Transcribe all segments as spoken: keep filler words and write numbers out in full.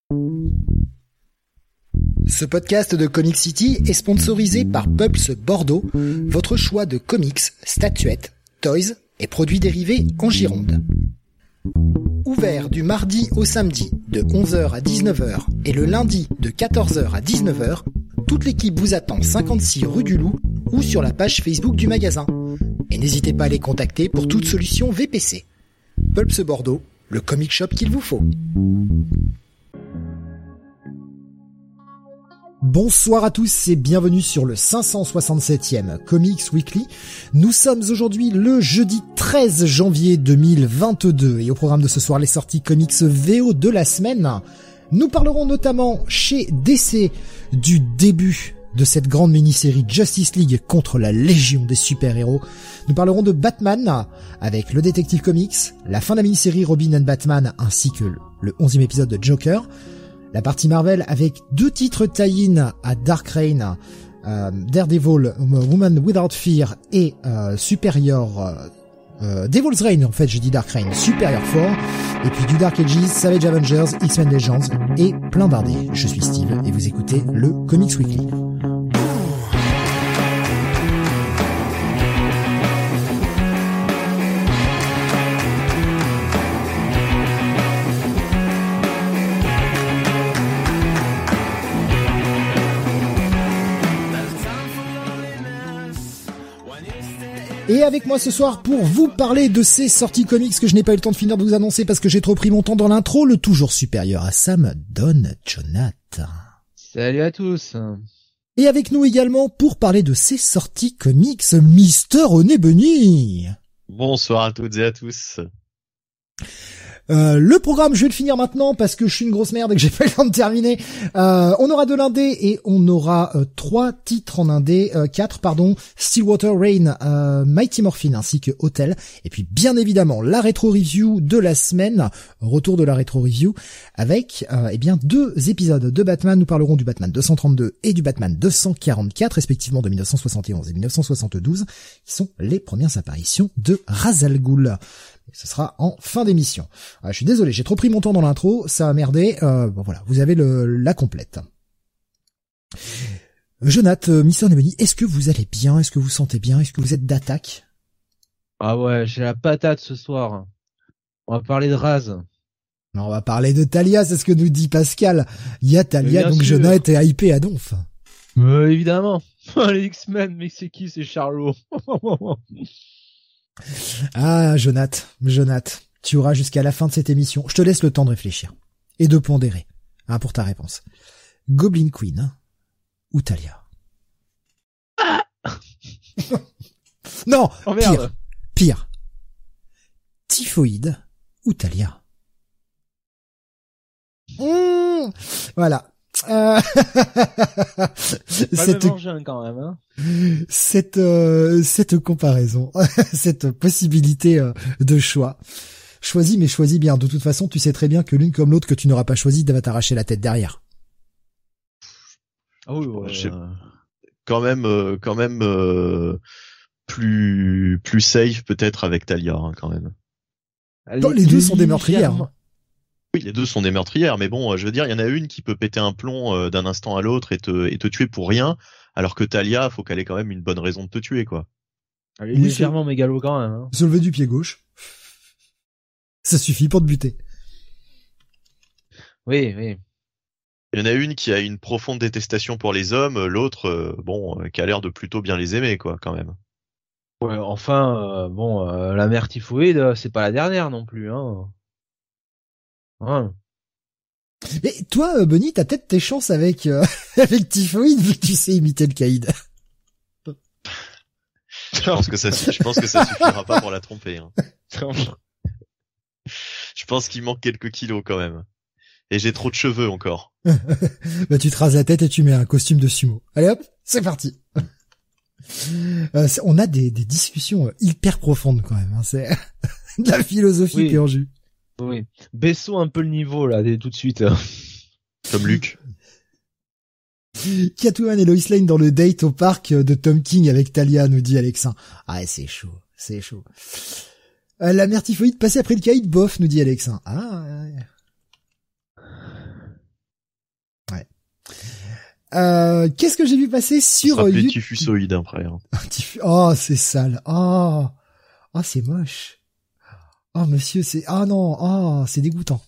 Ce podcast de Comic City est sponsorisé par Pulps Bordeaux, votre choix de comics, statuettes, toys et produits dérivés en Gironde. Ouvert du mardi au samedi de onze heures à dix-neuf heures et le lundi de quatorze heures à dix-neuf heures, toute l'équipe vous attend cinquante-six rue du Loup ou sur la page Facebook du magasin. Et n'hésitez pas à les contacter pour toute solution V P C. Pulps Bordeaux, le comic shop qu'il vous faut. Bonsoir à tous et bienvenue sur le cinq cent soixante-septième Comics Weekly. Nous sommes aujourd'hui le jeudi treize janvier deux mille vingt-deux et au programme de ce soir les sorties comics V O de la semaine. Nous parlerons notamment chez D C du début de cette grande mini-série Justice League contre la Légion des super-héros. Nous parlerons de Batman avec le Detective Comics, la fin de la mini-série Robin and Batman ainsi que le onzième épisode de Joker. La partie Marvel avec deux titres tie-in à Dark Reign, euh, Daredevil, Woman Without Fear et euh, Superior... Euh, euh, Devil's Reign, en fait, je dis Dark Reign, Superior four, et puis du Dark Ages, Savage Avengers, X-Men Legends et plein bardé. Je suis Steve et vous écoutez le Comics Weekly. Et avec moi ce soir pour vous parler de ces sorties comics que je n'ai pas eu le temps de finir de vous annoncer parce que j'ai trop pris mon temps dans l'intro, le toujours supérieur à Sam, Don Jonathan. Salut à tous. Et avec nous également pour parler de ces sorties comics, Mister Oné Bunny. Bonsoir à toutes et à tous. Euh, le programme, je vais le finir maintenant parce que je suis une grosse merde et que j'ai pas eu le temps de terminer. Euh, on aura de l'indé et on aura euh, trois titres en indé, euh, quatre pardon, Stillwater Rain, euh, Mighty Morphin ainsi que Hotel. Et puis bien évidemment la rétro review de la semaine, retour de la rétro review avec euh, eh bien deux épisodes de Batman. Nous parlerons du Batman deux cent trente-deux et du Batman deux cent quarante-quatre respectivement de mille neuf cent soixante et onze et mille neuf cent soixante-douze, qui sont les premières apparitions de Ra's al Ghul. Ce sera en fin d'émission. Ah, je suis désolé, j'ai trop pris mon temps dans l'intro, ça a merdé. Euh, bon voilà, vous avez le la complète. Jonathan, euh, Mister Nebony, est-ce que vous allez bien? Est-ce que vous sentez bien? Est-ce que vous êtes d'attaque? Ah ouais, j'ai la patate ce soir. On va parler de Raz. Non, on va parler de Talia, c'est ce que nous dit Pascal. Il y a Talia, donc sûr. Jonathan est hypé à donf. Euh, évidemment. Les X-Men, mais c'est qui? C'est Charlot. Ah, Jonathan, Jonathan, tu auras jusqu'à la fin de cette émission. Je te laisse le temps de réfléchir et de pondérer, hein, pour ta réponse. Goblin Queen, hein, ou Talia? Ah non, oh, pire, pire. Typhoïde ou Talia? Mmh, voilà. Euh... cette... quand même, hein. cette euh, cette comparaison, cette possibilité euh, de choix. Choisis, mais choisis bien. De toute façon, tu sais très bien que l'une comme l'autre que tu n'auras pas choisi va t'arracher la tête derrière. Ah oui, ouais. Je sais, quand même, euh, quand même euh, plus plus safe peut-être avec Talia, hein, quand même. Allez, non, les deux sont des meurtrières. Hein. Oui, les deux sont des meurtrières, mais bon, je veux dire, il y en a une qui peut péter un plomb euh, d'un instant à l'autre et te et te tuer pour rien, alors que Talia, faut qu'elle ait quand même une bonne raison de te tuer, quoi. Elle est oui, légèrement mégalo quand même. Hein. Se lever du pied gauche, ça suffit pour te buter. Oui, oui. Il y en a une qui a une profonde détestation pour les hommes, l'autre, euh, bon, euh, qui a l'air de plutôt bien les aimer, quoi, quand même. Ouais, enfin, euh, bon, euh, la mère typhoïde, c'est pas la dernière non plus, hein. Ouais. Mais toi, Bunny, t'as peut-être tes chances avec euh, avec Typhoïde vu que tu sais imiter le caïd. Je pense que ça, je pense que ça suffira pas pour la tromper. Hein. Je pense qu'il manque quelques kilos quand même. Et j'ai trop de cheveux encore. Bah tu te rases la tête et tu mets un costume de sumo. Allez hop, c'est parti. Euh, on a des, des discussions hyper profondes quand même. Hein. C'est de la philosophie oui. pure jus. Oui. Baissons un peu le niveau là, dès tout de suite. Comme Luc. Catwoman et Lois Lane dans le date au parc de Tom King avec Talia, nous dit Alexin. Ah, c'est chaud, c'est chaud. Euh, la mère typhoïde passée après le caïd, bof, nous dit Alexin. Ah, ouais. Euh, qu'est-ce que j'ai vu passer sur Ça YouTube? Typhusoïde après. Hein. Oh, c'est sale. Oh, oh, c'est moche. Oh, monsieur, c'est, ah non, oh, c'est dégoûtant.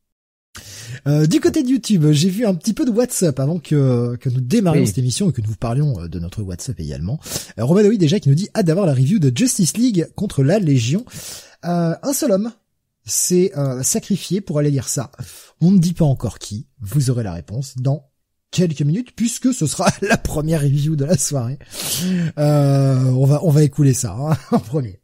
Euh, du côté de YouTube, j'ai vu un petit peu de WhatsApp avant que, que nous démarrions oui. cette émission et que nous parlions de notre WhatsApp également. Euh, Romanoï déjà qui nous dit hâte d'avoir la review de Justice League contre la Légion. Euh, un seul homme s'est euh, sacrifié pour aller lire ça. On ne dit pas encore qui. Vous aurez la réponse dans quelques minutes puisque ce sera la première review de la soirée. Euh, on va on va écouler ça hein, en premier.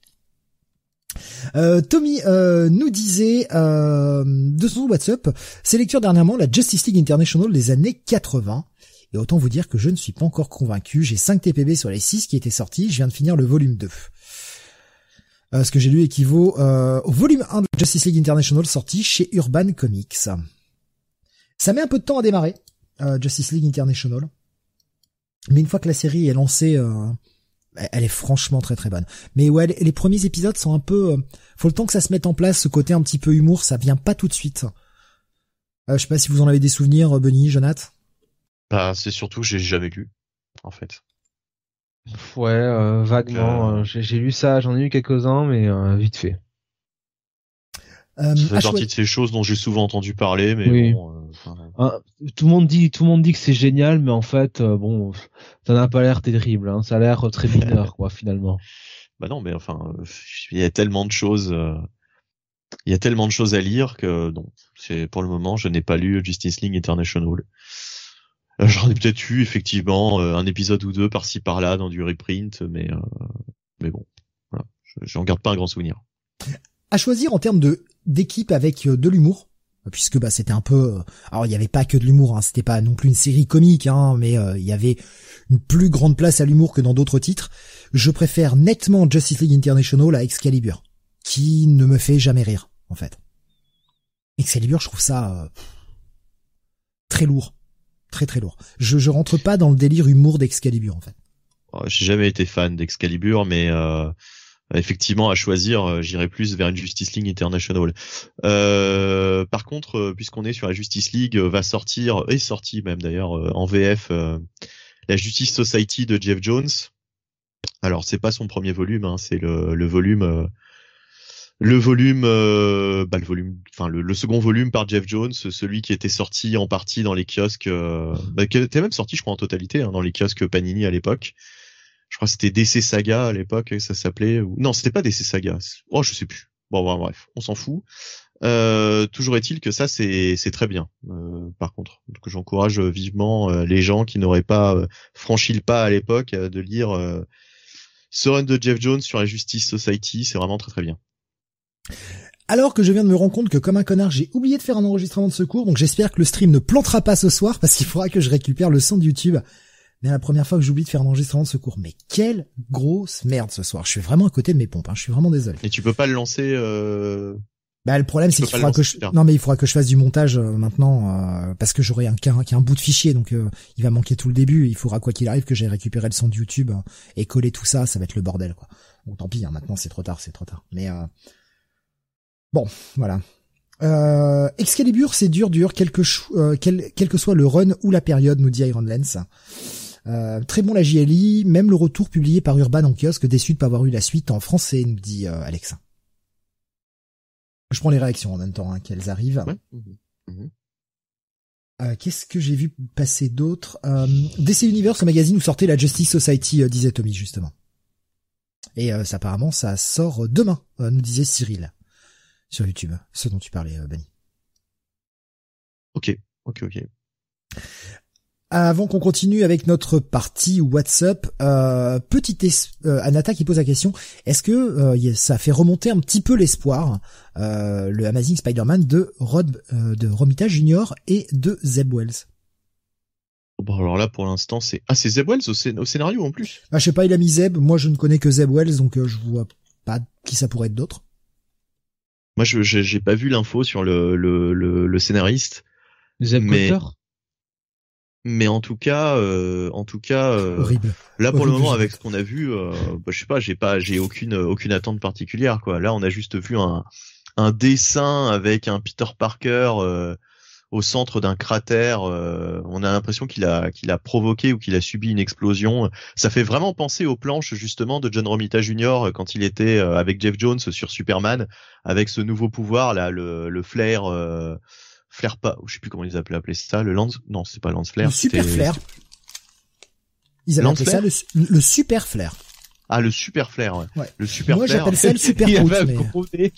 Euh, Tommy euh, nous disait euh, de son WhatsApp ses lectures dernièrement la Justice League International des années quatre-vingts et autant vous dire que je ne suis pas encore convaincu. J'ai cinq T P B sur les six qui étaient sortis, je viens de finir le volume deux. Euh, ce que j'ai lu équivaut euh, au volume un de Justice League International sorti chez Urban Comics. Ça met un peu de temps à démarrer euh, Justice League International, mais une fois que la série est lancée euh, elle est franchement très très bonne. Mais ouais, les, les premiers épisodes sont un peu... Euh, faut le temps que ça se mette en place, ce côté un petit peu humour, ça vient pas tout de suite. Euh, je sais pas si vous en avez des souvenirs, Benny, Jonathan. Bah, c'est surtout que j'ai jamais lu, en fait. Ouais, euh, vaguement. Euh... Euh, j'ai, j'ai lu ça, j'en ai lu quelques-uns, mais euh, vite fait. Euh, ça fait H- partie de ces choses dont j'ai souvent entendu parler, mais oui. bon... Euh, enfin... Hein, tout le monde dit, tout le monde dit que c'est génial, mais en fait, euh, bon, ça n'a pas l'air terrible. Hein, ça a l'air très mineur, quoi, finalement. Bah non, mais enfin, il y a tellement de choses, euh, il y a tellement de choses à lire que non. C'est pour le moment, je n'ai pas lu Justice League International. Euh, j'en ai peut-être eu effectivement euh, un épisode ou deux par-ci par-là dans du reprint, mais euh, mais bon, voilà, j'en garde pas un grand souvenir. À choisir en termes de d'équipe avec de l'humour, puisque bah c'était un peu, alors il y avait pas que de l'humour, hein, c'était pas non plus une série comique, hein, mais euh, il y avait une plus grande place à l'humour que dans d'autres titres. Je préfère nettement Justice League International à Excalibur, qui ne me fait jamais rire en fait. Excalibur, je trouve ça euh, très lourd, très très lourd. Je je rentre pas dans le délire humour d'Excalibur en fait. Alors, j'ai jamais été fan d'Excalibur, mais euh, effectivement, à choisir, j'irais plus vers une Justice League International. Euh, par contre, puisqu'on est sur la Justice League, va sortir, est sorti même d'ailleurs en V F, euh, la Justice Society de Jeff Jones. Alors, c'est pas son premier volume, hein, c'est le, le volume, euh, le volume, euh, bah le volume, enfin le, le second volume par Jeff Jones, celui qui était sorti en partie dans les kiosques, euh, bah, qui était même sorti, je crois, en totalité, hein, dans les kiosques Panini à l'époque. Je crois que c'était D C Saga à l'époque, ça s'appelait. Ou... Non, c'était pas D C Saga. Oh, je sais plus. Bon, bon bref, on s'en fout. Euh, toujours est-il que ça, c'est c'est très bien. Euh, par contre, donc j'encourage vivement euh, les gens qui n'auraient pas euh, franchi le pas à l'époque euh, de lire euh, ce run de Jeff Jones sur la Justice Society. C'est vraiment très très bien. Alors que je viens de me rendre compte que comme un connard, j'ai oublié de faire un enregistrement de secours, donc j'espère que le stream ne plantera pas ce soir parce qu'il faudra que je récupère le son de YouTube. Mais la première fois que j'oublie de faire un enregistrement de secours. Mais quelle grosse merde ce soir. Je suis vraiment à côté de mes pompes, hein. Je suis vraiment désolé. Et tu peux pas le lancer euh... Bah le problème c'est qu'il faudra que je non mais il faudra que je fasse du montage euh, maintenant euh, parce que j'aurai un qu'un, qu'un bout de fichier donc euh, il va manquer tout le début, il faudra quoi qu'il arrive que j'aille récupérer le son de YouTube euh, et coller tout ça, ça va être le bordel quoi. Bon tant pis, hein, maintenant c'est trop tard, c'est trop tard. Mais euh... bon, voilà. Euh, Excalibur, c'est dur dur quel que, chou- euh, quel, quel que soit le run ou la période, nous dit Iron Lens. Euh, très bon la J L I, même le retour publié par Urban en kiosque, déçu de pas avoir eu la suite en français, nous dit euh, Alex. Je prends les réactions en même temps hein, qu'elles arrivent. Ouais. Mmh. Euh, qu'est-ce que j'ai vu passer d'autre euh, D C Universe, le magazine où sortait la Justice Society, euh, disait Tommy justement. Et euh, ça, apparemment ça sort demain, euh, nous disait Cyril sur YouTube, ce dont tu parlais, euh, Benny. Ok, ok, ok. Avant qu'on continue avec notre partie WhatsApp, euh, petite es- euh, Anata qui pose la question, est-ce que euh, ça fait remonter un petit peu l'espoir, euh, le Amazing Spider-Man de Rod, euh, de Romita Junior et de Zeb Wells? Bon alors là pour l'instant c'est ah c'est Zeb Wells au, scén- au scénario en plus. Ah, je sais pas, il a mis Zeb, moi je ne connais que Zeb Wells donc euh, je vois pas qui ça pourrait être d'autre. Moi je j'ai, j'ai pas vu l'info sur le le le, le scénariste. Zeb mais... Coulter. Mais en tout cas, euh, en tout cas, euh, Horrible. là pour Horrible le moment jeu. avec ce qu'on a vu, euh, bah, je sais pas, j'ai pas, j'ai aucune aucune attente particulière quoi. Là on a juste vu un un dessin avec un Peter Parker euh, au centre d'un cratère. Euh, on a l'impression qu'il a qu'il a provoqué ou qu'il a subi une explosion. Ça fait vraiment penser aux planches justement de John Romita Junior quand il était euh, avec Jeff Jones sur Superman, avec ce nouveau pouvoir là, le, le flare, euh, flare pas, je sais plus comment ils appelaient appelé ça, le lance, non c'est pas lance flare, le super flare. Ils avaient appelé ça le, le super flare. Ah le super flare, ouais. ouais. Le super Moi flare. j'appelle ça le super prout, mais...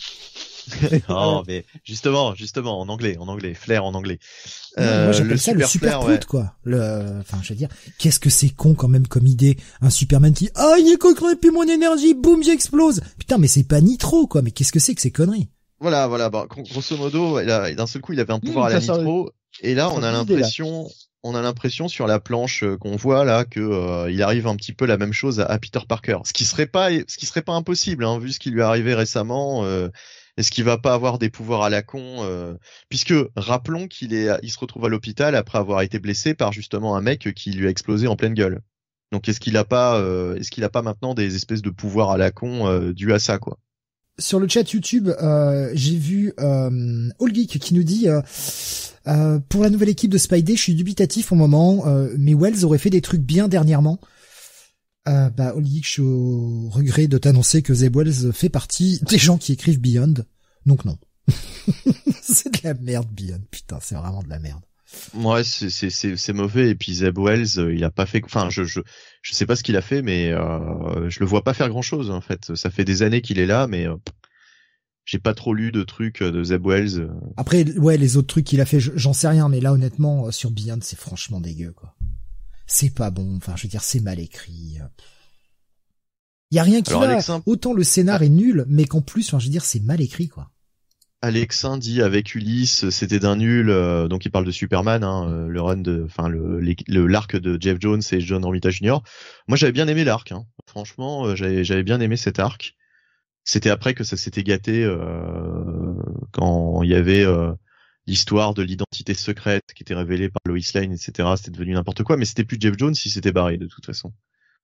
non, mais justement, justement, en anglais, en anglais, flair en anglais. Non, euh, moi, j'appelle le ça super le super flair, prout, ouais. quoi. Le, enfin, je veux dire, qu'est-ce que c'est con quand même comme idée. Un Superman qui, ah, il est coquin, puis mon énergie, boum, j'explose. Putain, mais c'est pas Nitro, quoi. Mais qu'est-ce que c'est que ces conneries? Voilà, voilà, bah, grosso modo, il a, d'un seul coup, il avait un pouvoir mmh, à la Nitro. Et là, on a l'impression, on a l'impression sur la planche qu'on voit là que euh, il arrive un petit peu la même chose à, à Peter Parker. Ce qui serait pas, ce qui serait pas impossible, hein, vu ce qui lui est arrivé récemment. Euh, Est-ce qu'il va pas avoir des pouvoirs à la con euh, puisque rappelons qu'il est, il se retrouve à l'hôpital après avoir été blessé par justement un mec qui lui a explosé en pleine gueule. Donc est-ce qu'il a pas, euh, est-ce qu'il a pas maintenant des espèces de pouvoirs à la con euh, dus à ça quoi? Sur le chat YouTube, euh, j'ai vu euh, All Geek qui nous dit euh, euh, pour la nouvelle équipe de Spidey, je suis dubitatif au moment, euh, mais Wells aurait fait des trucs bien dernièrement. Euh, bah, All Geek, je suis au regret de t'annoncer que Zeb Wells fait partie des gens qui écrivent Beyond. Donc non. C'est de la merde, Beyond. Putain, c'est vraiment de la merde. Ouais, c'est, c'est, c'est, c'est mauvais. Et puis Zeb Wells, il a pas fait, enfin, je, je, je sais pas ce qu'il a fait, mais, euh, je le vois pas faire grand chose, en fait. Ça fait des années qu'il est là, mais, euh, j'ai pas trop lu de trucs de Zeb Wells. Après, ouais, les autres trucs qu'il a fait, j'en sais rien, mais là, honnêtement, sur Beyond, c'est franchement dégueu, quoi. C'est pas bon, enfin, je veux dire, c'est mal écrit. Il y a rien qui Alors, va. Alexin... Autant le scénar est nul, mais qu'en plus, enfin, je veux dire, c'est mal écrit, quoi. Alexin dit avec Ulysse, c'était d'un nul. Euh, donc il parle de Superman, hein, euh, le run de, enfin le, le l'arc de Jeff Jones et John Romita Junior Moi, j'avais bien aimé l'arc. Hein. Franchement, euh, j'avais, j'avais bien aimé cet arc. C'était après que ça s'était gâté euh, quand il y avait euh, l'histoire de l'identité secrète qui était révélée par Lois Lane, et cetera. C'était devenu n'importe quoi, mais c'était plus Jeff Jones si c'était barré de toute façon.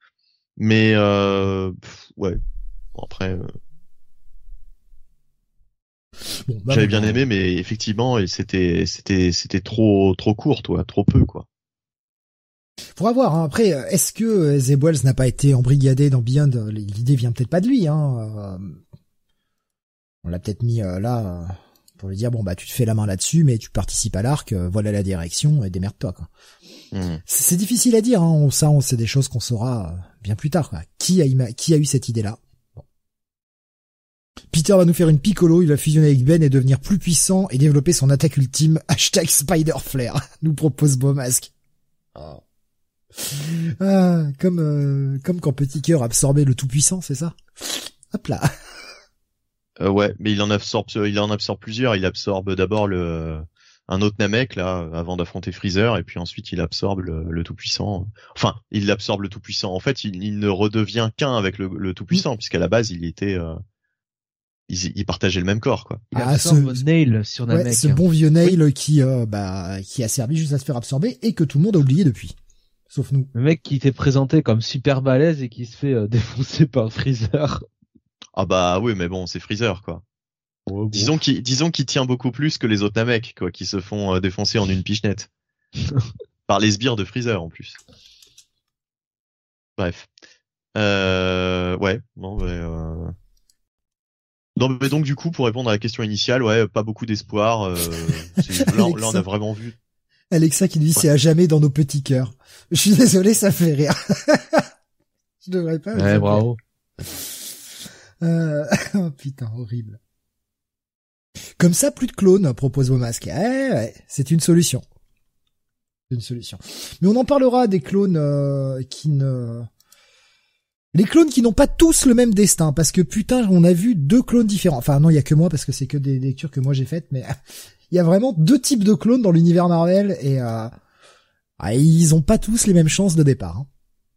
Mais euh, pff, ouais, bon, après, euh... bon, bah, j'avais bien bah, aimé, mais effectivement, c'était c'était c'était trop trop court, toi, trop peu, quoi. Faudra voir. Hein. Après, est-ce que Zeb Wells n'a pas été embrigadé dans Beyond? L'idée vient peut-être pas de lui. Hein. On l'a peut-être mis euh, là. Pour lui dire bon bah tu te fais la main là-dessus mais tu participes à l'arc, euh, voilà la direction et démerde-toi quoi. Mmh. C'est, c'est difficile à dire, hein. On, ça on sait des choses qu'on saura euh, bien plus tard quoi. Qui a ima- qui a eu cette idée-là? Bon. Peter va nous faire une piccolo, il va fusionner avec Ben et devenir plus puissant et développer son attaque ultime. Hashtag Spider Flare nous propose Beaumasque. Oh. Ah, comme euh, comme quand Petit Cœur absorbait le Tout-Puissant, c'est ça? Hop là. Euh, ouais, mais il en absorbe, il en absorbe plusieurs. Il absorbe d'abord le un autre Namek là, avant d'affronter Freezer, et puis ensuite il absorbe le, le Tout-Puissant. Enfin, il absorbe le Tout-Puissant. En fait, il, il ne redevient qu'un avec le, le Tout-Puissant, mmh. puisqu'à la base il était, euh, il, il partageait le même corps quoi. Il ah, absorbe ce Nail sur Namek. Ouais, ce bon vieux Nail oui. qui, euh, bah, qui a servi juste à se faire absorber et que tout le monde a oublié depuis, sauf nous. Le mec qui était présenté comme super balèze et qui se fait euh, défoncer par Freezer. Ah bah oui, mais bon, c'est Freezer quoi. Oh, bon. Disons qu'il disons qu'il tient beaucoup plus que les autres Namek quoi, qui se font euh, défoncer en une pichenette par les sbires de Freezer en plus. Bref, euh, ouais, bon, bah, euh... non, mais donc du coup pour répondre à la question initiale, ouais, pas beaucoup d'espoir. Euh, c'est... Là, là, on a vraiment vu. Alexa qui dit ouais. C'est à jamais dans nos petits cœurs. Je suis désolé, ça fait rire. Je devrais pas. Ouais, bravo. Euh... oh putain, horrible. Comme ça, plus de clones, propose Beaumasque. Eh ouais, c'est une solution. C'est une solution. Mais on en parlera des clones euh, qui ne... Les clones qui n'ont pas tous le même destin, parce que putain, on a vu deux clones différents. Enfin non, il y a que moi, parce que c'est que des lectures que moi j'ai faites, mais il y a vraiment deux types de clones dans l'univers Marvel, et euh... ah, ils ont pas tous les mêmes chances de départ. Hein.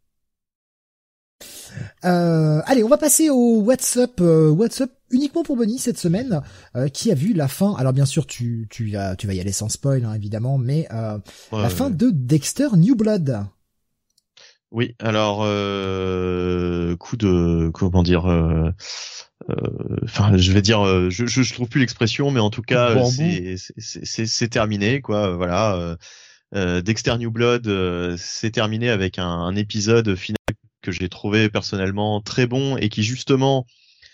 Euh, allez, on va passer au WhatsApp, euh, WhatsApp uniquement pour Bonnie cette semaine, euh, qui a vu la fin. Alors bien sûr, tu tu vas tu vas y aller sans spoil, hein, évidemment, mais euh, ouais, la ouais. fin de Dexter New Blood. Oui, alors euh, coup de comment dire, euh, enfin, euh, je vais dire, euh, je, je je trouve plus l'expression, mais en tout cas, c'est c'est c'est c'est terminé, quoi. Voilà, euh, euh, Dexter New Blood, euh, c'est terminé avec un, un épisode final que j'ai trouvé personnellement très bon et qui justement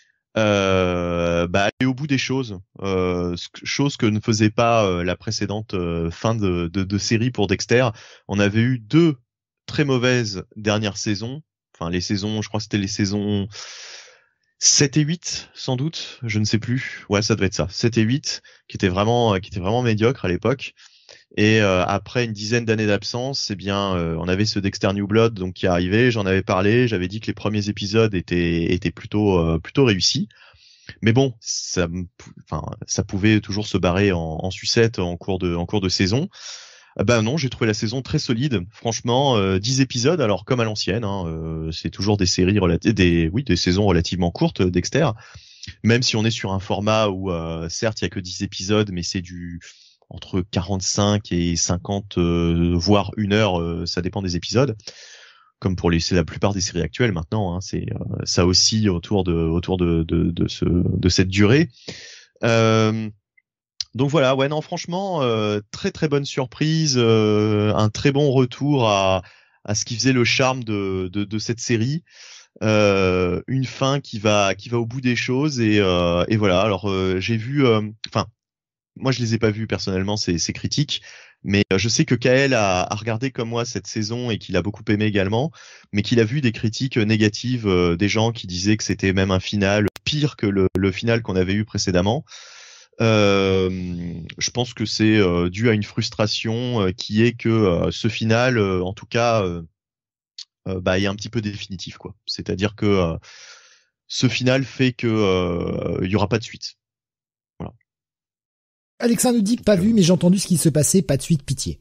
euh, bah aller au bout des choses, euh, chose que ne faisait pas euh, la précédente euh, fin de, de de série pour Dexter. On avait eu deux très mauvaises dernières saisons, enfin les saisons, je crois que c'était les saisons sept et huit sans doute, je ne sais plus. Ouais, ça devait être ça, sept et huit, qui étaient vraiment qui étaient vraiment médiocres à l'époque. Et euh, après une dizaine d'années d'absence, eh bien, euh, on avait ce Dexter New Blood donc qui arrivait. J'en avais parlé, j'avais dit que les premiers épisodes étaient étaient plutôt euh, plutôt réussis. Mais bon, ça, enfin, ça pouvait toujours se barrer en, en sucette en cours de en cours de saison. Ah ben non, j'ai trouvé la saison très solide. Franchement, euh, dix épisodes, alors comme à l'ancienne, hein, euh, c'est toujours des séries relati- des oui des saisons relativement courtes Dexter. Même si on est sur un format où euh, certes il y a que dix épisodes, mais c'est du entre quarante-cinq et cinquante, euh, voire une heure, euh, ça dépend des épisodes. Comme pour les, c'est la plupart des séries actuelles maintenant, hein, c'est euh, ça aussi autour de autour de de, de ce de cette durée. Euh, donc voilà, ouais non franchement euh, très très bonne surprise, euh, un très bon retour à à ce qui faisait le charme de de, de cette série. Euh, une fin qui va qui va au bout des choses et euh, et voilà. Alors euh, j'ai vu, enfin. Euh, moi, je les ai pas vus personnellement, ces, ces critiques, mais je sais que Kael a, a regardé comme moi cette saison et qu'il a beaucoup aimé également, mais qu'il a vu des critiques négatives, euh, des gens qui disaient que c'était même un final pire que le, le final qu'on avait eu précédemment. Euh, je pense que c'est euh, dû à une frustration euh, qui est que euh, ce final, euh, en tout cas, euh, euh, bah, est un petit peu définitif, quoi. C'est-à-dire que euh, ce final fait que euh, il y aura pas de suite. Voilà. Alexandre nous dit pas vu, mais j'ai entendu ce qui se passait, pas de suite, pitié.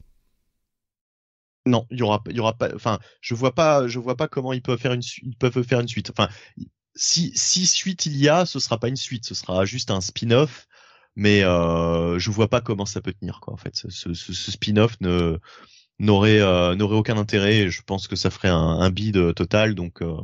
Non, il y aura, il y aura pas. Enfin, je vois pas, je vois pas comment ils peuvent faire une, ils peuvent faire une suite. Enfin, si si suite il y a, ce sera pas une suite, ce sera juste un spin-off. Mais euh, je vois pas comment ça peut tenir, quoi. En fait, ce, ce, ce spin-off ne n'aurait euh, n'aurait aucun intérêt. Et je pense que ça ferait un, un bide total. Donc euh,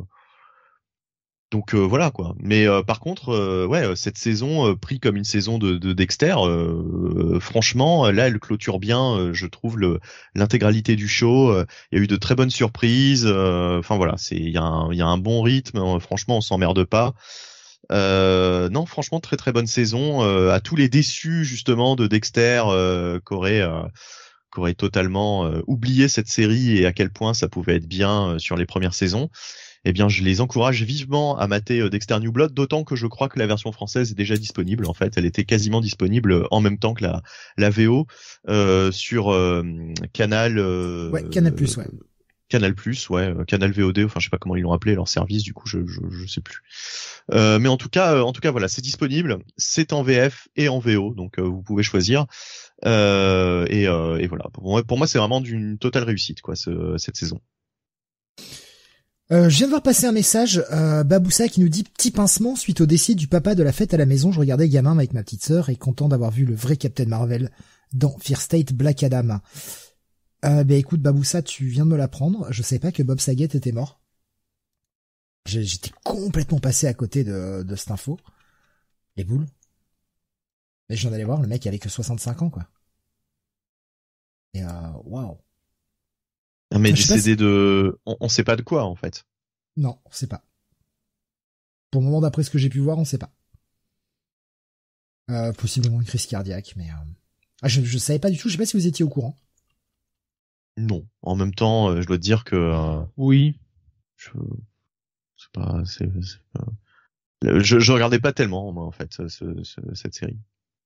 Donc euh, voilà quoi. Mais euh, par contre, euh, ouais, cette saison euh, pris comme une saison de, de Dexter, euh, euh, franchement, là, elle clôture bien, euh, je trouve le l'intégralité du show. Euh, il y a eu de très bonnes surprises. Enfin euh, voilà, c'est il y a un il y a un bon rythme. Euh, franchement, on s'emmerde pas. Euh, non, franchement, très très bonne saison. Euh, à tous les déçus justement de Dexter, euh, qu'aurait euh, qu'aurait totalement euh, oublié cette série et à quel point ça pouvait être bien euh, sur les premières saisons. Eh bien, je les encourage vivement à mater euh, Dexter New Blood, d'autant que je crois que la version française est déjà disponible. En fait, elle était quasiment disponible en même temps que la, la V O euh, sur euh, Canal. Euh, ouais, Canal Plus, ouais. Canal Plus, ouais, Canal V O D. Enfin, je sais pas comment ils l'ont appelé leur service. Du coup, je je, je sais plus. Euh, mais en tout cas, en tout cas, voilà, c'est disponible. C'est en V F et en V O, donc euh, vous pouvez choisir. Euh, et, euh, et voilà. Pour moi, pour moi, c'est vraiment d'une totale réussite, quoi, ce, cette saison. Euh, je viens de voir passer un message, euh, Baboussa qui nous dit petit pincement suite au décès du papa de la fête à la maison. Je regardais gamin avec ma petite sœur et content d'avoir vu le vrai Captain Marvel dans Fear State Black Adam. Euh, ben écoute Baboussa, tu viens de me l'apprendre. Je savais pas que Bob Saget était mort. J'étais complètement passé à côté de, de cette info. Les boules. Mais je viens d'aller voir, le mec avait que soixante-cinq ans, quoi. Et euh, waouh. Non, mais décédé si... de, on, on sait pas de quoi en fait. Non, on sait pas. Pour le moment, d'après ce que j'ai pu voir, on sait pas. Euh, possiblement une crise cardiaque, mais euh... ah, je, je savais pas du tout. Je sais pas si vous étiez au courant. Non. En même temps, euh, je dois te dire que euh, oui. Je, c'est pas, c'est, c'est pas... Je, je regardais pas tellement moi en fait ce, ce, cette série.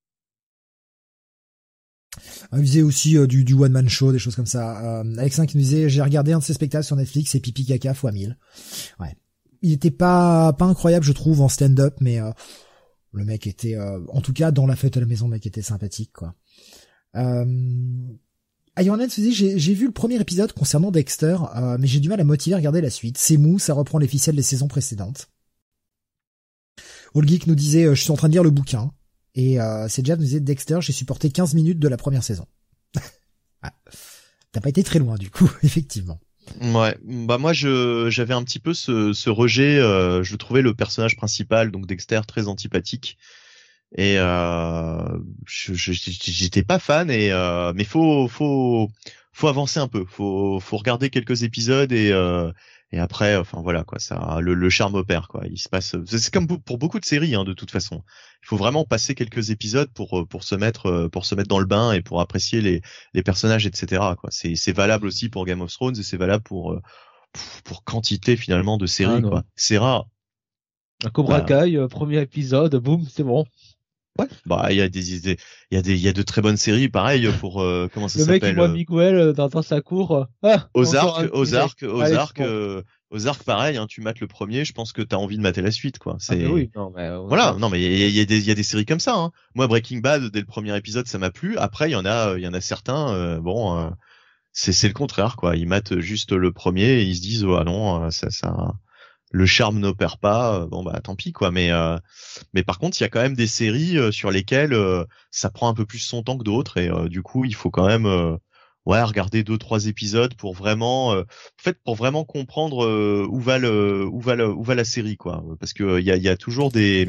Il faisait aussi euh, du, du one man show, des choses comme ça. Euh, Alexin qui nous disait j'ai regardé un de ses spectacles sur Netflix, c'est pipi caca fois mille. Ouais, il était pas pas incroyable je trouve en stand-up, mais euh, le mec était, euh, en tout cas dans la fête à la maison, le mec était sympathique quoi. Euh, Ironhead se dit j'ai j'ai vu le premier épisode concernant Dexter, euh, mais j'ai du mal à motiver à regarder la suite. C'est mou, ça reprend les ficelles des saisons précédentes. All Geek nous disait euh, je suis en train de lire le bouquin. Et euh, c'est Jeff nous disait Dexter, j'ai supporté quinze minutes de la première saison. Ah, t'as pas été très loin du coup, effectivement. Ouais, bah moi je j'avais un petit peu ce ce rejet. Euh, je trouvais le personnage principal, donc Dexter, très antipathique. Et euh, je, je- j'étais pas fan. Et euh, mais faut faut faut avancer un peu. Faut faut regarder quelques épisodes et euh, et après, enfin voilà quoi. Ça, le, le charme opère quoi. Il se passe. C'est comme pour beaucoup de séries hein, de toute façon. Il faut vraiment passer quelques épisodes pour pour se mettre pour se mettre dans le bain et pour apprécier les les personnages, et cetera quoi. C'est c'est valable aussi pour Game of Thrones et c'est valable pour euh, pour, pour quantité finalement de Ah séries non. quoi. C'est rare. Un Cobra Bah, Kai, euh, premier épisode, boum, c'est bon. ouais, bah il y a des idées, il y a des il y a de très bonnes séries pareil pour euh, comment ça Le mec, il s'appelle voit euh, Miguel euh, dans, dans sa cour. euh, Ah, encore Ozark, un petit mec. Ozark, Allez, Ozark, c'est bon. euh, Ozark pareil hein, tu mates le premier, je pense que t'as envie de mater la suite quoi. Ah, mais C'est oui, non, mais euh, voilà, Ozark. non mais il y a, il y a des il y a des séries comme ça hein. Moi Breaking Bad dès le premier épisode ça m'a plu, après il y en a il y en a certains euh, bon euh, c'est c'est le contraire quoi, ils matent juste le premier et ils se disent oh ah non euh, ça ça le charme n'opère pas, euh, bon bah tant pis quoi. Mais euh, mais par contre il y a quand même des séries euh, sur lesquelles euh, ça prend un peu plus son temps que d'autres et euh, du coup il faut quand même euh, ouais regarder deux trois épisodes pour vraiment euh, en fait pour vraiment comprendre euh, où va le où va le où va la série quoi, parce que il y a il y a toujours des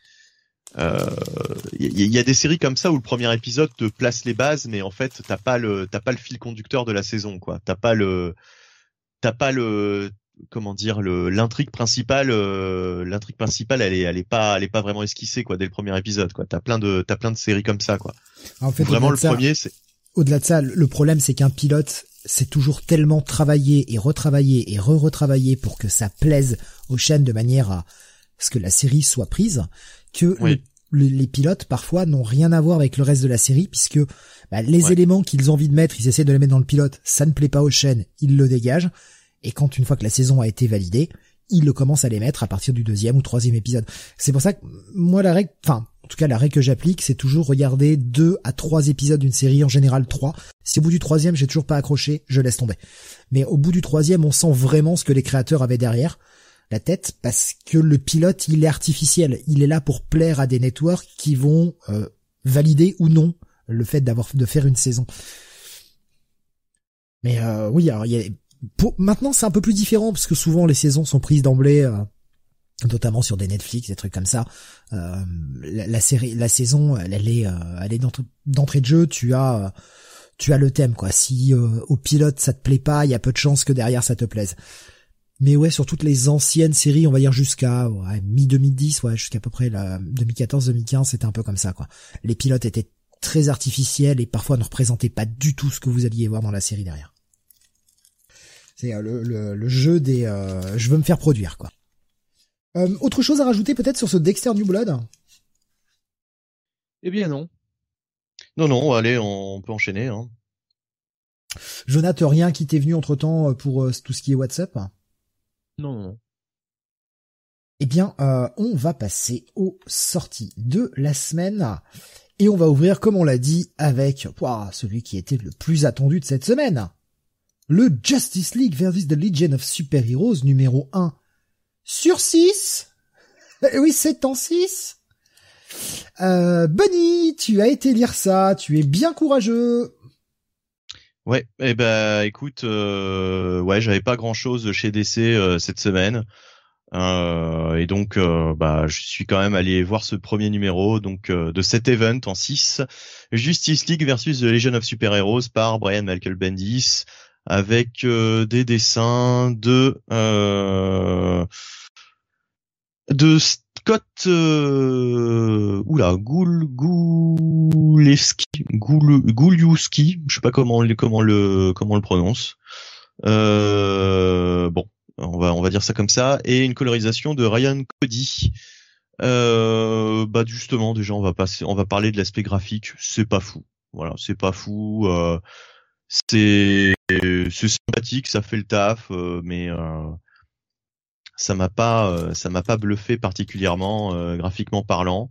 euh, il y, y a des séries comme ça où le premier épisode te place les bases mais en fait t'as pas le t'as pas le fil conducteur de la saison quoi, t'as pas le t'as pas le comment dire le l'intrigue principale euh, l'intrigue principale elle est elle est pas elle est pas vraiment esquissée quoi dès le premier épisode quoi. T'as plein de t'as plein de séries comme ça quoi. En fait, Vraiment au-delà le de ça, premier c'est au-delà de ça, le problème c'est qu'un pilote, c'est toujours tellement travaillé et retravaillé et re-retravaillé pour que ça plaise aux chaînes de manière à ce que la série soit prise, que oui. le- le- les pilotes parfois n'ont rien à voir avec le reste de la série puisque bah, les Ouais. éléments qu'ils ont envie de mettre, ils essaient de les mettre dans le pilote, ça ne plaît pas aux chaînes, ils le dégagent. Et quand une fois que la saison a été validée, ils le commencent à les mettre à partir du deuxième ou troisième épisode. C'est pour ça que moi la règle, enfin en tout cas la règle que j'applique, c'est toujours regarder deux à trois épisodes d'une série, en général trois. Si au bout du troisième j'ai toujours pas accroché, je laisse tomber. Mais au bout du troisième, on sent vraiment ce que les créateurs avaient derrière la tête, parce que le pilote il est artificiel, il est là pour plaire à des networks qui vont euh, valider ou non le fait d'avoir de faire une saison. Mais euh, oui, alors il y a Pour, maintenant, c'est un peu plus différent parce que souvent les saisons sont prises d'emblée, euh, notamment sur des Netflix, des trucs comme ça. Euh, la, la série, la saison, elle, elle est, euh, elle est d'entrée, d'entrée de jeu. Tu as, euh, tu as le thème quoi. Si euh, au pilote ça te plaît pas, il y a peu de chances que derrière ça te plaise. Mais ouais, sur toutes les anciennes séries, on va dire jusqu'à ouais, mi deux mille dix, ouais, jusqu'à peu près la deux mille quatorze deux mille quinze, c'était un peu comme ça quoi. Les pilotes étaient très artificiels et parfois ne représentaient pas du tout ce que vous alliez voir dans la série derrière. C'est euh, le, le, le jeu des euh, je veux me faire produire quoi. Euh, autre chose à rajouter peut-être sur ce Dexter New Blood? Eh bien non. non non allez on peut enchaîner hein. Jonathan, rien qui t'est venu entre temps pour euh, tout ce qui est WhatsApp? Non, non. Eh bien, euh, on va passer aux sorties de la semaine. Et on va ouvrir, comme on l'a dit, avec ouah, celui qui était le plus attendu de cette semaine. Le Justice League versus The Legion of Super Heroes numéro un sur six. Eh oui, c'est en six. Euh, Bunny, tu as été lire ça, tu es bien courageux. Ouais, eh ben écoute, euh, ouais, j'avais pas grand chose chez D C euh, cette semaine, euh, et donc euh, bah je suis quand même allé voir ce premier numéro donc euh, de cet event en six, Justice League versus The Legion of Super Heroes par Brian Michael Bendis, avec euh, des dessins de euh, de Scott euh, oula Goul Goulewski Goul Gouliowski, je sais pas comment comment le comment on le prononce. Euh, bon, on va on va dire ça comme ça, et une colorisation de Ryan Cody. Euh, bah justement déjà on va passer on va parler de l'aspect graphique, c'est pas fou. Voilà, c'est pas fou, euh, c'est c'est sympathique, ça fait le taf, euh, mais euh, ça m'a pas euh, ça m'a pas bluffé particulièrement euh, graphiquement parlant.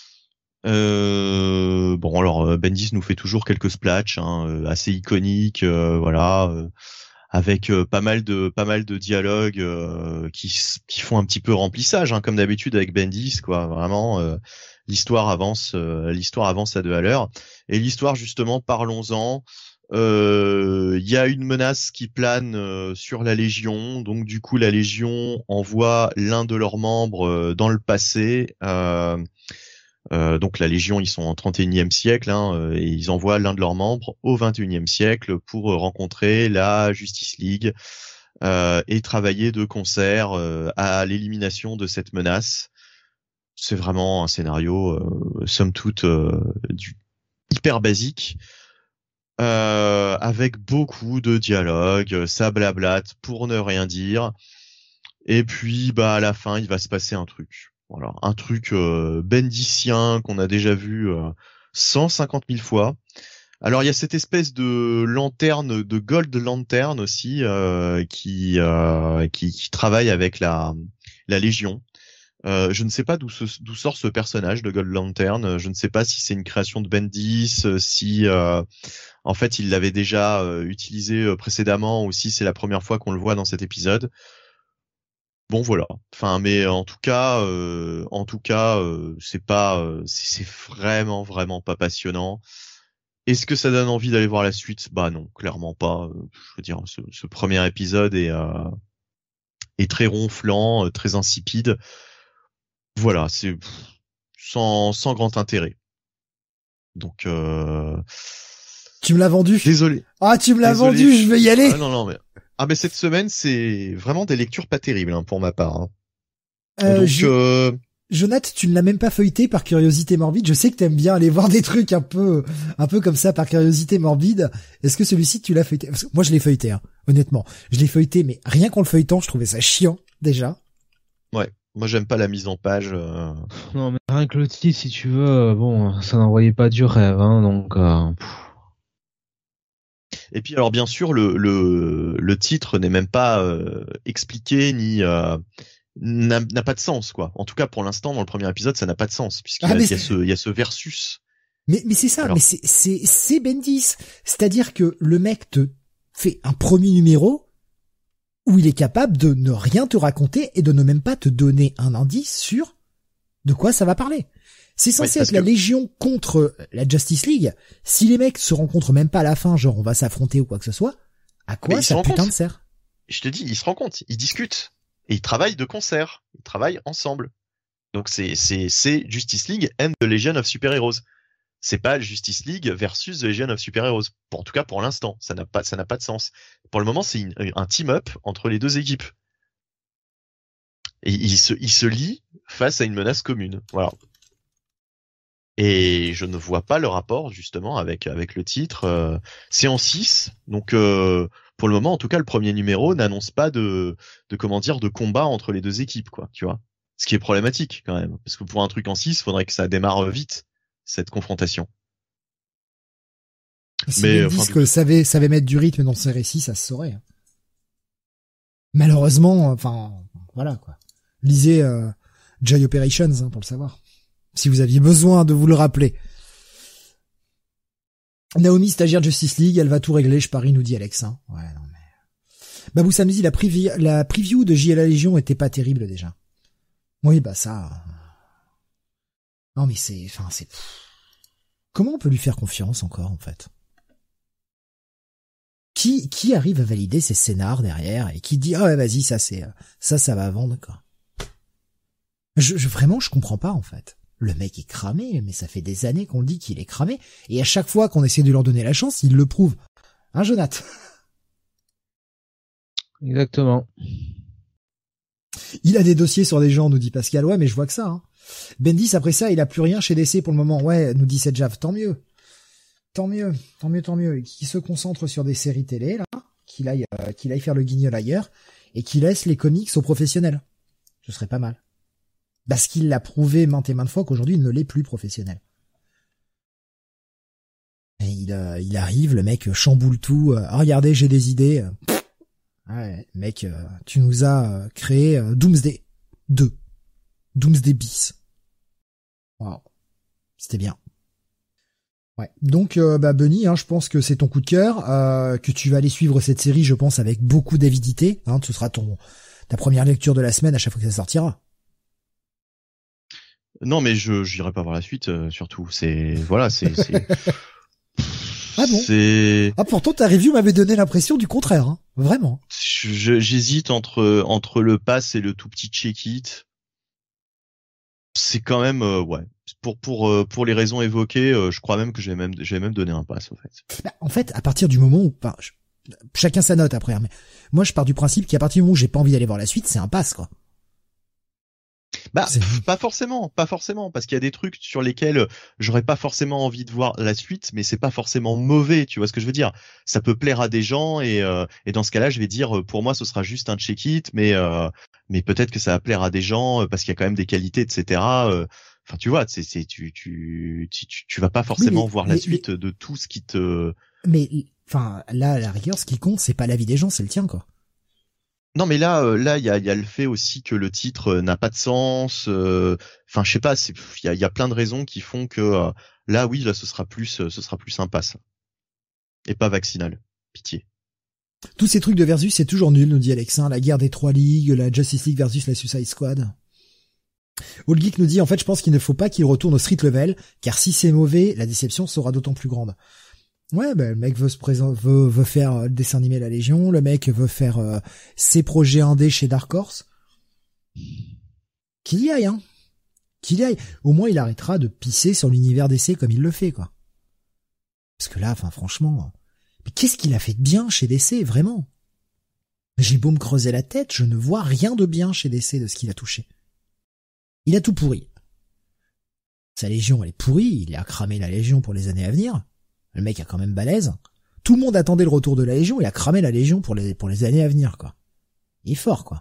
Euh, bon alors Bendis nous fait toujours quelques splatchs hein, assez iconiques, euh, voilà, euh, avec euh, pas mal de pas mal de dialogues euh, qui qui font un petit peu remplissage hein, comme d'habitude avec Bendis quoi. Vraiment euh, l'histoire avance euh, l'histoire avance à deux à l'heure, et l'histoire justement parlons-en. Il euh, y a une menace qui plane euh, sur la Légion, donc du coup la Légion envoie l'un de leurs membres euh, dans le passé. Euh, euh, donc la Légion, ils sont en trente et unième siècle, hein, euh, et ils envoient l'un de leurs membres au vingt et unième siècle pour euh, rencontrer la Justice League euh, et travailler de concert euh, à l'élimination de cette menace. C'est vraiment un scénario, euh, somme toute, euh, du, hyper basique. Euh, avec beaucoup de dialogues, ça blablate pour ne rien dire. Et puis, bah, à la fin, il va se passer un truc. Voilà, un truc euh, bendicien qu'on a déjà vu euh, cent cinquante mille fois. Alors, il y a cette espèce de lanterne, de Gold Lantern aussi, euh, qui, euh, qui qui travaille avec la la Légion. Euh, je ne sais pas d'où, ce, d'où sort ce personnage de Gold Lantern. Je ne sais pas si c'est une création de Bendis, si euh, en fait il l'avait déjà euh, utilisé euh, précédemment, ou si c'est la première fois qu'on le voit dans cet épisode. Bon voilà. Enfin, mais en tout cas, euh, en tout cas, euh, c'est pas, euh, c'est, c'est vraiment vraiment pas passionnant. Est-ce que ça donne envie d'aller voir la suite ? Bah non, clairement pas. Je veux dire, ce, ce premier épisode est euh, est très ronflant, très insipide. Voilà, c'est sans, sans grand intérêt. Donc, euh... tu me l'as vendu. Désolé. Ah, tu me l'as Désolé. vendu, je vais y aller. Ah non, non, mais ah mais cette semaine, c'est vraiment des lectures pas terribles hein, pour ma part. Hein. Euh, Donc, je... euh... Jonathan, tu ne l'as même pas feuilleté par curiosité morbide. Je sais que t'aimes bien aller voir des trucs un peu, un peu comme ça par curiosité morbide. Est-ce que celui-ci tu l'as feuilleté ? Parce que moi, je l'ai feuilleté, hein, honnêtement. Je l'ai feuilleté, mais rien qu'en le feuilletant, je trouvais ça chiant déjà. Ouais. Moi, j'aime pas la mise en page. Euh... Non, mais rien que le titre, si tu veux, bon, ça n'envoyait pas du rêve, hein, donc. Euh... Et puis, alors, bien sûr, le le le titre n'est même pas euh, expliqué ni euh, n'a, n'a pas de sens, quoi. En tout cas, pour l'instant, dans le premier épisode, ça n'a pas de sens puisqu'il Ah, y, a, mais il y a ce il y a ce versus. Mais mais c'est ça, alors... mais c'est c'est c'est Bendis. C'est-à-dire que le mec te fait un premier numéro où il est capable de ne rien te raconter et de ne même pas te donner un indice sur de quoi ça va parler. C'est censé ouais, être la que... Légion contre la Justice League. Si les mecs se rencontrent même pas à la fin, genre on va s'affronter ou quoi que ce soit, à quoi ça putain de sert ? Je te dis, ils se rencontrent, ils discutent et ils travaillent de concert, ils travaillent ensemble. Donc c'est c'est c'est Justice League and the Legion of Super Heroes. C'est pas Justice League versus The Legion of Super Heroes. En tout cas, pour l'instant, ça n'a pas, ça n'a pas de sens. Pour le moment, c'est une, un team-up entre les deux équipes. Et ils se, ils se lient face à une menace commune. Voilà. Et je ne vois pas le rapport, justement, avec, avec le titre. Euh, c'est en six. Donc, euh, pour le moment, en tout cas, le premier numéro n'annonce pas de, de, comment dire, de combat entre les deux équipes, quoi, tu vois. Ce qui est problématique, quand même. Parce que pour un truc en six, faudrait que ça démarre vite. Cette confrontation. Si mais Bendis enfin, que savait savait mettre du rythme dans ses récits, ça se saurait. Malheureusement, enfin voilà quoi. Lisez euh, Joy Operations hein, pour le savoir. Si vous aviez besoin de vous le rappeler. Naomi, stagiaire de Justice League, elle va tout régler, je parie, nous dit Alex. Hein. Ouais, non mais. Babou Samedi, la, prévi... la preview de J L A Légion était pas terrible déjà. Oui, bah ça. Non mais c'est, enfin c'est. Comment on peut lui faire confiance encore en fait ? Qui qui arrive à valider ces scénars derrière et qui dit ah ouais vas-y ça c'est ça ça va vendre quoi. Je, je vraiment je comprends pas en fait. Le mec est cramé mais ça fait des années qu'on dit qu'il est cramé et à chaque fois qu'on essaie de leur donner la chance il le prouve. Hein Jonathan ? Exactement. Il a des dossiers sur des gens nous dit Pascal ouais mais je vois que ça. Hein. Bendis, après ça, il a plus rien chez D C pour le moment. Ouais, nous dit cette Jave, tant mieux. Tant mieux, tant mieux, tant mieux. Qu'il se concentre sur des séries télé, là, qu'il aille, euh, qu'il aille faire le guignol ailleurs, et qu'il laisse les comics aux professionnels. Ce serait pas mal. Parce qu'il l'a prouvé maintes et maintes fois qu'aujourd'hui, il ne l'est plus professionnel. Et il, euh, il arrive, le mec chamboule tout. Euh, ah, regardez, j'ai des idées. Ouais, mec, euh, tu nous as euh, créé euh, Doomsday deux. Doomsday bis. Wow. C'était bien. Ouais. Donc, euh, bah, Bunny, hein, je pense que c'est ton coup de cœur, euh, que tu vas aller suivre cette série, je pense, avec beaucoup d'avidité. Hein, ce sera ton, ta première lecture de la semaine à chaque fois que ça sortira. Non, mais je, j'irai pas voir la suite, euh, surtout. C'est, voilà, c'est, c'est, Ah bon? C'est... Ah, pourtant, ta review m'avait donné l'impression du contraire, hein. Vraiment. Je, j'hésite entre, entre le pass et le tout petit check-it. C'est quand même, euh, ouais. Pour, pour, euh, pour les raisons évoquées, euh, je crois même que j'ai même, j'ai même donné un pass, au fait. Bah, en fait, à partir du moment où, bah, je- chacun sa note après, hein, mais moi, je pars du principe qu'à partir du moment où j'ai pas envie d'aller voir la suite, c'est un pass, quoi. Bah, C'est- pff, pas forcément, pas forcément, parce qu'il y a des trucs sur lesquels j'aurais pas forcément envie de voir la suite, mais c'est pas forcément mauvais, tu vois ce que je veux dire. Ça peut plaire à des gens et euh, et dans ce cas-là, je vais dire, pour moi, ce sera juste un check-it, mais euh, mais peut-être que ça va plaire à des gens euh, parce qu'il y a quand même des qualités, et cetera. Euh, Enfin, tu vois, c'est c'est tu tu tu tu tu vas pas forcément mais- voir mais- la suite de tout ce qui te. Mais, enfin, là, à la rigueur, ce qui compte, c'est pas l'avis des gens, c'est le tien, quoi. Non, mais là, euh, là, il y a, il y a le fait aussi que le titre euh, n'a pas de sens. euh, Enfin, je sais pas, c'est, il y a, il y a plein de raisons qui font que euh, là, oui, là, ce sera plus, euh, ce sera plus un pass et pas vaccinal. Pitié. Tous ces trucs de versus, c'est toujours nul, nous dit Alexin. La guerre des trois ligues, la Justice League versus la Suicide Squad. Old Geek nous dit, en fait, je pense qu'il ne faut pas qu'il retourne au street level, car si c'est mauvais, la déception sera d'autant plus grande. Ouais, ben, le mec veut se présenter, veut, veut faire euh, le dessin animé La Légion, le mec veut faire euh, ses projets indés chez Dark Horse. Qu'il y aille, hein. Qu'il y aille. Au moins, il arrêtera de pisser sur l'univers D C comme il le fait, quoi. Parce que là, enfin, franchement, mais qu'est-ce qu'il a fait de bien chez D C, vraiment? J'ai beau me creuser la tête, je ne vois rien de bien chez D C de ce qu'il a touché. Il a tout pourri. Sa Légion, elle est pourrie, il a cramé la Légion pour les années à venir. Le mec est quand même balèze. Tout le monde attendait le retour de la Légion, il a cramé la Légion pour les, pour les années à venir, quoi. Il est fort, quoi.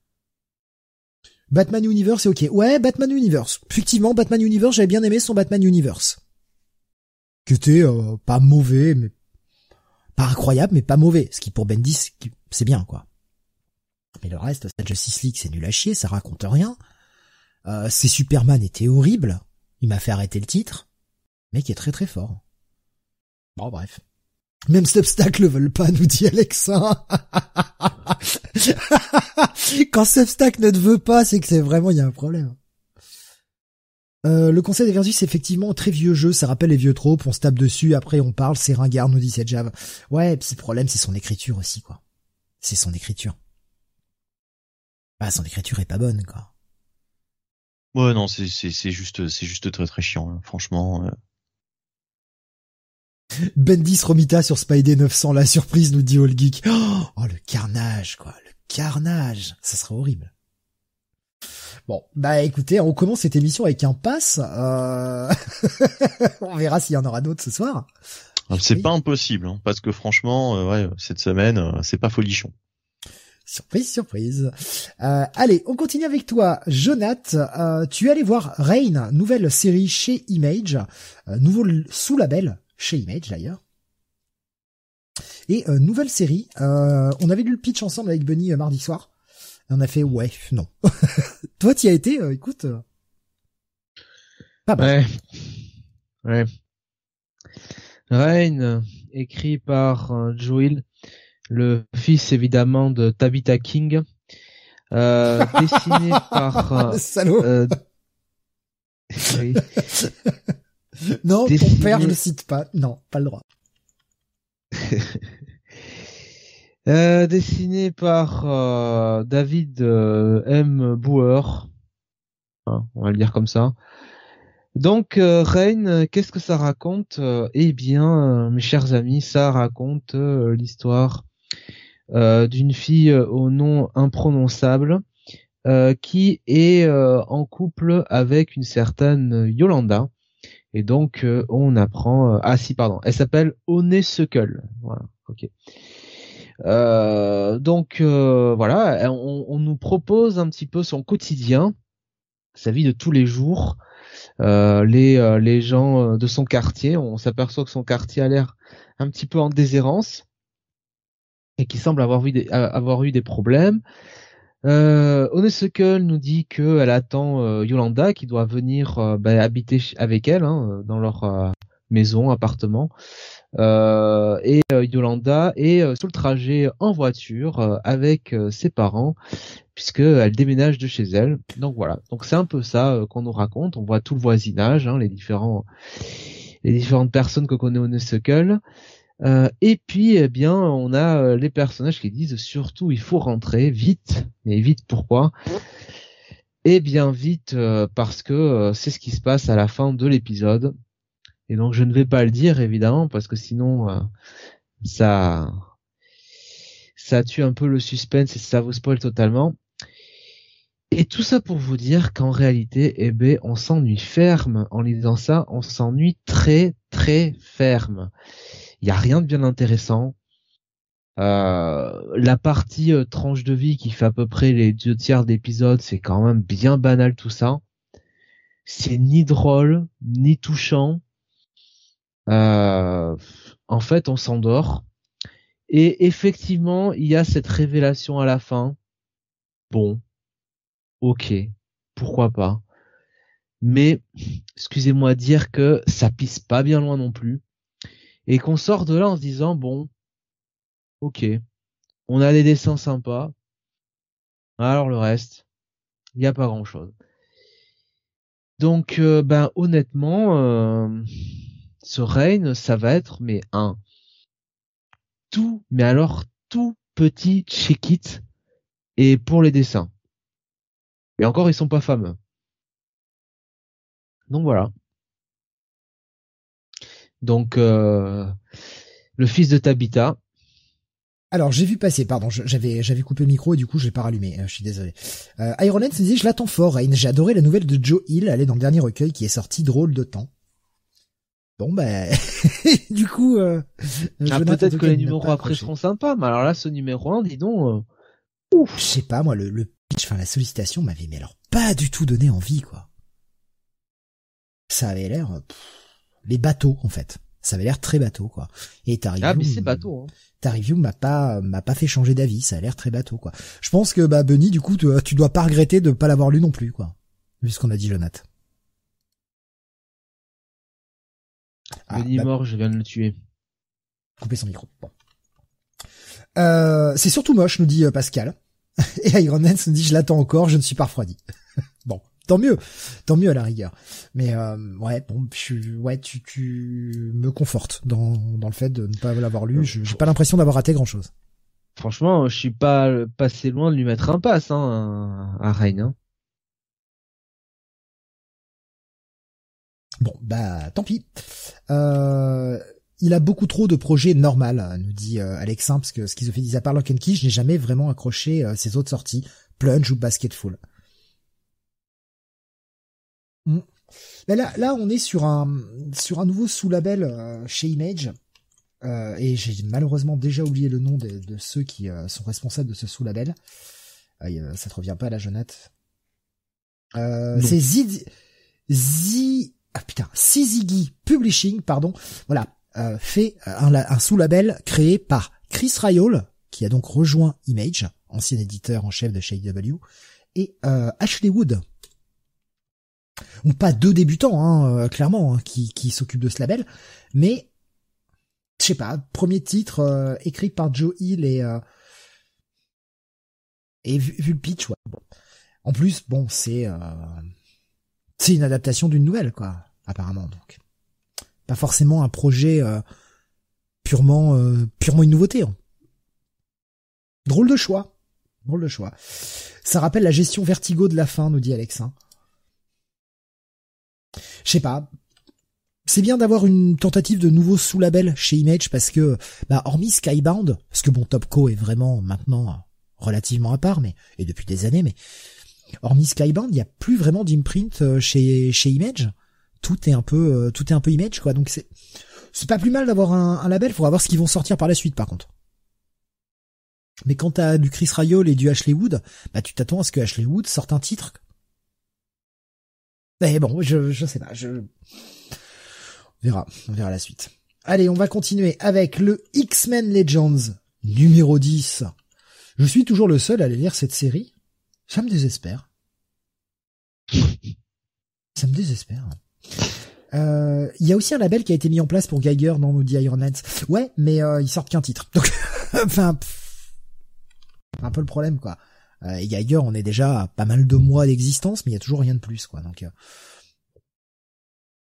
Batman Universe, c'est ok. Ouais, Batman Universe. Effectivement, Batman Universe, j'avais bien aimé son Batman Universe. Qui était euh, pas mauvais, mais pas incroyable, mais pas mauvais. Ce qui pour Bendis, c'est bien, quoi. Mais le reste, sa Justice League, c'est nul à chier, ça raconte rien. Euh, ses Superman étaient horribles. Il m'a fait arrêter le titre. Le mec est très très fort. Bon, bref. Même Substack le veulent pas, nous dit Alexa. Quand Substack ne te veut pas, c'est que c'est vraiment, il y a un problème. Euh, le conseil des versus, c'est effectivement très vieux jeu, ça rappelle les vieux tropes, on se tape dessus, après on parle, c'est ringard, nous dit cette Jave. Ouais, pis le problème, c'est son écriture aussi, quoi. C'est son écriture. Bah, son écriture est pas bonne, quoi. Ouais, non, c'est, c'est, c'est juste, c'est juste très très chiant, hein, franchement. Euh... Bendis Romita sur Spidey neuf cents, la surprise, nous dit All Geek. Oh, oh, le carnage, quoi, le carnage. Ça serait horrible. Bon, bah écoutez, on commence cette émission avec un pass. Euh... on verra s'il y en aura d'autres ce soir. C'est oui. Pas impossible, hein, parce que franchement, euh, ouais, cette semaine, euh, c'est pas folichon. Surprise, surprise. Euh, allez, on continue avec toi, Jonath. Euh, tu es allé voir Reign, nouvelle série chez Image, euh, nouveau sous-label chez Image d'ailleurs. Et euh, nouvelle série, euh, on avait lu le pitch ensemble avec Bunny euh, mardi soir. Et on a fait ouais, non. Toi, t'y as été, euh, écoute. Euh... Pas mal. Ouais. Ouais. Reign, écrit par euh, Joel, le fils évidemment de Tabitha King, euh, dessiné par... Euh, Salaud. Euh, oui. Non, Dessiné... ton père, je le cite pas. Non, pas le droit. euh, dessiné par euh, David euh, M. Bauer, hein, on va le dire comme ça. Donc, euh, Reign, qu'est-ce que ça raconte? euh, Eh bien, euh, mes chers amis, ça raconte euh, l'histoire euh, d'une fille au nom imprononçable euh, qui est euh, en couple avec une certaine Yolanda. Et donc, euh, on apprend... Euh, ah si, pardon, elle s'appelle Honeysuckle. Voilà, ok. Euh, donc, euh, voilà, on, on nous propose un petit peu son quotidien, sa vie de tous les jours. Euh, les euh, les gens de son quartier, on s'aperçoit que son quartier a l'air un petit peu en déshérence et qui semble avoir eu des, avoir eu des problèmes. Euh, Honeysuckle nous dit qu'elle attend euh, Yolanda qui doit venir euh, bah, habiter avec elle hein, dans leur euh, maison, appartement. Euh, et euh, Yolanda est euh, sur le trajet en voiture euh, avec euh, ses parents puisqu'elle déménage de chez elle. Donc voilà, donc c'est un peu ça euh, qu'on nous raconte. On voit tout le voisinage, hein, les différents les différentes personnes que connaît Honeysuckle. Euh, et puis, eh bien, on a euh, les personnages qui disent surtout il faut rentrer vite. Mais vite, pourquoi ? Eh bien, vite euh, parce que euh, c'est ce qui se passe à la fin de l'épisode. Et donc, je ne vais pas le dire évidemment parce que sinon, euh, ça, ça tue un peu le suspense et ça vous spoil totalement. Et tout ça pour vous dire qu'en réalité, eh ben, on s'ennuie ferme en lisant ça. On s'ennuie très très ferme. Il y a rien de bien intéressant. Euh, la partie euh, tranche de vie qui fait à peu près les deux tiers d'épisode, c'est quand même bien banal tout ça. C'est ni drôle, ni touchant. Euh, en fait, on s'endort. Et effectivement, il y a cette révélation à la fin. Bon, ok, pourquoi pas. Mais, excusez-moi de dire que ça pisse pas bien loin non plus. Et qu'on sort de là en se disant, bon, ok, on a des dessins sympas. Alors le reste, il n'y a pas grand-chose. Donc, euh, ben honnêtement, euh, ce Reign, ça va être, mais un tout, mais alors tout petit check-it, et pour les dessins. Et encore, ils sont pas fameux. Donc voilà. Donc, euh, le fils de Tabitha. Alors, j'ai vu passer, pardon, j'avais j'avais coupé le micro et du coup, je l'ai pas rallumé, euh, je suis désolé. Euh, Ironhead se disait, je l'attends fort, Rain. J'ai adoré la nouvelle de Joe Hill, elle est dans le dernier recueil qui est sorti drôle de temps. Bon, ben, du coup... Euh, ah, peut-être que les numéros après seront sympas, mais alors là, ce numéro un, dis donc... Euh, ouf. Je sais pas, moi, le, le pitch, enfin, la sollicitation m'avait, mais alors, pas du tout donné envie, quoi. Ça avait l'air... Pff, les bateaux, en fait. Ça avait l'air très bateau, quoi. Et ta review... Ah, mais c'est bateau, hein. Ta review m'a pas, m'a pas fait changer d'avis, ça a l'air très bateau, quoi. Je pense que, bah, Bunny, du coup, tu, tu dois pas regretter de pas l'avoir lu non plus, quoi. Vu ce qu'on a dit, Jonathan. Bunny ah, bah... mort, je viens de le tuer. Couper son micro. Bon. Euh, c'est surtout moche, nous dit euh, Pascal. Et Ironhead nous dit, je l'attends encore, je ne suis pas refroidi. Bon. Tant mieux, tant mieux à la rigueur. Mais euh, ouais, bon, je suis, ouais, tu, tu me confortes dans dans le fait de ne pas l'avoir lu. Je, j'ai pas l'impression d'avoir raté grand chose. Franchement, je suis pas passé loin de lui mettre un pass, hein, à Reign. Hein. Bon, bah, tant pis. Euh, il a beaucoup trop de projets normaux, nous dit euh, Alexin, parce que Schizophrenie, à part Lock and Key, je n'ai jamais vraiment accroché euh, ses autres sorties, Plunge ou Basketful. Mmh. Mais là, là, on est sur un sur un nouveau sous-label euh, chez Image, euh, et j'ai malheureusement déjà oublié le nom de, de ceux qui euh, sont responsables de ce sous-label. Euh, ça te revient pas, la Jonathan. Euh, c'est Z, Z, ah putain, Syzygy Publishing, pardon. Voilà, euh, fait un, un sous-label créé par Chris Ryall, qui a donc rejoint Image, ancien éditeur en chef de chez I W, et euh, Ashley Wood. Ou pas deux débutants, hein, euh, clairement, hein, qui, qui s'occupent de ce label, mais je sais pas, premier titre euh, écrit par Joe Hill et euh, et vu, vu le pitch, ouais. Bon. En plus, bon, c'est euh, c'est une adaptation d'une nouvelle, quoi, apparemment, donc pas forcément un projet euh, purement euh, purement une nouveauté. Hein. Drôle de choix, drôle de choix. Ça rappelle la gestion vertigo de la fin, nous dit Alexin. Je sais pas. C'est bien d'avoir une tentative de nouveau sous-label chez Image parce que, bah, hormis Skybound, parce que bon, Topco est vraiment maintenant relativement à part, mais, et depuis des années, mais, hormis Skybound, il n'y a plus vraiment d'imprint chez, chez Image. Tout est un peu, tout est un peu Image, quoi. Donc c'est, c'est pas plus mal d'avoir un, un label, faudra voir ce qu'ils vont sortir par la suite, par contre. Mais quand t'as du Chris Ryall et du Ashley Wood, bah, tu t'attends à ce que Ashley Wood sorte un titre. Mais bon, je, je sais pas, je, on verra, on verra la suite. Allez, on va continuer avec le X-Men Legends numéro dix. Je suis toujours le seul à aller lire cette série. Ça me désespère. Ça me désespère. Euh, il y a aussi un label qui a été mis en place pour Geiger dans nos Ironheads. Ouais, mais euh, ils sortent qu'un titre. Donc, enfin, pff, un peu le problème, quoi. Euh, et Geiger, on est déjà à pas mal de mois d'existence, mais il y a toujours rien de plus, quoi. Donc, euh...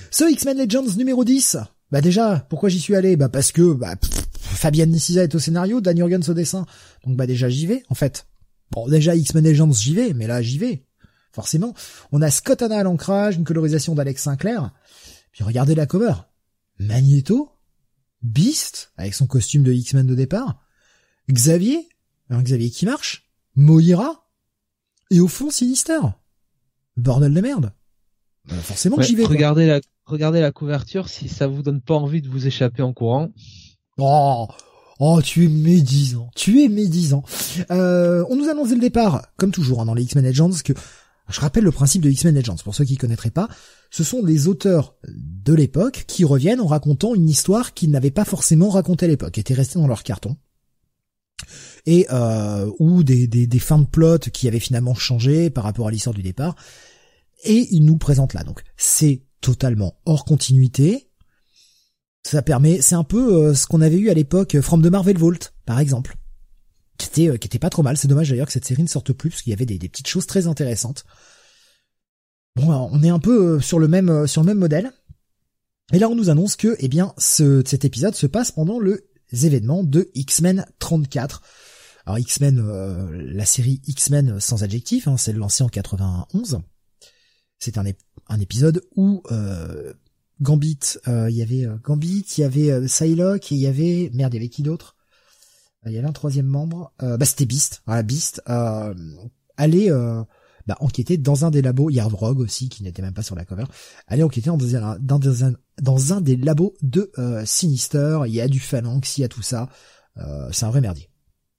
Ce X-Men Legends numéro dix, bah déjà, pourquoi j'y suis allé? Bah parce que bah, pff, Fabienne Nicieza est au scénario, Dan Jurgens au dessin, donc bah déjà j'y vais en fait. Bon déjà X-Men Legends j'y vais, mais là j'y vais, forcément. On a Scott Hanna à l'ancrage, une colorisation d'Alex Sinclair, puis regardez la cover, Magneto, Beast, avec son costume de X-Men de départ, Xavier, un Xavier qui marche, Moira, et au fond Sinister. Bordel de merde. Euh, forcément ouais, que j'y vais. Regardez quoi. la, regardez la couverture si ça vous donne pas envie de vous échapper en courant. Oh, oh, tu es médisant. Tu es médisant. Euh, on nous annonce dès le départ, comme toujours hein, dans les X-Men Legends, que je rappelle le principe de X-Men Legends pour ceux qui connaîtraient pas. Ce sont des auteurs de l'époque qui reviennent en racontant une histoire qu'ils n'avaient pas forcément racontée à l'époque, qui était restée dans leur carton. Et euh, ou des, des, des fins de plot qui avaient finalement changé par rapport à l'histoire du départ. Et il nous présente là. Donc c'est totalement hors continuité. Ça permet, c'est un peu euh, ce qu'on avait eu à l'époque From the Marvel Vault, par exemple, qui était euh, qui était pas trop mal. C'est dommage d'ailleurs que cette série ne sorte plus parce qu'il y avait des, des petites choses très intéressantes. Bon, alors, on est un peu euh, sur le même euh, sur le même modèle. Et là, on nous annonce que, eh bien, ce cet épisode se passe pendant le les événements de X-Men trente-quatre. Alors X-Men, euh, la série X-Men sans adjectif, hein, c'est lancé en quatre-vingt-onze. C'est un, ép- un épisode où euh, Gambit, il euh, y avait euh, Gambit, il y avait euh, Psylocke et il y avait merde, il y avait qui d'autre? Il y avait un troisième membre. Euh, bah c'était Beast. Voilà, Beast euh, allait euh, bah, enquêter dans un des labos. Il y a Rogue aussi qui n'était même pas sur la cover. Allait enquêter dans, un, dans, dans, un, dans un des labos de euh, Sinister. Il y a du phalanx, il y a tout ça. Euh, c'est un vrai merdier.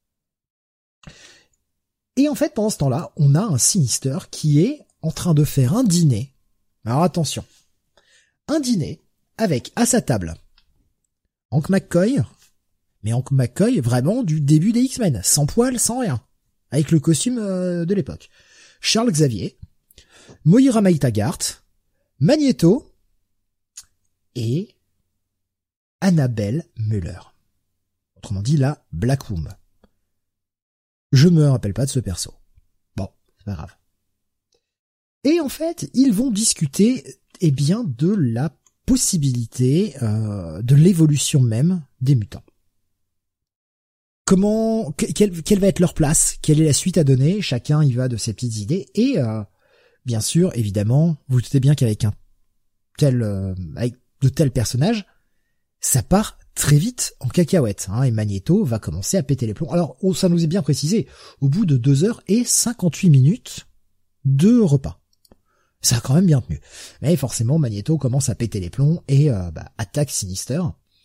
Et en fait, pendant ce temps-là, on a un Sinister qui est en train de faire un dîner. Alors attention. Un dîner avec à sa table Hank McCoy, mais Hank McCoy vraiment du début des X-Men, sans poil, sans rien, avec le costume euh, de l'époque. Charles Xavier, Moira Maitagart, Magneto et Annabelle Muller. Autrement dit la Black Room. Je me rappelle pas de ce perso. Bon, c'est pas grave. Et en fait, ils vont discuter, eh bien, de la possibilité euh, de l'évolution même des mutants. Comment, quelle, quelle va être leur place? Quelle est la suite à donner? Chacun y va de ses petites idées. Et euh, bien sûr, évidemment, vous vous doutez bien qu'avec un tel, euh, avec de tels personnages, ça part très vite en cacahuète. Hein, et Magneto va commencer à péter les plombs. Alors, oh, ça nous est bien précisé. Au bout de deux heures et cinquante-huit minutes de repas. Ça a quand même bien tenu. Mais forcément, Magneto commence à péter les plombs et euh, bah, attaque Sinister.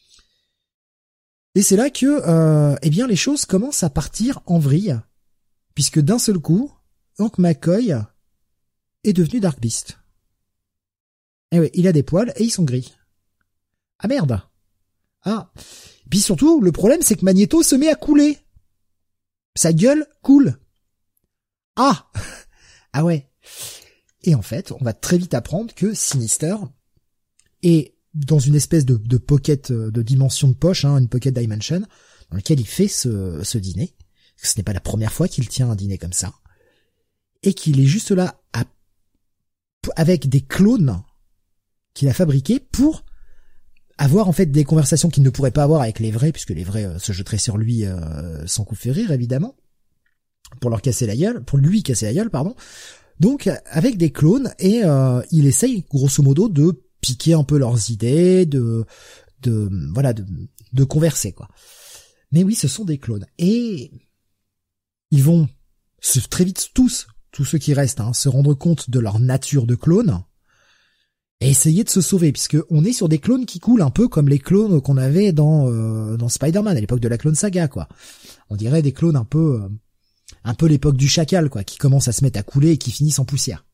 Et c'est là que, euh, eh bien, les choses commencent à partir en vrille, puisque d'un seul coup, Hank McCoy est devenu Dark Beast. Et oui, il a des poils et ils sont gris. Ah merde. Ah. Puis surtout, le problème, c'est que Magneto se met à couler. Sa gueule coule. Ah. Ah ouais. Et en fait, on va très vite apprendre que Sinister est dans une espèce de, de pocket de dimension de poche, hein, une pocket dimension, dans lequel il fait ce, ce dîner. Ce n'est pas la première fois qu'il tient un dîner comme ça. Et qu'il est juste là à, avec des clones qu'il a fabriqués pour avoir en fait des conversations qu'il ne pourrait pas avoir avec les vrais, puisque les vrais euh, se jetteraient sur lui euh, sans coup de rire, évidemment, pour leur casser la gueule, pour lui casser la gueule, pardon. Donc avec des clones, et euh, il essaye grosso modo de piquer un peu leurs idées, de de voilà de de converser quoi. Mais oui, ce sont des clones et ils vont se, très vite tous tous ceux qui restent hein, se rendre compte de leur nature de clones et essayer de se sauver, puisque on est sur des clones qui coulent un peu comme les clones qu'on avait dans euh, dans Spider-Man à l'époque de la clone saga quoi. On dirait des clones un peu euh, un peu l'époque du chacal, quoi, qui commence à se mettre à couler et qui finissent en poussière.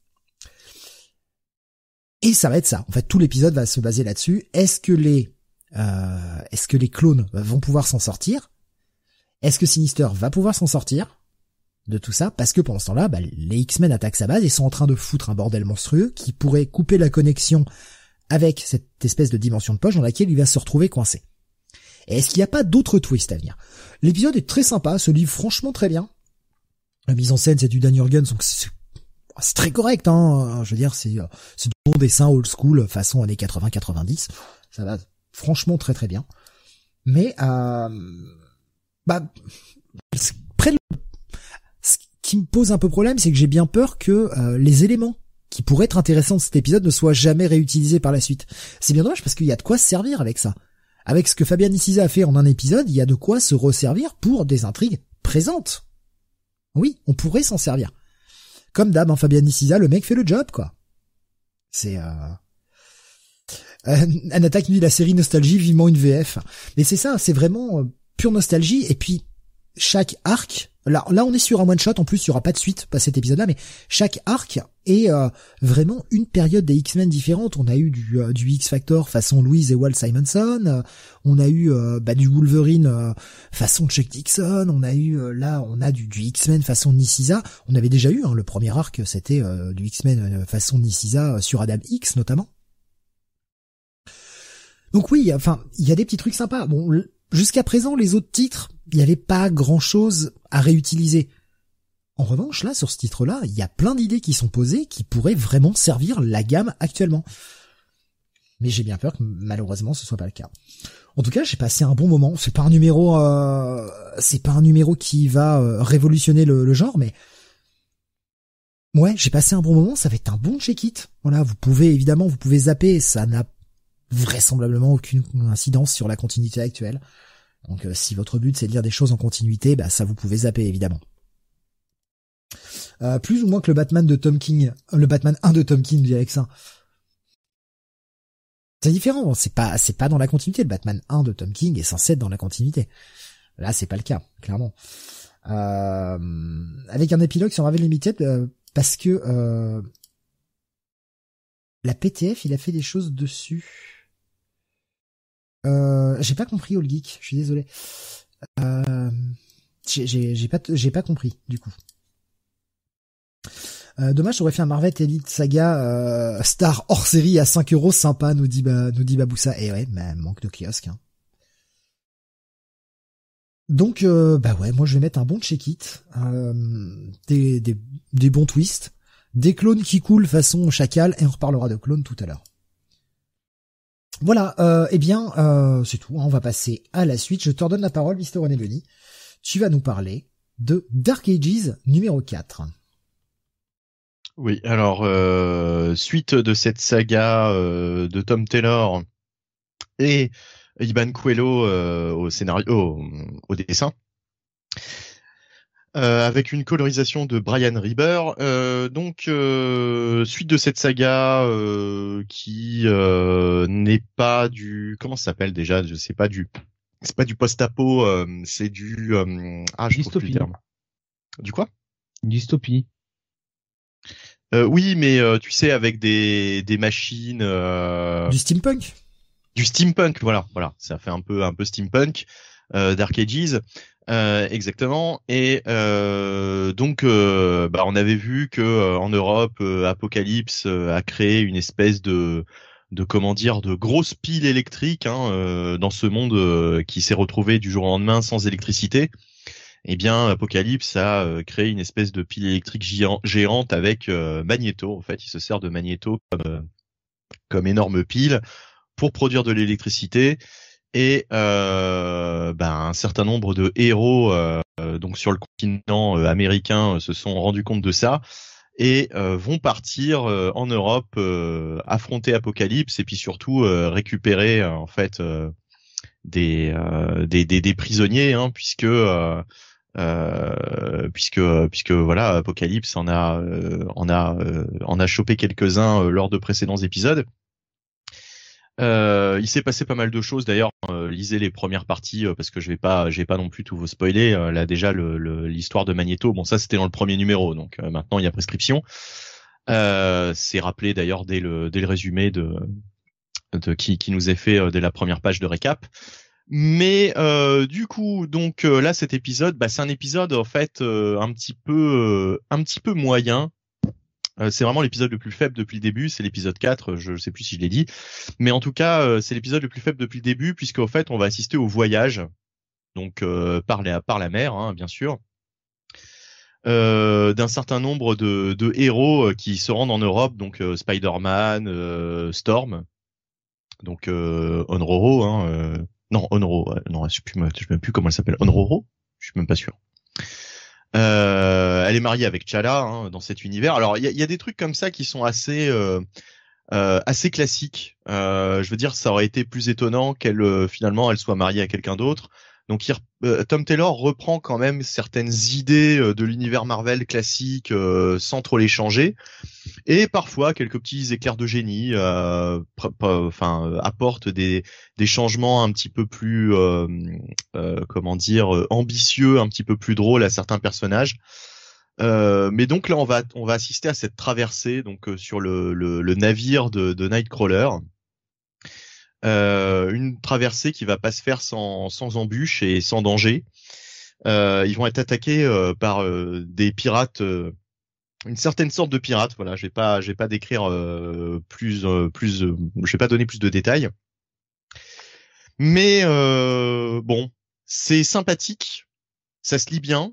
Et ça va être ça. En fait, tout l'épisode va se baser là-dessus. Est-ce que les, euh, est-ce que les clones vont pouvoir s'en sortir? Est-ce que Sinister va pouvoir s'en sortir de tout ça? Parce que pendant ce temps-là, bah, les X-Men attaquent sa base et sont en train de foutre un bordel monstrueux qui pourrait couper la connexion avec cette espèce de dimension de poche dans laquelle il va se retrouver coincé. Et est-ce qu'il n'y a pas d'autres twists à venir? L'épisode est très sympa, se livre franchement très bien. La mise en scène, c'est du Dan Jurgens, donc c'est c'est très correct, hein. Je veux dire, c'est c'est du bon dessin old school façon années quatre-vingts quatre-vingt-dix. Ça va franchement très très bien. Mais euh, bah près de, ce qui me pose un peu problème, c'est que j'ai bien peur que euh, les éléments qui pourraient être intéressants de cet épisode ne soient jamais réutilisés par la suite. C'est bien dommage parce qu'il y a de quoi se servir avec ça. Avec ce que Fabian Nicieza a fait en un épisode, il y a de quoi se resservir pour des intrigues présentes. Oui, on pourrait s'en servir. Comme d'hab, hein, Fabian Nicieza, le mec fait le job, quoi. C'est... Euh... Euh, Anata qui nous dit la série Nostalgie, vivement une V F. Mais c'est ça, c'est vraiment euh, pure nostalgie. Et puis, chaque arc... Là, là, on est sur un one-shot, en plus, il y aura pas de suite, pas cet épisode-là, mais chaque arc est euh, vraiment une période des X-Men différentes. On a eu du, euh, du X-Factor façon Louise et Walt Simonson, euh, on a eu euh, bah, du Wolverine euh, façon Chuck Dixon, on a eu, euh, là, on a du, du X-Men façon Nicieza. On avait déjà eu, hein, le premier arc, c'était euh, du X-Men euh, façon Nicieza euh, sur Adam X, notamment. Donc oui, enfin, il y a des petits trucs sympas. Bon, jusqu'à présent, les autres titres, il n'y avait pas grand-chose à réutiliser. En revanche, là, sur ce titre-là, il y a plein d'idées qui sont posées qui pourraient vraiment servir la gamme actuellement. Mais j'ai bien peur que malheureusement ce soit pas le cas. En tout cas, j'ai passé un bon moment. C'est pas un numéro, euh, c'est pas un numéro qui va euh, révolutionner le, le genre, mais ouais, j'ai passé un bon moment. Ça va être un bon check-it. Voilà, vous pouvez évidemment, vous pouvez zapper. Ça n'a vraisemblablement aucune incidence sur la continuité actuelle. Donc euh, si votre but c'est de lire des choses en continuité, bah ça vous pouvez zapper évidemment. Euh, plus ou moins que le Batman de Tom King, le Batman un de Tom King, je dirais que ça. C'est différent, c'est pas c'est pas dans la continuité. Le Batman un de Tom King est censé être dans la continuité. Là c'est pas le cas, clairement. Euh, avec un épilogue sur Marvel Limited euh, parce que euh, la P T F il a fait des choses dessus. Euh, j'ai pas compris All Geek, je suis désolé. Euh, j'ai, j'ai, j'ai pas, j'ai pas compris du coup. Euh, dommage, j'aurais fait un Marvel Elite Saga euh, Star hors série à cinq euros, sympa, nous dit bah, nous dit Baboussa. Et ouais, bah, manque de kiosque. Hein. Donc euh, bah ouais, moi je vais mettre un bon check-it, euh, des, des, des bons twists, des clones qui coulent façon chacal, et on reparlera de clones tout à l'heure. Voilà, euh, eh bien, euh, c'est tout, hein, on va passer à la suite. Je te redonne la parole, mister René Benny. Tu vas nous parler de Dark Ages numéro quatre. Oui, alors, euh, suite de cette saga euh, de Tom Taylor et Iban Coelho euh, au scénario, au, au dessin, Euh, avec une colorisation de Brian Reber. Euh, donc, euh, suite de cette saga euh, qui euh, n'est pas du... Comment ça s'appelle déjà? Je sais pas du... C'est pas du post-apo, euh, c'est du... Euh, ah, je trouve plus le terme. Du quoi? Une dystopie. Euh, oui, mais euh, tu sais, avec des, des machines... Euh... Du steampunk? Du steampunk, voilà. voilà. Ça fait un peu, un peu steampunk. Euh, Dark Ages. Euh, exactement. Et euh, donc, euh, bah, on avait vu que euh, en Europe, euh, Apocalypse euh, a créé une espèce de, de comment dire, de grosse pile électrique hein, euh, dans ce monde euh, qui s'est retrouvé du jour au lendemain sans électricité. Eh bien, Apocalypse a euh, créé une espèce de pile électrique géant, géante avec euh, Magneto. En fait, il se sert de Magneto comme euh, comme énorme pile pour produire de l'électricité. Et euh, ben, un certain nombre de héros euh, donc sur le continent euh, américain euh, se sont rendus compte de ça et euh, vont partir euh, en Europe euh, affronter Apocalypse et puis surtout euh, récupérer euh, en fait euh, des, euh, des des des prisonniers hein, puisque euh, euh, puisque puisque voilà Apocalypse en a euh, en a euh, en a chopé quelques-uns euh, lors de précédents épisodes. Euh, il s'est passé pas mal de choses d'ailleurs. Euh, lisez les premières parties euh, parce que je vais pas, j'ai pas non plus tout vous spoiler. Euh, là déjà le, le, l'histoire de Magneto. Bon ça c'était dans le premier numéro, donc euh, maintenant il y a prescription. Euh, c'est rappelé d'ailleurs dès le dès le résumé de, de qui qui nous est fait euh, dès la première page de récap. Mais euh, du coup donc euh, là cet épisode, bah c'est un épisode en fait euh, un petit peu euh, un petit peu moyen. Euh, c'est vraiment l'épisode le plus faible depuis le début, c'est l'épisode quatre, je ne sais plus si je l'ai dit, mais en tout cas euh, c'est l'épisode le plus faible depuis le début puisqu'en fait on va assister au voyage, donc euh, par la par la mer hein, bien sûr, euh, d'un certain nombre de, de héros qui se rendent en Europe, donc euh, Spider-Man, euh, Storm, donc euh, Onroro, hein, euh, non Onroro, ouais, non, je sais plus, je sais même plus comment elle s'appelle, Onroro, je suis même pas sûr. Euh, elle est mariée avec T'Challa hein, dans cet univers. Alors il y a, y a des trucs comme ça qui sont assez euh, euh, assez classiques. Euh, je veux dire, ça aurait été plus étonnant qu'elle euh, finalement elle soit mariée à quelqu'un d'autre. Donc il, euh, Tom Taylor reprend quand même certaines idées euh, de l'univers Marvel classique euh, sans trop les changer, et parfois quelques petits éclairs de génie, euh, enfin euh, apportent des des changements un petit peu plus euh, euh, comment dire euh, ambitieux, un petit peu plus drôles à certains personnages. Euh, mais donc là on va on va assister à cette traversée donc euh, sur le, le le navire de, de Nightcrawler. Euh, une traversée qui va pas se faire sans, sans embûches et sans danger. Euh, ils vont être attaqués euh, par euh, des pirates, euh, une certaine sorte de pirates. Voilà, je vais pas, je vais pas décrire euh, plus, euh, plus, euh, je vais pas donner plus de détails. Mais euh, bon, c'est sympathique, ça se lit bien.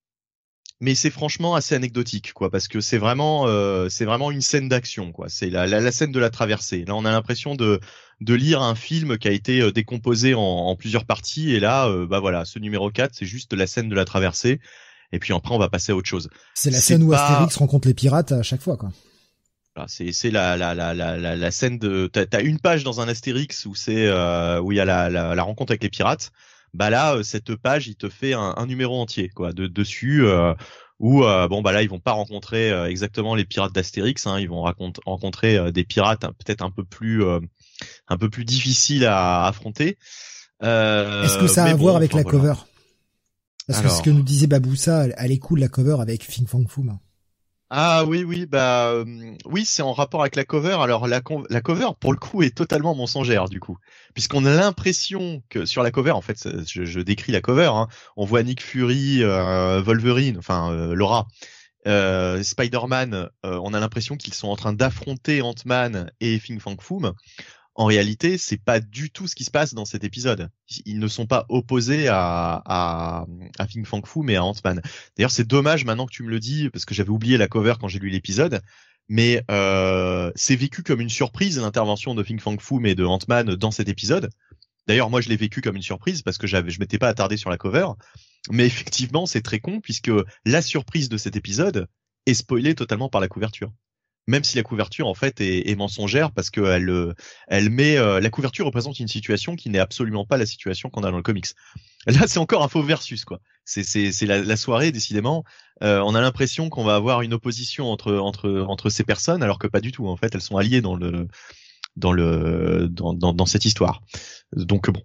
Mais c'est franchement assez anecdotique, quoi, parce que c'est vraiment, euh, c'est vraiment une scène d'action, quoi. C'est la, la, la scène de la traversée. Là, on a l'impression de, de lire un film qui a été décomposé en, en plusieurs parties, et là, euh, bah voilà, ce numéro quatre, c'est juste la scène de la traversée, et puis après, on va passer à autre chose. C'est la scène où pas... Astérix rencontre les pirates à chaque fois, quoi. Voilà, c'est, c'est la, la, la, la, la, la scène de, t'as, t'as une page dans un Astérix où c'est, euh, où il y a la, la, la rencontre avec les pirates. Bah là, cette page, il te fait un, un numéro entier, quoi, de dessus, euh, où euh, bon bah là, ils vont pas rencontrer euh, exactement les pirates d'Astérix, hein, ils vont raconte, rencontrer euh, des pirates hein, peut-être un peu plus, euh, un peu plus difficiles à, à affronter. Euh, Est-ce que ça a à bon, voir avec enfin, la voilà. cover? Parce Alors... que ce que nous disait Baboussa, elle, elle est cool la cover avec Fin Fang Foom. Ah oui oui bah euh, oui c'est en rapport avec la cover. Alors la, la cover pour le coup est totalement mensongère du coup, puisqu'on a l'impression que sur la cover en fait je, je décris la cover, hein, on voit Nick Fury, euh, Wolverine, enfin euh, Laura, euh, Spider-Man, euh, on a l'impression qu'ils sont en train d'affronter Ant-Man et Fin Fang Foom. En réalité, c'est pas du tout ce qui se passe dans cet épisode. Ils ne sont pas opposés à, à, à Fin Fang Foom et à Ant-Man. D'ailleurs, c'est dommage maintenant que tu me le dis, parce que j'avais oublié la cover quand j'ai lu l'épisode, mais euh, c'est vécu comme une surprise, l'intervention de Fin Fang Foom et de Ant-Man dans cet épisode. D'ailleurs, moi, je l'ai vécu comme une surprise, parce que j'avais, je m'étais pas attardé sur la cover. Mais effectivement, c'est très con, puisque la surprise de cet épisode est spoilée totalement par la couverture. Même si la couverture en fait est, est mensongère, parce que elle, elle met euh, la couverture représente une situation qui n'est absolument pas la situation qu'on a dans le comics. Là, c'est encore un faux versus quoi. C'est c'est c'est la, la soirée décidément. Euh, on a l'impression qu'on va avoir une opposition entre entre entre ces personnes, alors que pas du tout. En fait, elles sont alliées dans le dans le dans dans, dans cette histoire. Donc bon.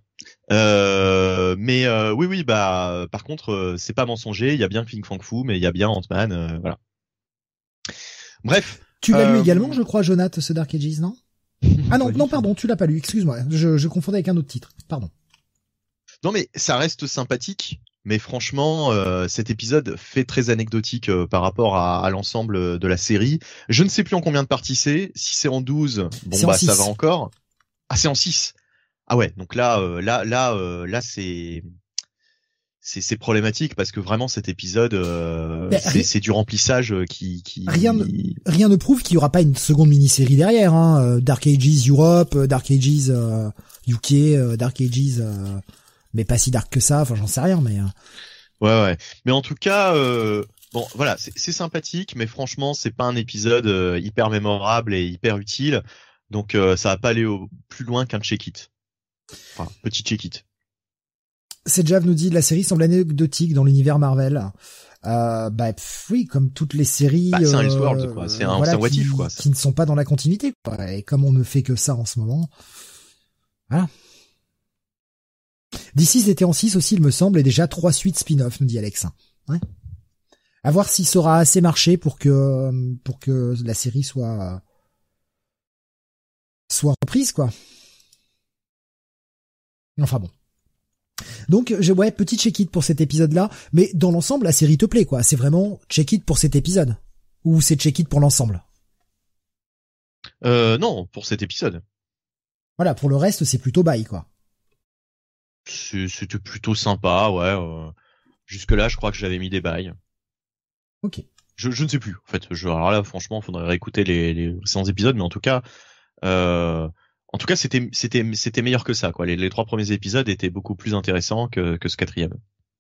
Euh, mais euh, oui oui bah par contre euh, c'est pas mensonger. Il y a bien Fin Fang Foom, mais il y a bien Ant-Man. Euh, voilà. Bref. Tu l'as euh... lu également, je crois, Jonathan, ce Dark Ages, non? Ah non, non, pardon, tu l'as pas lu, excuse-moi, je, je confondais avec un autre titre, pardon. Non mais ça reste sympathique, mais franchement, euh, cet épisode fait très anecdotique euh, par rapport à, à l'ensemble de la série. Je ne sais plus en combien de parties c'est, si c'est en douze, bon bah ça va encore. Ah c'est en six. Ah ouais, donc là, euh, là, là, euh, là c'est... C'est, c'est problématique parce que vraiment cet épisode euh, c'est, ri- c'est du remplissage qui, qui... Rien, ne, rien ne prouve qu'il y aura pas une seconde mini-série derrière, hein. Dark Ages Europe, Dark Ages euh, U K, euh, Dark Ages euh, mais pas si dark que ça, enfin j'en sais rien mais... Euh... Ouais ouais, mais en tout cas euh, bon voilà c'est, c'est sympathique mais franchement c'est pas un épisode euh, hyper mémorable et hyper utile, donc euh, ça va pas aller au, plus loin qu'un check-it. Enfin petit check-it. Sedjav nous dit la série semble anecdotique dans l'univers Marvel. Euh, bah pff, oui, comme toutes les séries. Bah, c'est un Elseworlds quoi, c'est un, voilà, c'est un what qui, if quoi. Qui ne sont pas dans la continuité quoi. Et comme on ne fait que ça en ce moment, voilà. D C était en six aussi, il me semble, et déjà trois suites spin-off, nous dit Alex. Ouais. À voir si ça aura assez marché pour que pour que la série soit soit reprise quoi. Enfin bon. Donc, j'ai, ouais, petit check-it pour cet épisode-là, mais dans l'ensemble, la série te plaît, quoi. C'est vraiment check-it pour cet épisode. Ou c'est check-it pour l'ensemble? Euh, non, pour cet épisode. Voilà, pour le reste, c'est plutôt bye, quoi. C'est, c'était plutôt sympa, ouais. Euh, jusque-là, je crois que j'avais mis des bails. Ok. Je, je ne sais plus. En fait, je, alors là, franchement, faudrait réécouter les, les récents épisodes, mais en tout cas, euh, en tout cas, c'était, c'était, c'était meilleur que ça, quoi. Les, les trois premiers épisodes étaient beaucoup plus intéressants que, que ce quatrième.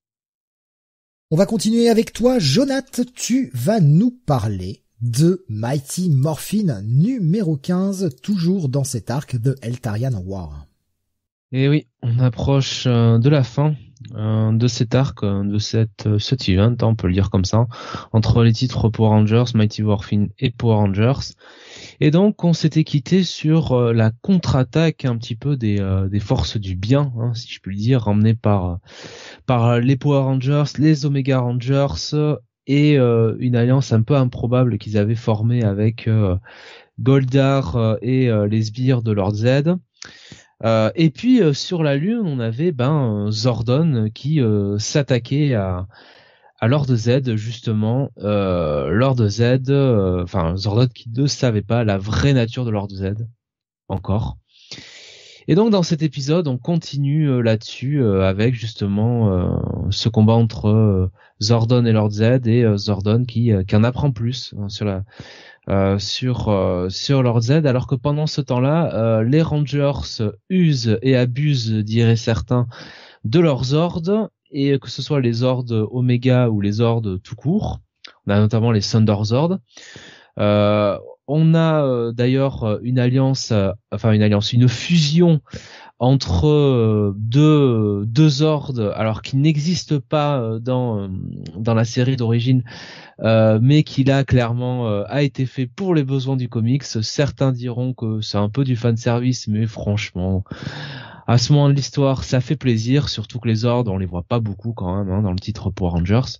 On va continuer avec toi, Jonath. Tu vas nous parler de Mighty Morphin numéro quinze, toujours dans cet arc de Eltarian War. Et oui, on approche euh, de la fin euh, de cet arc, euh, de cette, euh, cet event, on peut le dire comme ça, entre les titres Power Rangers, Mighty Morphin et Power Rangers. Et donc, on s'était quitté sur euh, la contre-attaque un petit peu des, euh, des forces du bien, hein, si je puis le dire, emmenées par, par les Power Rangers, les Omega Rangers et euh, une alliance un peu improbable qu'ils avaient formée avec euh, Goldar euh, et euh, les sbires de Lord Z. Euh, et puis euh, sur la Lune, on avait ben Zordon qui euh, s'attaquait à à Lord Z justement. Euh, Lord Z, euh, enfin Zordon qui ne savait pas la vraie nature de Lord Z encore. Et donc dans cet épisode, on continue euh, là-dessus euh, avec justement euh, ce combat entre euh, Zordon et Lord Z et euh, Zordon qui euh, qui en apprend plus hein, sur la Euh, sur euh, sur Lord Z, alors que pendant ce temps-là, euh, les Rangers usent et abusent, diraient certains, de leurs ordres, et que ce soit les ordres Omega ou les ordres tout court. On a notamment les Thunder Zords. Euh, on a euh, d'ailleurs une alliance, euh, enfin une alliance, une fusion entre euh, deux deux ordres, alors qui n'existent pas dans dans la série d'origine. Euh, mais qui là clairement euh, a été fait pour les besoins du comics. Certains diront que c'est un peu du fan service, mais franchement, à ce moment de l'histoire, ça fait plaisir, surtout que les ordres, on les voit pas beaucoup quand même hein, dans le titre Power Rangers.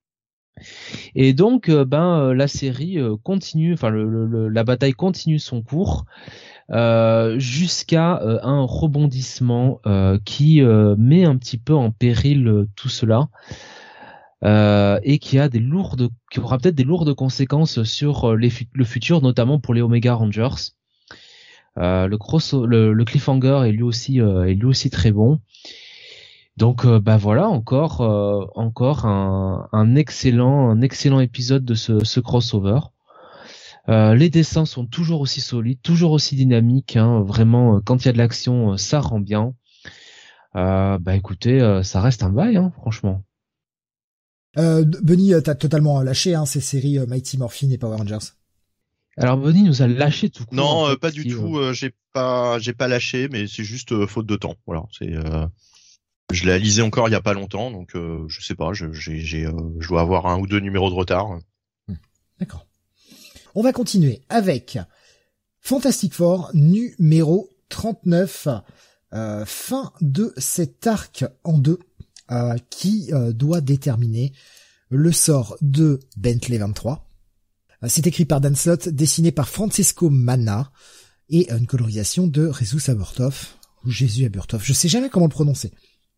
Et donc, euh, ben euh, la série euh, continue, enfin le, le, la bataille continue son cours euh, jusqu'à euh, un rebondissement euh, qui euh, met un petit peu en péril euh, tout cela. Euh, et qui a des lourdes, qui aura peut-être des lourdes conséquences sur les, le futur, notamment pour les Omega Rangers. Euh, le cross, le, le cliffhanger est lui aussi, euh, est lui aussi très bon. Donc, euh, bah voilà, encore, euh, encore un, un excellent, un excellent épisode de ce, ce crossover. Euh, les dessins sont toujours aussi solides, toujours aussi dynamiques. Hein, vraiment, quand il y a de l'action, ça rend bien. Euh, bah écoutez, euh, ça reste un bail, hein, franchement. Euh, Bunny, t'as totalement lâché hein, ces séries euh, Mighty Morphin et Power Rangers. Alors Bunny nous a lâché tout court. Non, en fait, euh, pas du qui, tout. Euh... Euh, j'ai pas, j'ai pas lâché, mais c'est juste euh, faute de temps. Voilà, c'est. Euh, je l'ai lisé encore il y a pas longtemps, donc euh, je sais pas. Je, j'ai, j'ai, euh, je dois avoir un ou deux numéros de retard. Hum, d'accord. On va continuer avec Fantastic Four numéro trente-neuf. Euh, fin de cet arc en deux. Euh, qui euh, doit déterminer le sort de Bentley vingt-trois. Euh, c'est écrit par Dan Slott, dessiné par Francesco Manna, et euh, une colorisation de Jesus Aburtov, ou Jésus Aburtov, je sais jamais comment le prononcer.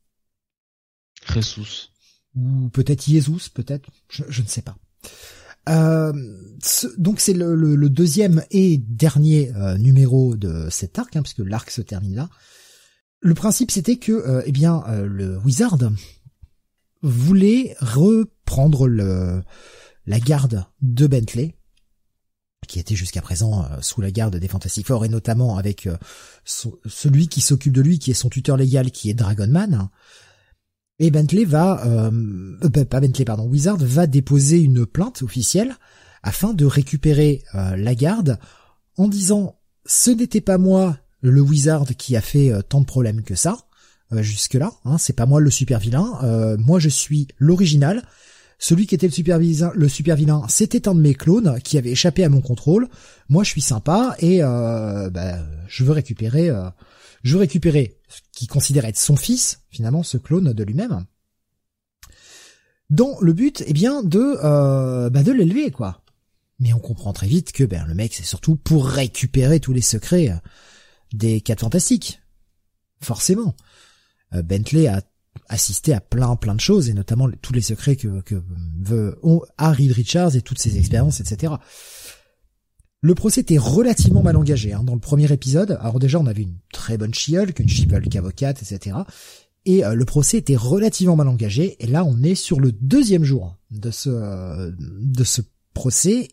Jesus. Ou peut-être Jesus, peut-être, je, je ne sais pas. Euh, ce, donc c'est le, le, le deuxième et dernier euh, numéro de cet arc, hein, puisque l'arc se termine là. Le principe, c'était que, euh, eh bien, euh, le Wizard voulait reprendre le, la garde de Bentley, qui était jusqu'à présent euh, sous la garde des Fantastic Four, et notamment avec euh, son, celui qui s'occupe de lui, qui est son tuteur légal, qui est Dragonman. Et Bentley va, euh, euh, pas Bentley, pardon, Wizard va déposer une plainte officielle afin de récupérer euh, la garde, en disant « ce n'était pas moi ». Le Wizard qui a fait euh, tant de problèmes que ça euh, jusque-là, hein, c'est pas moi le super vilain, euh, moi je suis l'original. Celui qui était le super vilain, le super vilain, c'était un de mes clones qui avait échappé à mon contrôle. Moi je suis sympa et euh, bah, je veux récupérer, euh, je veux récupérer ce qu'il considère être son fils, finalement ce clone de lui-même, dans le but, eh bien, de euh, bah, de l'élever quoi. Mais on comprend très vite que ben le mec c'est surtout pour récupérer tous les secrets. Euh, des quatre fantastiques. Forcément. Euh, Bentley a assisté à plein plein de choses, et notamment tous les secrets que, que veut a Reed Richards et toutes ses expériences, et cetera. Le procès était relativement mal engagé hein, dans le premier épisode. Alors déjà, on avait une très bonne She-Hulk, une She-Hulk avocate, et cetera. Et euh, le procès était relativement mal engagé. Et là, on est sur le deuxième jour de ce euh, de ce procès.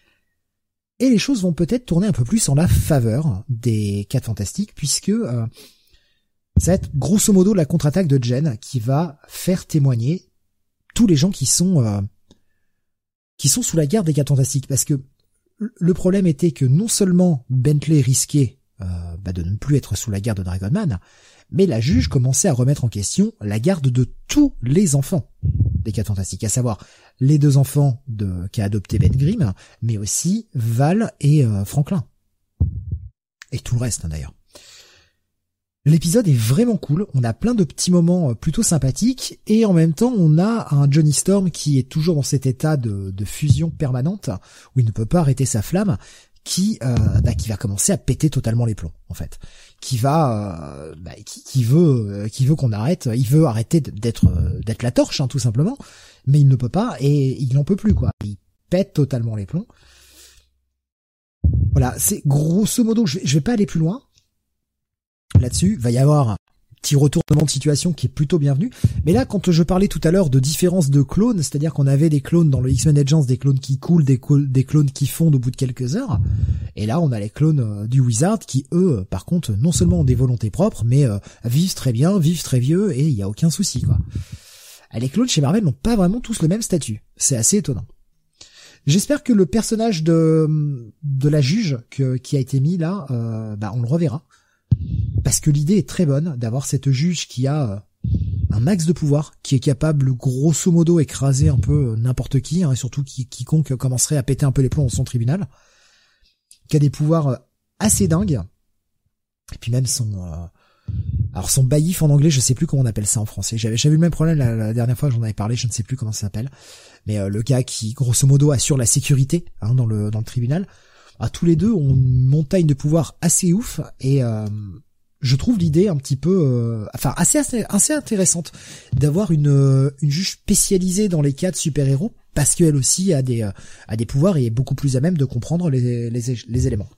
Et les choses vont peut-être tourner un peu plus en la faveur des Quatre Fantastiques, puisque euh, ça va être grosso modo la contre-attaque de Jen qui va faire témoigner tous les gens qui sont euh, qui sont sous la garde des Quatre Fantastiques. Parce que le problème était que non seulement Bentley risquait euh, bah, de ne plus être sous la garde de Dragon Man, mais la juge commençait à remettre en question la garde de tous les enfants des Quatre Fantastiques, à savoir les deux enfants de qu'a adopté Ben Grimm, mais aussi Val et euh, Franklin. Et tout le reste, hein, d'ailleurs. L'épisode est vraiment cool, on a plein de petits moments plutôt sympathiques, et en même temps on a un Johnny Storm qui est toujours dans cet état de, de fusion permanente, où il ne peut pas arrêter sa flamme, qui euh, bah, qui va commencer à péter totalement les plombs, en fait. Qui va euh, bah, qui, qui veut euh, qui veut qu'on arrête, il veut arrêter d'être euh, d'être la torche, hein, tout simplement, mais il ne peut pas, et il n'en peut plus, quoi. Il pète totalement les plombs. Voilà, c'est grosso modo, je vais, je vais pas aller plus loin là-dessus, va y avoir un petit retournement de situation qui est plutôt bienvenu. Mais là, quand je parlais tout à l'heure de différence de clones, c'est-à-dire qu'on avait des clones dans le X-Men Legends, des clones qui coulent, des, des clones qui fondent au bout de quelques heures, et là, on a les clones euh, du Wizard qui, eux, par contre, non seulement ont des volontés propres, mais euh, vivent très bien, vivent très vieux, et il y a aucun souci, quoi. Les clones chez Marvel n'ont pas vraiment tous le même statut. C'est assez étonnant. J'espère que le personnage de de la juge que, qui a été mis là, euh, bah, on le reverra. Parce que l'idée est très bonne d'avoir cette juge qui a un max de pouvoir, qui est capable grosso modo écraser un peu n'importe qui, hein, et surtout qui, quiconque commencerait à péter un peu les plombs dans son tribunal, qui a des pouvoirs assez dingues, et puis même son euh, alors son baillif en anglais, je sais plus comment on appelle ça en français, j'avais j'avais eu le même problème la, la dernière fois que j'en avais parlé, je ne sais plus comment ça s'appelle, mais euh, le gars qui grosso modo assure la sécurité, hein, dans le dans le tribunal. Ah, tous les deux ont une montagne de pouvoir assez ouf, et euh, je trouve l'idée un petit peu, euh, enfin assez, assez assez intéressante d'avoir une une juge spécialisée dans les cas de super-héros, parce qu'elle aussi a des euh, a des pouvoirs et est beaucoup plus à même de comprendre les les, les éléments.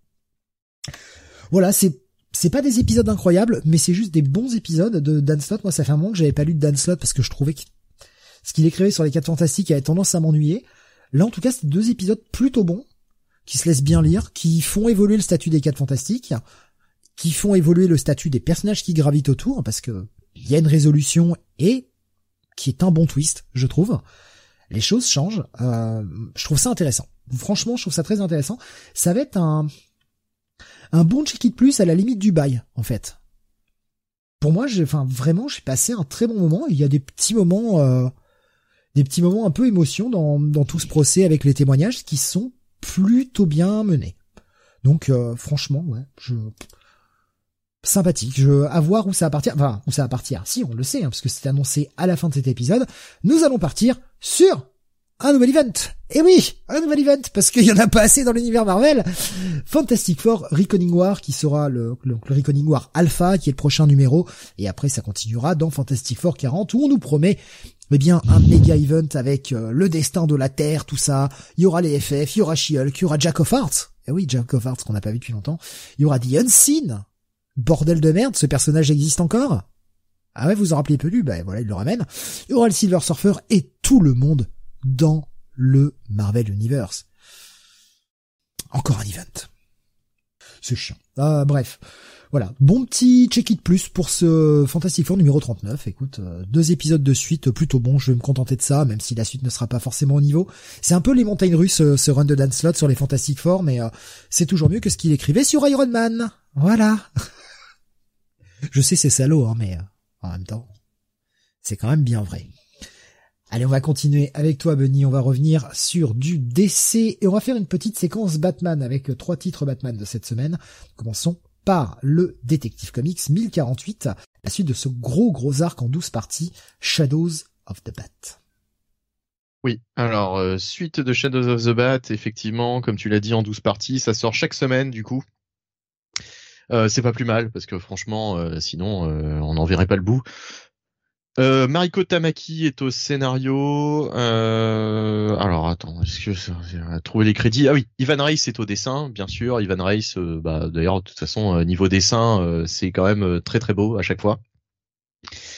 Voilà, c'est c'est pas des épisodes incroyables, mais c'est juste des bons épisodes de Dan Slott. Moi, ça fait un moment que j'avais pas lu de Dan Slott parce que je trouvais que ce qu'il écrivait sur les Quatre Fantastiques avait tendance à m'ennuyer. Là, en tout cas, c'est deux épisodes plutôt bons, qui se laissent bien lire, qui font évoluer le statut des Quatre Fantastiques, qui font évoluer le statut des personnages qui gravitent autour, parce que il y a une résolution et qui est un bon twist, je trouve. Les choses changent. Euh, je trouve ça intéressant. Franchement, je trouve ça très intéressant. Ça va être un un bon check-it plus à la limite du bail, en fait. Pour moi, j'ai, enfin, vraiment, j'ai passé un très bon moment. Il y a des petits moments, euh, des petits moments un peu émotion dans dans tout ce procès avec les témoignages qui sont plutôt bien menés. Donc, euh, franchement, ouais, je sympathique. Je à voir où ça va partir. Enfin, où ça va partir. Si, on le sait, hein, parce que c'est annoncé à la fin de cet épisode. Nous allons partir sur un nouvel event. Et oui, un nouvel event, parce qu'il y en a pas assez dans l'univers Marvel. Fantastic Four Reckoning War, qui sera le, le, le Reckoning War Alpha, qui est le prochain numéro. Et après, ça continuera dans Fantastic Four quarante, où on nous promet, eh bien, un méga event avec euh, le destin de la Terre, tout ça. Il y aura les F F, il y aura She-Hulk, il y aura Jack of Hearts. Eh oui, Jack of Hearts qu'on n'a pas vu depuis longtemps. Il y aura The Unseen. Bordel de merde, ce personnage existe encore? Ah ouais, vous en rappelez plus? Ben voilà, il le ramène. Il y aura le Silver Surfer et tout le monde dans le Marvel Universe. Encore un event. C'est chiant. Euh, bref. Voilà. Bon petit check-it plus pour ce Fantastic Four numéro trente-neuf. Écoute, euh, deux épisodes de suite plutôt bons. Je vais me contenter de ça, même si la suite ne sera pas forcément au niveau. C'est un peu les montagnes russes, ce, ce run de Dan Slott sur les Fantastic Four, mais euh, c'est toujours mieux que ce qu'il écrivait sur Iron Man. Voilà. Je sais, c'est salaud, hein, mais euh, en même temps, c'est quand même bien vrai. Allez, on va continuer avec toi, Benny. On va revenir sur du D C et on va faire une petite séquence Batman avec trois titres Batman de cette semaine. Commençons par le Detective Comics mille quarante-huit, la suite de ce gros gros arc en douze parties, Shadows of the Bat. Oui, alors euh, suite de Shadows of the Bat, effectivement, comme tu l'as dit, en douze parties, ça sort chaque semaine du coup. Euh, c'est pas plus mal parce que franchement, euh, sinon euh, on n'en verrait pas le bout. Euh, Mariko Tamaki est au scénario. Euh, alors attends, est-ce que j'ai trouvé les crédits? Ah oui, Ivan Reis est au dessin, bien sûr. Ivan Reis, euh, bah d'ailleurs de toute façon euh, niveau dessin, euh, c'est quand même euh, très très beau à chaque fois.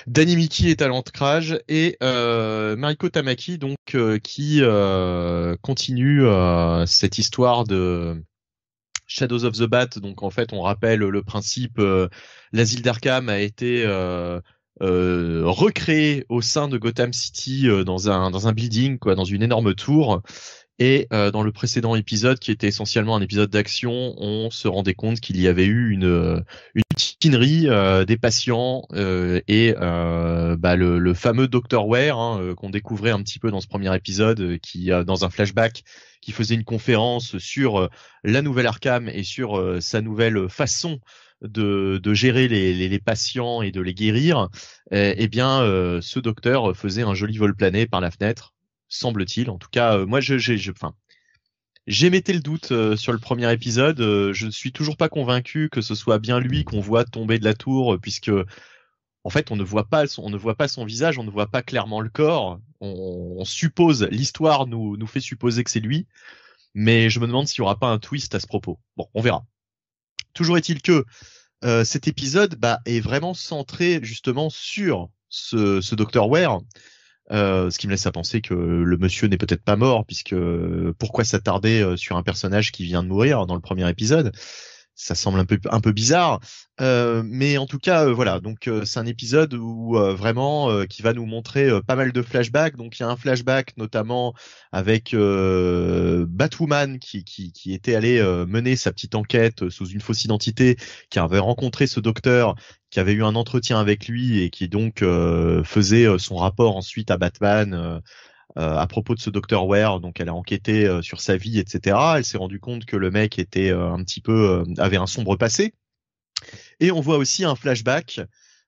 Danny Miki est à l'ancrage et euh, Mariko Tamaki donc euh, qui euh, continue euh, cette histoire de Shadows of the Bat. Donc en fait, on rappelle le principe. Euh, l'asile d'Arkham a été euh, euh, recréé au sein de Gotham City euh, dans un dans un building, quoi, dans une énorme tour. Et euh, dans le précédent épisode, qui était essentiellement un épisode d'action, on se rendait compte qu'il y avait eu une une mutinerie euh, des patients euh, et euh, bah, le, le fameux docteur Ware hein, euh, qu'on découvrait un petit peu dans ce premier épisode, euh, qui euh, dans un flashback, qui faisait une conférence sur euh, la nouvelle Arkham et sur euh, sa nouvelle façon de, de gérer les, les, les patients et de les guérir. Eh, eh bien, euh, ce docteur faisait un joli vol plané par la fenêtre, semble-t-il. En tout cas, euh, moi, je, j'ai, je, enfin, j'émettais le doute euh, sur le premier épisode. Euh, je ne suis toujours pas convaincu que ce soit bien lui qu'on voit tomber de la tour, euh, puisque en fait, on ne voit pas son, on ne voit pas son visage, on ne voit pas clairement le corps. On, on suppose, l'histoire nous nous fait supposer que c'est lui, mais je me demande s'il y aura pas un twist à ce propos. Bon, on verra. Toujours est-il que euh, cet épisode bah, est vraiment centré justement sur ce, ce docteur Ware. Euh, ce qui me laisse à penser que le monsieur n'est peut-être pas mort, puisque pourquoi s'attarder sur un personnage qui vient de mourir dans le premier épisode? Ça semble un peu un peu bizarre, euh, mais en tout cas euh, voilà. Donc euh, c'est un épisode où euh, vraiment euh, qui va nous montrer euh, pas mal de flashbacks. Donc il y a un flashback notamment avec euh, Batwoman qui qui qui était allé euh, mener sa petite enquête sous une fausse identité, qui avait rencontré ce docteur, qui avait eu un entretien avec lui et qui donc euh, faisait son rapport ensuite à Batman euh, euh, à propos de ce docteur Ware. Donc elle a enquêté euh, sur sa vie, et cetera. Elle s'est rendue compte que le mec était euh, un petit peu euh, avait un sombre passé. Et on voit aussi un flashback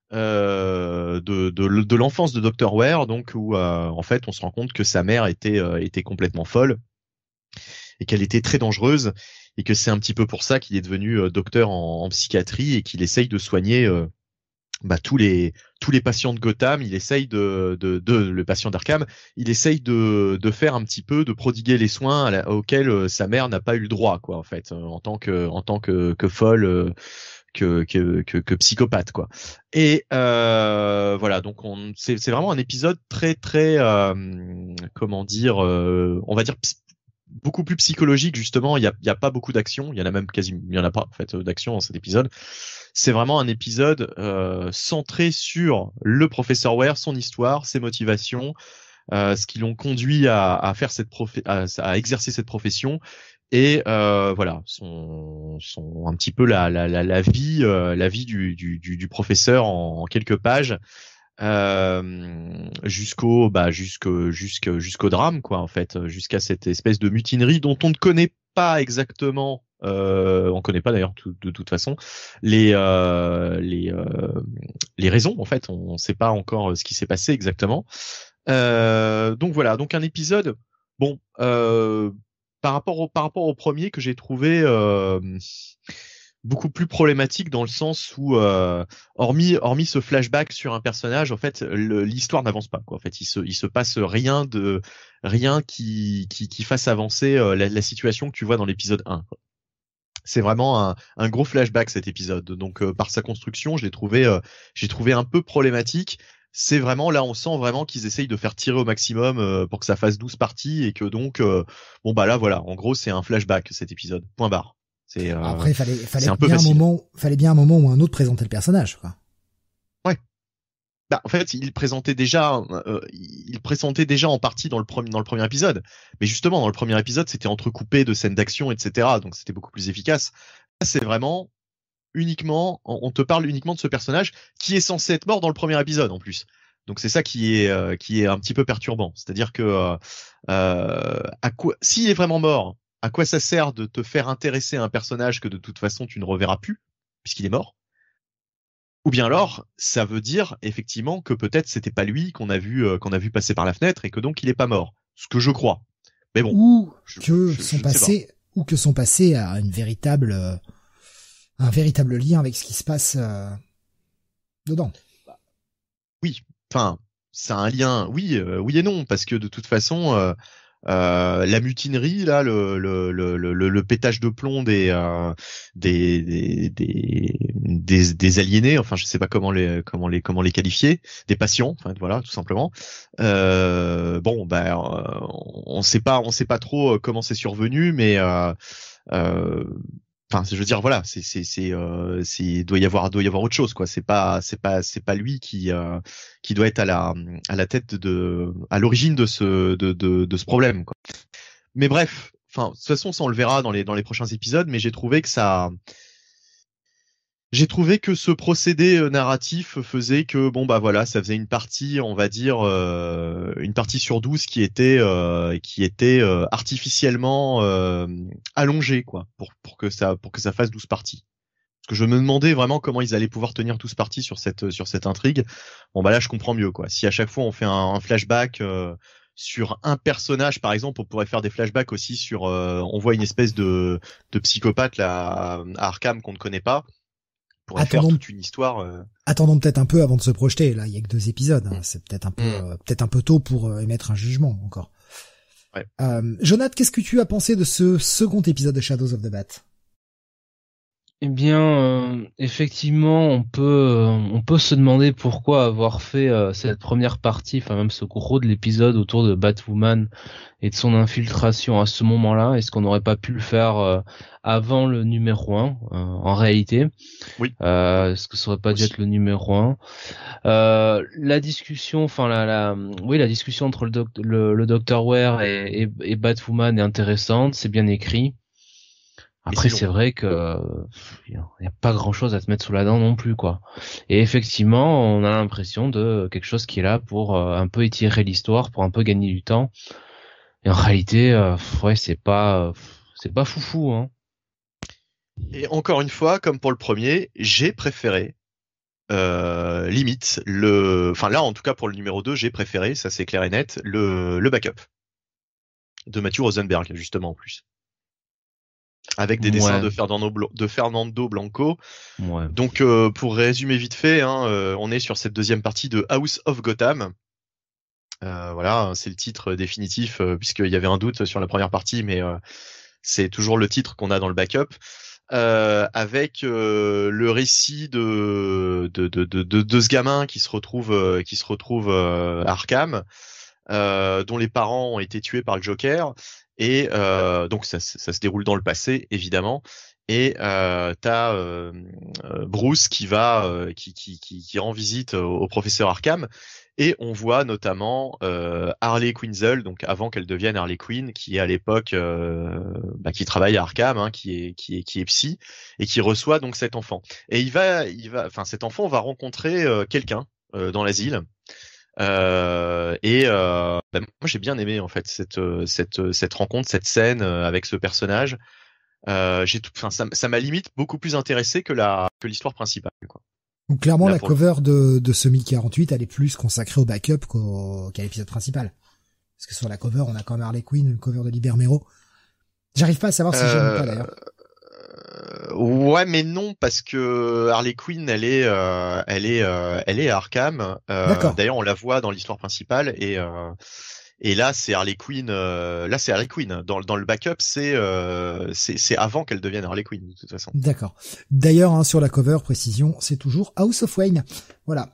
euh, de, de, de l'enfance de docteur Ware, donc où euh, en fait on se rend compte que sa mère était euh, était complètement folle et qu'elle était très dangereuse, et que c'est un petit peu pour ça qu'il est devenu euh, docteur en, en psychiatrie et qu'il essaye de soigner euh, bah, tous les tous les patients de Gotham. Il essaye de de, de le patient d'Arkham, il essaye de de faire un petit peu, de prodiguer les soins à la, auxquels euh, sa mère n'a pas eu le droit, quoi, en fait, euh, en tant que en tant que que folle, euh, que, que que que psychopathe, quoi. Et euh, voilà, donc on c'est c'est vraiment un épisode très très euh, comment dire, euh, on va dire beaucoup plus psychologique, justement. Il y a il y a pas beaucoup d'action, il y en a même quasiment il y en a pas en fait d'action dans cet épisode. C'est vraiment un épisode euh, centré sur le professeur Ware, son histoire, ses motivations, euh, ce qui l'ont conduit à, à faire cette prof- à, à exercer cette profession, et euh, voilà, son, son un petit peu la la la, la vie euh, la vie du du du, du professeur en, en quelques pages, euh, jusqu'au bah jusqu'au jusqu'au jusqu'au drame, quoi, en fait, jusqu'à cette espèce de mutinerie dont on ne connaît pas exactement. Euh, on connaît pas d'ailleurs tout, de toute façon les euh, les euh, les raisons, en fait. On ne sait pas encore ce qui s'est passé exactement. Euh, donc voilà, donc un épisode bon euh, par rapport au par rapport au premier, que j'ai trouvé euh, beaucoup plus problématique, dans le sens où euh, hormis hormis ce flashback sur un personnage, en fait le, l'histoire n'avance pas, quoi. En fait, il se il se passe rien de rien qui qui qui fasse avancer euh, la, la situation que tu vois dans l'épisode un, quoi. C'est vraiment un, un gros flashback, cet épisode. Donc euh, par sa construction, je l'ai trouvé, euh, j'ai trouvé un peu problématique. C'est vraiment là, on sent vraiment qu'ils essayent de faire tirer au maximum euh, pour que ça fasse douze parties, et que donc euh, bon bah là voilà, en gros c'est un flashback, cet épisode. Point barre. C'est euh, après fallait fallait c'est un peu bien un facile. moment, fallait bien un moment où un autre présentait le personnage, quoi. Ouais. Bah en fait, il présentait déjà, euh, il présentait déjà en partie dans le premier dans le premier épisode. Mais justement, dans le premier épisode, c'était entrecoupé de scènes d'action, et cetera. Donc c'était beaucoup plus efficace. Là, c'est vraiment uniquement, on te parle uniquement de ce personnage qui est censé être mort dans le premier épisode, en plus. Donc c'est ça qui est euh, qui est un petit peu perturbant. C'est-à-dire que euh, euh, à quoi, s'il est vraiment mort, à quoi ça sert de te faire intéresser à un personnage que de toute façon tu ne reverras plus puisqu'il est mort? Ou bien alors, ça veut dire effectivement que peut-être c'était pas lui qu'on a vu euh, qu'on a vu passer par la fenêtre, et que donc il est pas mort. Ce que je crois. Mais bon. Ou je, que je, son je passé, ou que son passé a une véritable, euh, un véritable lien avec ce qui se passe euh, dedans. Oui. Enfin, c'est un lien. Oui, euh, oui et non, parce que de toute façon, euh, Euh, la mutinerie là, le le le le, le pétage de plomb des, euh, des, des des des des aliénés, enfin je sais pas comment les comment les comment les qualifier, des patients, enfin voilà tout simplement. Euh, bon ben euh, on sait pas on sait pas trop comment c'est survenu, mais euh, euh, Enfin, je veux dire, voilà, c'est, c'est, c'est, euh, c'est, doit y avoir, doit y avoir autre chose, quoi. C'est pas, c'est pas, c'est pas lui qui, euh, qui doit être à la, à la tête de, à l'origine de ce, de, de, de ce problème, quoi. Mais bref, enfin, de toute façon, ça on le verra dans les, dans les prochains épisodes. Mais j'ai trouvé que ça, j'ai trouvé que ce procédé narratif faisait que bon bah voilà, ça faisait une partie, on va dire euh, une partie sur douze qui était euh, qui était euh, artificiellement euh, allongée quoi, pour pour que ça pour que ça fasse douze parties. Parce que je me demandais vraiment comment ils allaient pouvoir tenir douze parties sur cette sur cette intrigue. Bon bah là je comprends mieux quoi. Si à chaque fois on fait un, un flashback euh, sur un personnage par exemple, on pourrait faire des flashbacks aussi sur euh, on voit une espèce de de psychopathe là à Arkham qu'on ne connaît pas. Attendons, faire toute une histoire. Euh... Attendons peut-être un peu avant de se projeter. Là, il y a que deux épisodes. Hein. C'est peut-être un peu, mmh. euh, peut-être un peu tôt pour euh, émettre un jugement encore. Ouais. Euh, Jonathan, qu'est-ce que tu as pensé de ce second épisode de Shadows of the Bat? Eh bien, euh, effectivement, on peut, euh, on peut se demander pourquoi avoir fait euh, cette première partie, enfin même ce gros de l'épisode autour de Batwoman et de son infiltration à ce moment-là. Est-ce qu'on n'aurait pas pu le faire euh, avant le numéro un, euh, en réalité? Oui. Euh, est-ce que ça aurait pas dû être le numéro un? Euh, la discussion, enfin la, la, oui, la discussion entre le, doc, le, le Docteur Ware et, et, et Batwoman est intéressante, c'est bien écrit. Après, c'est vrai que il y a pas grand-chose à te mettre sous la dent non plus, quoi. Et effectivement, on a l'impression de quelque chose qui est là pour euh, un peu étirer l'histoire, pour un peu gagner du temps. Et en réalité, euh, ouais, c'est pas, c'est pas foufou, hein. Et encore une fois, comme pour le premier, j'ai préféré, euh, limite le, enfin là, en tout cas pour le numéro deux, j'ai préféré, ça c'est clair et net, le le backup de Matthew Rosenberg, justement en plus. Avec des ouais. dessins de Fernando, Bl- de Fernando Blanco. Ouais. Donc, euh, pour résumer vite fait, hein, euh, on est sur cette deuxième partie de House of Gotham. Euh, voilà, c'est le titre définitif, euh, puisqu'il y avait un doute sur la première partie, mais euh, c'est toujours le titre qu'on a dans le backup. Euh, avec euh, le récit de de, de de de de ce gamin qui se retrouve euh, qui se retrouve euh, à Arkham, euh, dont les parents ont été tués par le Joker. Et euh, donc ça, ça se déroule dans le passé évidemment, et euh, t'as euh, Bruce qui va euh, qui, qui qui qui rend visite au, au professeur Arkham, et on voit notamment euh, Harley Quinzel, donc avant qu'elle devienne Harley Quinn, qui est à l'époque euh, bah, qui travaille à Arkham, hein, qui est qui est qui est psy, et qui reçoit donc cet enfant. Et il va il va enfin cet enfant va rencontrer euh, quelqu'un euh, dans l'asile. Euh, et euh, bah, moi j'ai bien aimé en fait cette cette cette rencontre, cette scène avec ce personnage. Euh, j'ai tout, enfin ça ça m'a limite beaucoup plus intéressé que la que l'histoire principale, quoi. Donc clairement Là, la cover le... de de ce mille quarante-huit, elle est plus consacrée au backup qu'au qu'à l'épisode principal. Parce que sur la cover, on a quand même Harley Quinn, une cover de Libermero. J'arrive pas à savoir si euh... j'aime ou pas d'ailleurs. Ouais, mais non, parce que Harley Quinn, elle est, euh, elle est, euh, elle est à Arkham. Euh, d'ailleurs, on la voit dans l'histoire principale, et euh, et là, c'est Harley Quinn. Euh, là, c'est Harley Quinn. Dans dans le backup, c'est euh, c'est c'est avant qu'elle devienne Harley Quinn, de toute façon. D'accord. D'ailleurs, hein, sur la cover, précision, c'est toujours House of Wayne. Voilà.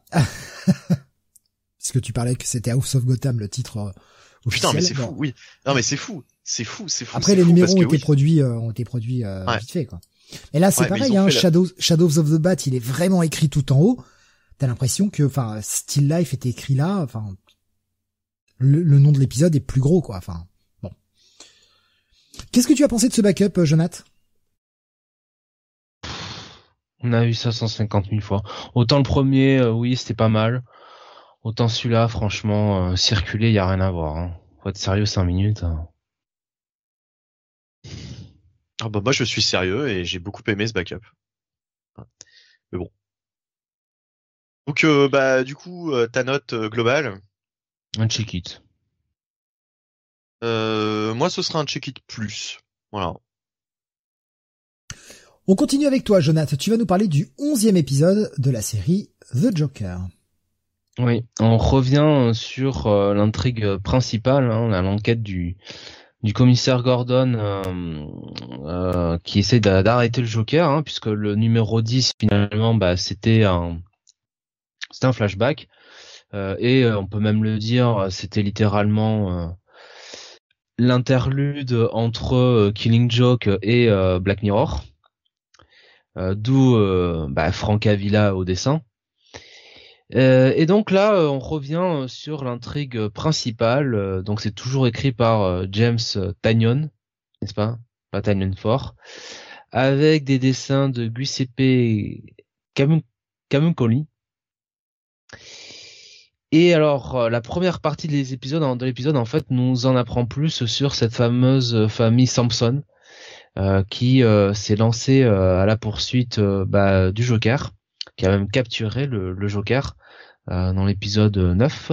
Parce que tu parlais que c'était House of Gotham, le titre euh, officiel. Putain, mais c'est bon. fou. Oui. Non, mais c'est fou. C'est fou, c'est fou. Après, c'est les fou numéros ont que, été oui. produits, euh, ont été produits euh, ouais. vite fait, quoi. Et là, c'est ouais, pareil, hein, Shadows, la... Shadows of the Bat, il est vraiment écrit tout en haut. T'as l'impression que, enfin, Still Life était écrit là, enfin, le, le nom de l'épisode est plus gros, quoi, enfin, bon. Qu'est-ce que tu as pensé de ce backup, Jonathan? On a eu ça cent cinquante mille fois. Autant le premier, euh, oui, c'était pas mal. Autant celui-là, franchement, euh, circuler, y a rien à voir, hein. Faut être sérieux cinq minutes, hein. Ah bah moi je suis sérieux et j'ai beaucoup aimé ce backup. Mais bon. Donc euh, bah du coup euh, ta note euh, globale? Un check it. Euh, moi ce sera un check it plus. Voilà. On continue avec toi, Jonathan. Tu vas nous parler du onzième épisode de la série The Joker. Oui, on revient sur euh, l'intrigue principale, hein, l'enquête du du commissaire Gordon euh, euh, qui essaie d'a- d'arrêter le Joker, hein, puisque le numéro dix finalement, bah, c'était un c'était un flashback euh, et euh, on peut même le dire, c'était littéralement euh, l'interlude entre euh, Killing Joke et euh, Black Mirror, euh, d'où euh, bah, Frank Avila au dessin. Euh, et donc là, euh, on revient euh, sur l'intrigue principale. Euh, donc c'est toujours écrit par euh, James Tynion, n'est-ce pas? Pas Tynion Fort, avec des dessins de Giuseppe Camun- Camuncoli. Et alors, euh, la première partie des épisodes, en- de l'épisode, en fait, nous en apprend plus sur cette fameuse famille Sampson, euh, qui euh, s'est lancée euh, à la poursuite euh, bah, du Joker, qui a même capturé le, le Joker euh, dans l'épisode neuf.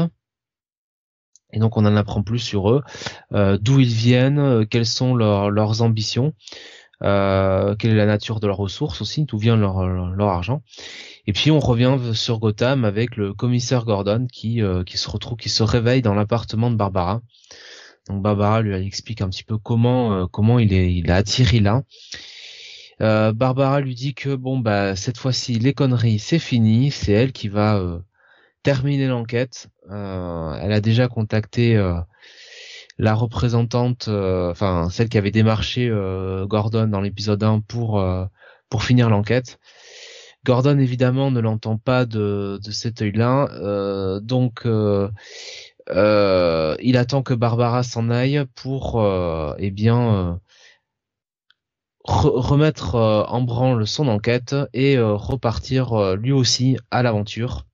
Et donc on en apprend plus sur eux, euh, d'où ils viennent, euh, quelles sont leurs, leurs ambitions, euh, quelle est la nature de leurs ressources aussi, d'où vient leur, leur, leur argent. Et puis on revient sur Gotham avec le commissaire Gordon qui, euh, qui se retrouve, qui se réveille dans l'appartement de Barbara. Donc Barbara lui explique un petit peu comment euh, comment il est il a atterri là. Euh, Barbara lui dit que bon bah cette fois-ci les conneries c'est fini, c'est elle qui va euh, terminer l'enquête. Euh, elle a déjà contacté euh, la représentante, euh, enfin celle qui avait démarché euh, Gordon dans l'épisode un pour euh, pour finir l'enquête. Gordon évidemment ne l'entend pas de de cet œil-là, euh, donc euh, euh, il attend que Barbara s'en aille pour euh, eh bien euh, re- remettre euh, en branle son enquête et euh, repartir euh, lui aussi à l'aventure,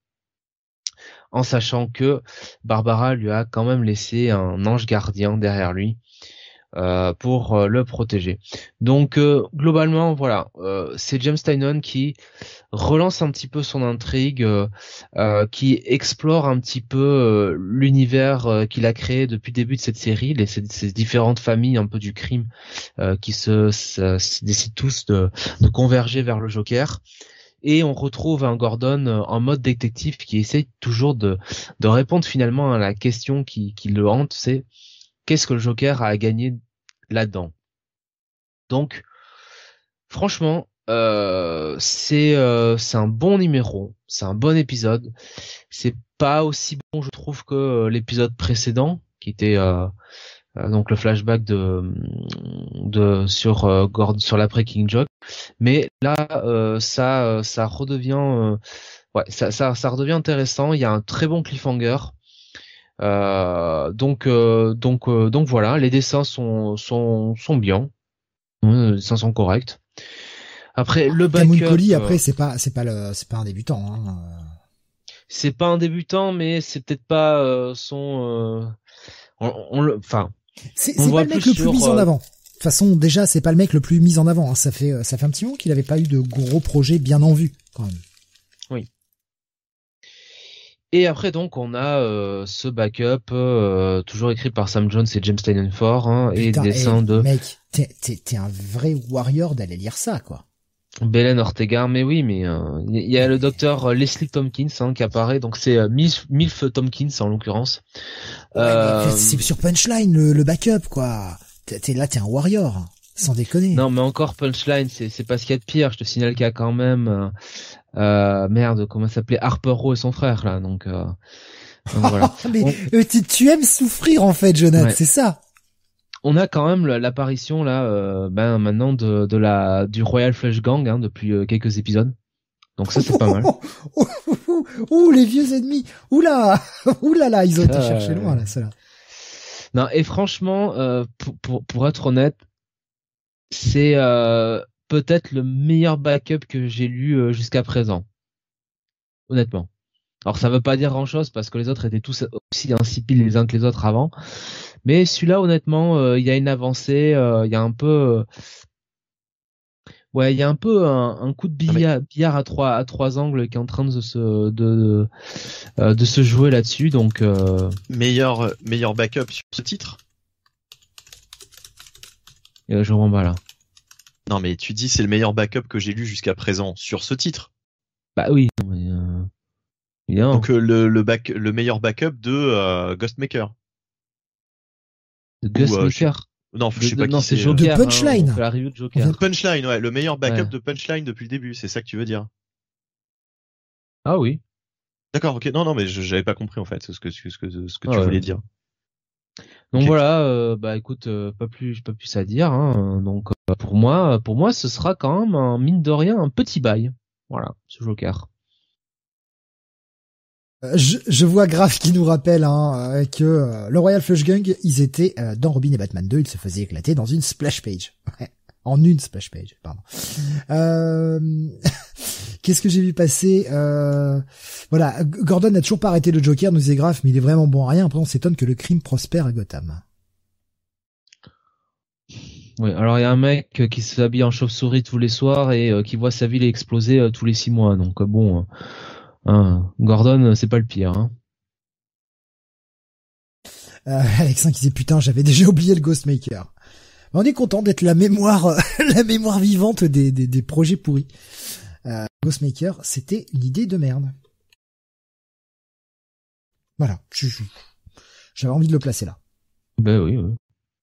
en sachant que Barbara lui a quand même laissé un ange gardien derrière lui euh, pour euh, le protéger. Donc euh, globalement, voilà, euh, c'est James Tynion qui relance un petit peu son intrigue, euh, euh, qui explore un petit peu euh, l'univers euh, qu'il a créé depuis le début de cette série, les, ces, ces différentes familles un peu du crime euh, qui se, se, se décident tous de, de converger vers le Joker. Et on retrouve un Gordon euh, en mode détective qui essaie toujours de, de répondre finalement à la question qui, qui le hante, c'est qu'est-ce que le Joker a à gagner là-dedans. Donc, franchement, euh, c'est euh, c'est un bon numéro, c'est un bon épisode. C'est pas aussi bon, je trouve, que euh, l'épisode précédent, qui était euh, euh, donc le flashback de de sur euh, Gordon sur l'après King Joke. Mais là, euh, ça euh, ça redevient euh, ouais, ça, ça ça redevient intéressant. Il y a un très bon cliffhanger. Euh, donc euh, donc euh, donc voilà, les dessins sont sont sont bien, euh, les dessins sont corrects. Après le backup, Camuncoli, euh, après c'est pas c'est pas le c'est pas un débutant. Hein. c'est pas un débutant, mais c'est peut-être pas euh, son. Euh, on, on le, enfin, C'est on le c'est pas voit le plus mec le plus sur. mis en Euh, avant. De toute façon, déjà c'est pas le mec le plus mis en avant. Hein. Ça fait euh, ça fait un petit moment qu'il avait pas eu de gros projets bien en vue quand même. oui. Et après donc on a euh, ce backup euh, toujours écrit par Sam Jones et James Tynion Fort, hein, et des Putain, eh, dessins de mec, t'es t'es t'es un vrai warrior d'aller lire ça quoi. Belen Ortega. Mais oui, mais euh, il y, y a le docteur Leslie Tompkins hein, qui apparaît, donc c'est euh, Milf, Milf Tompkins en l'occurrence. Ouais, mais Euh, c'est sur Punchline le, le backup quoi. T'es t'es là, t'es un warrior, sans déconner. non, mais encore Punchline, c'est c'est pas ce qu'il y a de pire. Je te signale qu'il y a quand même euh, euh, merde, comment ça s'appelait, Harper Row et son frère là, donc. Euh, Donc voilà. mais On, euh, tu, tu aimes souffrir en fait, Jonathan, ouais. c'est ça. On a quand même l'apparition là, euh, ben maintenant de, de la du Royal Flush Gang hein, depuis euh, quelques épisodes. Donc ça c'est pas mal. Ouh, ouh, ouh, les vieux ennemis. Oula, oula là, ils ont été Euh... chercher loin là, ceux-là. Non et franchement, euh, pour, pour pour être honnête, c'est euh, peut-être le meilleur backup que j'ai lu euh, jusqu'à présent. Honnêtement. Alors ça veut pas dire grand chose parce que les autres étaient tous aussi insipides les uns que les autres avant. Mais celui-là honnêtement, euh, il y a une avancée, euh, il y a un peu euh, ouais, il y a un peu un, un coup de Non, mais billard, billard à trois à trois angles qui est en train de se de de, euh, de se jouer là-dessus. Donc euh, meilleur meilleur backup sur ce titre. euh, je comprends pas là. Non mais tu dis c'est le meilleur backup que j'ai lu jusqu'à présent sur ce titre. Bah oui. Mais, euh... Bien. Donc euh, le le back le meilleur backup de euh, Ghostmaker. De Ghostmaker. Euh, non, je sais de, pas non, qui c'est c'est. Joker. De Punchline. Hein, on fait la review de Joker. Punchline, ouais, le meilleur backup ouais. de Punchline depuis le début, c'est ça que tu veux dire? Ah oui. D'accord, ok. Non, non, mais je j'avais pas compris en fait ce que ce que ce que, ce que ah tu ouais. voulais dire. Donc okay. voilà, euh, bah écoute, euh, pas plus, pas plus à dire. Hein. Donc euh, pour moi, pour moi, ce sera quand même un, mine de rien un petit bail. Voilà, ce Joker. Euh, je, je vois Graf qui nous rappelle hein, euh, que euh, le Royal Flush Gang, ils étaient euh, dans Robin et Batman deux, ils se faisaient éclater dans une splash page. Ouais. En une splash page, pardon. Euh... Qu'est-ce que j'ai vu passer euh... Voilà, Gordon n'a toujours pas arrêté le Joker, nous disait Graf, mais il est vraiment bon à rien. Après, on s'étonne que le crime prospère à Gotham. Oui, alors il y a un mec qui s'habille en chauve-souris tous les soirs et euh, qui voit sa ville exploser euh, tous les six mois. Donc euh, bon, euh, hein, Gordon, c'est pas le pire. Hein. Euh, Alexin qui disait putain, j'avais déjà oublié le Ghostmaker. On est content d'être la mémoire, la mémoire vivante des, des, des projets pourris. Euh, Ghostmaker, c'était une idée de merde. Voilà, j'avais envie de le placer là. Ben oui, oui.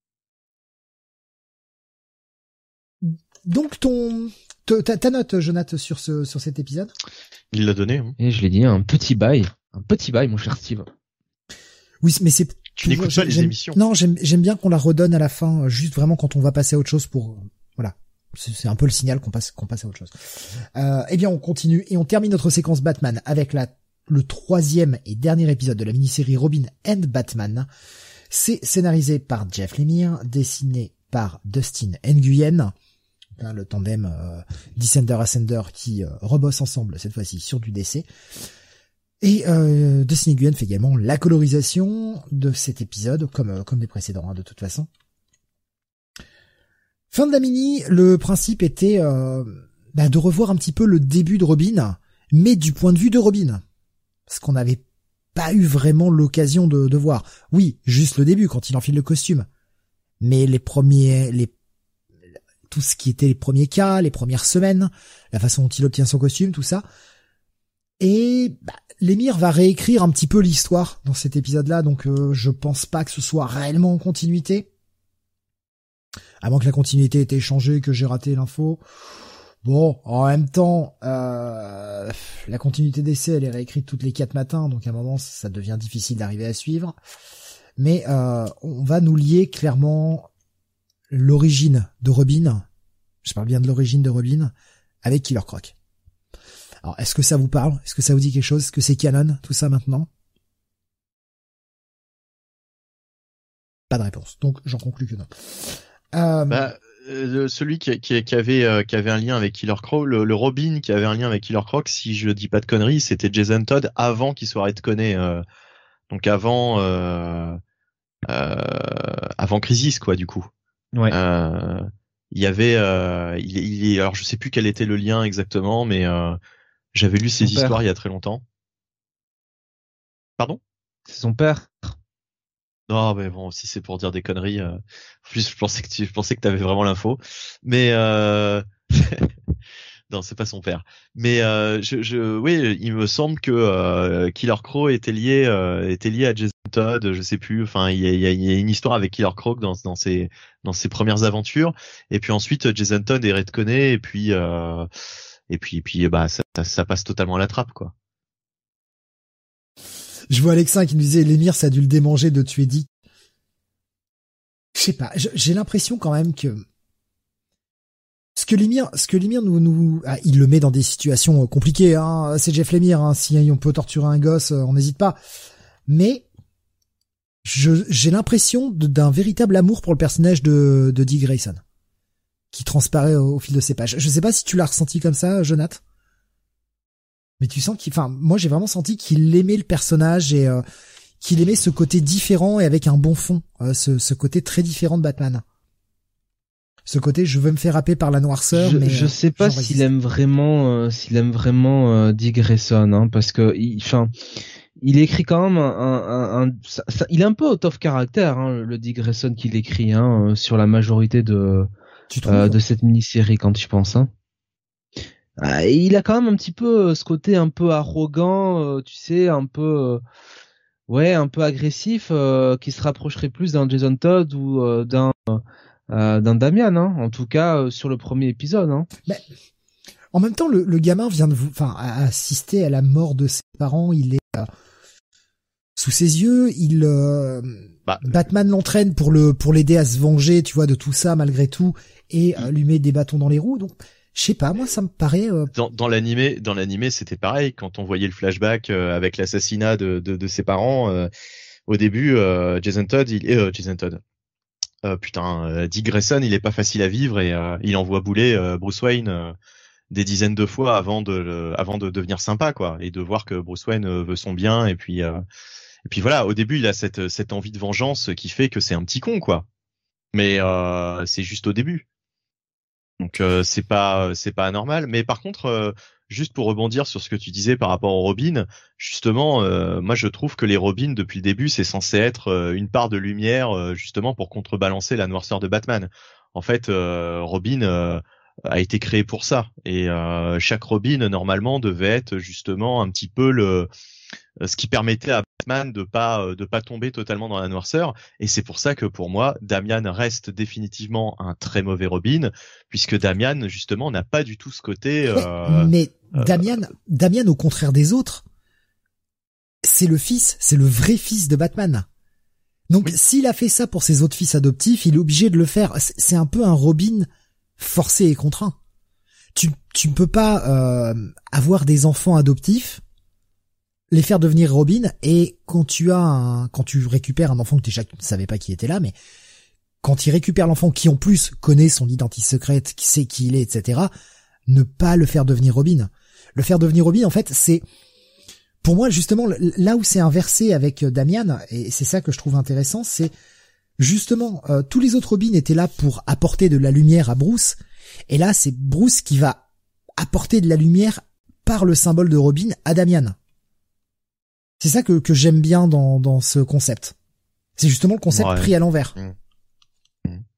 Donc ton, ta, ta note, Jonathan, sur ce, sur cet épisode? Il l'a donné. Hein. Et je l'ai dit, un petit bail, un petit bail, mon cher Steve. Oui, mais c'est. Tu n'écoutes pas les émissions. Non, j'aime, j'aime bien qu'on la redonne à la fin, juste vraiment quand on va passer à autre chose pour, voilà. C'est, c'est un peu le signal qu'on passe, qu'on passe à autre chose. Euh, eh bien, on continue et on termine notre séquence Batman avec la, le troisième et dernier épisode de la mini-série Robin and Batman. C'est scénarisé par Jeff Lemire, dessiné par Dustin Nguyen. Hein, le tandem euh, Descender-Ascender qui euh, rebosse ensemble cette fois-ci sur du D C. Et euh, Dustin Nguyen fait également la colorisation de cet épisode, comme euh, comme des précédents hein, de toute façon. Fin de la mini, le principe était euh, bah, de revoir un petit peu le début de Robin, mais du point de vue de Robin. Ce qu'on n'avait pas eu vraiment l'occasion de, de voir. Oui, juste le début, quand il enfile le costume. Mais les premiers... les tout ce qui était les premiers cas, les premières semaines, la façon dont il obtient son costume, tout ça. Et bah, Lemire va réécrire un petit peu l'histoire dans cet épisode-là, donc euh, je pense pas que ce soit réellement en continuité. À moins que la continuité ait été changée, que j'ai raté l'info. Bon, en même temps, euh, la continuité d'essai, elle est réécrite toutes les quatre matins, donc à un moment, ça devient difficile d'arriver à suivre. Mais euh, on va nous lier clairement l'origine de Robin, je parle bien de l'origine de Robin, avec Killer Croc. Alors, est-ce que ça vous parle? Est-ce que ça vous dit quelque chose? Est-ce que c'est canon, tout ça, maintenant? Pas de réponse. Donc, j'en conclus que non. Euh... Bah, euh, celui qui, qui, qui avait euh, qui avait un lien avec Killer Croc, le, le Robin qui avait un lien avec Killer Croc, si je dis pas de conneries, c'était Jason Todd avant qu'il soit retconné. Euh, donc avant euh, euh, avant Crisis, quoi, du coup. Ouais. Euh, il y avait, euh, il, il, alors je sais plus quel était le lien exactement, mais euh, j'avais lu ces son histoires père. il y a très longtemps. Pardon? C'est son père. Non, mais bon, si c'est pour dire des conneries, euh, en plus je pensais que tu, je pensais que t'avais vraiment l'info, mais euh... non, c'est pas son père. Mais euh, je, je, oui, il me semble que euh, Killer Croc était lié, euh, était lié à Jason Todd, je sais plus. Enfin, il y a, il y a, il y a une histoire avec Killer Croc dans, dans ses, dans ses premières aventures. Et puis ensuite, Jason Todd est retconné, et puis, euh, et puis, et puis, bah, ça, ça, ça passe totalement à la trappe, quoi. Je vois Alexin qui nous disait, Lemire, ça a dû le démanger de tuer Dick. Je sais pas, j'ai l'impression quand même que ce que Lemire, ce que Lemire nous, nous, ah, il le met dans des situations compliquées, hein. C'est Jeff Lemire, hein. Si on peut torturer un gosse, on n'hésite pas. Mais je, j'ai l'impression d'un véritable amour pour le personnage de, de Dick Grayson, qui transparaît au, au fil de ses pages. Je sais pas si tu l'as ressenti comme ça, Jonathan. Mais tu sens qu'il, enfin, moi j'ai vraiment senti qu'il aimait le personnage et euh, qu'il aimait ce côté différent et avec un bon fond, euh, ce, ce côté très différent de Batman. Ce côté, je veux me faire happer par la noirceur, je, mais je sais pas s'il aime vraiment, euh, s'il aime vraiment euh, Dick Grayson, hein, parce que, enfin, il, il écrit quand même un, un, un, un ça, ça, il est un peu out of character, hein, le Dick Grayson qu'il écrit, hein, sur la majorité de, euh, de cette mini-série quand tu penses, hein. euh, il a quand même un petit peu ce côté un peu arrogant, euh, tu sais, un peu, euh, ouais, un peu agressif, euh, qui se rapprocherait plus d'un Jason Todd ou euh, d'un euh, d'un Damian, hein, en tout cas euh, sur le premier épisode. Hein. Mais en même temps, le, le gamin vient de vous, enfin, a assisté à la mort de ses parents. Il est euh, sous ses yeux. Il euh, Bah, Batman l'entraîne pour le pour l'aider à se venger, tu vois, de tout ça malgré tout, et euh, lui met des bâtons dans les roues. Donc, je sais pas, moi, ça me paraît. Euh... Dans, dans l'animé, dans l'animé, c'était pareil. Quand on voyait le flashback euh, avec l'assassinat de, de, de ses parents, euh, au début, euh, Jason Todd, il, euh, Jason Todd, euh, putain, euh, Dick Grayson, il est pas facile à vivre et euh, il envoie bouler euh, Bruce Wayne euh, des dizaines de fois avant de, le, avant de devenir sympa, quoi, et de voir que Bruce Wayne euh, veut son bien et puis, euh, et puis voilà. Au début, il a cette, cette envie de vengeance qui fait que c'est un petit con, quoi. Mais euh, c'est juste au début. Donc euh, c'est pas c'est pas anormal, mais par contre euh, juste pour rebondir sur ce que tu disais par rapport aux Robins, justement euh, moi je trouve que les Robins depuis le début c'est censé être euh, une part de lumière euh, justement pour contrebalancer la noirceur de Batman. En fait euh, Robin euh, a été créé pour ça et euh, chaque Robin normalement devait être justement un petit peu le ce qui permettait à Batman de pas de pas tomber totalement dans la noirceur, et c'est pour ça que pour moi Damian reste définitivement un très mauvais Robin, puisque Damian justement n'a pas du tout ce côté euh, mais euh, Damian, Damian au contraire des autres, c'est le fils, c'est le vrai fils de Batman. Donc oui. S'il a fait ça pour ses autres fils adoptifs, il est obligé de le faire. C'est un peu un Robin forcé et contraint. Tu tu ne peux pas euh, avoir des enfants adoptifs, les faire devenir Robin, et quand tu as un, quand tu récupères un enfant que déjà tu ne savais pas qui était là, mais quand il récupère l'enfant qui en plus connaît son identité secrète, qui sait qui il est, et cetera, ne pas le faire devenir Robin. Le faire devenir Robin, en fait, c'est, pour moi, justement, là où c'est inversé avec Damian, et c'est ça que je trouve intéressant, c'est justement, euh, tous les autres Robins étaient là pour apporter de la lumière à Bruce, et là, c'est Bruce qui va apporter de la lumière par le symbole de Robin à Damian. C'est ça que, que j'aime bien dans, dans ce concept. C'est justement le concept ouais. pris à l'envers. Mmh. Mmh.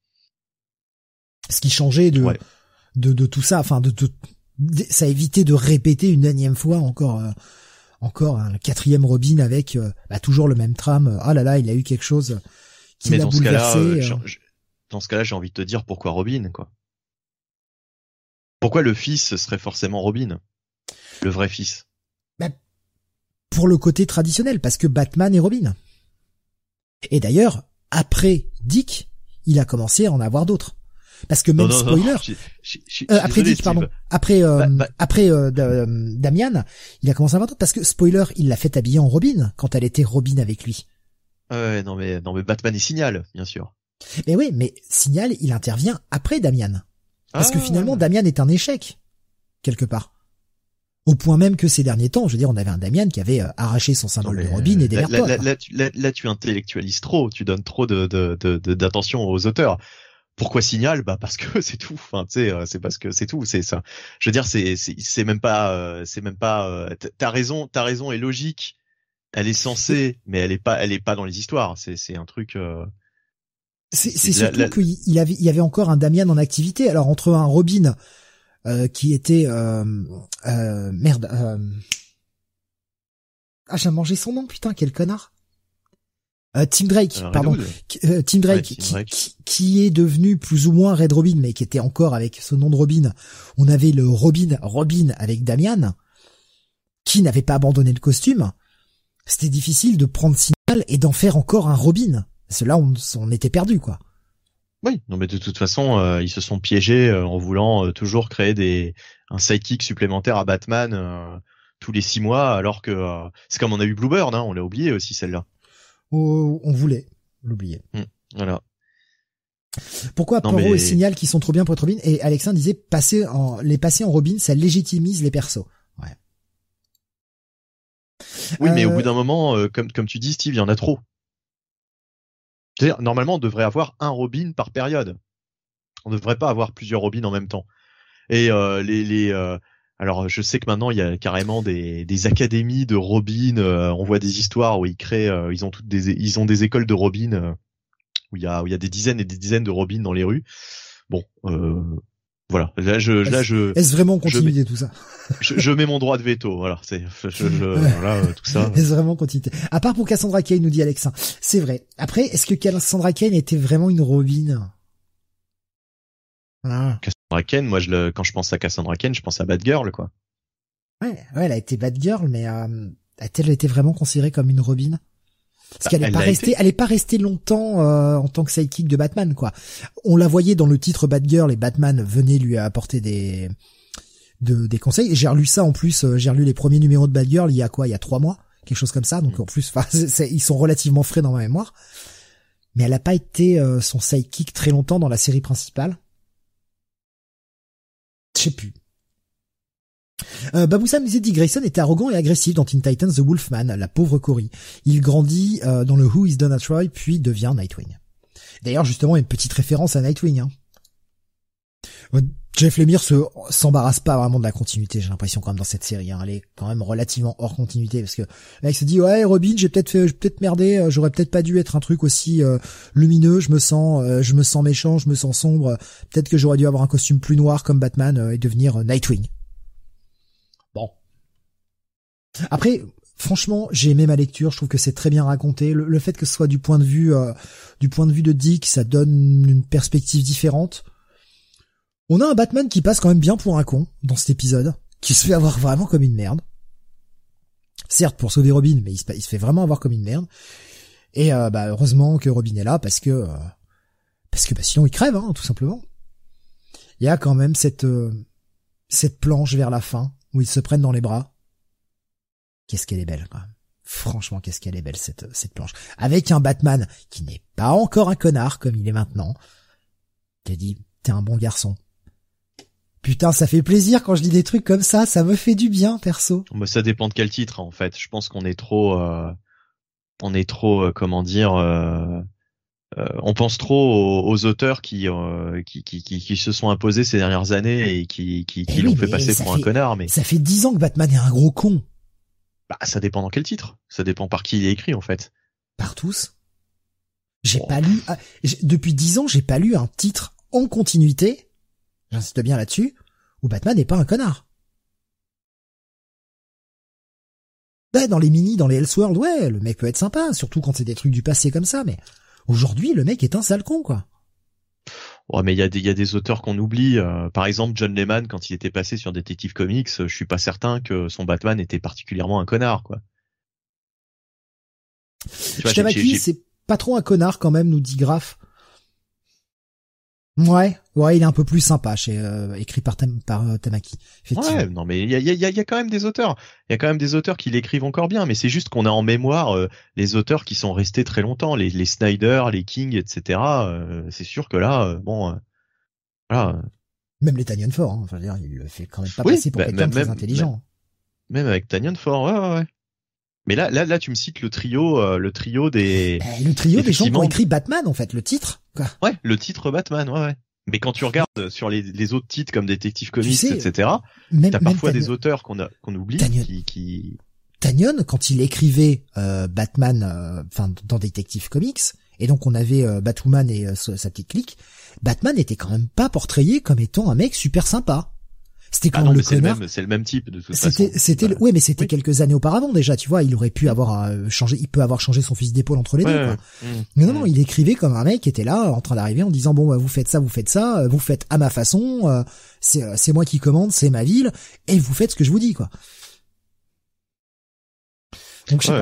Ce qui changeait de, ouais. de, de tout ça, enfin, de, de, de, ça évitait de répéter une énième fois encore, euh, encore un quatrième Robin avec, euh, bah, toujours le même tram. Ah là là, il a eu quelque chose qui l'a bouleversé. Mais dans ce cas-là, euh, dans ce cas-là, j'ai envie de te dire pourquoi Robin, quoi. Pourquoi le fils serait forcément Robin? Le vrai fils? Bah, pour le côté traditionnel, parce que Batman est Robin. Et d'ailleurs, après Dick, il a commencé à en avoir d'autres. Parce que même non, non, spoiler, non, je, je, je, euh, après désolé, Dick, pardon, Steve. après euh, bah, bah, après euh, euh, Damian, il a commencé à avoir d'autres, parce que spoiler, il l'a fait habiller en Robin quand elle était Robin avec lui. Ouais, non mais non mais Batman est Signal, bien sûr. Mais oui, mais Signal, il intervient après Damian, parce ah. que finalement Damian est un échec quelque part. Au point même que ces derniers temps, je veux dire, on avait un Damian qui avait arraché son symbole non, de Robin et des là, là, là, là, tu, là, là, tu intellectualises trop, tu donnes trop de, de, de, de d'attention aux auteurs. Pourquoi Signal? Bah parce que c'est tout. Enfin, tu sais, c'est parce que c'est tout. C'est ça. Je veux dire, c'est, c'est, c'est même pas, c'est même pas. T'as raison, t'as raison et logique. Elle est censée, mais elle est pas, elle est pas dans les histoires. C'est, c'est un truc. Euh... C'est, c'est, c'est surtout la... qu'il avait, il y avait encore un Damian en activité. Alors entre un Robin. Euh, qui était euh, euh, merde euh... ah j'ai mangé son nom, putain, quel connard. euh, Tim Drake euh, pardon euh, Tim Drake, ouais, Tim qui, Drake. Qui, qui est devenu plus ou moins Red Robin, mais qui était encore avec ce nom de Robin. On avait le Robin Robin avec Damian, qui n'avait pas abandonné le costume. C'était difficile de prendre Signal et d'en faire encore un Robin, parce que là on, on était perdu, quoi. Oui, non mais de toute façon, euh, ils se sont piégés euh, en voulant euh, toujours créer des un sidekick supplémentaire à Batman euh, tous les six mois, alors que euh, c'est comme on a eu Bluebird, hein, on l'a oublié aussi celle-là. Oh, on voulait l'oublier. Mmh, voilà. Pourquoi Poirot mais... et Signal qui sont trop bien pour être Robin, et Alexin disait passer en les passer en Robin, ça légitimise les persos. Ouais. Oui, euh... mais au bout d'un moment, euh, comme comme tu dis, Steve, il y en a trop. C'est-à-dire, normalement, on devrait avoir un Robin par période. On ne devrait pas avoir plusieurs Robins en même temps. Et euh, les, les euh, alors, je sais que maintenant il y a carrément des, des académies de Robin. Euh, on voit des histoires où ils créent, euh, ils ont toutes des, ils ont des écoles de Robin euh, où il y a, où il y a des dizaines et des dizaines de Robins dans les rues. Bon, euh, Voilà, là je, là je. Est-ce vraiment continuité tout ça? je, je mets mon droit de veto, voilà, c'est, je, je, voilà, tout ça. Est-ce vraiment continuité? À part pour Cassandra Cain, nous dit Alexin. C'est vrai. Après, est-ce que Cassandra Cain était vraiment une Robin? Ah. Cassandra Cain, moi, je le, quand je pense à Cassandra Cain, je pense à Batgirl, quoi. Ouais, ouais, elle a été Batgirl, mais euh, a-t-elle été vraiment considérée comme une Robin? Parce bah, qu'elle est pas restée, été. elle est pas restée longtemps euh, en tant que sidekick de Batman, quoi. On la voyait dans le titre Batgirl et Batman venait lui apporter des de, des conseils. Et j'ai relu ça en plus, euh, j'ai relu les premiers numéros de Batgirl il y a quoi, il y a trois mois, quelque chose comme ça. Donc mmh. en plus, enfin, ils sont relativement frais dans ma mémoire. Mais elle a pas été euh, son sidekick très longtemps dans la série principale. Je sais plus. Euh, Baboussam disait Dick Grayson était arrogant et agressif dans Teen Titans The Wolfman, la pauvre Cory. Il grandit euh, dans le Who is Donna Troy, puis devient Nightwing. D'ailleurs, justement, une petite référence à Nightwing. Hein. Euh, Jeff Lemire se s'embarrasse pas vraiment de la continuité, j'ai l'impression quand même dans cette série. Hein. Elle est quand même relativement hors continuité parce que le mec se dit ouais Robin, j'ai peut-être fait, j'ai peut-être merdé, j'aurais peut-être pas dû être un truc aussi euh, lumineux. Je me sens, euh, je me sens méchant, je me sens sombre. Peut-être que j'aurais dû avoir un costume plus noir comme Batman euh, et devenir euh, Nightwing. Bon. Après, franchement, j'ai aimé ma lecture. Je trouve que c'est très bien raconté. Le, le fait que ce soit du point de vue, euh, du point de vue de Dick, ça donne une perspective différente. On a un Batman qui passe quand même bien pour un con dans cet épisode, qui se fait avoir vraiment comme une merde. Certes pour sauver Robin, mais il se, il se fait vraiment avoir comme une merde. Et euh, bah heureusement que Robin est là parce que euh, parce que bah sinon il crève, hein, tout simplement. Il y a quand même cette euh, cette planche vers la fin où ils se prennent dans les bras. Qu'est-ce qu'elle est belle, quand même. Franchement, qu'est-ce qu'elle est belle cette cette planche. Avec un Batman qui n'est pas encore un connard comme il est maintenant. T'as dit, t'es un bon garçon. Putain, ça fait plaisir quand je lis des trucs comme ça, ça me fait du bien, perso. Mais ça dépend de quel titre, en fait. Je pense qu'on est trop, euh, on est trop, euh, comment dire, euh, euh, on pense trop aux, aux auteurs qui, euh, qui, qui, qui, qui se sont imposés ces dernières années et qui, qui, qui eh l'ont oui, fait passer pour fait, un connard. Mais ça fait dix ans que Batman est un gros con. Bah, ça dépend dans quel titre. Ça dépend par qui il est écrit, en fait. Par tous. J'ai bon. pas lu, ah, depuis dix ans, j'ai pas lu un titre en continuité. J'insiste bien là-dessus. Où Batman n'est pas un connard. Ouais, dans les mini, dans les Elseworlds, ouais, le mec peut être sympa, surtout quand c'est des trucs du passé comme ça, mais aujourd'hui, le mec est un sale con, quoi. Ouais, mais il y a des, il y a des auteurs qu'on oublie. Euh, par exemple, John Layman, quand il était passé sur Detective Comics, je suis pas certain que son Batman était particulièrement un connard, quoi. Tamaki, c'est pas trop un connard quand même, nous dit Graf. Ouais, ouais, il est un peu plus sympa, chez euh, écrit par Tam, par euh, Tamaki. Effectivement. Ouais, non mais il y a, il y a, il y a quand même des auteurs, il y a quand même des auteurs qui l'écrivent encore bien, mais c'est juste qu'on a en mémoire euh, les auteurs qui sont restés très longtemps, les, les Snyder, les King, et cetera. Euh, c'est sûr que là, euh, bon, euh, voilà. Même les Tanyan Ford, hein, enfin, je veux dire, il le fait quand même pas oui, passer pour bah, quelqu'un de très même, intelligent. Même, même avec Tanyan Ford, ouais, ouais, ouais. Mais là, là, là, tu me cites le trio, euh, le trio des. Bah, le trio des gens qui ont écrit Batman, en fait, le titre, quoi. Ouais, le titre Batman, ouais, ouais. Mais quand tu regardes sur les, les autres titres comme Detective Comics, sais, et cetera, même, t'as parfois même des auteurs qu'on a qu'on oublie Tanyon, qui, qui... Tanyon, quand il écrivait euh, Batman, enfin euh, dans Detective Comics, et donc on avait euh, Batwoman et euh, sa petite clique, Batman n'était quand même pas portrayé comme étant un mec super sympa. C'était quand ah non, le mais c'est connard. le même, c'est le même type de toute c'était, façon. C'était, bah, oui, mais c'était oui. quelques années auparavant déjà. Tu vois, il aurait pu avoir euh, changé, il peut avoir changé son fusil d'épaule entre les ouais, deux. Quoi. Mmh, mais non, mmh. non, il écrivait comme un mec qui était là, en train d'arriver, en disant bon, bah, vous faites ça, vous faites ça, vous faites à ma façon. Euh, c'est, euh, c'est moi qui commande, c'est ma ville, et vous faites ce que je vous dis, quoi. Donc je sais ouais.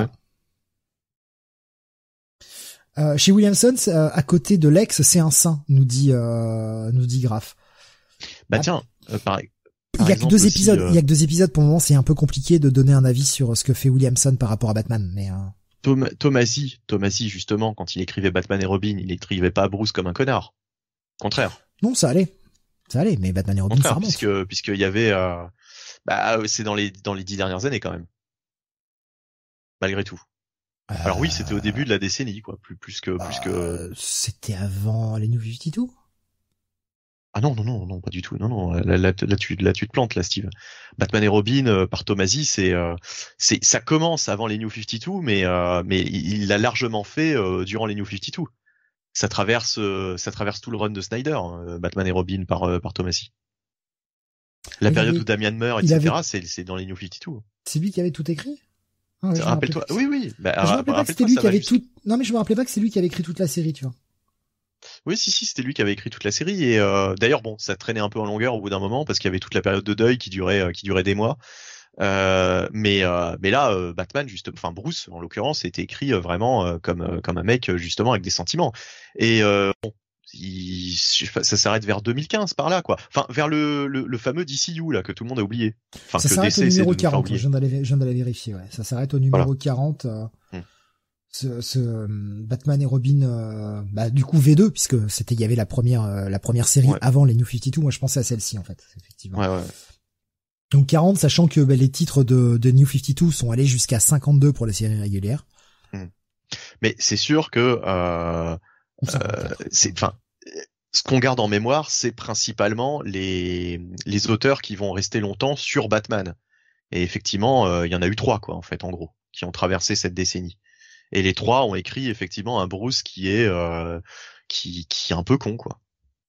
pas. Euh, chez Williamson, euh, à côté de Lex, c'est un saint, nous dit, euh, nous dit Graf. Bah ah, tiens, euh, pareil. Il y a que deux aussi, épisodes. Euh... Il y a que deux épisodes pour le moment. C'est un peu compliqué de donner un avis sur ce que fait Williamson par rapport à Batman. Mais euh... Tom, Tomasi, Tomasi justement, quand il écrivait Batman et Robin, il écrivait pas Bruce comme un connard. Contraire. Non, ça allait, ça allait. Mais Batman et Robin, Contraire, ça remonte. puisque puisqu'il y avait, euh... bah c'est dans les dans les dix dernières années quand même. Malgré tout. Euh... Alors oui, c'était au début de la décennie, quoi. Plus plus que plus euh... que. C'était avant les New cinquante-deux. Ah non, non, non, non, pas du tout. Non, non, là, là, là, tu, là, tu te plantes, là, Steve. Batman et Robin, euh, par Tomasi, c'est, euh, c'est, ça commence avant les New cinquante-deux, mais, euh, mais il l'a largement fait, euh, durant les New cinquante-deux. Ça traverse, euh, ça traverse tout le run de Snyder, euh, Batman et Robin par, euh, par Tomasi. La Mais période il- où Damian meurt, il et cetera, avait- c'est, c'est dans les New cinquante-deux. C'est lui qui avait tout écrit? Ah ouais, je me Rappelle-toi. rappelais Oui, oui. Bah, pas. Je me rappelais pas que c'était rappelle-toi, lui ça qui va avait jusqu'à- tout, non, mais je me rappelais pas que c'est lui qui avait écrit toute la série, tu vois. Oui, si, si, c'était lui qui avait écrit toute la série. Et euh, d'ailleurs, bon, ça traînait un peu en longueur au bout d'un moment parce qu'il y avait toute la période de deuil qui durait, euh, qui durait des mois. Euh, mais euh, mais là, euh, Batman, juste, enfin Bruce, en l'occurrence, était écrit euh, vraiment euh, comme euh, comme un mec euh, justement avec des sentiments. Et euh, bon, il, je sais pas, ça s'arrête vers deux mille quinze par là, quoi. Enfin, vers le, le le fameux D C U là que tout le monde a oublié. Enfin, Ça que s'arrête au D C essaie de numéro nous faire quarante, je oublier. viens d'aller, je viens d'aller vérifier, ouais. Ça s'arrête au numéro Voilà. quarante, euh, Hmm. ce, ce euh, Batman et Robin, euh, bah, du coup V deux, puisque c'était, il y avait la première, euh, la première série Ouais. avant les New cinquante-deux, moi je pensais à celle-ci, en fait, effectivement. Ouais, ouais. Donc quarante, sachant que bah, les titres de, de New cinquante-deux sont allés jusqu'à cinquante-deux pour la série régulière. Mais c'est sûr que euh, Ou cinquante. euh, c'est, enfin, ce qu'on garde en mémoire, c'est principalement les les auteurs qui vont rester longtemps sur Batman. Et effectivement, euh, il y en a eu trois, quoi, en fait, en gros, qui ont traversé cette décennie. Et les trois ont écrit effectivement un Bruce qui est euh, qui qui est un peu con, quoi,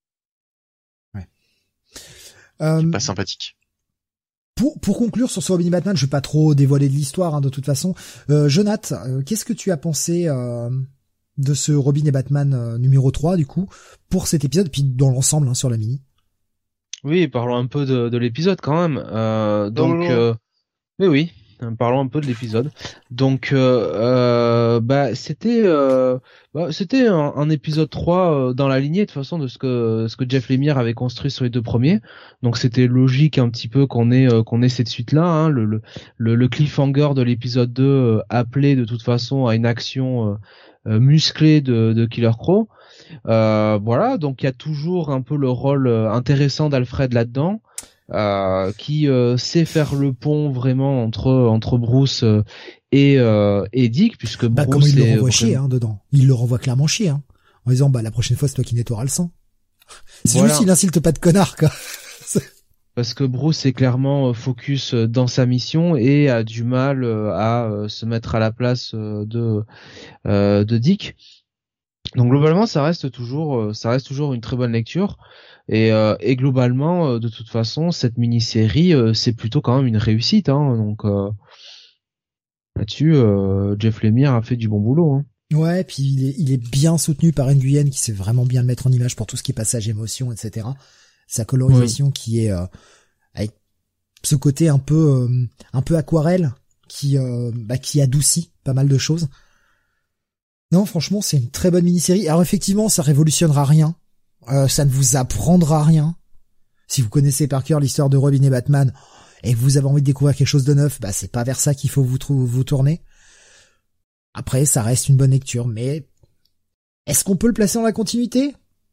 Euh, qui est pas sympathique. Pour, pour conclure sur ce Robin et Batman, je vais pas trop dévoiler de l'histoire, hein, de toute façon. Euh, Jonath, euh, qu'est-ce que tu as pensé euh, de ce Robin et Batman euh, numéro trois, du coup, pour cet épisode, puis dans l'ensemble, hein, sur la mini? Oui, parlons un peu de, de l'épisode quand même. Euh, donc, non, non. euh, oui, oui, euh, parlons un peu de l'épisode. Donc, euh, euh, bah, c'était, euh, bah, c'était un, un épisode trois euh, dans la lignée de toute façon de ce que ce que Jeff Lemire avait construit sur les deux premiers. Donc, c'était logique un petit peu qu'on ait euh, qu'on ait cette suite-là. Hein, le, le le le cliffhanger de l'épisode deux euh, appelé de toute façon à une action euh, euh, musclée de de Killer Croc. Euh, voilà, donc il y a toujours un peu le rôle euh, intéressant d'Alfred là-dedans, euh, qui euh, sait faire le pont vraiment entre entre Bruce euh, et euh, et Dick, puisque Bah, Bruce comment il le est renvoie chier, vraiment- hein, dedans. Il le renvoie clairement chier, hein. En disant, bah, la prochaine fois, c'est toi qui nettoieras le sang. C'est Voilà. juste, il insulte pas de connard, quoi. parce que Bruce est clairement euh, focus euh, dans sa mission et a du mal euh, à euh, se mettre à la place euh, de euh, de Dick. Donc globalement, ça reste toujours, euh, ça reste toujours une très bonne lecture. Et, euh, et globalement, euh, de toute façon, cette mini-série, euh, c'est plutôt quand même une réussite. Hein, donc euh, là-dessus, euh, Jeff Lemire a fait du bon boulot. Hein. Ouais, puis il est, il est bien soutenu par Nguyen, qui sait vraiment bien le mettre en image pour tout ce qui est passage émotion, et cetera. Sa colorisation qui est, euh, avec ce côté un peu, euh, un peu aquarelle, qui, euh, bah, qui adoucit pas mal de choses. Non, franchement, c'est une très bonne mini-série. Alors effectivement, ça révolutionnera rien. Euh, ça ne vous apprendra rien. Si vous connaissez par cœur l'histoire de Robin et Batman et que vous avez envie de découvrir quelque chose de neuf, bah c'est pas vers ça qu'il faut vous trou- vous tourner. Après, ça reste une bonne lecture, mais est-ce qu'on peut le placer dans la continuité?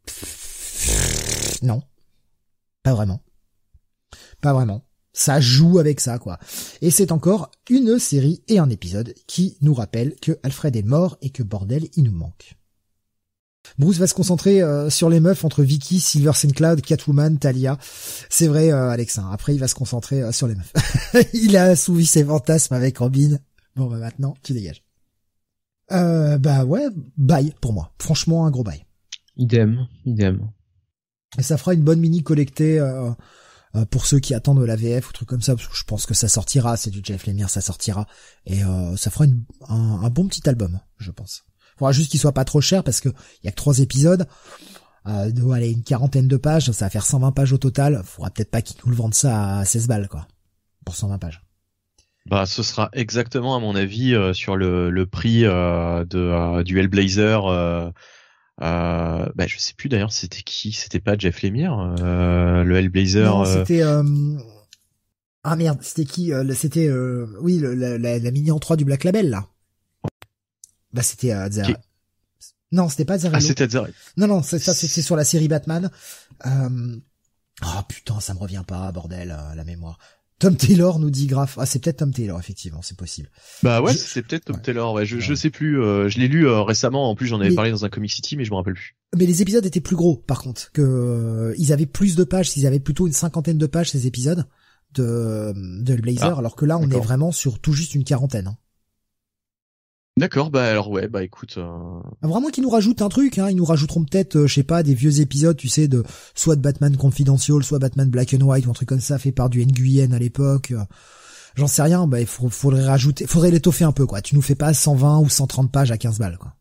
Non. Pas vraiment. Pas vraiment. Ça joue avec ça, quoi. Et c'est encore une série et un épisode qui nous rappellent que Alfred est mort et que bordel, il nous manque. Bruce va se concentrer euh, sur les meufs entre Vicky, Silver Cloud, Catwoman, Talia. C'est vrai, euh, Alex. Hein. Après, il va se concentrer euh, sur les meufs. Il a assouvi ses fantasmes avec Robin. Bon, bah maintenant, tu dégages. Euh, bah ouais, bye pour moi. Franchement, un gros bye. Idem, idem. Et ça fera une bonne mini collectée euh, euh, pour ceux qui attendent la V F ou truc comme ça, parce que je pense que ça sortira. C'est du Jeff Lemire, ça sortira. Et euh, ça fera une, un, un bon petit album, je pense. Faudra juste qu'il soit pas trop cher parce que il y a que trois épisodes. Euh, de, allez, une quarantaine de pages, ça va faire cent vingt pages au total. Faudra peut-être pas qu'ils nous le vendent ça à seize balles, quoi. Pour cent vingt pages. Bah, ce sera exactement à mon avis euh, sur le le prix euh, de euh, du Hellblazer. Euh, euh, bah, je sais plus d'ailleurs, c'était qui? C'était pas Jeff Lemire, euh, le Hellblazer. Non, euh... c'était euh... ah merde, c'était qui euh, C'était euh... oui, le, la, la, la mini en trois du Black Label là. Bah c'était euh, Zar... Qui... Non, c'était pas Azzarello. Ah, c'était Azzarello. Non, non, c'est ça, c'est sur la série Batman. Euh... Oh putain, ça me revient pas, bordel, euh, la mémoire. Tom Taylor nous dit grave. Ah, c'est peut-être Tom Taylor, effectivement, c'est possible. Bah ouais, je... c'est peut-être Tom ouais. Taylor. Ouais, je, ouais. je sais plus. Euh, je l'ai lu euh, récemment. En plus, j'en avais mais... parlé dans un Comic City, mais je me rappelle plus. Mais les épisodes étaient plus gros, par contre. Que euh, ils avaient plus de pages. Ils avaient plutôt une cinquantaine de pages ces épisodes de de Hellblazer, ah, alors que là, on d'accord. est vraiment sur tout juste une quarantaine. Hein. D'accord, bah alors ouais, bah écoute. Euh... Vraiment qu'ils nous rajoutent un truc, hein. Ils nous rajouteront peut-être, euh, je sais pas, des vieux épisodes, tu sais, de soit de Batman Confidential, soit Batman Black and White ou un truc comme ça, fait par du Nguyen à l'époque. Euh, J'en sais rien. Bah il faut, faudrait rajouter, faudrait l'étoffer un peu, quoi. Tu nous fais pas cent vingt ou cent trente pages à quinze balles, quoi.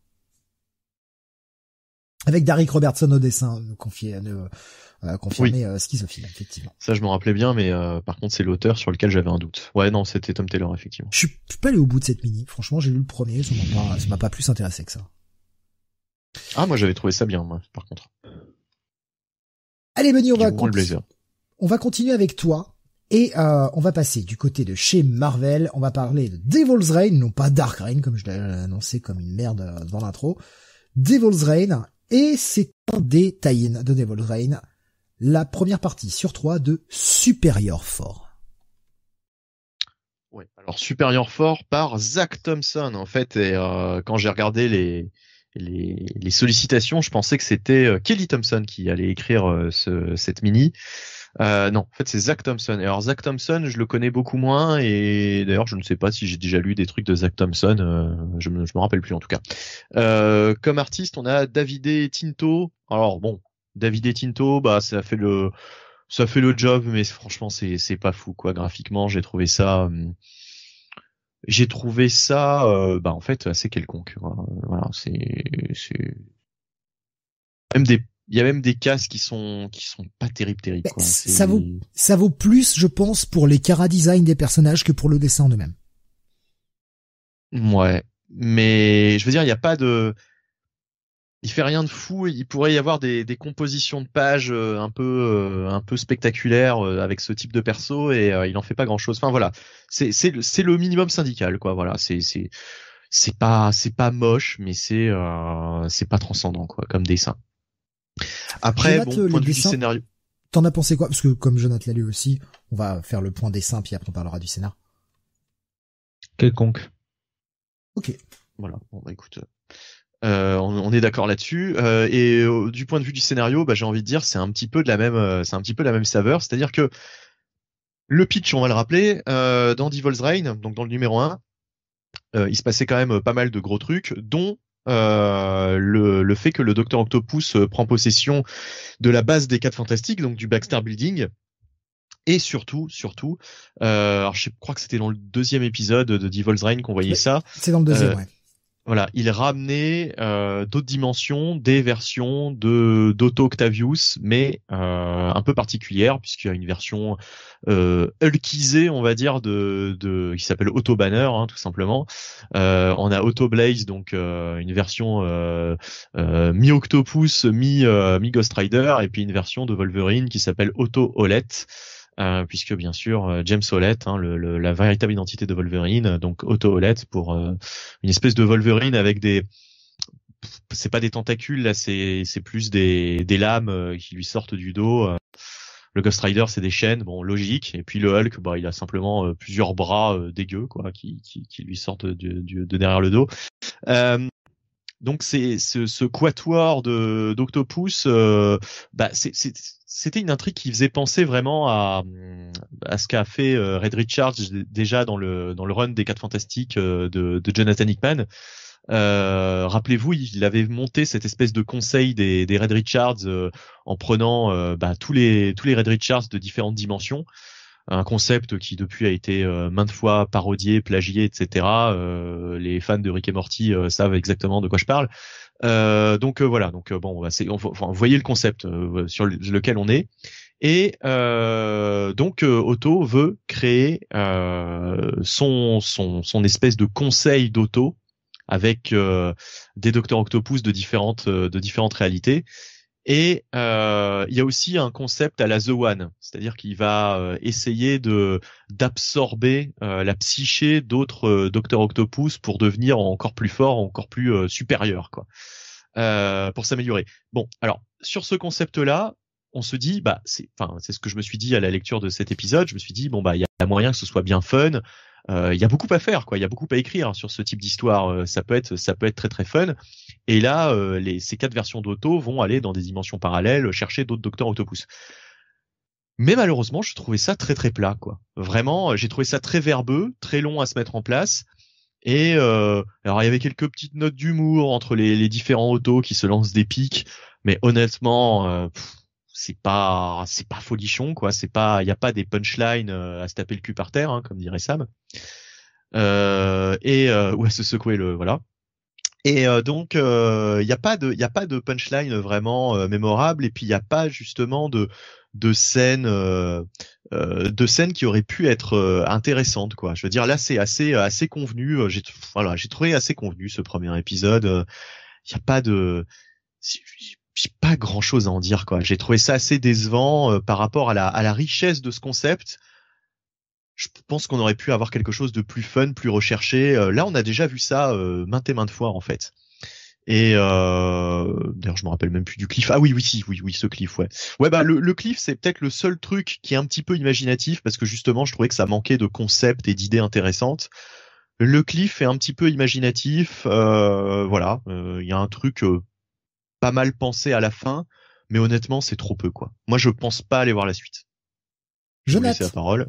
Avec Derek Robertson au dessin, euh, confié, euh, euh, confirmé, oui. euh, schizophile, effectivement. Ça, je me rappelais bien, mais euh, par contre, c'est l'auteur sur lequel j'avais un doute. Ouais, non, c'était Tom Taylor, effectivement. Je suis, je suis pas allé au bout de cette mini. Franchement, j'ai lu le premier, ça m'a pas, ça m'a pas plus intéressé que ça. Ah, moi, j'avais trouvé ça bien, moi, par contre. Allez, Benny, on va continuer. On va continuer avec toi. Et euh, on va passer du côté de chez Marvel. On va parler de Devil's Reign, non pas Dark Reign, comme je l'ai annoncé comme une merde dans l'intro. Devil's Reign. Et c'est un des tie-in de Devil's Reign, la première partie sur trois de Superior Four. Ouais, alors Superior Four par Zach Thompson en fait, et euh, quand j'ai regardé les, les les sollicitations, je pensais que c'était euh, Kelly Thompson qui allait écrire euh, ce, cette mini. Euh, non, en fait c'est Zach Thompson. Et alors Zach Thompson, je le connais beaucoup moins, et d'ailleurs je ne sais pas si j'ai déjà lu des trucs de Zach Thompson, euh, je me je me rappelle plus en tout cas. Euh, comme artiste, on a Davide Tinto. Alors bon, Davide Tinto, bah ça fait le ça fait le job, mais franchement c'est c'est pas fou quoi. Graphiquement, j'ai trouvé ça euh, j'ai trouvé ça euh, bah en fait assez quelconque. Voilà, c'est c'est même des il y a même des cases qui sont qui sont pas terribles terribles quoi. Ça vaut ça vaut plus je pense pour les chara design des personnages que pour le dessin en eux-mêmes. Ouais, mais je veux dire il y a pas de il fait rien de fou, il pourrait y avoir des des compositions de pages un peu un peu spectaculaires avec ce type de perso et euh, il en fait pas grand-chose. Enfin voilà, c'est c'est c'est le minimum syndical quoi, voilà, c'est c'est c'est pas c'est pas moche mais c'est euh, c'est pas transcendant quoi comme dessin. Après, Jonathan, bon, point de vue dessins, du scénario. T'en as pensé quoi? Parce que comme Jonathan l'a lu aussi, on va faire le point dessin, puis après on parlera du scénar. Quelconque. Ok. Voilà, bon bah écoute, euh, on, on est d'accord là-dessus. Euh, et euh, du point de vue du scénario, bah j'ai envie de dire, c'est un petit peu de la même, euh, c'est un petit peu la même saveur. C'est-à-dire que le pitch, on va le rappeler, euh, dans Devil's Reign, donc dans le numéro un, euh, il se passait quand même pas mal de gros trucs, dont Euh, le, le fait que le Docteur Octopus euh, prend possession de la base des Quatre Fantastiques, donc du Baxter Building, et surtout, surtout, euh, alors je crois que c'était dans le deuxième épisode de Devil's Reign qu'on voyait ça. C'est dans le deuxième, euh, ouais. Voilà, il ramenait euh, d'autres dimensions, des versions de d'Otto Octavius, mais euh, un peu particulières puisqu'il y a une version euh, hulkisée, on va dire, de, de qui s'appelle Otto Banner, hein, tout simplement. Euh, on a Otto Blaze, donc euh, une version euh, euh, mi-Octopus, mi euh, mi Ghost Rider, et puis une version de Wolverine qui s'appelle Otto Olette. Euh, puisque bien sûr euh, James Olette, hein, le, le, la véritable identité de Wolverine, donc Otto Olette pour euh, une espèce de Wolverine avec des, c'est pas des tentacules là, c'est c'est plus des des lames euh, qui lui sortent du dos. Euh, le Ghost Rider c'est des chaînes, bon logique, et puis le Hulk, bah il a simplement euh, plusieurs bras euh, dégueux quoi, qui qui qui lui sortent de, de, de derrière le dos. Euh, Donc c'est ce, ce quatuor de d'Octopus, euh, bah c'est, c'est, c'était une intrigue qui faisait penser vraiment à, à ce qu'a fait euh, Red Richards déjà dans le dans le run des Quatre Fantastiques euh, de, de Jonathan Hickman. Euh, rappelez-vous, il avait monté cette espèce de conseil des, des Red Richards euh, en prenant euh, bah, tous les tous les Red Richards de différentes dimensions. Un concept qui depuis a été euh, maintes fois parodié, plagié, et cetera. Euh, les fans de Rick et Morty euh, savent exactement de quoi je parle. Euh, donc euh, voilà, donc euh, bon, bah, c'est, enfin, vous voyez le concept euh, sur le, lequel on est. Et euh, donc euh, Otto veut créer euh, son son son espèce de conseil d'Otto avec euh, des Docteurs Octopus de différentes euh, de différentes réalités. Et euh, il y a aussi un concept à la The One, c'est-à-dire qu'il va euh, essayer de d'absorber euh, la psyché d'autres euh, Docteur Octopus pour devenir encore plus fort, encore plus euh, supérieur, quoi, euh, pour s'améliorer. Bon, alors sur ce concept-là, on se dit, bah, c'est, enfin, c'est ce que je me suis dit à la lecture de cet épisode. Je me suis dit, bon bah, il y a moyen que ce soit bien fun. Euh, il y a beaucoup à faire, quoi. Il y a beaucoup à écrire sur ce type d'histoire. Euh, ça peut être, ça peut être très très fun. Et là, euh, les, ces quatre versions d'Otto vont aller dans des dimensions parallèles, chercher d'autres Docteurs Octopus. Mais malheureusement, je trouvais ça très très plat, quoi. Vraiment, j'ai trouvé ça très verbeux, très long à se mettre en place. Et euh, alors il y avait quelques petites notes d'humour entre les, les différents autos qui se lancent des pics, mais honnêtement, euh, pff, c'est pas c'est pas folichon quoi. C'est pas il y a pas des punchlines euh, à se taper le cul par terre, hein, comme dirait Sam. Euh, et euh, ou à se secouer le voilà. Et euh, donc il euh, y a pas de il y a pas de punchline vraiment euh, mémorable, et puis il y a pas justement de de scènes euh, euh, de scènes qui auraient pu être euh, intéressantes quoi. Je veux dire là c'est assez assez convenu. J'ai voilà j'ai trouvé assez convenu ce premier épisode. Il y a pas de j'ai pas grand chose à en dire quoi. J'ai trouvé ça assez décevant euh, par rapport à la à la richesse de ce concept. Je pense qu'on aurait pu avoir quelque chose de plus fun, plus recherché. Euh, là, on a déjà vu ça euh, maintes et maintes fois en fait. Et euh, d'ailleurs, je me rappelle même plus du cliff. Ah oui, oui, si, oui, oui, ce cliff, ouais. Ouais, bah le, le cliff, c'est peut-être le seul truc qui est un petit peu imaginatif parce que justement, je trouvais que ça manquait de concepts et d'idées intéressantes. Le cliff est un petit peu imaginatif. Euh, voilà, il euh, y a un truc euh, pas mal pensé à la fin, mais honnêtement, c'est trop peu quoi. Moi, je pense pas aller voir la suite. Je vais vous laisser la parole.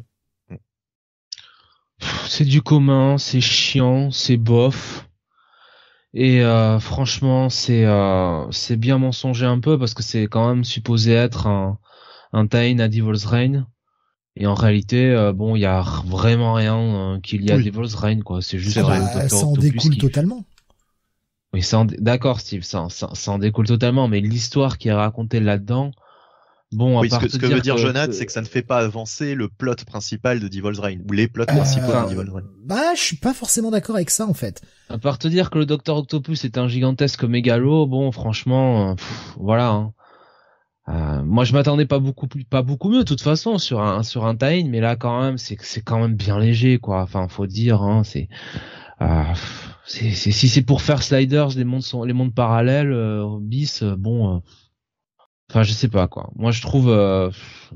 C'est du commun, c'est chiant, c'est bof. Et euh, franchement, c'est euh, c'est bien mensonger un peu parce que c'est quand même supposé être un un tie-in à Devil's Reign. Et en réalité, euh, bon, il y a vraiment rien euh, qu'il y a oui. à Devil's Reign quoi. C'est juste ah bah, ça en découle qui... totalement. Oui, ça en... d'accord, Steve, ça, ça, ça en découle totalement. Mais l'histoire qui est racontée là-dedans. Bon, à oui, part ce que, ce que dire veut dire que, Jonathan, que... c'est que ça ne fait pas avancer le plot principal de Devil's Reign, ou les plots euh, principaux de Devil's Reign. Bah, je suis pas forcément d'accord avec ça, en fait. À part te dire que le Docteur Octopus est un gigantesque mégalo, bon, franchement, pff, voilà. Hein. Euh, moi, je m'attendais pas beaucoup plus, pas beaucoup mieux, de toute façon, sur un sur un tie-in, mais là, quand même, c'est c'est quand même bien léger, quoi. Enfin, faut dire, hein, c'est, euh, c'est, c'est si c'est pour faire Sliders, les mondes sont les mondes parallèles, euh, bis, euh, bon. Euh, Enfin, je sais pas quoi. Moi, je trouve, euh,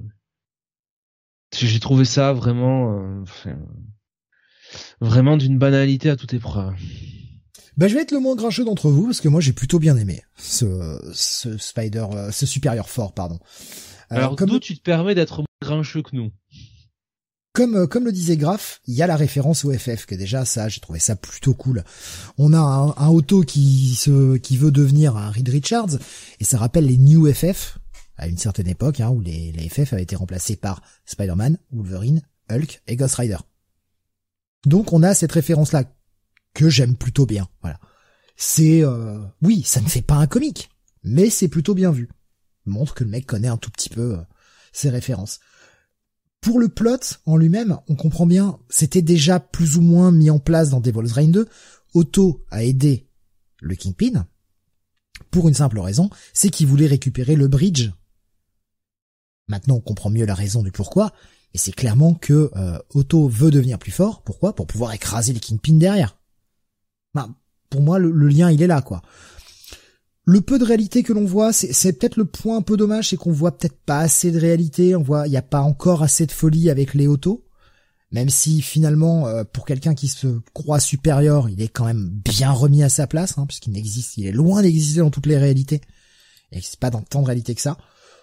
j'ai trouvé ça vraiment, euh, vraiment d'une banalité à toute épreuve. Bah, je vais être le moins grincheux d'entre vous parce que moi j'ai plutôt bien aimé ce ce Spider, euh, ce Superior Four, pardon. Euh, Alors, comme d'où tu te permets d'être moins grincheux que nous? Comme comme le disait Graf, il y a la référence au F F que déjà ça, j'ai trouvé ça plutôt cool. On a un, un auto qui se qui veut devenir un Reed Richards et ça rappelle les New F F à une certaine époque hein, où les, les F F avaient été remplacés par Spider-Man, Wolverine, Hulk et Ghost Rider. Donc on a cette référence là que j'aime plutôt bien. Voilà. C'est euh, oui, ça ne fait pas un comique, mais c'est plutôt bien vu. Montre que le mec connaît un tout petit peu euh, ses références. Pour le plot en lui-même, on comprend bien, c'était déjà plus ou moins mis en place dans Devil's Reign deux. Otto a aidé le Kingpin pour une simple raison, c'est qu'il voulait récupérer le bridge. Maintenant, on comprend mieux la raison du pourquoi, et c'est clairement que euh, Otto veut devenir plus fort. Pourquoi ? Pour pouvoir écraser les Kingpin derrière. Ben, pour moi, le, le lien, il est là, quoi. Le peu de réalité que l'on voit, c'est, c'est peut-être le point un peu dommage, c'est qu'on voit peut-être pas assez de réalité, on voit, il y a pas encore assez de folie avec les Otto, même si finalement, euh, pour quelqu'un qui se croit supérieur, il est quand même bien remis à sa place, hein, puisqu'il n'existe, il est loin d'exister dans toutes les réalités, il n'existe pas dans tant de réalités que ça.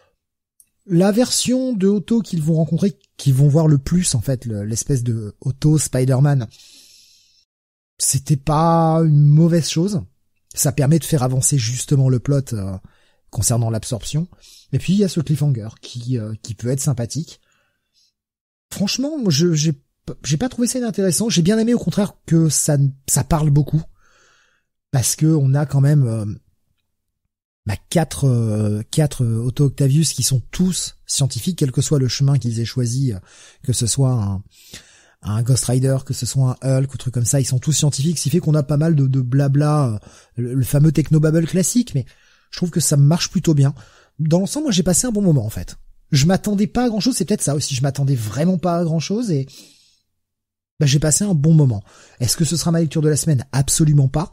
La version de Otto qu'ils vont rencontrer, qu'ils vont voir le plus, en fait, le, l'espèce de Otto Spider-Man, c'était pas une mauvaise chose. Ça permet de faire avancer justement le plot euh, concernant l'absorption. Et puis il y a ce cliffhanger qui euh, qui peut être sympathique. Franchement, je j'ai j'ai pas trouvé ça inintéressant. J'ai bien aimé au contraire que ça ça parle beaucoup parce que on a quand même euh, bah, quatre euh, quatre euh, Otto Octavius qui sont tous scientifiques, quel que soit le chemin qu'ils aient choisi, euh, que ce soit un un Ghost Rider, que ce soit un Hulk ou truc comme ça, ils sont tous scientifiques, ce qui fait qu'on a pas mal de, de blabla, le, le fameux technobabble classique, mais je trouve que ça marche plutôt bien. Dans l'ensemble, moi j'ai passé un bon moment en fait. Je m'attendais pas à grand chose, c'est peut-être ça aussi, je m'attendais vraiment pas à grand chose et bah, j'ai passé un bon moment. Est-ce que ce sera ma lecture de la semaine ? Absolument pas.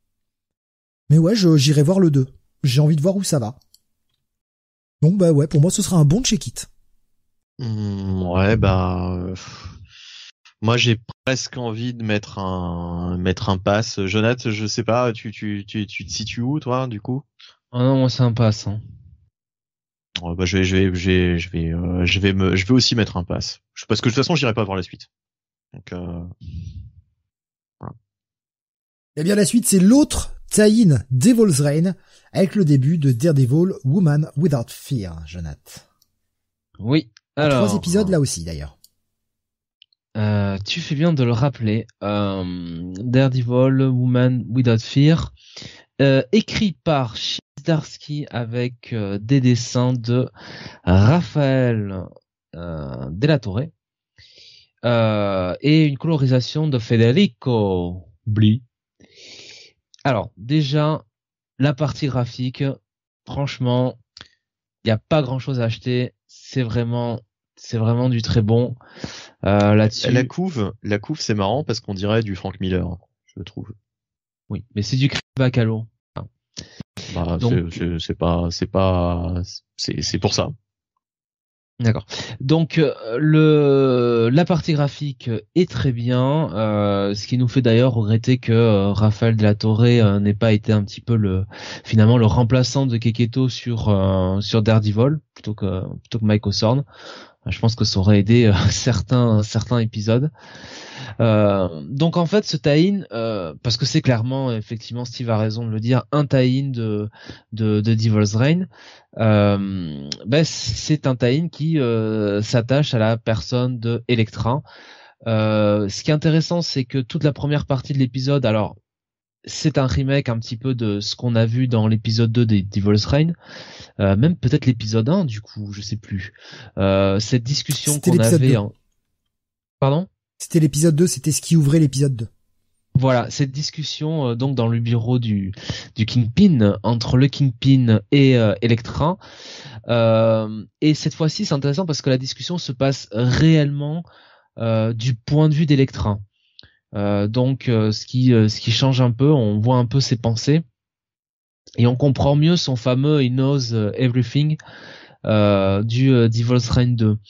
Mais ouais, je, j'irai voir le deux. J'ai envie de voir où ça va. Donc bah ouais, pour moi ce sera un bon check-it. Mmh, ouais, bah... Euh... Moi, j'ai presque envie de mettre un mettre un pass. Jonathan, je sais pas, tu tu tu tu te situes où toi, du coup ? Ah non, moi c'est un pass. Hein. Ouais, bah je vais je vais je vais je vais euh, je vais me je vais aussi mettre un pass. Parce que de toute façon, j'irai pas voir la suite. Donc euh... voilà. Eh bien la suite c'est l'autre tie-in Devil's Reign avec le début de Daredevil Woman Without Fear, Jonathan. Oui, alors... Trois épisodes là aussi d'ailleurs. Euh, tu fais bien de le rappeler. Euh, Daredevil Woman Without Fear, euh, écrit par Chip Zdarsky avec euh, des dessins de Raphaël euh, Della Torre euh, et une colorisation de Federico Bli. Alors déjà, la partie graphique, franchement, il n'y a pas grand chose à acheter. C'est vraiment, c'est vraiment du très bon euh, là-dessus. La couve, la couve, c'est marrant parce qu'on dirait du Frank Miller, je trouve. Oui, mais c'est du Chris Bacalo. Enfin, bah, donc, c'est, c'est pas, c'est pas, c'est, c'est pour ça. D'accord. Donc euh, le la partie graphique est très bien, euh, ce qui nous fait d'ailleurs regretter que euh, Raphaël Della Torre euh, n'ait pas été un petit peu le finalement le remplaçant de Keketo sur euh, sur Daredevil plutôt que plutôt que Mike Osorn. Je pense que ça aurait aidé euh, certains certains épisodes. Euh, donc en fait ce tie-in, euh, parce que c'est clairement, effectivement Steve a raison de le dire, un tie-in de de, de Devil's Reign, euh, ben c'est un tie-in qui euh, s'attache à la personne de Elektra. Euh, ce qui est intéressant, c'est que toute la première partie de l'épisode, alors c'est un remake un petit peu de ce qu'on a vu dans l'épisode deux des Devil's Reign, euh, même peut-être l'épisode un du coup, je sais plus. Euh, cette discussion C'était qu'on avait deux. en... Pardon ? C'était l'épisode deux, c'était ce qui ouvrait l'épisode deux. Voilà, cette discussion euh, donc dans le bureau du du Kingpin, entre le Kingpin et euh, Elektra. Euh, et cette fois-ci, c'est intéressant parce que la discussion se passe réellement euh, du point de vue d'Elektra. Euh, donc, euh, ce qui euh, ce qui change un peu, on voit un peu ses pensées et on comprend mieux son fameux "He knows everything" euh, du euh, Devil's Reign deux.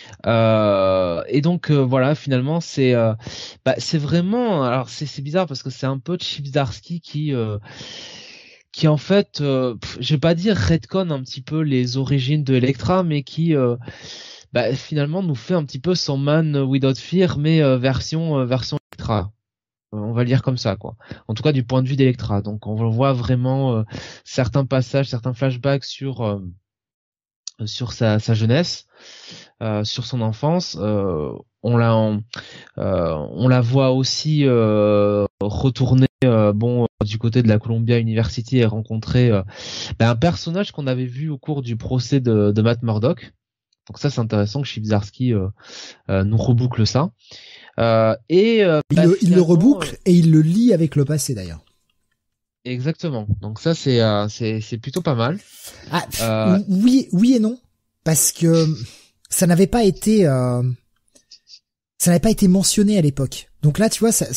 Euh, et donc euh, voilà, finalement c'est euh, bah, c'est vraiment, alors c'est c'est bizarre parce que c'est un peu Chip Zdarsky qui euh, qui en fait euh, pff, je vais pas dire retcon un petit peu les origines de Elektra, mais qui euh, bah, finalement nous fait un petit peu son Man Without Fear, mais euh, version euh, version Elektra. Euh, on va le dire comme ça, quoi. En tout cas du point de vue d'Elektra. Donc on voit vraiment euh, certains passages, certains flashbacks sur euh, sur sa, sa jeunesse, euh, sur son enfance. Euh, on la en, euh, on la voit aussi euh, retourner euh, bon du côté de la Columbia University et rencontrer euh, ben, un personnage qu'on avait vu au cours du procès de, de Matt Murdock. Donc ça c'est intéressant que Chip Zdarsky euh, euh, nous reboucle ça. Euh, et euh, il, bah, le, il le reboucle et il le lie avec le passé d'ailleurs. Exactement. Donc ça c'est euh, c'est c'est plutôt pas mal. Ah, euh... oui oui et non, parce que ça n'avait pas été euh... ça n'avait pas été mentionné à l'époque. Donc là tu vois ça,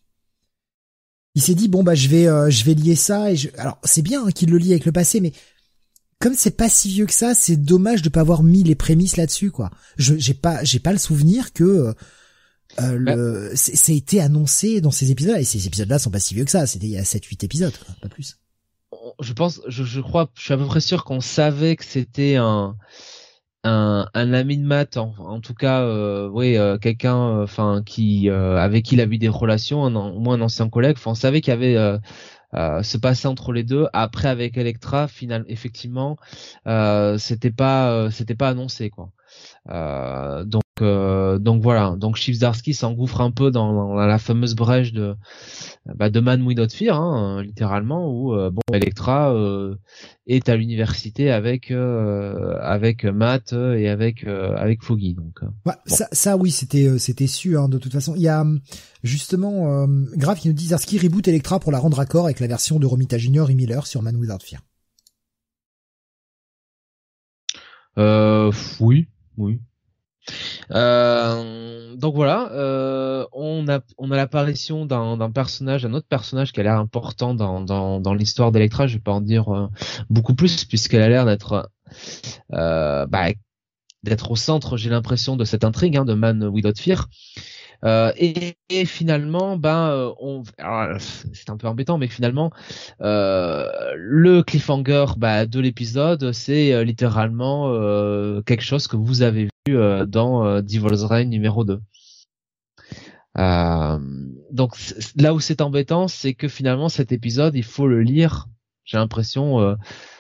il s'est dit bon bah je vais euh, je vais lier ça et je... alors c'est bien hein, qu'il le lie avec le passé, mais comme c'est pas si vieux que ça, c'est dommage de pas avoir mis les prémices là-dessus quoi. Je j'ai pas j'ai pas le souvenir que Euh, le, bah, ça a été annoncé dans ces épisodes-là, et ces épisodes-là sont pas si vieux que ça, c'était il y a sept huit épisodes, quoi, pas plus. Je pense, je, je crois, je suis à peu près sûr qu'on savait que c'était un, un, un ami de Matt, en, en tout cas, euh, oui, euh, quelqu'un, enfin, euh, qui, euh, avec qui il a eu des relations, un, au moins un ancien collègue, enfin, on savait qu'il y avait, euh, euh, se passait entre les deux. Après, avec Elektra, finalement, effectivement, euh, c'était pas, euh, c'était pas annoncé, quoi. Euh, donc euh, donc voilà, donc Chip Zdarsky s'engouffre un peu dans, dans la fameuse brèche de bah, de Man Without Fear, hein, littéralement, où euh, bon Elektra euh, est à l'université avec euh, avec Matt et avec euh, avec Foggy. Donc euh, ouais, bon. ça ça oui, c'était c'était sûr hein, de toute façon. Il y a justement euh, Grave qui nous dit Zdarsky reboot Elektra pour la rendre accord avec la version de Romita Junior et Miller sur Man Without Fear. Euh, oui. Oui. Euh, donc voilà, euh, on a on a l'apparition d'un d'un personnage, un autre personnage qui a l'air important dans dans dans l'histoire d'Elektra. Je vais pas en dire euh, beaucoup plus puisqu'elle a l'air d'être euh, bah, d'être au centre, j'ai l'impression, de cette intrigue hein, de Man Without Fear. Euh, et, et finalement, ben, on, alors, c'est un peu embêtant, mais finalement, euh, le cliffhanger bah, de l'épisode, c'est euh, littéralement euh, quelque chose que vous avez vu euh, dans euh, Devil's Reign numéro deux. Euh, donc là où c'est embêtant, c'est que finalement cet épisode, il faut le lire. J'ai l'impression, euh...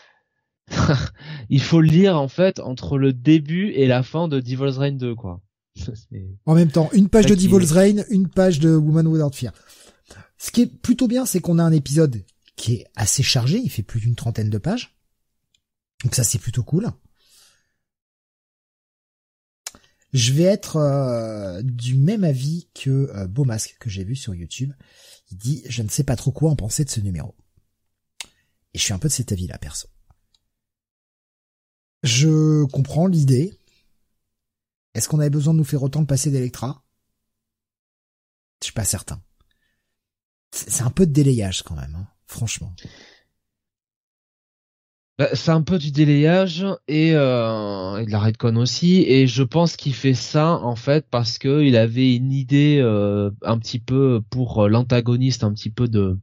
il faut le lire en fait entre le début et la fin de Devil's Reign deux, quoi. En même temps, une page de qui... Devil's Reign, une page de Woman Without Fear. Ce qui est plutôt bien, c'est qu'on a un épisode qui est assez chargé, il fait plus d'une trentaine de pages. Donc ça, c'est plutôt cool. Je vais être euh, du même avis que euh, Beaumasque, que j'ai vu sur YouTube. Il dit « Je ne sais pas trop quoi en penser de ce numéro ». Et je suis un peu de cet avis-là, perso. Je comprends l'idée. Est-ce qu'on avait besoin de nous faire autant de passer d'Electra ? Je suis pas certain. C'est un peu de délayage quand même, hein, franchement. Bah, c'est un peu du délayage et, euh, et de la retcon aussi, et je pense qu'il fait ça en fait parce que il avait une idée euh, un petit peu pour l'antagoniste, un petit peu de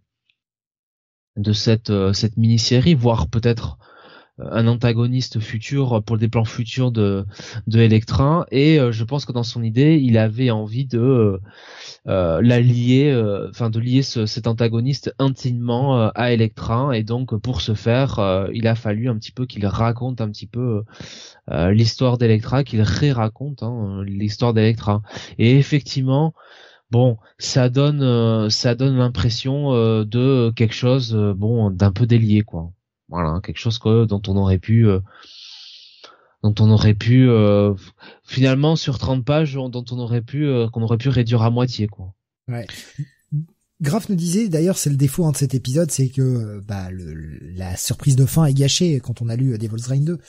de cette euh, cette mini-série, voire peut-être un antagoniste futur pour des plans futurs de de Electra, et euh, je pense que dans son idée il avait envie de euh, la lier, enfin euh, de lier ce, cet antagoniste intimement euh, à Electra, et donc pour ce faire euh, il a fallu un petit peu qu'il raconte un petit peu euh, l'histoire d'Electra, qu'il ré-raconte hein, l'histoire d'Electra, et effectivement bon ça donne euh, ça donne l'impression euh, de quelque chose euh, bon d'un peu délié, quoi. Voilà, quelque chose que, dont on aurait pu, euh, dont on aurait pu, euh, finalement, sur trente pages, dont on aurait pu, euh, qu'on aurait pu réduire à moitié, quoi. Ouais. Graf nous disait, d'ailleurs, c'est le défaut hein, de cet épisode, c'est que, bah, le, la surprise de fin est gâchée quand on a lu Devil's Reign deux.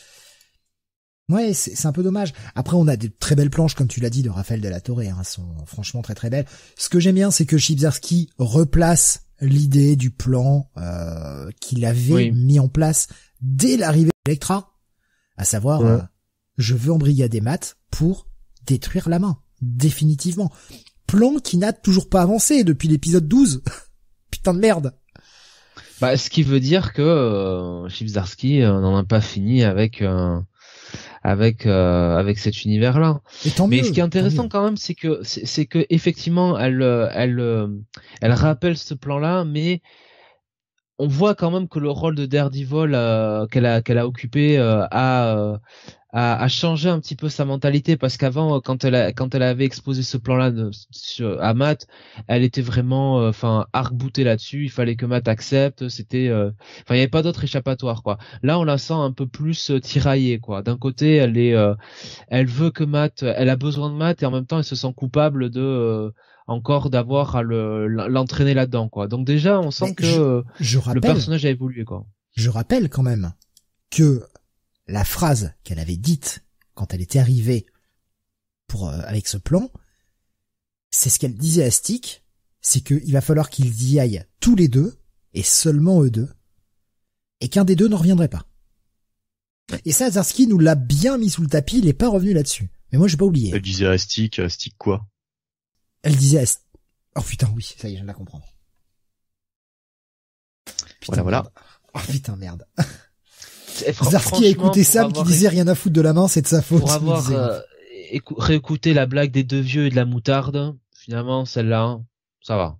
Ouais, c'est, c'est un peu dommage. Après, on a de très belles planches, comme tu l'as dit, de Raphaël de la Torre, hein, sont franchement très très belles. Ce que j'aime bien, c'est que Chibzarski replace l'idée du plan euh, qu'il avait oui. mis en place dès l'arrivée d'Electra, à savoir, ouais. euh, je veux embrigader Matt pour détruire la main, définitivement. Plan qui n'a toujours pas avancé depuis l'épisode douze. Putain de merde. Bah, ce qui veut dire que euh, Chibzarski euh, n'en a pas fini avec euh, avec euh, avec cet univers-là. Mais mieux, ce qui est intéressant quand même, c'est que c'est, c'est que effectivement, elle elle elle rappelle ce plan-là, mais on voit quand même que le rôle de Daredevil euh, qu'elle a qu'elle a occupé euh, a, euh, a a changé un petit peu sa mentalité, parce qu'avant quand elle a, quand elle avait exposé ce plan-là de, sur, à Matt, elle était vraiment enfin euh, arc-boutée là-dessus. Il fallait que Matt accepte. C'était enfin euh, il y avait pas d'autre échappatoire, quoi. Là on la sent un peu plus euh, tiraillée, quoi. D'un côté elle est euh, elle veut que Matt, elle a besoin de Matt, et en même temps elle se sent coupable de euh, encore d'avoir à le, l'entraîner là-dedans, quoi. Donc déjà, on sent Mais que je, je rappelle, le personnage a évolué, quoi. Je rappelle quand même que la phrase qu'elle avait dite quand elle était arrivée pour euh, avec ce plan, c'est ce qu'elle disait à Stick, c'est qu'il va falloir qu'ils y aillent tous les deux, et seulement eux deux, et qu'un des deux n'en reviendrait pas. Et ça, Zarski nous l'a bien mis sous le tapis, il est pas revenu là-dessus. Mais moi, j'ai pas oublié. Elle disait à Stick, à Stick quoi? Elle disait à... Oh putain, oui, ça y est, je viens de la comprendre. Putain, voilà, voilà. Oh putain, merde. Zarski a écouté Sam qui disait rien à foutre de la main, c'est de sa faute. Pour avoir euh, écou- réécouté la blague des deux vieux et de la moutarde, finalement, celle-là, ça va.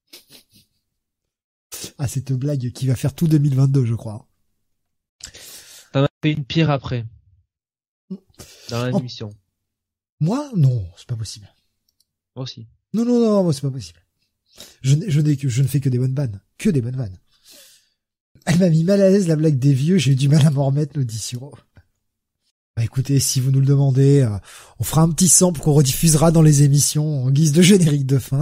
Ah, cette blague qui va faire tout deux mille vingt-deux, je crois. T'en as fait une pire après. Dans l'émission. Oh. Moi? Non, c'est pas possible. Moi aussi. Non, non, non, moi c'est pas possible. Je, je, n'ai que, je ne fais que des bonnes vannes. Que des bonnes vannes. Elle m'a mis mal à l'aise la blague des vieux, j'ai eu du mal à m'en remettre, l'audition. Bah écoutez, si vous nous le demandez, euh, on fera un petit sample qu'on rediffusera dans les émissions en guise de générique de fin.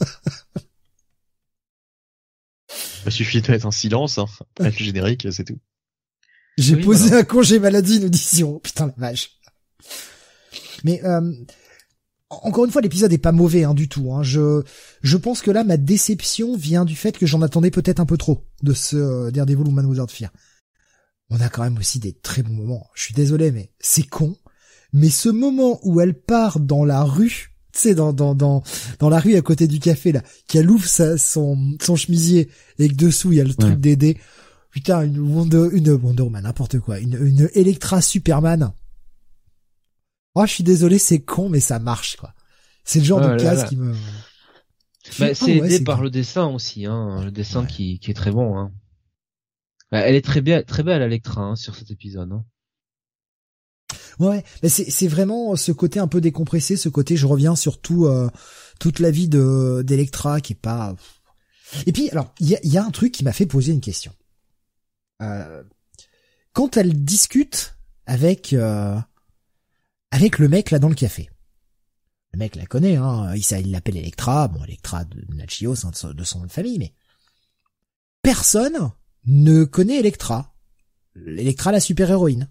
Il suffit de mettre un silence, hein. Après le générique, c'est tout. J'ai oui, posé voilà. un congé maladie, nous disions. Putain la vache. Mais euh, encore une fois, l'épisode est pas mauvais hein, du tout. Hein. Je je pense que là, ma déception vient du fait que j'en attendais peut-être un peu trop de ce euh, Daredevil Woman Without Fear. On a quand même aussi des très bons moments. Je suis désolé, mais c'est con. Mais ce moment où elle part dans la rue, tu sais, dans dans dans dans la rue à côté du café là, qu'elle ouvre sa, son son chemisier et que dessous il y a le truc ouais. d'aider. Putain, une Wonder, une Wonder Woman, n'importe quoi, une une Electra Superman. Oh, je suis désolé, c'est con, mais ça marche quoi. C'est le genre oh de case qui me. Bah, Ah c'est ouais, aidé c'est par cool. le dessin aussi, hein, le dessin Ouais. qui, qui est très bon. Hein. Bah, elle est très bien, très belle Electra hein, sur cet épisode. Hein. Ouais, mais c'est c'est vraiment ce côté un peu décompressé, ce côté je reviens sur tout euh, toute la vie de d'Electra qui est pas. Et puis alors il y a, y a un truc qui m'a fait poser une question. Euh, quand elle discute avec euh, avec le mec là dans le café. Le mec la connaît, hein. Il, il l'appelle Electra, bon Electra de Nachios, hein, de son de son nom de famille, mais personne ne connaît Electra. Electra la super héroïne.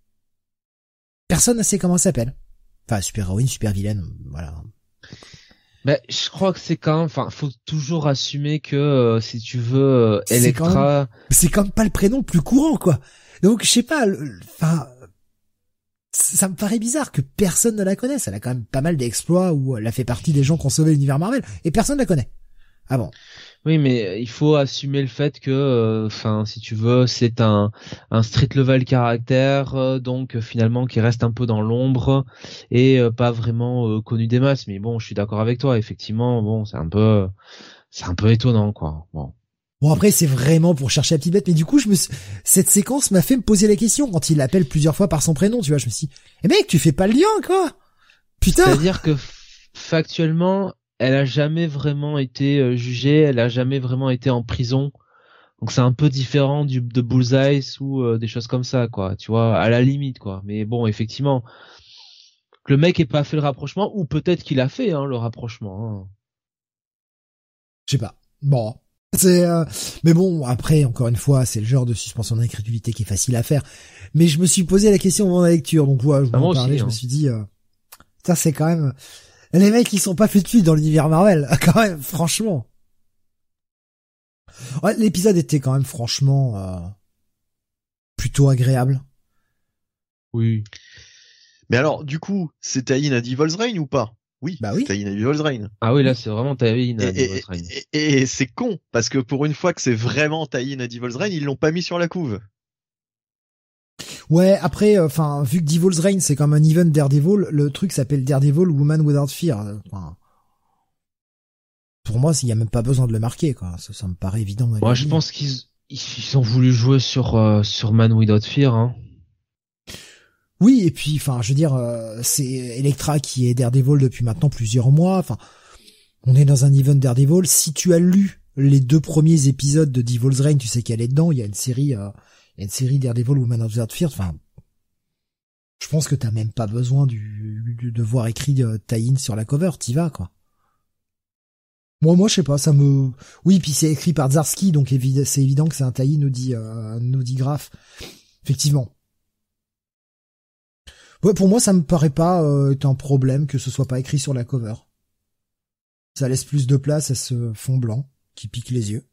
Personne ne sait comment elle s'appelle. Enfin, super héroïne, super vilaine, voilà. Bah, je crois que c'est quand même, enfin, faut toujours assumer que euh, si tu veux euh, C'est quand même, Electra, c'est quand même pas le prénom le plus courant, quoi. Donc, je sais pas, enfin, ça me paraît bizarre que personne ne la connaisse. Elle a quand même pas mal d'exploits où elle a fait partie des gens qui ont sauvé l'univers Marvel, et personne ne la connaît. Ah bon. oui, mais il faut assumer le fait que, enfin, si tu veux, c'est un un street level caractère, euh, donc euh, finalement qui reste un peu dans l'ombre et euh, pas vraiment euh, connu des masses. Mais bon, je suis d'accord avec toi. Effectivement, bon, c'est un peu, c'est un peu étonnant, quoi. Bon. Bon, après, c'est vraiment pour chercher la petite bête, mais du coup, je me suis... cette séquence m'a fait me poser la question quand il l'appelle plusieurs fois par son prénom, tu vois. Je me suis dit, eh mec, tu fais pas le lien, quoi. Putain. C'est-à-dire que factuellement, elle a jamais vraiment été euh, jugée, elle a jamais vraiment été en prison. Donc c'est un peu différent du de Bullseye ou euh, des choses comme ça, quoi. Tu vois, à la limite, quoi. Mais bon, effectivement, que le mec ait pas fait le rapprochement, ou peut-être qu'il a fait hein, le rapprochement. Hein. Je sais pas. Bon. C'est euh... mais bon, après encore une fois, c'est le genre de suspension d'incrédulité qui est facile à faire. Mais je me suis posé la question avant la lecture, donc voilà, je Ah, voulais en moi parler, aussi, je hein. me suis dit euh... ça c'est quand même les mecs ils sont pas fait de suite dans l'univers Marvel, quand même, franchement. Ouais, l'épisode était quand même franchement euh... plutôt agréable. Oui. Mais alors, du coup, c'est Taïn à Devil's Reign ou pas? Oui, Bah c'est oui. Taïn à Devil's Reign. Ah oui, là Oui. c'est vraiment Taïn Et, à et, Devil's Reign. et, et- et c'est con, parce que pour une fois que c'est vraiment Taïn à Devil's Reign, ils l'ont pas mis sur la couve. Ouais, après, enfin, euh, vu que Devil's Reign c'est comme un event Daredevil, le truc s'appelle Daredevil Woman Without Fear. Enfin, pour moi, il y a même pas besoin de le marquer, quoi. Ça, ça me paraît évident. Moi, je pense qu'ils ils ont voulu jouer sur euh, sur Man Without Fear. Hein. Oui, et puis, enfin, je veux dire, euh, c'est Elektra qui est Daredevil depuis maintenant plusieurs mois. Enfin, on est dans un event Daredevil. Si tu as lu les deux premiers épisodes de Devil's Reign, tu sais qu'elle est dedans. Il y a une série, euh, il y a une série Daredevil Woman Without Fear. Enfin, je pense que t'as même pas besoin du, du de voir écrit euh, tie-in sur la cover. T'y vas, quoi. Moi, moi, je sais pas, ça me... Oui, puis c'est écrit par Zdarsky, donc évi- c'est évident que c'est un tie-in audi, euh, un audigraphe. Effectivement. Ouais, pour moi, ça me paraît pas euh, être un problème que ce soit pas écrit sur la cover. Ça laisse plus de place à ce fond blanc qui pique les yeux.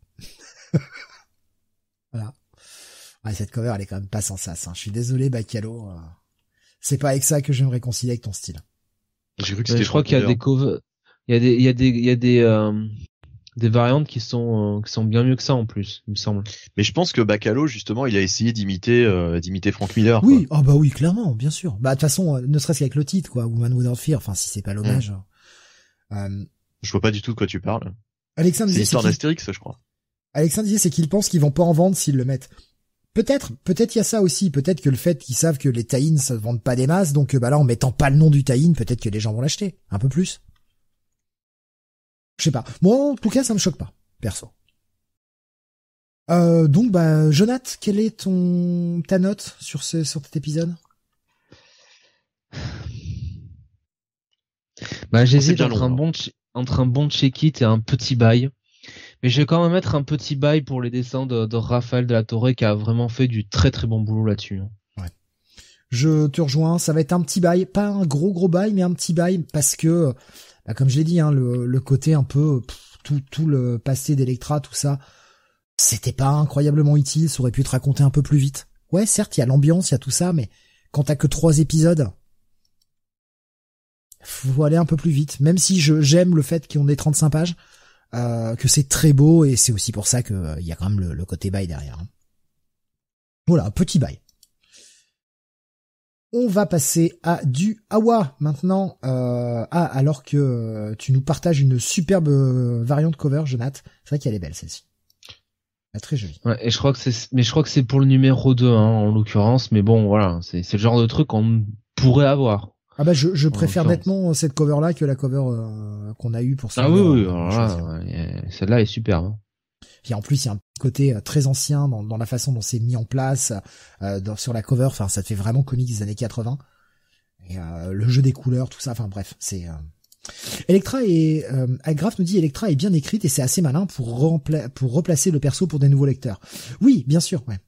Voilà. Ouais, cette cover, elle est quand même pas sans sas. Hein. Je suis désolé, Bacalo. Euh... C'est pas avec ça que je vais me réconcilier avec ton style. J'ai cru que Mais c'était je crois qu'il y a Frank des covers, il y a des il y a des il y a des euh, des variantes qui sont euh, qui sont bien mieux que ça en plus, il me semble. Mais je pense que Bacalo, justement, il a essayé d'imiter euh, d'imiter Frank Miller. Oui, Quoi. ah bah oui, clairement, bien sûr. Bah de toute façon, euh, ne serait-ce qu'avec le titre, quoi, Woman Without Fear. Enfin, si c'est pas l'hommage. Mmh. Euh, Je vois pas du tout de quoi tu parles. Alexandre C'est disait, l'histoire c'est qu'il- d'Astérix, je crois. Alexandre disait, c'est qu'ils pensent qu'ils vont pas en vendre s'ils le mettent. Peut-être, peut-être il y a ça aussi. Peut-être que le fait qu'ils savent que les tie-ins se vendent pas des masses, donc euh, bah là en mettant pas le nom du tie-in, peut-être que les gens vont l'acheter un peu plus. Je sais pas. Moi, en tout cas, ça me choque pas, perso. Euh, donc, bah, Jonath, quelle est ton ta note sur ce sur cet épisode? Bah j'hésite bien entre long, un hein. bon ch- entre un bon check-it et un petit bail. Mais je vais quand même mettre un petit bail pour les dessins de, de Raphaël de la Torre qui a vraiment fait du très très bon boulot là-dessus. hein. Je te rejoins, ça va être un petit bail, pas un gros gros bail, mais un petit bail parce que, bah, comme je l'ai dit, hein, le, le côté un peu pff, tout tout le passé d'Electra, tout ça, c'était pas incroyablement utile. Ça aurait pu te raconter un peu plus vite. Ouais, certes, il y a l'ambiance, il y a tout ça, mais quand t'as que trois épisodes, faut aller un peu plus vite. Même si je j'aime le fait qu'on ait trente-cinq pages, euh, que c'est très beau et c'est aussi pour ça que euh, il y a quand même le, le côté bail derrière. hein. Voilà, petit bail. On va passer à du Awa maintenant. Euh, ah, alors que euh, tu nous partages une superbe euh, variante cover, Jonathan. C'est vrai qu'elle est belle celle-ci. Elle est très jolie. Ouais, et je crois que c'est, mais je crois que c'est pour le numéro deux, hein, en l'occurrence. Mais bon, voilà, c'est, c'est le genre de truc qu'on pourrait avoir. Ah bah je, je préfère nettement cette cover-là que la cover euh, qu'on a eue pour ça. Ah oui, oui, alors là, ouais, celle-là est superbe. Hein. Et en plus, il y a un côté très ancien dans, dans la façon dont c'est mis en place euh, dans, sur la cover. Enfin, ça te fait vraiment comics des années quatre-vingts. Et euh, le jeu des couleurs, tout ça. Enfin bref, c'est. Euh... Electra et euh, Agraf nous dit Electra est bien écrite et c'est assez malin pour rempla- pour replacer le perso pour des nouveaux lecteurs. Oui, bien sûr, ouais.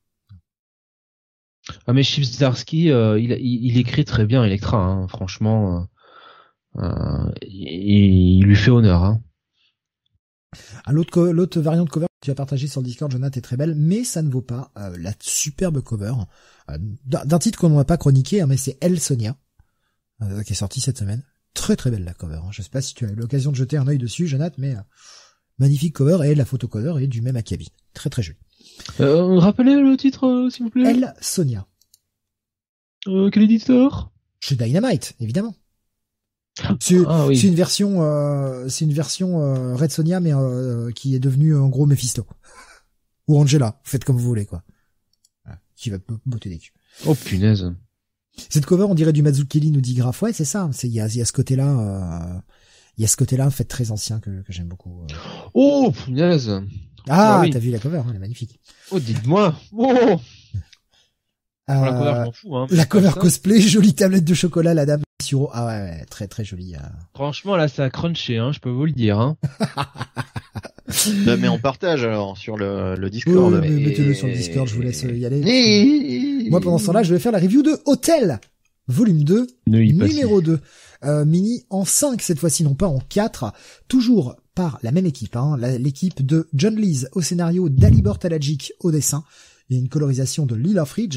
Ah mais Chip Zdarsky, euh, il, il, il écrit très bien Electra, hein, franchement, euh, euh, il, il lui fait honneur. Hein. Ah, l'autre, co- l'autre variante cover que tu as partagé sur le Discord, Jonathan, est très belle, mais ça ne vaut pas euh, la superbe cover euh, d'un, d'un titre qu'on n'a pas chroniqué, hein, mais c'est Elle Sonia, euh, qui est sorti cette semaine. Très très belle la cover. Hein. Je sais pas si tu as eu l'occasion de jeter un œil dessus, Jonathan, mais euh, magnifique cover et la photo cover est du même acabit. Très très jolie. Euh, rappelez le titre, euh, s'il vous plaît. Elle Sonia. Euh, quel éditeur? Chez Dynamite, évidemment. C'est, ah, oui. c'est une version, euh, c'est une version euh, Red Sonia, mais euh, qui est devenue en gros Mephisto ou Angela. Faites comme vous voulez, quoi. Voilà. Qui va botter des culs. Oh punaise. Cette cover, on dirait du Mazzucchelli, nous dit Graf. Ouais, c'est ça. C'est il y a, il y a ce côté-là, euh, il y a ce côté-là, en fait, très ancien que, que j'aime beaucoup. Euh. Oh punaise. Ah, ah oui. T'as vu la cover, hein, elle est magnifique. Oh, dites-moi. Oh. Euh, la cover, je m'en fous. Hein, la cover cosplay, jolie tablette de chocolat, la dame Suro. Ah ouais, ouais, très très jolie. Euh. Franchement, là, ça a crunché, hein, je peux vous le dire. Hein. Bah, mais on partage alors sur le, le Discord. Oui, mais... mettez-le sur le Discord, je vous laisse y aller. Moi, pendant ce temps-là, je vais faire la review de Hotel, volume deux, numéro deux. Euh, mini en cinq cette fois-ci, non pas en quatre. Toujours par la même équipe, hein, la, l'équipe de John Lees au scénario, Dalibor Talajic au dessin. Il y a une colorisation de Lila Fridge.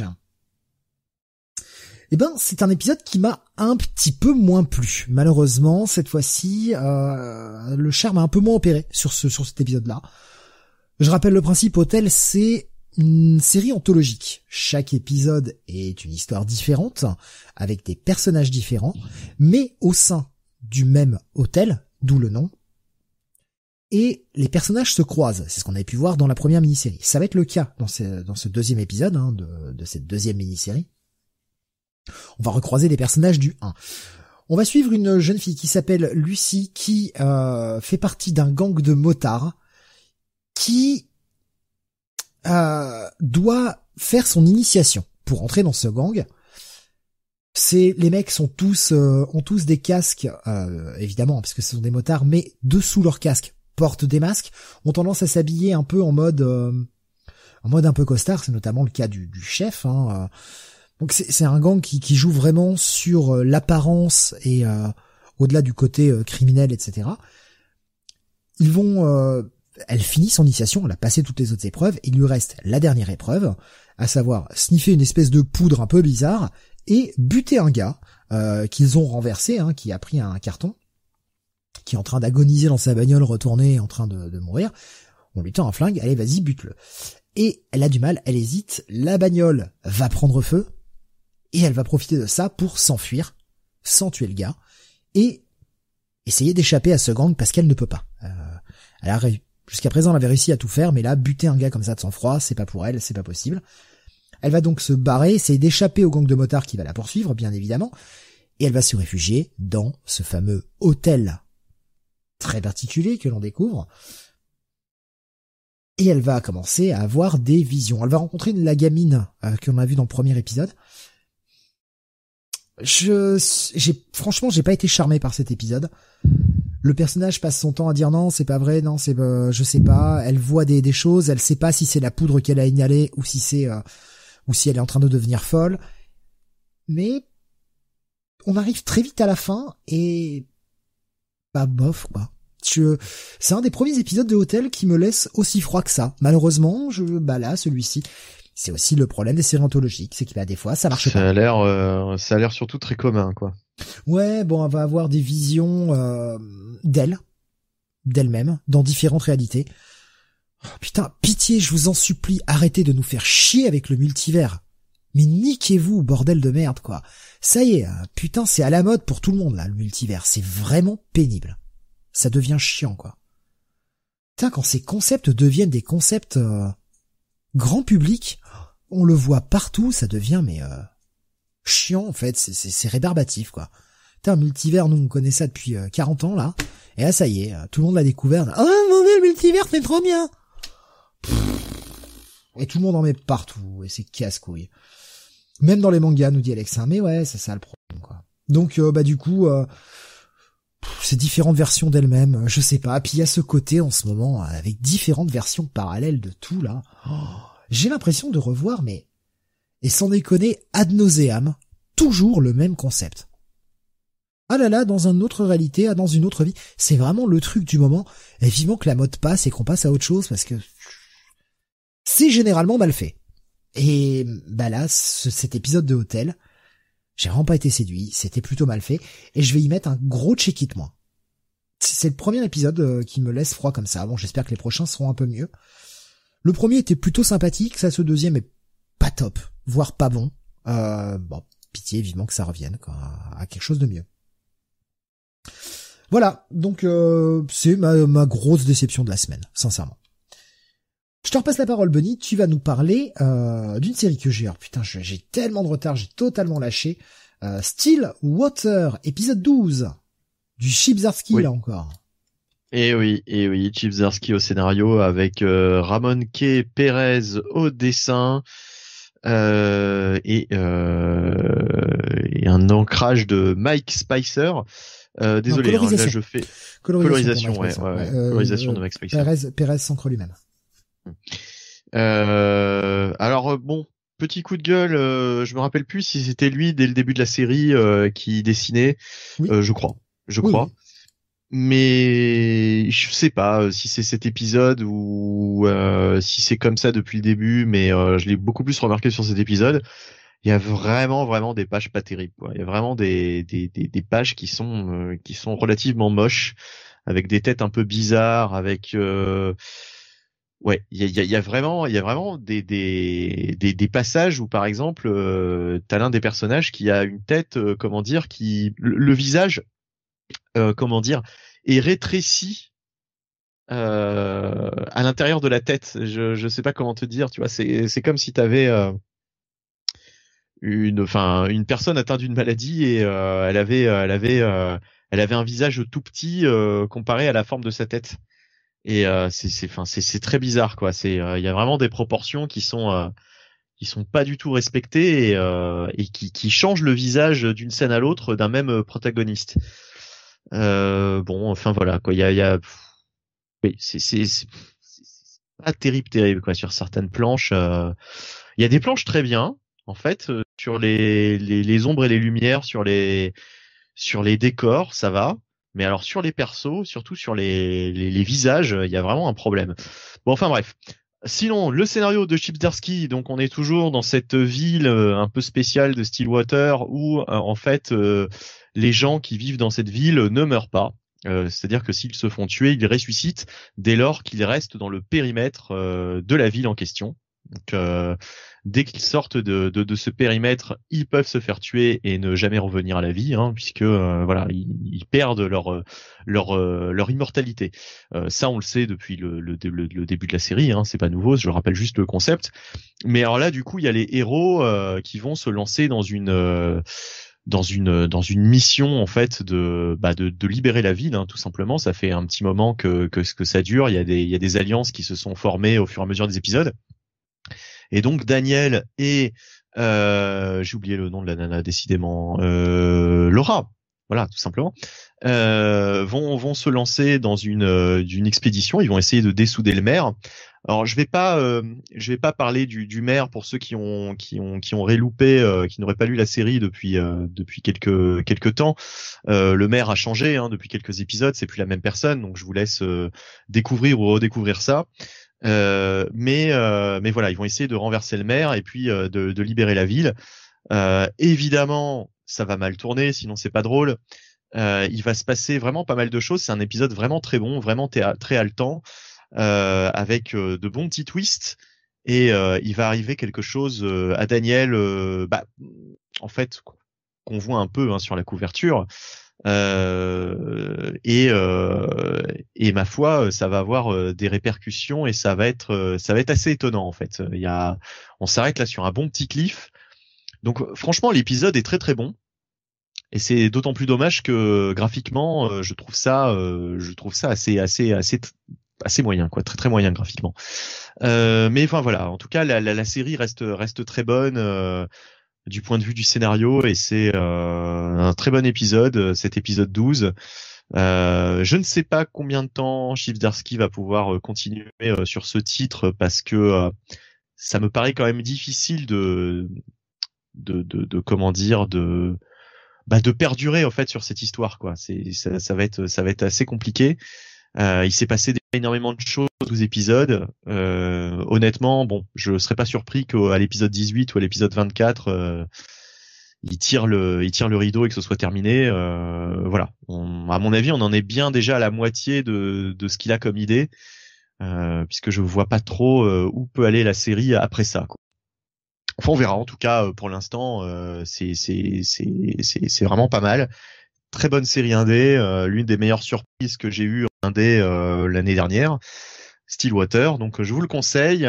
Eh ben, c'est un épisode qui m'a un petit peu moins plu. Malheureusement, cette fois-ci, euh, le charme a un peu moins opéré sur ce sur cet épisode-là. Je rappelle le principe, Hotel, c'est une série anthologique. Chaque épisode est une histoire différente, avec des personnages différents, mais au sein du même hôtel, d'où le nom. Et les personnages se croisent. C'est ce qu'on avait pu voir dans la première mini-série. Ça va être le cas dans ce, dans ce deuxième épisode, hein, de, de cette deuxième mini-série. On va recroiser les personnages du un. On va suivre une jeune fille qui s'appelle Lucie, qui euh, fait partie d'un gang de motards, qui euh, doit faire son initiation pour entrer dans ce gang. C'est les mecs sont tous euh, ont tous des casques, euh, évidemment, parce que ce sont des motards, mais dessous leurs casques portent des masques, ont tendance à s'habiller un peu en mode euh, en mode un peu costard. C'est notamment le cas du, du chef. Hein, euh, Donc c'est, c'est un gang qui, qui joue vraiment sur euh, l'apparence et euh, au-delà du côté euh, criminel, et cetera. Ils vont, euh, elle finit son initiation, elle a passé toutes les autres épreuves, et il lui reste la dernière épreuve, à savoir sniffer une espèce de poudre un peu bizarre et buter un gars euh, qu'ils ont renversé, hein, qui a pris un carton, qui est en train d'agoniser dans sa bagnole, retournée, en train de, de mourir. On lui tend un flingue, allez vas-y, bute-le. Et elle a du mal, elle hésite, la bagnole va prendre feu. Et elle va profiter de ça pour s'enfuir, sans tuer le gars, et essayer d'échapper à ce gang parce qu'elle ne peut pas. Euh, elle a ré... Jusqu'à présent, elle avait réussi à tout faire, mais là, buter un gars comme ça de sang-froid, c'est pas pour elle, c'est pas possible. Elle va donc se barrer, essayer d'échapper au gang de motards qui va la poursuivre, bien évidemment, et elle va se réfugier dans ce fameux hôtel très particulier que l'on découvre. Et elle va commencer à avoir des visions. Elle va rencontrer la gamine euh, qu'on a vue dans le premier épisode. Je, j'ai, franchement, j'ai pas été charmé par cet épisode. Le personnage passe son temps à dire non, c'est pas vrai, non, c'est, euh, je sais pas. Elle voit des, des choses, elle sait pas si c'est la poudre qu'elle a inhalée ou si c'est, euh, ou si elle est en train de devenir folle. Mais, on arrive très vite à la fin et, bah, bof, quoi. Je, c'est un des premiers épisodes de Hotel qui me laisse aussi froid que ça. Malheureusement, je, bah là, celui-ci. C'est aussi le problème des séries anthologiques, c'est qu'il y a des fois, ça marche ça pas. Ça a l'air, euh, ça a l'air surtout très commun, quoi. Ouais, bon, on va avoir des visions euh, d'elle, d'elle-même, dans différentes réalités. Oh, putain, pitié, je vous en supplie, arrêtez de nous faire chier avec le multivers. Mais niquez-vous, bordel de merde, quoi. Ça y est, putain, c'est à la mode pour tout le monde, là, le multivers. C'est vraiment pénible. Ça devient chiant, quoi. Putain, quand ces concepts deviennent des concepts euh, grand public, on le voit partout, ça devient, mais euh, chiant, en fait. C'est, c'est, c'est rébarbatif, quoi. Putain, multivers, nous, on connaît ça depuis euh, quarante ans, là. Et là, ça y est, tout le monde l'a découvert. Oh, mon dieu, le multivers, c'est trop bien. Et tout le monde en met partout, et c'est casse-couille. Même dans les mangas, nous dit Alex, mais ouais, c'est ça le problème, quoi. Donc, euh, bah du coup, euh, ces différentes versions d'elles-mêmes, je sais pas. Puis il y a ce côté en ce moment, avec différentes versions parallèles de tout, là. Oh, j'ai l'impression de revoir, mais, et sans déconner, ad nauseam, toujours le même concept. Ah là là, dans une autre réalité, dans une autre vie, c'est vraiment le truc du moment, et vivement que la mode passe et qu'on passe à autre chose, parce que c'est généralement mal fait. Et bah là, ce, cet épisode de Hôtel, j'ai vraiment pas été séduit, c'était plutôt mal fait, et je vais y mettre un gros check-it, moi. C'est le premier épisode euh, qui me laisse froid comme ça. Bon, j'espère que les prochains seront un peu mieux. Le premier était plutôt sympathique, ça, ce deuxième est pas top, voire pas bon. Euh, bon, pitié, vivement que ça revienne, quoi, à quelque chose de mieux. Voilà, donc euh, c'est ma, ma grosse déception de la semaine, sincèrement. Je te repasse la parole, Bunny. Tu vas nous parler euh, d'une série que j'ai. Alors, putain, j'ai tellement de retard, j'ai totalement lâché. Euh, Still Water, épisode douze. Du Chip Zdarsky, oui. Là encore. Et oui, et oui, Chip Zdarsky au scénario avec euh, Ramon K. Perez au dessin euh, et, euh, et un ancrage de Mike Spicer. Euh, désolé, non, hein, là je fais colorisation, colorisation, ouais, ouais, ouais. Euh, colorisation euh, de Mike Spicer. Perez, Perez s'encre lui-même. Euh, alors bon, petit coup de gueule, euh, je me rappelle plus si c'était lui dès le début de la série euh, qui dessinait, oui. euh, je crois, je oui, crois. Oui. Mais je sais pas si c'est cet épisode ou euh, si c'est comme ça depuis le début, mais euh, je l'ai beaucoup plus remarqué sur cet épisode. Il y a vraiment vraiment des pages pas terribles, quoi. Il y a vraiment des des des, des pages qui sont euh, qui sont relativement moches, avec des têtes un peu bizarres, avec euh, ouais, il y a, y a vraiment, il y a vraiment des, des, des, des passages où, par exemple, euh, t'as l'un des personnages qui a une tête, euh, comment dire, qui, le, le visage, euh, comment dire, est rétréci euh, à l'intérieur de la tête. Je, je sais pas comment te dire, tu vois, c'est, c'est comme si t'avais euh, une, enfin, une personne atteinte d'une maladie et euh, elle avait, elle avait, euh, elle avait un visage tout petit euh, comparé à la forme de sa tête. Et euh, c'est c'est enfin c'est c'est très bizarre, quoi. C'est il euh, y a vraiment des proportions qui sont euh, qui sont pas du tout respectées et euh, et qui qui changent le visage d'une scène à l'autre d'un même protagoniste. Euh, bon, enfin voilà, quoi. Il y a il y a oui, c'est c'est c'est pas terrible terrible, quoi. Sur certaines planches, euh... il y a des planches très bien en fait euh, sur les les les ombres et les lumières, sur les sur les décors, ça va. Mais alors sur les persos, surtout sur les, les, les visages, il y a vraiment un problème. Bon, enfin bref. Sinon, le scénario de Chip Zdarsky, donc on est toujours dans cette ville euh, un peu spéciale de Stillwater où euh, en fait euh, les gens qui vivent dans cette ville ne meurent pas. Euh, c'est-à-dire que s'ils se font tuer, ils ressuscitent dès lors qu'ils restent dans le périmètre euh, de la ville en question. Donc, euh, dès qu'ils sortent de, de, de ce périmètre, ils peuvent se faire tuer et ne jamais revenir à la vie, hein, puisque euh, voilà, ils, ils perdent leur leur leur immortalité. Euh, ça, on le sait depuis le, le, le, le début de la série, hein, c'est pas nouveau. Je rappelle juste le concept. Mais alors là, du coup, il y a les héros euh, qui vont se lancer dans une euh, dans une dans une mission en fait de bah de, de libérer la ville, hein, tout simplement. Ça fait un petit moment que que que ça dure. Il y a des il y a des alliances qui se sont formées au fur et à mesure des épisodes. Et donc Daniel et euh, j'ai oublié le nom de la nana décidément, euh, Laura, voilà tout simplement, euh, vont vont se lancer dans une euh, d'une expédition. Ils vont essayer de dessouder le maire. Alors je vais pas euh, je vais pas parler du du maire pour ceux qui ont qui ont qui ont reloupé, euh, qui n'auraient pas lu la série depuis euh, depuis quelques quelques temps. Euh, le maire a changé, hein, depuis quelques épisodes. C'est plus la même personne, donc je vous laisse euh, découvrir ou redécouvrir ça. Euh, mais euh, mais voilà, ils vont essayer de renverser le maire et puis euh, de, de libérer la ville. Euh, évidemment, ça va mal tourner, sinon c'est pas drôle. Euh, il va se passer vraiment pas mal de choses. C'est un épisode vraiment très bon, vraiment théa- très haletant, euh, avec euh, de bons petits twists et euh, il va arriver quelque chose euh, à Daniel, euh, bah, en fait, qu'on voit un peu hein, sur la couverture. Euh, et euh, et ma foi, ça va avoir euh, des répercussions et ça va être euh, ça va être assez étonnant en fait. Il y a, on s'arrête là sur un bon petit cliff. Donc franchement, l'épisode est très très bon. Et c'est d'autant plus dommage que graphiquement, euh, je trouve ça, euh, je trouve ça assez, assez, assez, assez moyen, quoi, très, très moyen graphiquement. Euh, mais enfin voilà, en tout cas, la, la, la série reste, reste très bonne euh, du point de vue du scénario et c'est euh, un très bon épisode, cet épisode douze. Euh, je ne sais pas combien de temps Chip Zdarsky va pouvoir continuer euh, sur ce titre parce que euh, ça me paraît quand même difficile de, de, de, de comment dire, de bah de perdurer en fait sur cette histoire quoi. C'est ça, ça va être ça va être assez compliqué. Euh, il s'est passé énormément de choses aux douze épisodes. Euh, honnêtement, bon, je serais pas surpris qu'à l'épisode dix-huit ou à l'épisode vingt-quatre, euh, il tire le il tire le rideau et que ce soit terminé. Euh, voilà. On, à mon avis, on en est bien déjà à la moitié de de ce qu'il a comme idée, euh, puisque je vois pas trop euh, où peut aller la série après ça, quoi. Enfin, on verra. En tout cas, pour l'instant, euh, c'est c'est c'est c'est c'est vraiment pas mal. Très bonne série indé, euh, l'une des meilleures surprises que j'ai eues en indé euh, l'année dernière, Stillwater. Donc, je vous le conseille.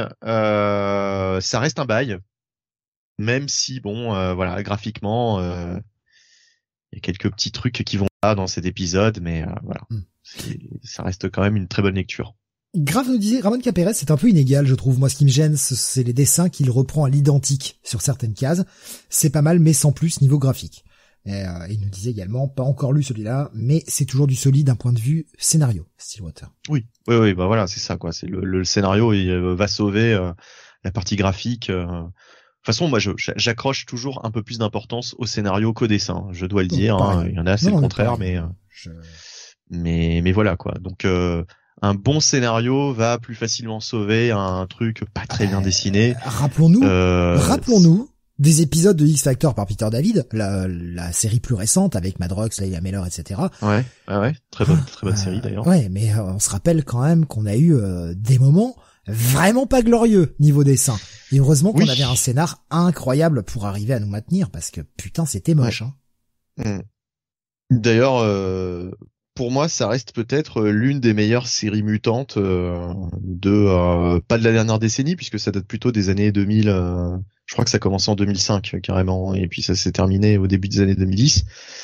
Euh, ça reste un bail, même si bon, euh, voilà, graphiquement, euh, il y a quelques petits trucs qui vont pas dans cet épisode, mais euh, voilà, mm. ça reste quand même une très bonne lecture. Grave nous disait, Ramon Capérez, c'est un peu inégal, je trouve. Moi, ce qui me gêne, c'est les dessins qu'il reprend à l'identique sur certaines cases. C'est pas mal, mais sans plus niveau graphique. Et, euh, il nous disait également, pas encore lu celui-là, mais c'est toujours du solide d'un point de vue scénario, Stillwater. Oui, oui, oui, bah voilà, c'est ça, quoi. C'est le, le scénario, il va sauver euh, la partie graphique. Euh. De toute façon, moi, je, j'accroche toujours un peu plus d'importance au scénario qu'au dessin. Je dois le dire. Hein. Il y en a, c'est non, le contraire, mais, je... mais, mais voilà, quoi. Donc. Euh, Un bon scénario va plus facilement sauver un truc pas très bien dessiné. Euh, rappelons-nous, euh, rappelons-nous des épisodes de X Factor par Peter David, la, la série plus récente avec Madrox, Leila Meller, et cetera. Ouais, ouais, ouais, très bonne, très bonne euh, série d'ailleurs. Ouais, mais euh, on se rappelle quand même qu'on a eu euh, des moments vraiment pas glorieux niveau dessin. Et heureusement qu'on oui. avait un scénar incroyable pour arriver à nous maintenir parce que putain c'était moche. Ouais. Hein. D'ailleurs. Euh... Pour moi, ça reste peut-être l'une des meilleures séries mutantes euh, de euh, pas de la dernière décennie puisque ça date plutôt des années deux mille. Euh, je crois que ça a commencé en deux mille cinq carrément et puis ça s'est terminé au début des années deux mille dix.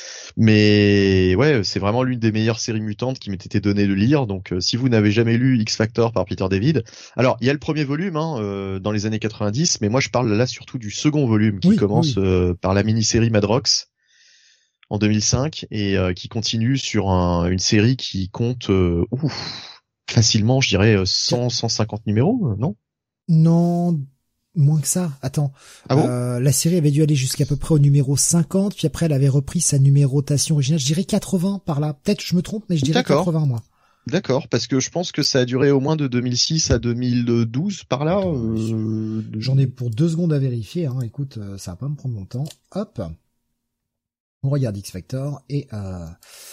Mais ouais, c'est vraiment l'une des meilleures séries mutantes qui m'ait été donnée de lire. Donc, euh, si vous n'avez jamais lu X Factor par Peter David, alors il y a le premier volume hein, euh, dans les années quatre-vingt-dix, mais moi je parle là surtout du second volume qui oui, commence oui. Euh, par la mini-série Madrox. En deux mille cinq et euh, qui continue sur un, une série qui compte euh, ouf, facilement, je dirais cent, cent cinquante numéros, non? Non, moins que ça. Attends, ah bon euh, la série avait dû aller jusqu'à peu près au numéro cinquante, puis après elle avait repris sa numérotation originale. Je dirais quatre-vingts par là. Peut-être je me trompe, mais je dirais D'accord. quatre-vingts moi. D'accord, parce que je pense que ça a duré au moins de deux mille six à deux mille douze par là. Euh... J'en ai pour deux secondes à vérifier. Hein. Écoute, ça va pas me prendre longtemps. Hop. On regarde X Factor et euh,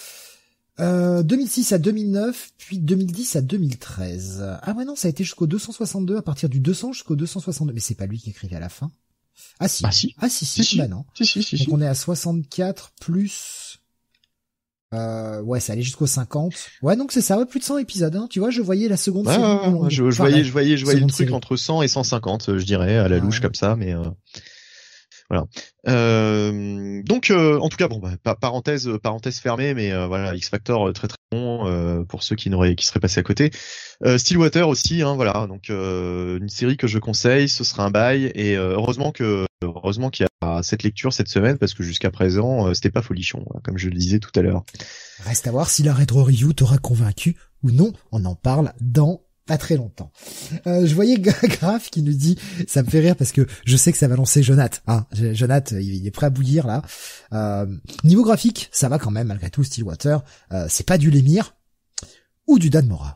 euh, deux mille six à deux mille neuf, puis deux mille dix à deux mille treize. Ah ouais non, ça a été jusqu'au deux cent soixante-deux, à partir du deux cents jusqu'au deux cent soixante-deux. Mais c'est pas lui qui écrivait à la fin. Ah si. Ah si. Ah si si. si bah non. Si si si. Donc si. on est à soixante-quatre plus. Euh, ouais, ça allait jusqu'au cinquante. Ouais, donc c'est ça, ouais, plus de cent épisodes. Hein. Tu vois, je voyais la seconde. Ah, série ouais, ouais, je, je voyais, je voyais, je voyais le truc série. entre cent et cent cinquante, je dirais, à la louche ouais. comme ça, mais. Euh... Voilà. Euh, donc, euh, en tout cas, bon, bah, parenthèse, parenthèse fermée, mais euh, voilà, X Factor très très bon euh, pour ceux qui n'auraient, qui seraient passés à côté. Euh, Stillwater aussi, hein, voilà. Donc, euh, une série que je conseille, ce sera un bail, et euh, heureusement que, heureusement qu'il y a cette lecture cette semaine, parce que jusqu'à présent, euh, c'était pas folichon, voilà, comme je le disais tout à l'heure. Reste à voir si la rétro review t'aura convaincu ou non. On en parle dans pas très longtemps. Euh, je voyais Graf qui nous dit, ça me fait rire parce que je sais que ça va lancer Jonath. Hein, Jonath, il est prêt à bouillir là. Euh, niveau graphique, ça va quand même malgré tout. Stillwater, euh, c'est pas du Lemire ou du Dan Mora.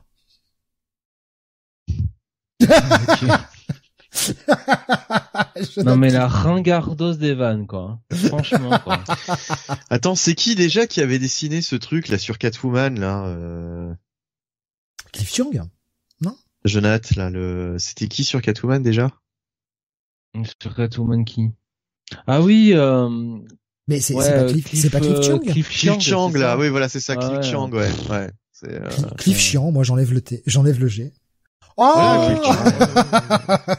Non mais la ringardose des vannes quoi. Franchement quoi. Attends, c'est qui déjà qui avait dessiné ce truc là sur Catwoman là euh... Cliff Chiang. Non Jonathan, là, le, c'était qui sur Catwoman déjà? Sur Catwoman qui? Ah oui, euh... Mais c'est, ouais, c'est pas Cliff, Cliff, c'est pas Cliff Chiang. Euh, Cliff Cliff Chiang, là, ça oui, voilà, c'est ça, ah, Cliff ouais. Chiang, ouais, ouais. C'est, euh... Cliff, Cliff Chiang, moi j'enlève le T, j'enlève le G. Oh! Voilà,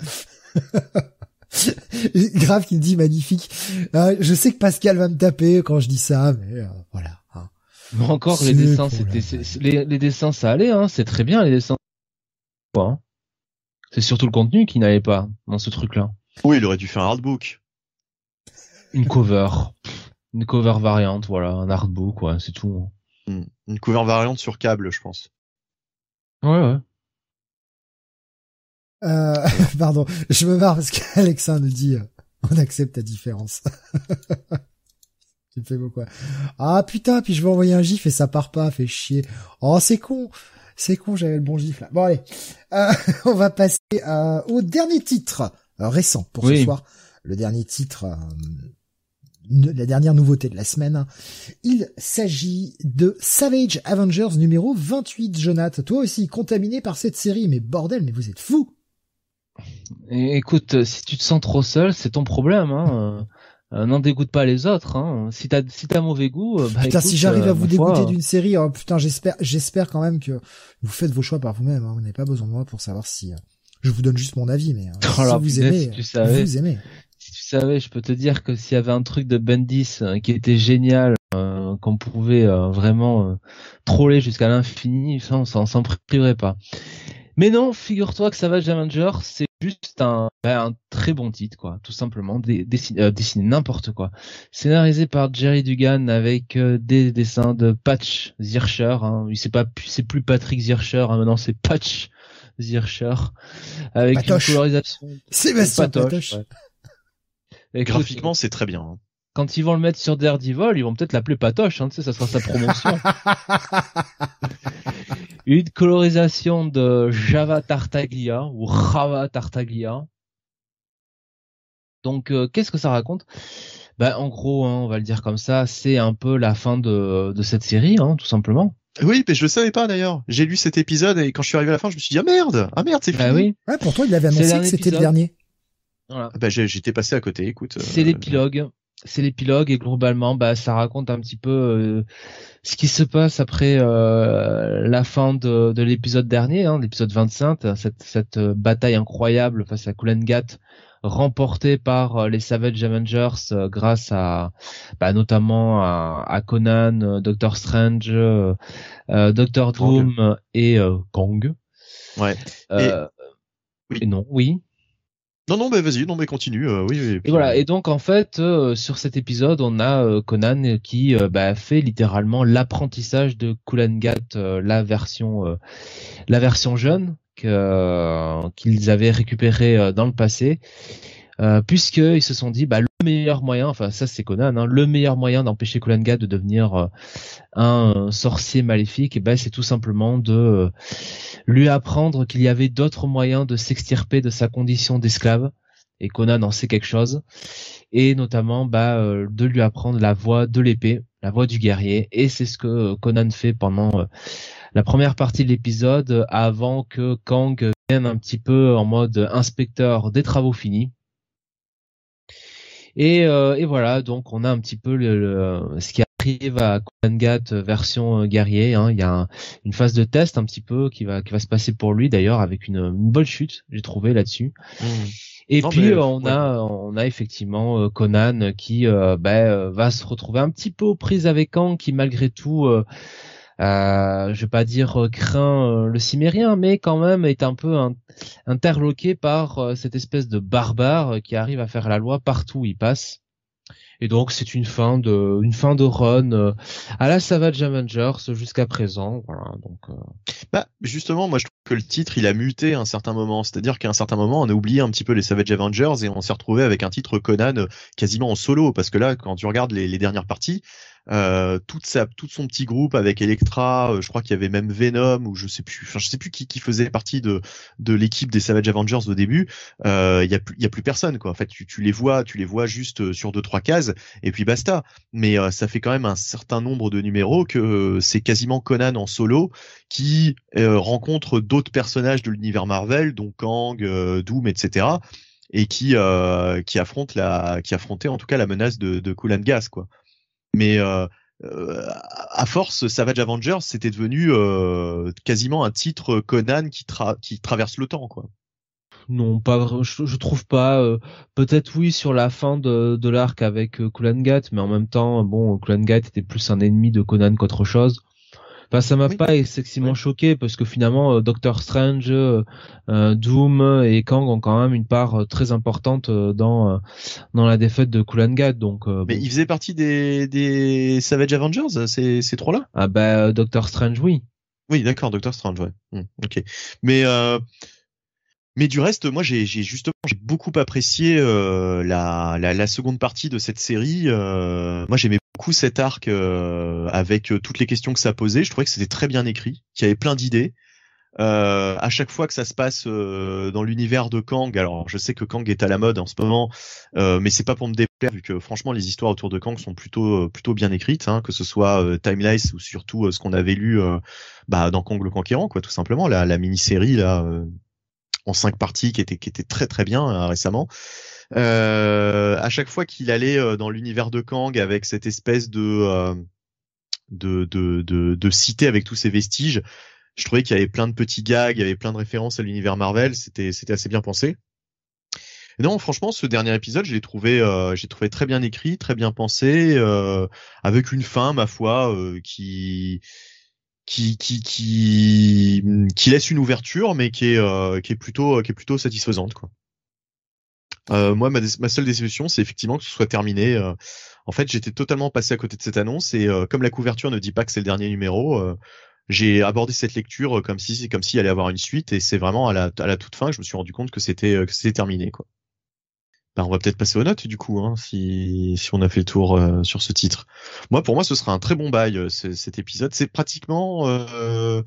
Grave qui me dit magnifique. Euh, je sais que Pascal va me taper quand je dis ça, mais euh, voilà. Hein. Mais encore, C'est les dessins, pour c'était, la- c'est, c'est- les, les dessins, ça allait, hein. C'est très bien, les dessins. Quoi, hein. C'est surtout le contenu qui n'allait pas dans ce truc-là. Oui, il aurait dû faire un artbook. Une cover. Une cover variante, voilà. Un artbook, quoi. C'est tout. Hmm. Une cover variante sur câble, je pense. Ouais, ouais. Euh, pardon, je me marre parce qu'Alexa nous dit euh, on accepte ta différence. Tu me fais beau quoi. Ah putain, puis je vais envoyer un gif et ça part pas, fait chier. Oh c'est con, c'est con, j'avais le bon gif là. Bon allez, euh, on va passer euh, au dernier titre euh, récent pour Oui. ce soir. Le dernier titre, euh, n- la dernière nouveauté de la semaine. Il s'agit de Savage Avengers numéro vingt-huit. Jonathan, toi aussi contaminé par cette série, mais bordel, mais vous êtes fou. Et écoute, si tu te sens trop seul, c'est ton problème, hein. Euh, n'en dégoûte pas les autres, hein. Si t'as, si t'as mauvais goût, euh, bah Putain, écoute, si j'arrive euh, à vous ma dégoûter foi, d'une série, oh, putain, j'espère, j'espère quand même que vous faites vos choix par vous-même. Hein. Vous n'avez pas besoin de moi pour savoir si. Euh, je vous donne juste mon avis, mais euh, Oh si la vous punaise, aimez, si tu savais. vous aimez. Si tu savais, je peux te dire que s'il y avait un truc de Bendis euh, qui était génial, euh, qu'on pouvait euh, vraiment euh, troller jusqu'à l'infini, ça, on s'en s'en priverait pas. Mais non, figure-toi que Savage Avenger, c'est juste un, ben, un très bon titre, quoi, tout simplement, dé- dessiné, euh, dessiné n'importe quoi. Scénarisé par Jerry Dugan avec euh, des dessins de Patch Zircher, hein. Il c'est pas, c'est plus Patrick Zircher, hein, maintenant c'est Patch Zircher, avec Patoche. une colorisation Sébastien Patoche, Patoche. ouais. Écoute, Graphiquement, c'est très bien. Hein. quand ils vont le mettre sur Daredevil, ils vont peut-être l'appeler Patoche, hein, tu sais, ça sera sa promotion. Une colorisation de Java Tartaglia ou Java Tartaglia. Donc, euh, qu'est-ce que ça raconte? Ben, en gros, hein, on va le dire comme ça, c'est un peu la fin de, de cette série, hein, tout simplement. Oui, mais je le savais pas d'ailleurs. J'ai lu cet épisode et quand je suis arrivé à la fin, je me suis dit ah merde, ah merde, c'est fini. Ben oui, Ouais, pour toi, il avait C'est annoncé le que dernier c'était le épisode. dernier. voilà. Ah bah, j'ai- j'étais passé à côté. Écoute. C'est euh, l'épilogue. C'est l'épilogue et globalement, bah, ça raconte un petit peu euh, ce qui se passe après euh, la fin de, de l'épisode dernier, hein, l'épisode vingt-cinq, cette, cette euh, bataille incroyable face à Kulangat, remportée par euh, les Savage Avengers euh, grâce à, bah, notamment à, à Conan, euh, Doctor Strange, euh, euh, Doctor Kang. Doom et euh, Kang. Ouais. Euh, oui. et non, oui. Non, non, mais vas-y, non, mais continue. Euh, oui, oui. Et voilà. Et donc en fait, euh, sur cet épisode, on a euh, Conan qui euh, bah, fait littéralement l'apprentissage de Kulangat, euh, la version, euh, la version jeune que, euh, qu'ils avaient récupérée euh, dans le passé, euh, puisqu'ils se sont dit, bah le meilleur moyen, enfin ça c'est Conan, hein, le meilleur moyen d'empêcher Kulangat de devenir euh, un euh, sorcier maléfique, et ben c'est tout simplement de euh, lui apprendre qu'il y avait d'autres moyens de s'extirper de sa condition d'esclave, et Conan en sait quelque chose, et notamment bah euh, de lui apprendre la voie de l'épée, la voie du guerrier, et c'est ce que Conan fait pendant euh, la première partie de l'épisode, euh, avant que Kang vienne un petit peu en mode inspecteur des travaux finis. Et, euh, et voilà, donc on a un petit peu le, le, ce qui arrive à Kulangat version guerrier. Hein. Il y a un, une phase de test un petit peu qui va qui va se passer pour lui d'ailleurs, avec une, une bonne chute, j'ai trouvé là-dessus. Mmh. Et Non, puis mais, euh, on ouais. a on a effectivement euh, Conan qui euh, bah, euh, va se retrouver un petit peu aux prises avec Kang, qui malgré tout euh, euh, je vais pas dire euh, craint euh, le Cimérien, mais quand même est un peu un, interloqué par euh, cette espèce de barbare euh, qui arrive à faire la loi partout où il passe. Et donc c'est une fin de une fin de run euh, à la Savage Avengers jusqu'à présent. Voilà, donc euh... Bah justement, moi je trouve que le titre il a muté à un certain moment. C'est-à-dire qu'à un certain moment on a oublié un petit peu les Savage Avengers et on s'est retrouvé avec un titre Conan quasiment en solo. Parce que là, quand tu regardes les, les dernières parties, euh, toute sa, tout son petit groupe avec Elektra. Euh, je crois qu'il y avait même Venom ou je sais plus, enfin je sais plus qui, qui faisait partie de de l'équipe des Savage Avengers au début. Euh, Il y a plus, il y a plus personne quoi. En fait, tu, tu les vois, tu les vois juste sur deux trois cases et puis basta. Mais euh, ça fait quand même un certain nombre de numéros que euh, c'est quasiment Conan en solo qui euh, rencontre d'autres personnages de l'univers Marvel, dont Kang, euh, Doom, et cetera, et qui euh, qui affronte la, qui affrontait en tout cas la menace de, de Kulan Gas, quoi. Mais euh, euh, à force, Savage Avengers, c'était devenu euh, quasiment un titre Conan qui tra- qui traverse le temps, quoi. Non, pas, vra- je, je trouve pas. Euh, peut-être oui sur la fin de, de l'arc avec euh, Kulan Gat, mais en même temps, bon, Kulan Gat était plus un ennemi de Conan qu'autre chose. Enfin, ça m'a Oui. pas excessivement Oui. choqué parce que finalement, euh, Doctor Strange, euh, euh, Doom et Kang ont quand même une part euh, très importante euh, dans euh, dans la défaite de Kulan Gat. Donc, euh, Mais bon. il faisait partie des des Savage Avengers, ces ces trois-là? Ah bah, Doctor Strange, oui. Oui, d'accord, Doctor Strange, ouais. Hmm, ok. Mais euh, Mais du reste, moi, j'ai, j'ai justement, j'ai beaucoup apprécié euh, la, la, la seconde partie de cette série. Euh, moi, j'aimais beaucoup cet arc euh, avec euh, toutes les questions que ça posait. Je trouvais que c'était très bien écrit, qu'il y avait plein d'idées. Euh, à chaque fois que ça se passe euh, dans l'univers de Kang, alors je sais que Kang est à la mode en ce moment, euh, mais c'est pas pour me déplaire vu que franchement les histoires autour de Kang sont plutôt plutôt bien écrites, hein, que ce soit euh, Timeless ou surtout euh, ce qu'on avait lu euh, bah, dans Kang le Conquérant, quoi, tout simplement la, la mini-série là. Euh, en cinq parties qui était qui était très très bien euh, récemment. Euh, à chaque fois qu'il allait euh, dans l'univers de Kang avec cette espèce de euh, de, de de de cité avec tous ces vestiges, je trouvais qu'il y avait plein de petits gags, il y avait plein de références à l'univers Marvel, c'était c'était assez bien pensé. Et non, franchement, ce dernier épisode, je l'ai trouvé euh, j'ai trouvé très bien écrit, très bien pensé, euh, avec une fin, ma foi, euh, qui qui qui qui qui laisse une ouverture mais qui est euh, qui est plutôt qui est plutôt satisfaisante, quoi. Euh, moi ma, ma seule déception c'est effectivement que ce soit terminé. Euh, en fait, j'étais totalement passé à côté de cette annonce et euh, comme la couverture ne dit pas que c'est le dernier numéro, euh, j'ai abordé cette lecture comme si comme s'il allait avoir une suite et c'est vraiment à la à la toute fin que je me suis rendu compte que c'était que c'était terminé, quoi. Ben, on va peut-être passer aux notes du coup, hein, si si on a fait le tour euh, sur ce titre. Moi, pour moi, ce sera un très bon bail. euh, ce- cet épisode, c'est pratiquement. Euh...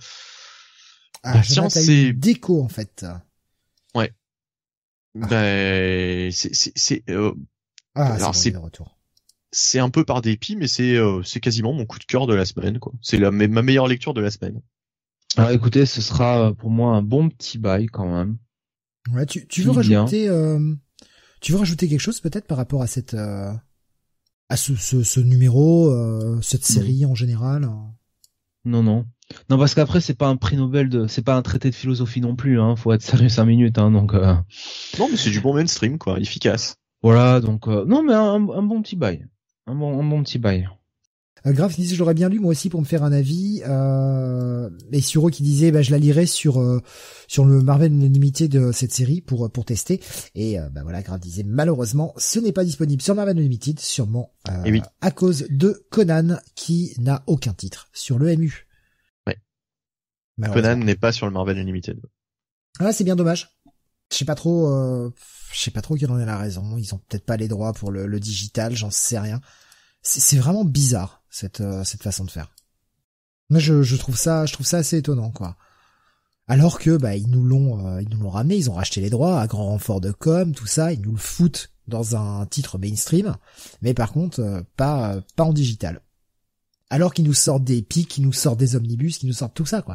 Ah, Ben, je tiens, note à c'est une déco en fait. ouais. Ah, Ben c'est c'est c'est. Euh... ah c'est Alors bon, il est c'est de retour. c'est un peu par dépit, mais c'est euh, c'est quasiment mon coup de cœur de la semaine, quoi. C'est la ma ma meilleure lecture de la semaine. Alors écoutez, ce sera euh, pour moi un bon petit bail quand même. Ouais, tu, tu Qui veux bien. rajouter, euh, tu veux rajouter quelque chose peut-être par rapport à cette, euh, à ce, ce, ce numéro, euh, cette série en général? Non, non. Non, parce qu'après, c'est pas un prix Nobel de, c'est pas un traité de philosophie non plus, hein. Faut être sérieux cinq minutes, hein. Donc, euh, Non, mais c'est du bon mainstream, quoi, efficace. voilà. Donc, euh, non, mais un, un bon petit bail. Un bon, un bon petit bail. Euh, Grave qui disait je l'aurais bien lu moi aussi pour me faire un avis. Euh, et Suro qui disait bah je la lirai sur euh, sur le Marvel Unlimited de cette série pour pour tester. Et euh, bah voilà, Grave disait malheureusement ce n'est pas disponible sur Marvel Unlimited, sûrement euh, Et oui. à cause de Conan qui n'a aucun titre sur le M U. Ouais. Malheureusement. Conan n'est pas sur le Marvel Unlimited. Ah c'est bien dommage. Je sais pas trop, euh, je sais pas trop qui en est la raison. Ils ont peut-être pas les droits pour le, le digital, j'en sais rien. C'est, c'est vraiment bizarre cette euh, cette façon de faire. Moi je, je trouve ça je trouve ça assez étonnant, quoi. Alors que bah ils nous l'ont euh, ils nous l'ont ramené, ils ont racheté les droits à grand renfort de com, tout ça, ils nous le foutent dans un titre mainstream, mais par contre euh, pas euh, pas en digital. Alors qu'ils nous sortent des pics, qu'ils nous sortent des omnibus, qu'ils nous sortent tout ça, quoi.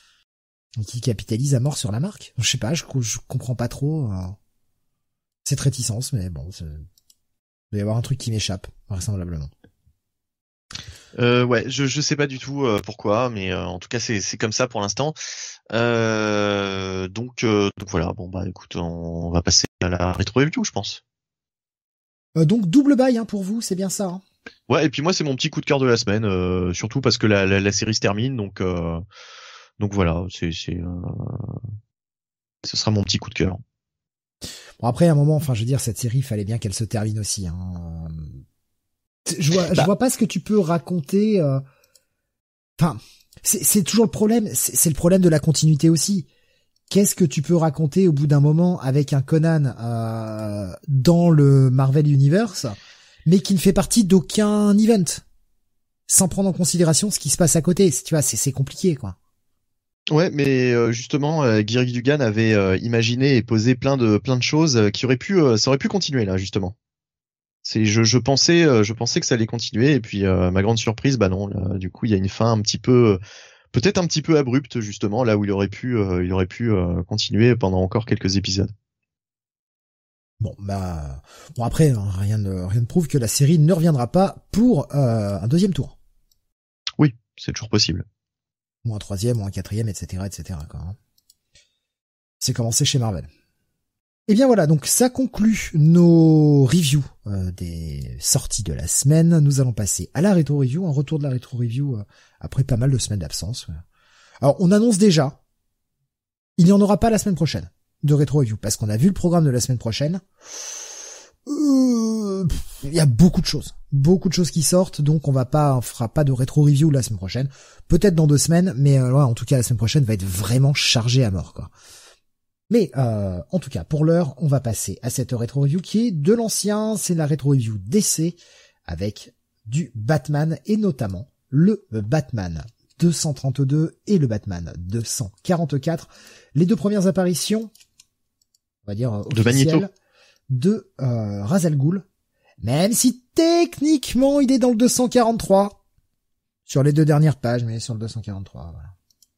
Et qui capitalisent à mort sur la marque. Je sais pas, je je comprends pas trop euh, cette réticence, mais bon, c'est... il doit y avoir un truc qui m'échappe vraisemblablement. Euh, ouais, je je sais pas du tout euh, pourquoi, mais euh, en tout cas c'est c'est comme ça pour l'instant. Euh, donc euh, donc voilà, bon bah écoute, on va passer à la rétro review, je pense. Euh, donc double bail hein, pour vous, c'est bien ça. Hein. Ouais, et puis moi c'est mon petit coup de cœur de la semaine, euh, surtout parce que la, la la série se termine, donc euh, donc voilà, c'est c'est euh, ce sera mon petit coup de cœur. Bon après à un moment, enfin je veux dire cette série, il fallait bien qu'elle se termine aussi. Hein. Je vois, bah. je vois pas ce que tu peux raconter. Euh... Enfin, c'est, c'est toujours le problème. C'est, c'est le problème de la continuité aussi. Qu'est-ce que tu peux raconter au bout d'un moment avec un Conan euh, dans le Marvel Universe, mais qui ne fait partie d'aucun event? sans prendre en considération ce qui se passe à côté. Tu vois, c'est c'est compliqué, quoi. Ouais, mais euh, justement, euh, Giri Dugan avait euh, imaginé et posé plein de plein de choses euh, qui auraient pu, euh, ça aurait pu continuer là, justement. C'est, je, je pensais, euh, je pensais que ça allait continuer, et puis euh, ma grande surprise, bah non. Là, du coup, il y a une fin un petit peu, peut-être un petit peu abrupte justement, là où il aurait pu, euh, il aurait pu euh, continuer pendant encore quelques épisodes. Bon, bah, bon après, hein, rien ne rien ne prouve que la série ne reviendra pas pour euh, un deuxième tour. Oui, c'est toujours possible. Ou un troisième, ou un quatrième, et cetera, et cetera. Quoi, hein. C'est commencé chez Marvel. Et bien voilà, donc ça conclut nos reviews euh, des sorties de la semaine. Nous allons passer à la rétro review, un retour de la rétro review euh, après pas mal de semaines d'absence. Alors on annonce déjà, il n'y en aura pas la semaine prochaine de rétro review parce qu'on a vu le programme de la semaine prochaine. Euh, il y a beaucoup de choses, beaucoup de choses qui sortent, donc on va pas, on fera pas de rétro review la semaine prochaine. Peut-être dans deux semaines, mais euh, ouais, en tout cas la semaine prochaine va être vraiment chargée à mort, quoi. Mais euh, en tout cas, pour l'heure, on va passer à cette rétro review qui est de l'ancien, c'est la rétro review D C avec du Batman et notamment le Batman deux cent trente-deux et le Batman deux cent quarante-quatre, les deux premières apparitions, on va dire de officielles, de euh, Ra's al Ghul, même si techniquement il est dans le deux cent quarante-trois sur les deux dernières pages, mais sur le deux cent quarante-trois, voilà.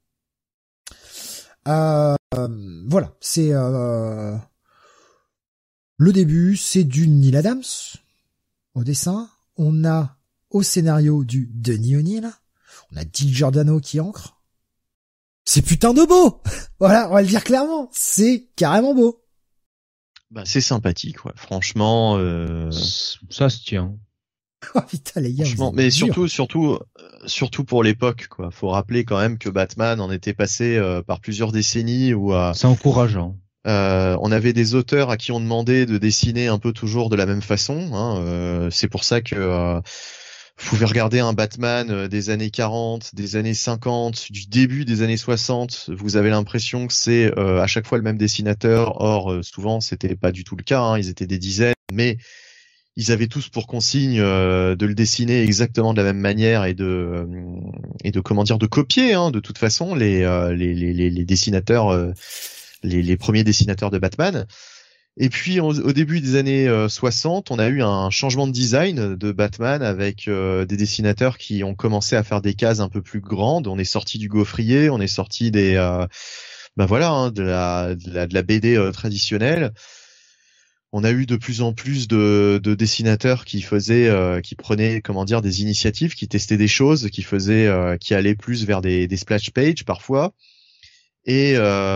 Euh, euh, voilà, c'est euh, le début, c'est du Neil Adams au dessin. On a au scénario du Denny O'Neil. On a Dick Giordano qui ancre. C'est putain de beau. Voilà, on va le dire clairement, c'est carrément beau. Bah c'est sympathique, ouais. Franchement, euh... ça se tient. Oh putain les gars. Franchement, mais surtout, surtout, surtout pour l'époque, quoi. Faut rappeler quand même que Batman en était passé euh, par plusieurs décennies où euh, c'est encourageant. Euh, on avait des auteurs à qui on demandait de dessiner un peu toujours de la même façon. Hein. Euh, c'est pour ça que euh, vous pouvez regarder un Batman des années quarante, des années cinquante, du début des années soixante. Vous avez l'impression que c'est euh, à chaque fois le même dessinateur. Or, euh, souvent, c'était pas du tout le cas. Hein. Ils étaient des dizaines, mais ils avaient tous pour consigne euh, de le dessiner exactement de la même manière et de euh, et de comment dire de copier. Hein, de toute façon, les euh, les, les les dessinateurs, euh, les les premiers dessinateurs de Batman. Et puis au, au début des années euh, soixante, on a eu un changement de design de Batman avec euh, des dessinateurs qui ont commencé à faire des cases un peu plus grandes. On est sorti du gaufrier, on est sorti des euh, ben voilà hein, de la de la de la B D euh, traditionnelle. On a eu de plus en plus de, de dessinateurs qui faisaient, euh, qui prenaient, comment dire, des initiatives, qui testaient des choses, qui faisaient, euh, qui allaient plus vers des, des splash pages parfois. Et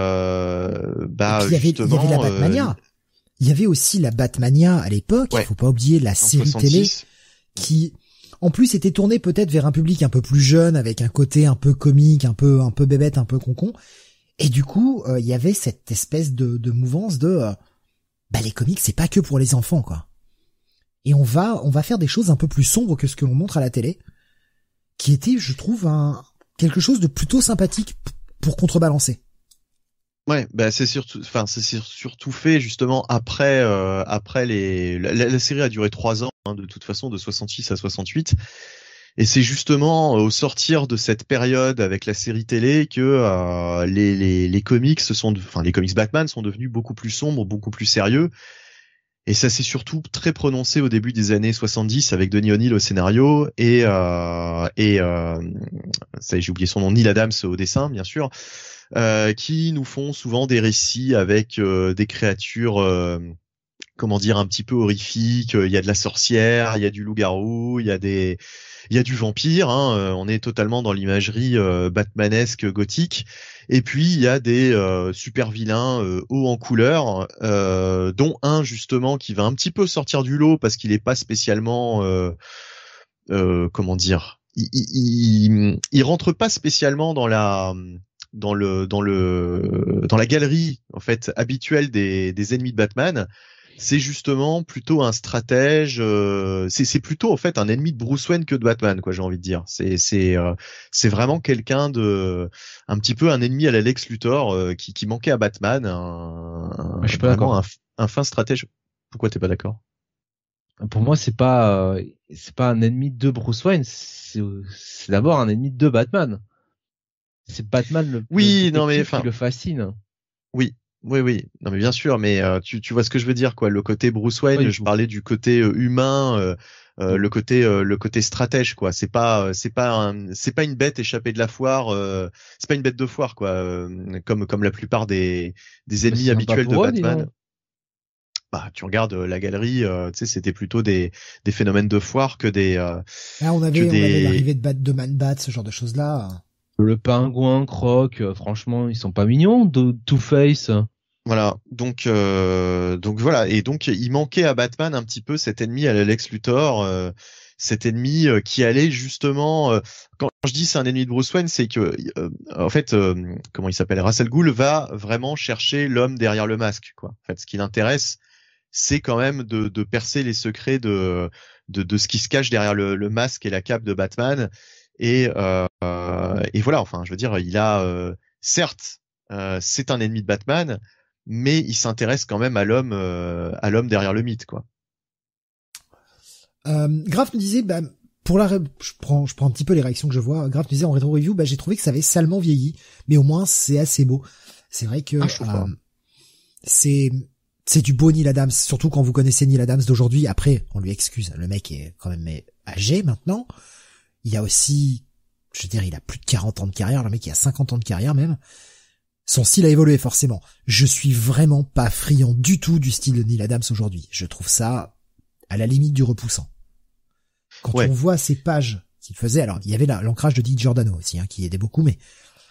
euh, bah Et puis, il y avait, justement, il y avait la Batmania. Euh, il y avait aussi la Batmania à l'époque. Ouais. Il faut pas oublier la série télé qui, en plus, était tournée peut-être vers un public un peu plus jeune, avec un côté un peu comique, un peu, un peu bébête, un peu concon. Et du coup, euh, il y avait cette espèce de, de mouvance de euh, bah les comics c'est pas que pour les enfants quoi. Et on va on va faire des choses un peu plus sombres que ce que l'on montre à la télé, qui était je trouve un quelque chose de plutôt sympathique p- pour contrebalancer. Ouais, bah c'est surtout enfin c'est surtout fait justement après euh, après les la, la série a duré trois ans hein, de toute façon de soixante-six à soixante-huit. Et c'est justement au sortir de cette période avec la série télé que euh, les, les, les comics sont, enfin les comics Batman sont devenus beaucoup plus sombres, beaucoup plus sérieux. Et ça s'est surtout très prononcé au début des années soixante-dix avec Denny O'Neil au scénario et euh, et euh, ça j'ai oublié son nom, Neil Adams au dessin bien sûr, euh, qui nous font souvent des récits avec euh, des créatures. Euh, comment dire, un petit peu horrifiques. Il y a de la sorcière, il y a du loup-garou, il y a des il y a du vampire, hein, on est totalement dans l'imagerie euh, batmanesque gothique. Et puis il y a des euh, super vilains euh, hauts en couleur, euh, dont un justement qui va un petit peu sortir du lot parce qu'il est pas spécialement, euh, euh, comment dire, il, il, il, il rentre pas spécialement dans la dans le dans le dans la galerie en fait habituelle des des ennemis de Batman. C'est justement plutôt un stratège. Euh, c'est, c'est plutôt en fait un ennemi de Bruce Wayne que de Batman, quoi. J'ai envie de dire. C'est, c'est, euh, c'est vraiment quelqu'un de, un petit peu un ennemi à la Lex Luthor euh, qui, qui manquait à Batman. Un, Je suis pas d'accord. Un, un fin stratège. Pourquoi t'es pas d'accord? pour moi, c'est pas, euh, c'est pas un ennemi de Bruce Wayne, c'est, c'est d'abord un ennemi de Batman. C'est Batman le, oui, le non mais qui le fascine. Oui, oui, oui. Non mais bien sûr, mais euh, tu, tu vois ce que je veux dire, quoi. Le côté Bruce Wayne, Oui, je parlais du côté euh, humain, euh, euh, mmh. le côté, euh, le côté stratège, quoi. C'est pas, c'est pas, un, c'est pas une bête échappée de la foire. Euh, c'est pas une bête de foire, quoi. Euh, comme, comme la plupart des, des ennemis habituels de Batman. Bah, tu regardes euh, la galerie, euh, tu sais, c'était plutôt des, des phénomènes de foire que des. Euh, ah, on avait, que on des... avait l'arrivée de Bat, de Man-Bat, ce genre de choses là. Le pingouin, Croc, euh, franchement, ils sont pas mignons. De Two-Face. Voilà, donc euh, donc voilà, et donc il manquait à Batman un petit peu cet ennemi à la Lex Luthor, euh, cet ennemi euh, qui allait justement. Euh, quand je dis c'est un ennemi de Bruce Wayne, c'est que euh, en fait, euh, comment il s'appelle, Ra's al Ghul va vraiment chercher l'homme derrière le masque, quoi. En fait, ce qui l'intéresse, c'est quand même de, de percer les secrets de, de de ce qui se cache derrière le, le masque et la cape de Batman, et euh, et voilà. Enfin, je veux dire, il a euh, certes, euh, c'est un ennemi de Batman, mais il s'intéresse quand même à l'homme, euh, à l'homme derrière le mythe, quoi. Euh, Graf me disait, bah, pour la, je prends, je prends un petit peu les réactions que je vois. Graf me disait en rétro review, bah, j'ai trouvé que ça avait salement vieilli, mais au moins c'est assez beau. C'est vrai que ah, euh, c'est, c'est du beau Neil Adams, surtout quand vous connaissez Neil Adams d'aujourd'hui. Après, on lui excuse, le mec est quand même âgé maintenant. Il y a aussi, je veux dire, il a plus de quarante ans de carrière, le mec il a cinquante ans de carrière même. Son style a évolué forcément. Je suis vraiment pas friand du tout du style de Neil Adams aujourd'hui. Je trouve ça à la limite du repoussant. Quand ouais. on voit ces pages qu'il faisait, alors il y avait là, l'ancrage de Dick Giordano aussi, hein, qui aidait beaucoup, mais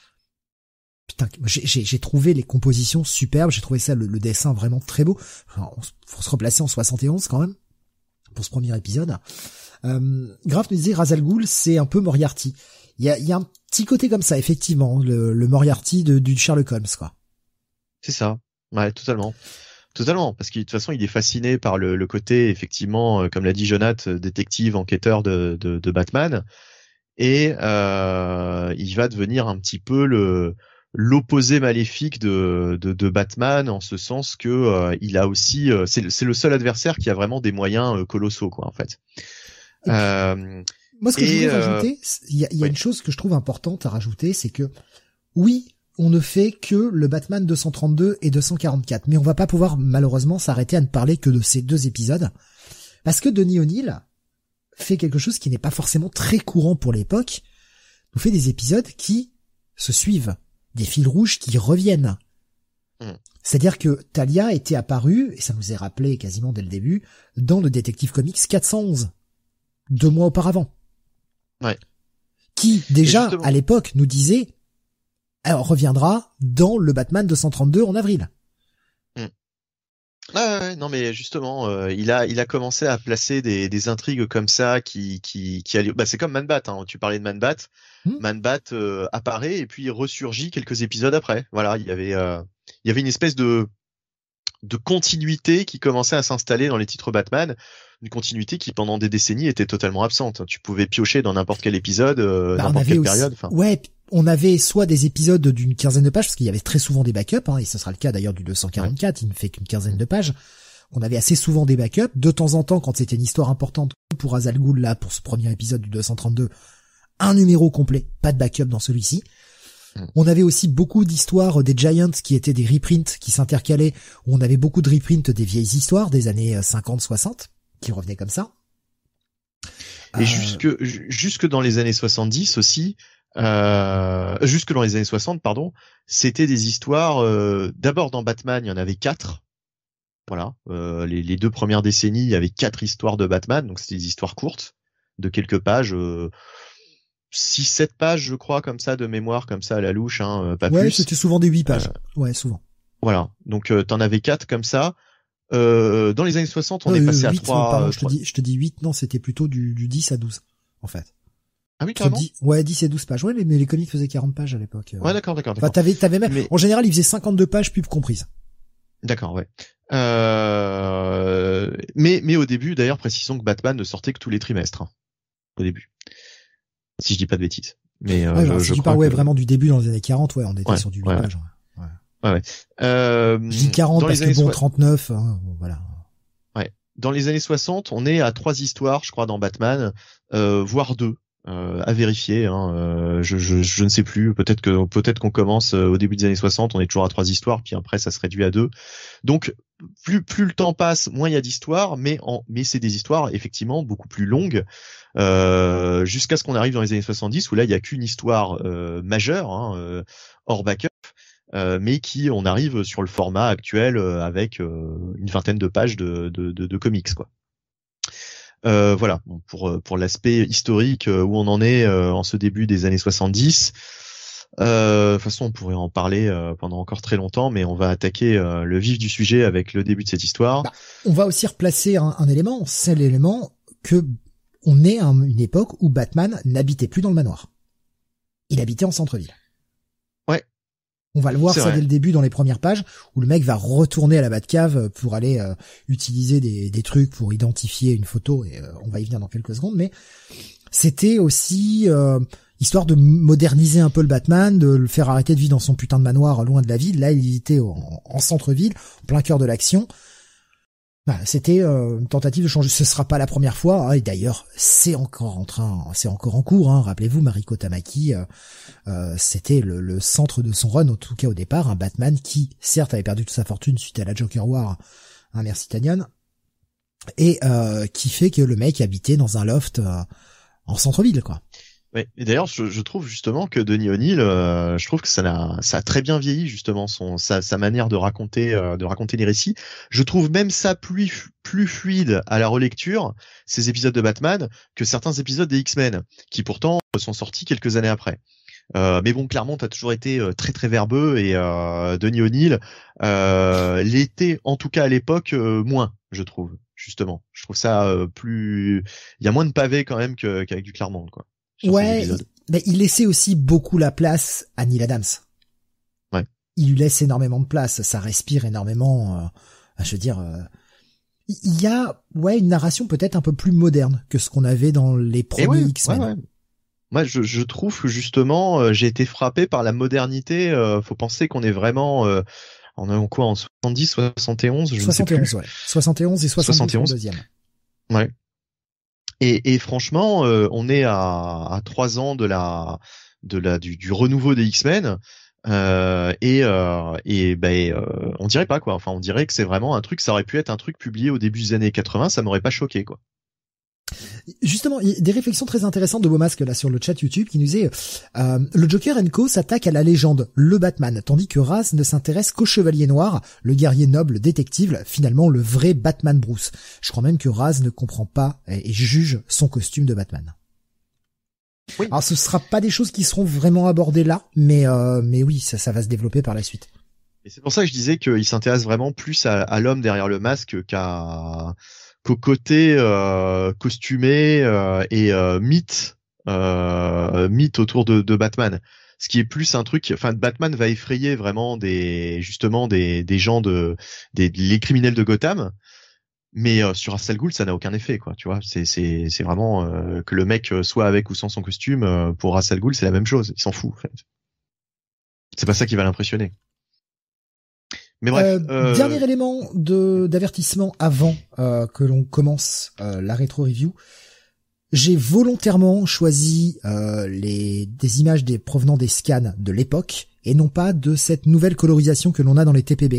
putain, j'ai, j'ai, j'ai trouvé les compositions superbes, j'ai trouvé ça, le, le dessin vraiment très beau. Alors, on, faut se replacer en soixante et onze quand même, pour ce premier épisode. Euh, Graf nous disait, Ra's al Ghul, c'est un peu Moriarty. Il y a, il y a un petit côté comme ça, effectivement, le, le Moriarty de, du Sherlock Holmes, quoi. C'est ça. Ouais, totalement. Totalement. Parce que de toute façon, il est fasciné par le, le côté, effectivement, comme l'a dit Jonathan, détective, enquêteur de, de, de Batman. Et, euh, il va devenir un petit peu le, l'opposé maléfique de, de, de Batman, en ce sens que, euh, il a aussi, euh, c'est, c'est le seul adversaire qui a vraiment des moyens euh, colossaux, quoi, en fait. Puis, euh, moi, ce que je voulais euh, rajouter, il y a, y a oui. une chose que je trouve importante à rajouter, c'est que, oui, on ne fait que le Batman deux cent trente-deux et deux cent quarante-quatre, mais on va pas pouvoir, malheureusement, s'arrêter à ne parler que de ces deux épisodes, parce que Denny O'Neil fait quelque chose qui n'est pas forcément très courant pour l'époque, nous fait des épisodes qui se suivent, des fils rouges qui reviennent. Mmh. C'est-à-dire que Talia était apparue, et ça nous est rappelé quasiment dès le début, dans le Detective Comics quatre cent onze. Deux mois auparavant. Ouais. Qui, déjà, à l'époque, nous disait, alors, reviendra dans le Batman deux cent trente-deux en avril. Mm. Ah ouais, non mais justement, euh, il a il a commencé à placer des, des intrigues comme ça qui qui qui allaient. Bah c'est comme Man-Bat. Hein. Tu parlais de Man-Bat. Mm. Man-Bat euh, apparaît et puis il ressurgit quelques épisodes après. Voilà, il y avait euh, il y avait une espèce de de continuité qui commençait à s'installer dans les titres Batman. Une continuité qui pendant des décennies était totalement absente. Tu pouvais piocher dans n'importe quel épisode, euh, bah, n'importe quelle aussi, période. Enfin. Ouais, on avait soit des épisodes d'une quinzaine de pages, parce qu'il y avait très souvent des backups, hein, et ce sera le cas d'ailleurs du deux cent quarante-quatre, ouais. Il ne fait qu'une quinzaine de pages. On avait assez souvent des backups. De temps en temps, quand c'était une histoire importante pour Ra's al Ghul, là, pour ce premier épisode du deux cent trente-deux, un numéro complet, pas de backup dans celui-ci. Mmh. On avait aussi beaucoup d'histoires des Giants qui étaient des reprints qui s'intercalaient, où on avait beaucoup de reprints des vieilles histoires des années cinquante soixante. Qui revenait comme ça. Et euh... jusque jusque dans les années soixante-dix aussi, euh, jusque dans les années soixante, pardon, c'était des histoires. Euh, d'abord dans Batman, il y en avait quatre. Voilà, euh, les, les deux premières décennies, il y avait quatre histoires de Batman, donc c'était des histoires courtes de quelques pages, euh, six sept pages, je crois, comme ça de mémoire, comme ça à la louche, hein, pas ouais, plus. Ouais, c'était souvent des huit pages. Euh, ouais, souvent. Voilà, donc euh, t'en avais quatre comme ça. Euh, dans les années soixante, on euh, est passé huit, à trois. Pardon, euh, je te dis, je te dis huit, non, c'était plutôt du, du dix à douze, en fait. Ah oui, carrément. dix, ouais, dix et douze pages. Ouais, mais les comics faisaient quarante pages à l'époque. Ouais, d'accord, d'accord, d'accord. Enfin, t'avais, t'avais même, mais... en général, ils faisaient cinquante-deux pages, pub comprise. D'accord, ouais. Euh, mais, mais au début, d'ailleurs, précisons que Batman ne sortait que tous les trimestres. Hein, au début. Si je dis pas de bêtises. Mais, euh, ouais, genre, je, si je tu crois parles, ouais, que... vraiment du début dans les années quarante, ouais, on était ouais, sur du huit ouais, pages. Ouais. Ouais, ouais. Euh, je dis quarante parce que bon, so... trente-neuf, hein, bon, voilà. Ouais. dans les années soixante, on est à trois histoires, je crois, dans Batman, euh, voire deux. Euh, à vérifier, hein. euh, je, je, je ne sais plus. Peut-être que peut-être qu'on commence euh, au début des années soixante, on est toujours à trois histoires, puis après ça se réduit à deux. Donc plus plus le temps passe, moins il y a d'histoires, mais en mais c'est des histoires effectivement beaucoup plus longues, euh, jusqu'à ce qu'on arrive dans les années soixante-dix où là il y a qu'une histoire euh, majeure, hein, euh, hors backup, euh, mais qui on arrive sur le format actuel euh, avec euh, une vingtaine de pages de de, de, de comics, quoi. Euh, voilà, bon, pour pour l'aspect historique euh, où on en est euh, en ce début des années soixante-dix. Euh, de toute façon, on pourrait en parler euh, pendant encore très longtemps, mais on va attaquer euh, le vif du sujet avec le début de cette histoire. Bah, on va aussi replacer un, un élément, c'est l'élément que on est à une époque où Batman n'habitait plus dans le manoir. Il habitait en centre-ville. Ouais. On va le voir c'est ça vrai. dès le début dans les premières pages où le mec va retourner à la Batcave pour aller euh, utiliser des, des trucs pour identifier une photo et euh, on va y venir dans quelques secondes, mais c'était aussi euh, histoire de moderniser un peu le Batman, de le faire arrêter de vivre dans son putain de manoir loin de la ville. Là, il était en, en centre-ville, en plein cœur de l'action. Bah, c'était euh, une tentative de changer. Ce sera pas la première fois, hein, et d'ailleurs, c'est encore en train, c'est encore en cours. Hein. Rappelez-vous, Mariko Tamaki, euh, euh, c'était le, le centre de son run, en tout cas au départ, un Batman qui, certes, avait perdu toute sa fortune suite à la Joker War, hein, merci Tanyon, et euh, qui fait que le mec habitait dans un loft euh, en centre-ville, quoi. Ouais. Et d'ailleurs, je, je trouve justement que Denis O'Neill, euh, je trouve que ça a, ça a très bien vieilli justement son, sa, sa manière de raconter, euh, de raconter les récits. Je trouve même ça plus, plus fluide à la relecture, ces épisodes de Batman, que certains épisodes des X-Men, qui pourtant sont sortis quelques années après. Euh, mais bon, Claremont a toujours été euh, très très verbeux et euh, Denis O'Neill euh, l'était, en tout cas à l'époque, euh, moins, je trouve. Justement, je trouve ça euh, plus, il y a moins de pavés quand même que, qu'avec du Claremont, quoi. Ouais, il, mais il laissait aussi beaucoup la place à Neil Adams. Ouais. Il lui laisse énormément de place, ça respire énormément. Euh, je veux dire, euh, il y a ouais une narration peut-être un peu plus moderne que ce qu'on avait dans les premiers ouais, X-Men. Ouais, ouais. Moi, je, je trouve que justement, euh, j'ai été frappé par la modernité. Euh, faut penser qu'on est vraiment, euh, on est en quoi, en soixante-dix, soixante et onze, je soixante et onze, ne sais plus. ouais. soixante et onze et soixante-douze soixante et onze. pour le deuxième. Ouais. Et, et franchement, euh, on est à, à trois ans de la, de la, du, du renouveau des X-Men, euh, et, euh, et ben, euh, on dirait pas quoi. Enfin, on dirait que c'est vraiment un truc. Ça aurait pu être un truc publié au début des années quatre-vingts, ça m'aurait pas choqué quoi. Justement, il y a des réflexions très intéressantes de Beaumasque là sur le chat YouTube qui nous disait euh, le Joker and Co s'attaque à la légende, le Batman, tandis que Raz ne s'intéresse qu'au Chevalier Noir, le guerrier noble détective, finalement le vrai Batman Bruce. Je crois même que Raz ne comprend pas et, et juge son costume de Batman. Oui. Alors ce sera pas des choses qui seront vraiment abordées là, mais euh, mais oui, ça ça va se développer par la suite. Et c'est pour ça que je disais qu'il s'intéresse vraiment plus à, à l'homme derrière le masque qu'à qu'au côté euh, costumé euh, et euh, mythe euh, mythe autour de, de Batman. Ce qui est plus un truc, enfin Batman va effrayer vraiment des justement des des gens de des les criminels de Gotham, mais euh, sur Ra's al Ghul ça n'a aucun effet quoi, tu vois. C'est c'est c'est vraiment euh, que le mec soit avec ou sans son costume, euh, pour Ra's al Ghul c'est la même chose, il s'en fout en fait. C'est pas ça qui va l'impressionner. Mais bref, euh, euh... dernier élément de d'avertissement avant euh, que l'on commence euh, la rétro review. J'ai volontairement choisi euh, les des images des provenant des scans de l'époque et non pas de cette nouvelle colorisation que l'on a dans les T P B.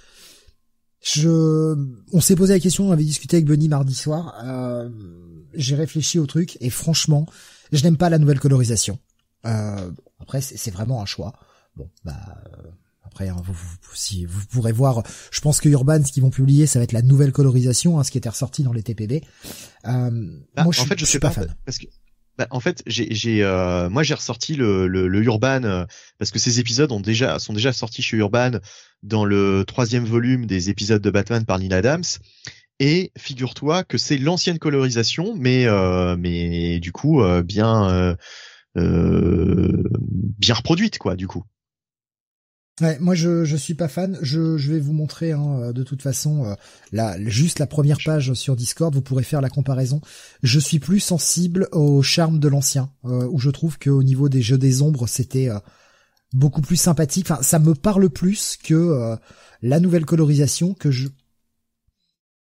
Je, on s'est posé la question, on avait discuté avec Bunny mardi soir. Euh, j'ai réfléchi au truc et franchement, je n'aime pas la nouvelle colorisation. Euh, après, c'est, c'est vraiment un choix. Bon, bah. Euh... Après, hein, vous, vous, si, vous pourrez voir, je pense que Urban, ce qu'ils vont publier, ça va être la nouvelle colorisation, hein, ce qui était ressorti dans les T P B. Euh, bah, moi, je, en fait, je, je sais suis pas, pas fan. Parce que, bah, en fait, j'ai, j'ai, euh, moi, j'ai ressorti le, le, le Urban euh, parce que ces épisodes ont déjà, sont déjà sortis chez Urban dans le troisième volume des épisodes de Batman par Neil Adams. Et figure-toi que c'est l'ancienne colorisation, mais, euh, mais du coup, euh, bien, euh, euh, bien reproduite, quoi, du coup. Ouais, moi je je suis pas fan. Je je vais vous montrer hein, de toute façon euh, là juste la première page sur Discord. Vous pourrez faire la comparaison. Je suis plus sensible au charme de l'ancien, euh, où je trouve qu'au niveau des jeux des ombres c'était euh, beaucoup plus sympathique. Enfin, ça me parle plus que euh, la nouvelle colorisation que je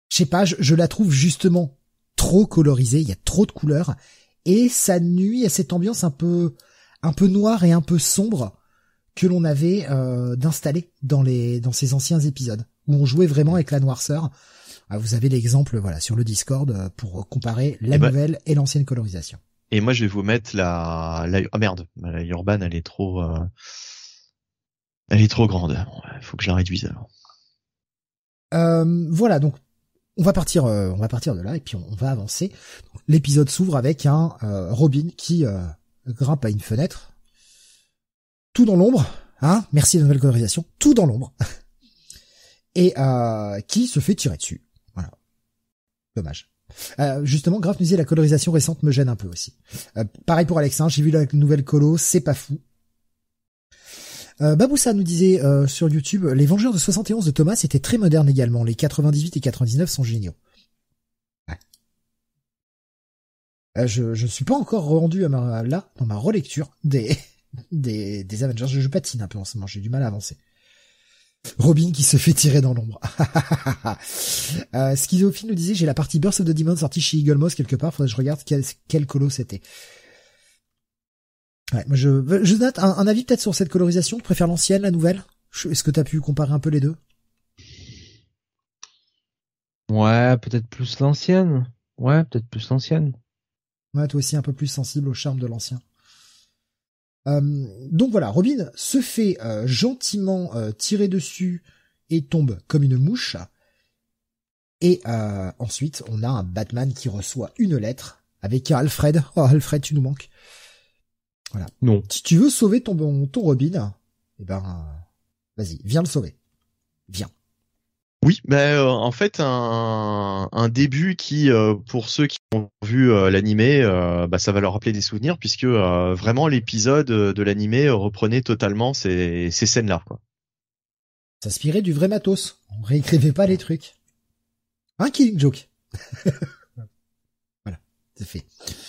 je sais pas, je, je la trouve justement trop colorisée, il y a trop de couleurs, et ça nuit à cette ambiance un peu, un peu noire et un peu sombre que l'on avait euh, d'installer dans les, dans ces anciens épisodes, où on jouait vraiment avec la noirceur. Ah, vous avez l'exemple, voilà, sur le Discord euh, pour comparer la et nouvelle bah, et l'ancienne colorisation. Et moi, je vais vous mettre la, la, ah merde, la Urban, elle est trop, euh... elle est trop grande. Il faut que je la réduise alors. Euh, voilà, donc on va partir, euh, on va partir de là et puis on, on va avancer. L'épisode s'ouvre avec un euh, Robin qui euh, grimpe à une fenêtre, tout dans l'ombre, hein. Merci de la nouvelle colorisation, tout dans l'ombre, et euh, qui se fait tirer dessus. Voilà, dommage. Euh, justement, Graf nous disait la colorisation récente me gêne un peu aussi. Euh, pareil pour Alex, hein, j'ai vu la nouvelle colo, c'est pas fou. Euh, Baboussa nous disait euh, sur YouTube, les Vengeurs de soixante et onze de Thomas étaient très modernes également. Les quatre-vingt-dix-huit et quatre-vingt-dix-neuf sont géniaux. Ouais. Euh, je je suis pas encore rendu à ma, là dans ma relecture des des des Avengers. Je, je patine un peu en ce moment, j'ai du mal à avancer. Robin qui se fait tirer dans l'ombre. euh, Schizophile nous disait, j'ai la partie Burst of the Demon sortie chez Eagle Moss quelque part, faudrait que je regarde quel, quel colo c'était. Ouais, moi je, je note un, un avis peut-être sur cette colorisation. Tu préfères l'ancienne, la nouvelle? Est-ce que t'as pu comparer un peu les deux? Ouais, peut-être plus l'ancienne. Ouais, peut-être plus l'ancienne. Ouais, toi aussi un peu plus sensible au charme de l'ancien. Euh, donc voilà, Robin se fait euh, gentiment euh, tirer dessus et tombe comme une mouche. Et euh, ensuite, on a un Batman qui reçoit une lettre avec Alfred. Oh, Alfred, tu nous manques. Voilà. Non. Si tu veux sauver ton, ton Robin, eh ben, euh, vas-y, viens le sauver. Viens. Oui, bah, euh, en fait, un, un début qui, euh, pour ceux qui ont vu euh, l'animé, euh, bah, ça va leur rappeler des souvenirs, puisque euh, vraiment l'épisode de l'animé reprenait totalement ces, ces scènes-là, quoi. S'inspirer du vrai matos. On réécrivait pas les trucs. Un Killing Joke. Voilà, c'est fait.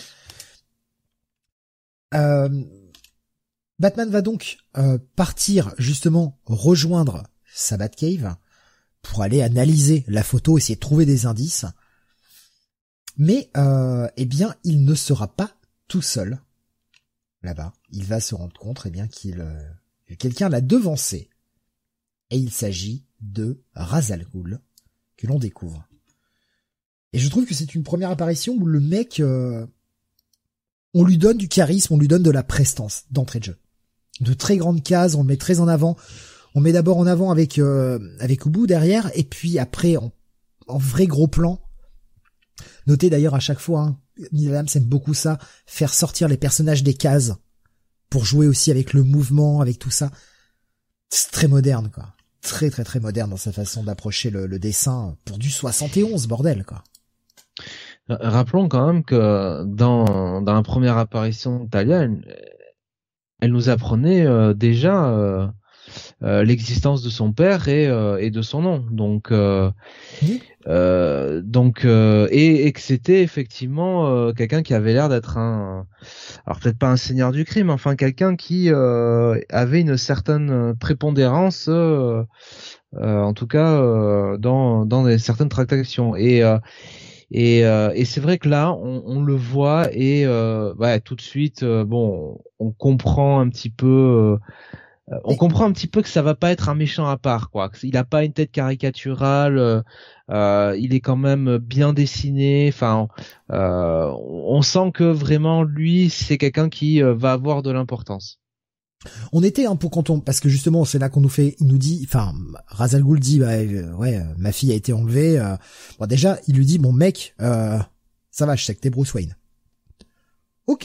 Euh, Batman va donc euh, partir justement rejoindre sa Batcave pour aller analyser la photo, essayer de trouver des indices. Mais euh, eh bien, il ne sera pas tout seul là-bas. Il va se rendre compte eh bien qu'il euh, que quelqu'un l'a devancé. Et il s'agit de Ra's al Ghul que l'on découvre. Et je trouve que c'est une première apparition où le mec, euh, on lui donne du charisme, on lui donne de la prestance d'entrée de jeu. De très grandes cases, on le met très en avant. On met d'abord en avant avec euh, avec Ubu derrière, et puis après en, en vrai gros plan. Notez d'ailleurs à chaque fois, hein, Neil Adams aime beaucoup ça, faire sortir les personnages des cases pour jouer aussi avec le mouvement, avec tout ça. C'est très moderne, quoi. Très très très moderne dans sa façon d'approcher le, le dessin pour du soixante et onze, bordel, quoi. Rappelons quand même que dans dans la première apparition de Talia, elle, elle nous apprenait euh, déjà euh, euh, l'existence de son père et euh, et de son nom. Donc euh, Oui. euh, donc euh, et, et que c'était effectivement euh, quelqu'un qui avait l'air d'être un, alors peut-être pas un seigneur du crime, enfin quelqu'un qui euh, avait une certaine prépondérance, euh, euh, en tout cas euh, dans dans des, certaines tractations. Et euh, Et, euh, et c'est vrai que là, on, on le voit et euh, ouais, tout de suite, euh, bon, on comprend un petit peu, euh, on Et... comprend un petit peu que ça va pas être un méchant à part, quoi. Il a pas une tête caricaturale, euh, euh, il est quand même bien dessiné. Enfin, euh, on sent que vraiment lui, c'est quelqu'un qui euh, va avoir de l'importance. On était un peu content parce que justement c'est là qu'on nous fait, il nous dit, enfin Ra's al Ghul dit bah euh, ouais euh, ma fille a été enlevée. Euh, bon déjà il lui dit bon mec euh, ça va, je sais que t'es Bruce Wayne. Ok.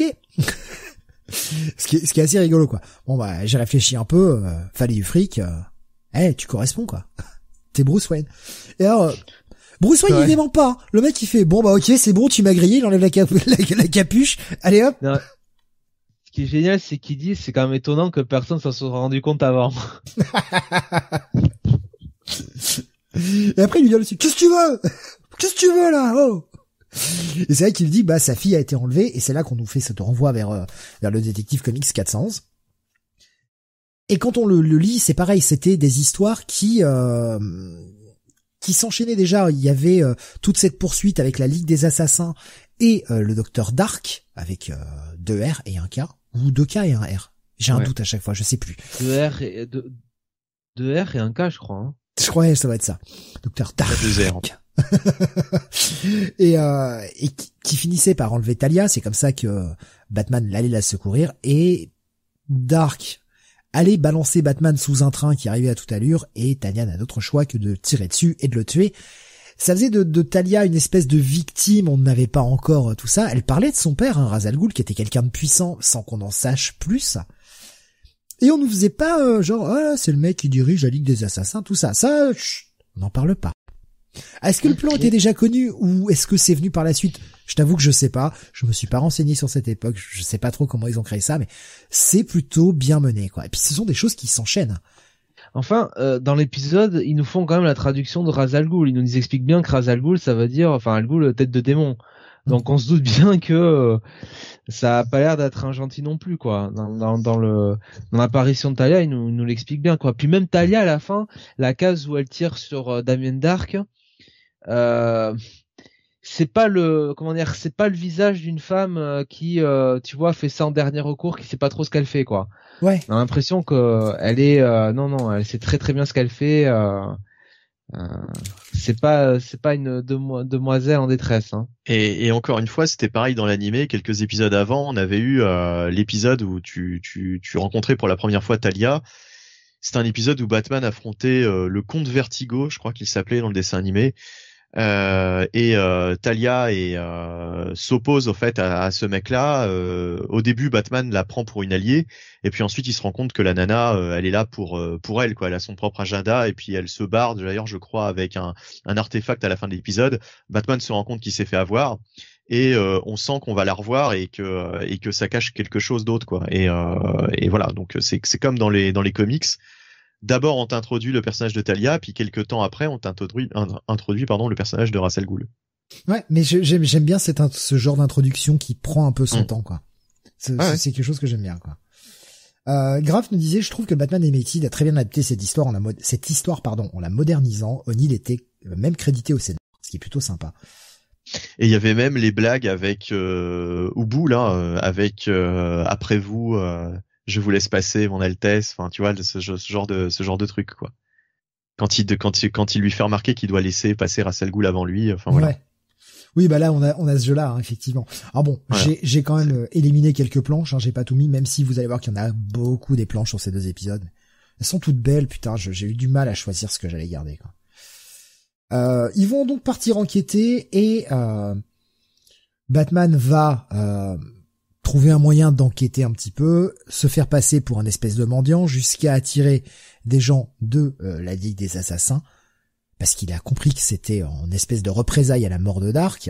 ce qui est, ce qui est assez rigolo quoi. Bon bah j'ai réfléchi un peu, euh, fallait du fric. Euh, hey, tu corresponds quoi. T'es Bruce Wayne. Et alors euh, Bruce Wayne ouais. Il dément pas. Hein. Le mec il fait bon bah ok c'est bon tu m'as grillé, il enlève la, cap- la, la capuche. Allez hop. Non. Ce qui est génial, c'est qu'il dit, c'est quand même étonnant que personne s'en soit rendu compte avant. Et après, il lui dit dessus, qu'est-ce que tu veux? Qu'est-ce que tu veux, là? Oh! Et c'est vrai qu'il dit, bah, sa fille a été enlevée, et c'est là qu'on nous fait ce renvoi vers, euh, vers le détective comics quatre cent onze. Et quand on le, le lit, c'est pareil, c'était des histoires qui, euh, qui s'enchaînaient déjà. Il y avait euh, toute cette poursuite avec la Ligue des Assassins et euh, le Docteur Dark avec euh, deux R et un K, ou deux K et un R. J'ai un ouais. doute à chaque fois, je sais plus. Deux R et deux, deux R et un K, je crois. Hein. Je crois que ça va être ça. Docteur Dark. Deux R. et euh, et qui, qui finissait par enlever Talia. C'est comme ça que Batman allait la secourir, et Dark allait balancer Batman sous un train qui arrivait à toute allure, et Talia n'a d'autre choix que de tirer dessus et de le tuer. Ça faisait de, de Talia une espèce de victime. On n'avait pas encore tout ça. Elle parlait de son père, hein, Ra's al Ghul, qui était quelqu'un de puissant sans qu'on en sache plus. Et on nous faisait pas euh, genre ah, c'est le mec qui dirige la Ligue des Assassins, tout ça. Ça, chut, on n'en parle pas. Est-ce que le plan était déjà connu ou est-ce que c'est venu par la suite? Je t'avoue que je sais pas. Je me suis pas renseigné sur cette époque. Je sais pas trop comment ils ont créé ça, mais c'est plutôt bien mené, quoi. Et puis ce sont des choses qui s'enchaînent. Enfin, euh, dans l'épisode, ils nous font quand même la traduction de Ra's al Ghul. Ils nous expliquent bien que Ra's al Ghul, ça veut dire, enfin, al Ghul, tête de démon. Donc on se doute bien que euh, ça a pas l'air d'être un gentil non plus, quoi. Dans, dans, dans le dans l'apparition de Talia, il nous, nous l'explique bien, quoi. Puis même Talia à la fin, la case où elle tire sur euh, Damien Dark, euh, c'est pas le comment dire, c'est pas le visage d'une femme euh, qui, euh, tu vois, fait ça en dernier recours, qui sait pas trop ce qu'elle fait, quoi. Ouais. On a l'impression que elle est euh, non non, elle sait très très bien ce qu'elle fait. Euh, Euh, c'est pas c'est pas une demo- demoiselle en détresse, hein. Et, et encore une fois, c'était pareil dans l'animé. Quelques épisodes avant, on avait eu euh, l'épisode où tu, tu tu rencontrais pour la première fois Talia. C'était un épisode où Batman affrontait euh, le Comte Vertigo, je crois qu'il s'appelait dans le dessin animé. Euh, et euh, Talia et euh, s'oppose au fait à, à ce mec-là. Euh, au début, Batman la prend pour une alliée, et puis ensuite il se rend compte que la nana, euh, elle est là pour euh, pour elle, quoi. Elle a son propre agenda, et puis elle se barre. D'ailleurs, je crois avec un un artefact à la fin de l'épisode. Batman se rend compte qu'il s'est fait avoir, et euh, on sent qu'on va la revoir et que et que ça cache quelque chose d'autre, quoi. Et euh, et voilà. Donc c'est c'est comme dans les dans les comics. D'abord, on t'introduit le personnage de Talia, puis quelques temps après, on t'introduit, introduit, pardon, le personnage de Ra's al Ghul. Ouais, mais j'aime, j'aime bien cette, ce genre d'introduction qui prend un peu son mmh. temps, quoi. C'est, ah ouais. c'est quelque chose que j'aime bien, quoi. Euh, Graf nous disait, je trouve que Batman Animated a très bien adapté cette histoire en la mod- cette histoire, pardon, en la modernisant. O'Neill était même crédité au scénario, ce qui est plutôt sympa. Et il y avait même les blagues avec euh, Ubu, là, euh, avec euh, après vous. Euh... Je vous laisse passer, mon Altesse. Enfin, tu vois, ce, ce genre de, ce genre de truc, quoi. Quand il, quand il, quand il lui fait remarquer qu'il doit laisser passer Ra's al Ghul avant lui. Enfin, voilà. Ouais. Oui, bah là, on a, on a ce jeu-là, hein, effectivement. Alors bon, voilà. j'ai, j'ai quand même euh, éliminé quelques planches, hein, j'ai pas tout mis, même si vous allez voir qu'il y en a beaucoup des planches sur ces deux épisodes. Elles sont toutes belles, putain, je, j'ai eu du mal à choisir ce que j'allais garder, quoi. Euh, ils vont donc partir enquêter et, euh, Batman va, euh, trouver un moyen d'enquêter un petit peu, se faire passer pour un espèce de mendiant jusqu'à attirer des gens de euh, la Ligue des Assassins, parce qu'il a compris que c'était en espèce de représailles à la mort de Dark.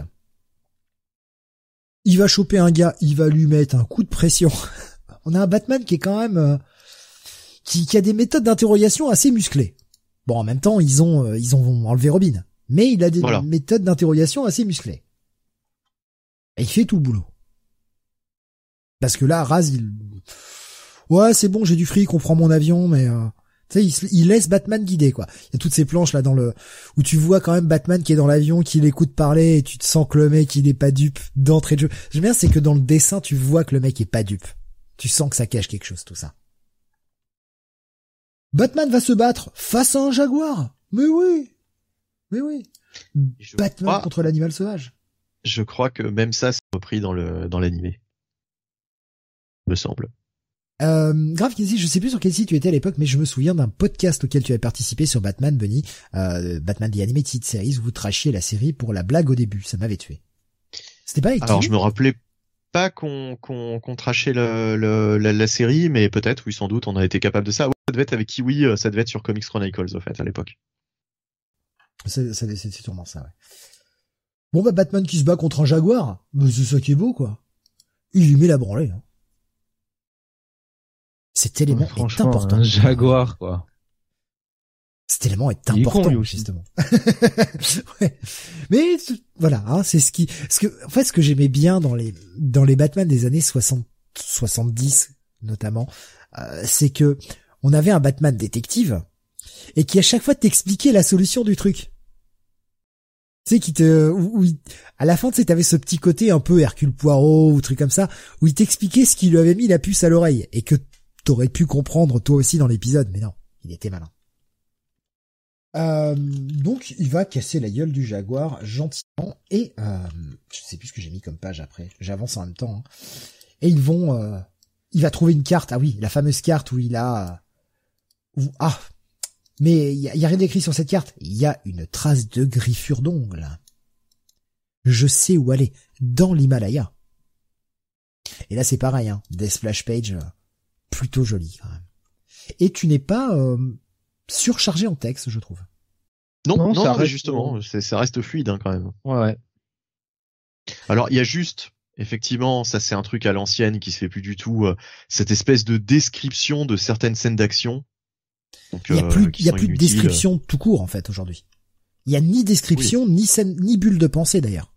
Il va choper un gars, il va lui mettre un coup de pression. On a un Batman qui est quand même euh, qui, qui a des méthodes d'interrogation assez musclées. Bon, en même temps, ils ont euh, ils ont enlevé Robin, mais il a des voilà. méthodes d'interrogation assez musclées. Et il fait tout le boulot. Parce que là, Raz, il... Ouais, c'est bon, j'ai du fric, on prend mon avion, mais... Euh... Tu sais, il, il laisse Batman guider, quoi. Il y a toutes ces planches, là, dans le... où tu vois quand même Batman qui est dans l'avion, qui l'écoute parler, et tu te sens que le mec, il est pas dupe d'entrée de jeu. J'aime bien, c'est que dans le dessin, tu vois que le mec est pas dupe. Tu sens que ça cache quelque chose, tout ça. Batman va se battre face à un jaguar. Mais oui. Mais oui. Je Batman crois... contre l'animal sauvage. Je crois que même ça, c'est repris dans le, dans l'animé. Me semble. Euh, Grave qui dit, je sais plus sur quel site tu étais à l'époque, mais je me souviens d'un podcast auquel tu avais participé sur Batman, Bunny, euh, Batman The Animated Series, où vous trashiez la série pour la blague au début. Ça m'avait tué. C'était pas avec Alors, qui je me rappelais pas qu'on, qu'on, qu'on trashait le, le, la, la série, mais peut-être, oui, sans doute, on a été capable de ça. Ouais, ça devait être avec Kiwi, ça devait être sur Comics Chronicles, en fait, à l'époque. C'est, c'est, c'est sûrement ça, ouais. Bon, bah, Batman qui se bat contre un jaguar, mais c'est ça qui est beau, quoi. Il lui met la branlée, hein. Cet élément ouais, est important. Un jaguar, quoi. Cet élément est important, est con, justement. Ouais. Mais voilà, hein, c'est ce qui, ce que, en fait, ce que j'aimais bien dans les dans les Batman des années soixante, soixante-dix notamment, euh, c'est que on avait un Batman détective et qui à chaque fois t'expliquait la solution du truc. Tu sais, qui te, où, où il- à la fin, tu sais, t'avais ce petit côté un peu Hercule Poirot ou truc comme ça, où il t'expliquait ce qui lui avait mis la puce à l'oreille et que t'aurais pu comprendre toi aussi dans l'épisode, mais non, il était malin. Euh, donc il va casser la gueule du jaguar gentiment et euh, je sais plus ce que j'ai mis comme page après. J'avance en même temps. Hein. Et ils vont, euh, il va trouver une carte. Ah oui, la fameuse carte où il a, où, ah, mais il y a, y a rien d'écrit sur cette carte. Il y a une trace de griffure d'ongle. Je sais où aller, dans l'Himalaya. Et là c'est pareil, hein, des splash pages euh, plutôt jolies quand même. Et tu n'es pas euh, surchargé en texte, je trouve. Non, Non, non, ça non, mais reste, justement, euh, c'est, ça reste fluide hein, quand même. Ouais, ouais. Alors il y a juste, effectivement, ça c'est un truc à l'ancienne qui se fait plus du tout, euh, cette espèce de description de certaines scènes d'action. Donc, Il y a euh, plus, qui il y a sont plus de inutiles. description tout court en fait aujourd'hui. Il y a ni description, ni scène, ni bulle de pensée d'ailleurs.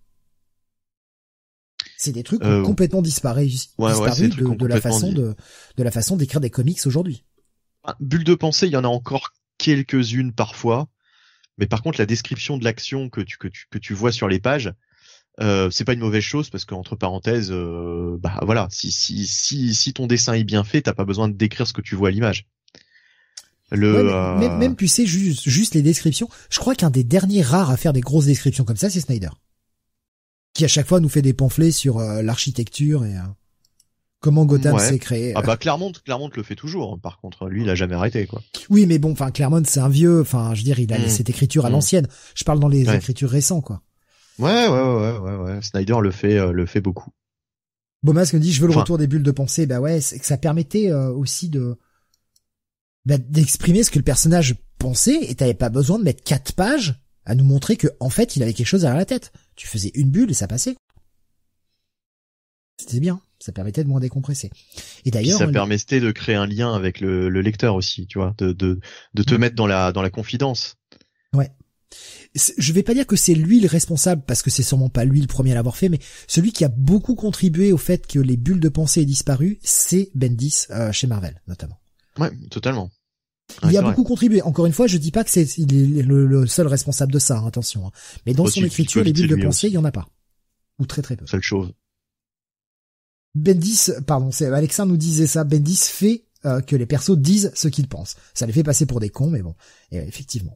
C'est des trucs qui Euh, ont complètement disparu, ouais, disparu c'est des trucs de, qui ont de la complètement façon dit. de, de la façon d'écrire des comics aujourd'hui. Ah, bulle de pensée, il y en a encore quelques-unes parfois, mais par contre la description de l'action que tu que tu que tu vois sur les pages, euh, c'est pas une mauvaise chose parce qu'entre parenthèses, euh, bah voilà, si si si si ton dessin est bien fait, t'as pas besoin de décrire ce que tu vois à l'image. Le Ouais, mais euh, même, même tu sais juste, juste les descriptions. Je crois qu'un des derniers rares à faire des grosses descriptions comme ça, c'est Snyder, qui à chaque fois nous fait des pamphlets sur euh, l'architecture et euh, comment Gotham ouais. s'est créé. Ah bah Claremont, Claremont le fait toujours. hein. Par contre, lui, il a jamais arrêté quoi. Oui, mais bon, enfin Claremont c'est un vieux. Enfin, je veux dire, il a Mm. cette écriture à Mm. l'ancienne. Je parle dans les Ouais. écritures récentes, quoi. Ouais, ouais, ouais, ouais, ouais. Snyder le fait, euh, le fait beaucoup. Bomas me dit, je veux le Enfin- retour des bulles de pensée. Bah ouais, c'est que ça permettait euh, aussi de bah, d'exprimer ce que le personnage pensait et t'avais pas besoin de mettre quatre pages à nous montrer que en fait il avait quelque chose derrière la tête. Tu faisais une bulle et ça passait. C'était bien, ça permettait de moins décompresser. Et Puis d'ailleurs, ça le- permettait de créer un lien avec le, le lecteur aussi, tu vois, de de de te Mm. mettre dans la dans la confidence. ouais. C'est- Je vais pas dire que c'est lui le responsable parce que c'est sûrement pas lui le premier à l'avoir fait, mais celui qui a beaucoup contribué au fait que les bulles de pensée aient disparu, c'est Bendis euh, chez Marvel notamment. Ouais, totalement. Il Ouais, y a c'est vrai. beaucoup contribué. Encore une fois, je dis pas que c'est il est le, le seul responsable de ça, hein, attention. hein. Mais dans Oh, son si, écriture, tu peux les bulles de vite, lui pensée, aussi. il y en a pas. Ou très très peu. Seule chose. Bendis, pardon, c'est Alexa nous disait ça, Bendis fait euh, que les persos disent ce qu'ils pensent. Ça les fait passer pour des cons, mais bon, et, effectivement.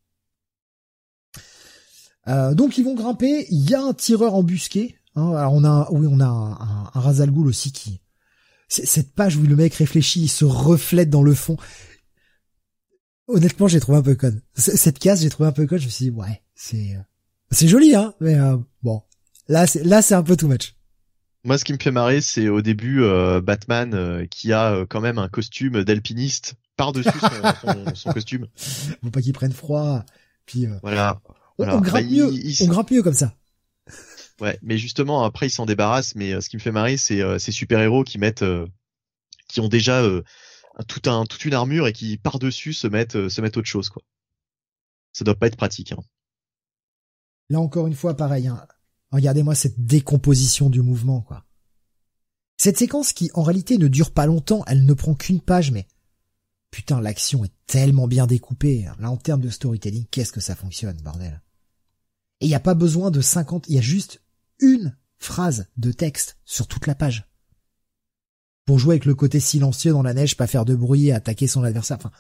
Euh, donc ils vont grimper, il y a un tireur embusqué. Hein, alors on a, un, oui, on a un, un, un Ra's al Ghul aussi qui, c'est, cette page où le mec réfléchit, il se reflète dans le fond. Honnêtement, j'ai trouvé un peu conne. C- Cette case, j'ai trouvé un peu conne. Je me suis dit, ouais, c'est, euh, c'est joli, hein, mais euh, bon, là, c'est, là, c'est un peu too much. Moi, ce qui me fait marrer, c'est au début euh, Batman euh, qui a euh, quand même un costume d'alpiniste par-dessus son, son, son costume. Faut pas qu'ils prennent froid. Puis, euh, Voilà. on, Voilà. on grimpe Bah, mieux, il- il- on grimpe mieux comme ça. Ouais, mais justement après ils s'en débarrassent. Mais euh, ce qui me fait marrer, c'est euh, ces super-héros qui mettent, euh, qui ont déjà euh, un- tout un toute une armure et qui par-dessus se mettent euh, se mettent autre chose quoi. Ça doit pas être pratique. Hein. Là encore une fois, pareil. Hein. Regardez-moi cette décomposition du mouvement, quoi. Cette séquence qui, en réalité, ne dure pas longtemps, elle ne prend qu'une page, mais putain, l'action est tellement bien découpée. Là, en termes de storytelling, qu'est-ce que ça fonctionne, bordel. Et il n'y a pas besoin de cinquante, il y a juste une phrase de texte sur toute la page. Pour jouer avec le côté silencieux dans la neige, pas faire de bruit et attaquer son adversaire. Enfin,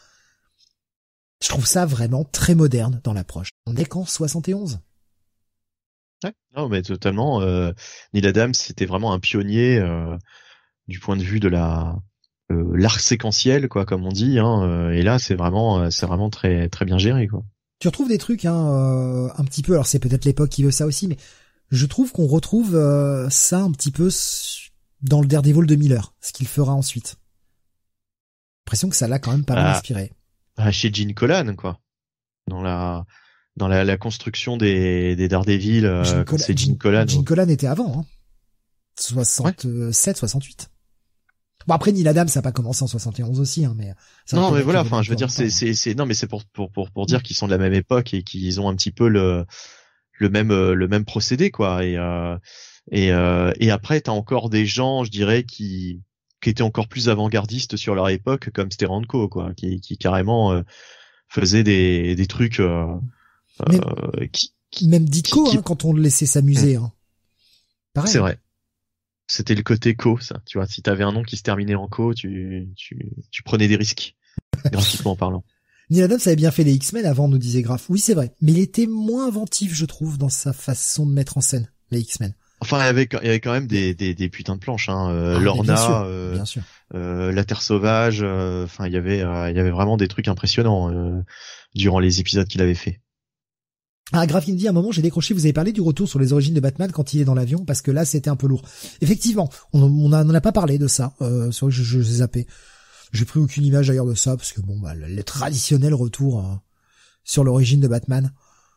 je trouve ça vraiment très moderne dans l'approche. On est qu'en soixante et onze. Ouais. Non, mais totalement. Euh, Neil Adams, c'était vraiment un pionnier euh, du point de vue de la euh, l'art séquentiel, quoi, comme on dit. Hein, euh, et là, c'est vraiment, euh, c'est vraiment très très bien géré, quoi. Tu retrouves des trucs, hein, euh, un petit peu. Alors c'est peut-être l'époque qui veut ça aussi, mais je trouve qu'on retrouve euh, ça un petit peu dans le Daredevil de Miller, ce qu'il fera ensuite. J'ai l'impression que ça l'a quand même pas mal Ah. inspiré. Ah, chez Gene Colan, quoi. Dans la dans la, la construction des des Daredevil, euh, Gene quand Colan- c'est Gene Gene- Colan. Gene Colan était avant, hein. soixante-sept, soixante-huit. Bon après Neil Adams ça n'a pas commencé en soixante et onze aussi, hein, mais ça Non, peut mais être voilà. qu'il Enfin, avait je veux dire, encore c'est longtemps, c'est c'est non, mais c'est pour pour pour pour dire qu'ils sont de la même époque et qu'ils ont un petit peu le le même euh, le même procédé, quoi. Et euh, et euh, et après, t'as encore des gens, je dirais, qui qui étaient encore plus avant-gardistes sur leur époque, comme Steranko, quoi, qui qui carrément euh, faisaient des des trucs euh, Mais- euh, qui Même Ditko, qui... hein, quand on le laissait s'amuser. Mmh. Hein. Pareil. C'est vrai. C'était le côté co, ça. Tu vois, si t'avais un nom qui se terminait en co, tu, tu, tu prenais des risques, graphiquement parlant. Neil Adams avait bien fait les X-Men avant, nous disait Graf. Oui, c'est vrai. Mais il était moins inventif, je trouve, dans sa façon de mettre en scène les X-Men. Enfin, il y avait, il y avait quand même des, des, des putains de planches, hein. Euh, ah, Lorna, bien sûr, euh, bien sûr. Euh, la Terre sauvage. Enfin, euh, il y avait, euh, il y avait vraiment des trucs impressionnants euh, durant les épisodes qu'il avait fait. Ah, Graf, il me dit, à un moment, j'ai décroché, vous avez parlé du retour sur les origines de Batman quand il est dans l'avion, parce que là, c'était un peu lourd. Effectivement, on n'en a, a pas parlé de ça, euh, c'est vrai que je, je zappé. J'ai pris aucune image d'ailleurs de ça, parce que bon, bah, le, le traditionnel retour euh, sur l'origine de Batman.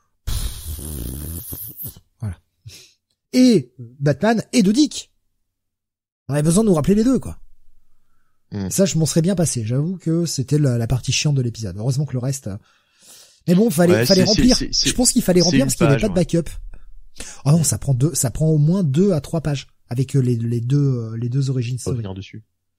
Voilà. Et Batman et de Dick. On avait besoin de nous rappeler les deux, quoi. Mmh. Ça, je m'en serais bien passé. J'avoue que c'était la, la partie chiante de l'épisode. Heureusement que le reste... Euh... Mais bon, fallait, ouais, fallait remplir. C'est, c'est, je pense qu'il fallait remplir parce qu'il n'y avait pas de backup. Oh non, ça prend deux, ça prend au moins deux à trois pages avec les, les deux, les deux origines. Faut revenir dessus.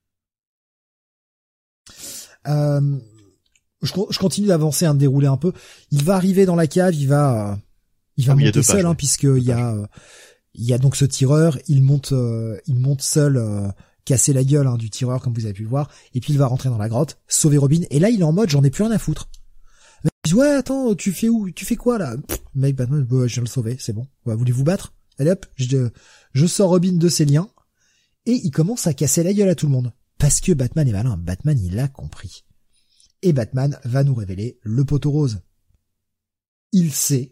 Euh, je, je continue d'avancer, hein, de dérouler un peu. Il va arriver dans la cave, il va, euh, il va ah, monter seul, pages, hein, ouais. puisqu'il y a, euh, il y a donc ce tireur. Il monte, euh, il monte seul, euh, casser la gueule hein, du tireur, comme vous avez pu le voir. Et puis il va rentrer dans la grotte, sauver Robin. Et là, il est en mode, j'en ai plus rien à foutre. Il dit, ouais, attends, tu fais où, tu fais quoi, là? Pff, mec, Batman, bah, je viens le sauver, c'est bon. Ouais, voulez-vous battre? Allez hop, je, je sors Robin de ses liens, et il commence à casser la gueule à tout le monde. Parce que Batman est malin. Batman, il l'a compris. Et Batman va nous révéler le poteau rose. Il sait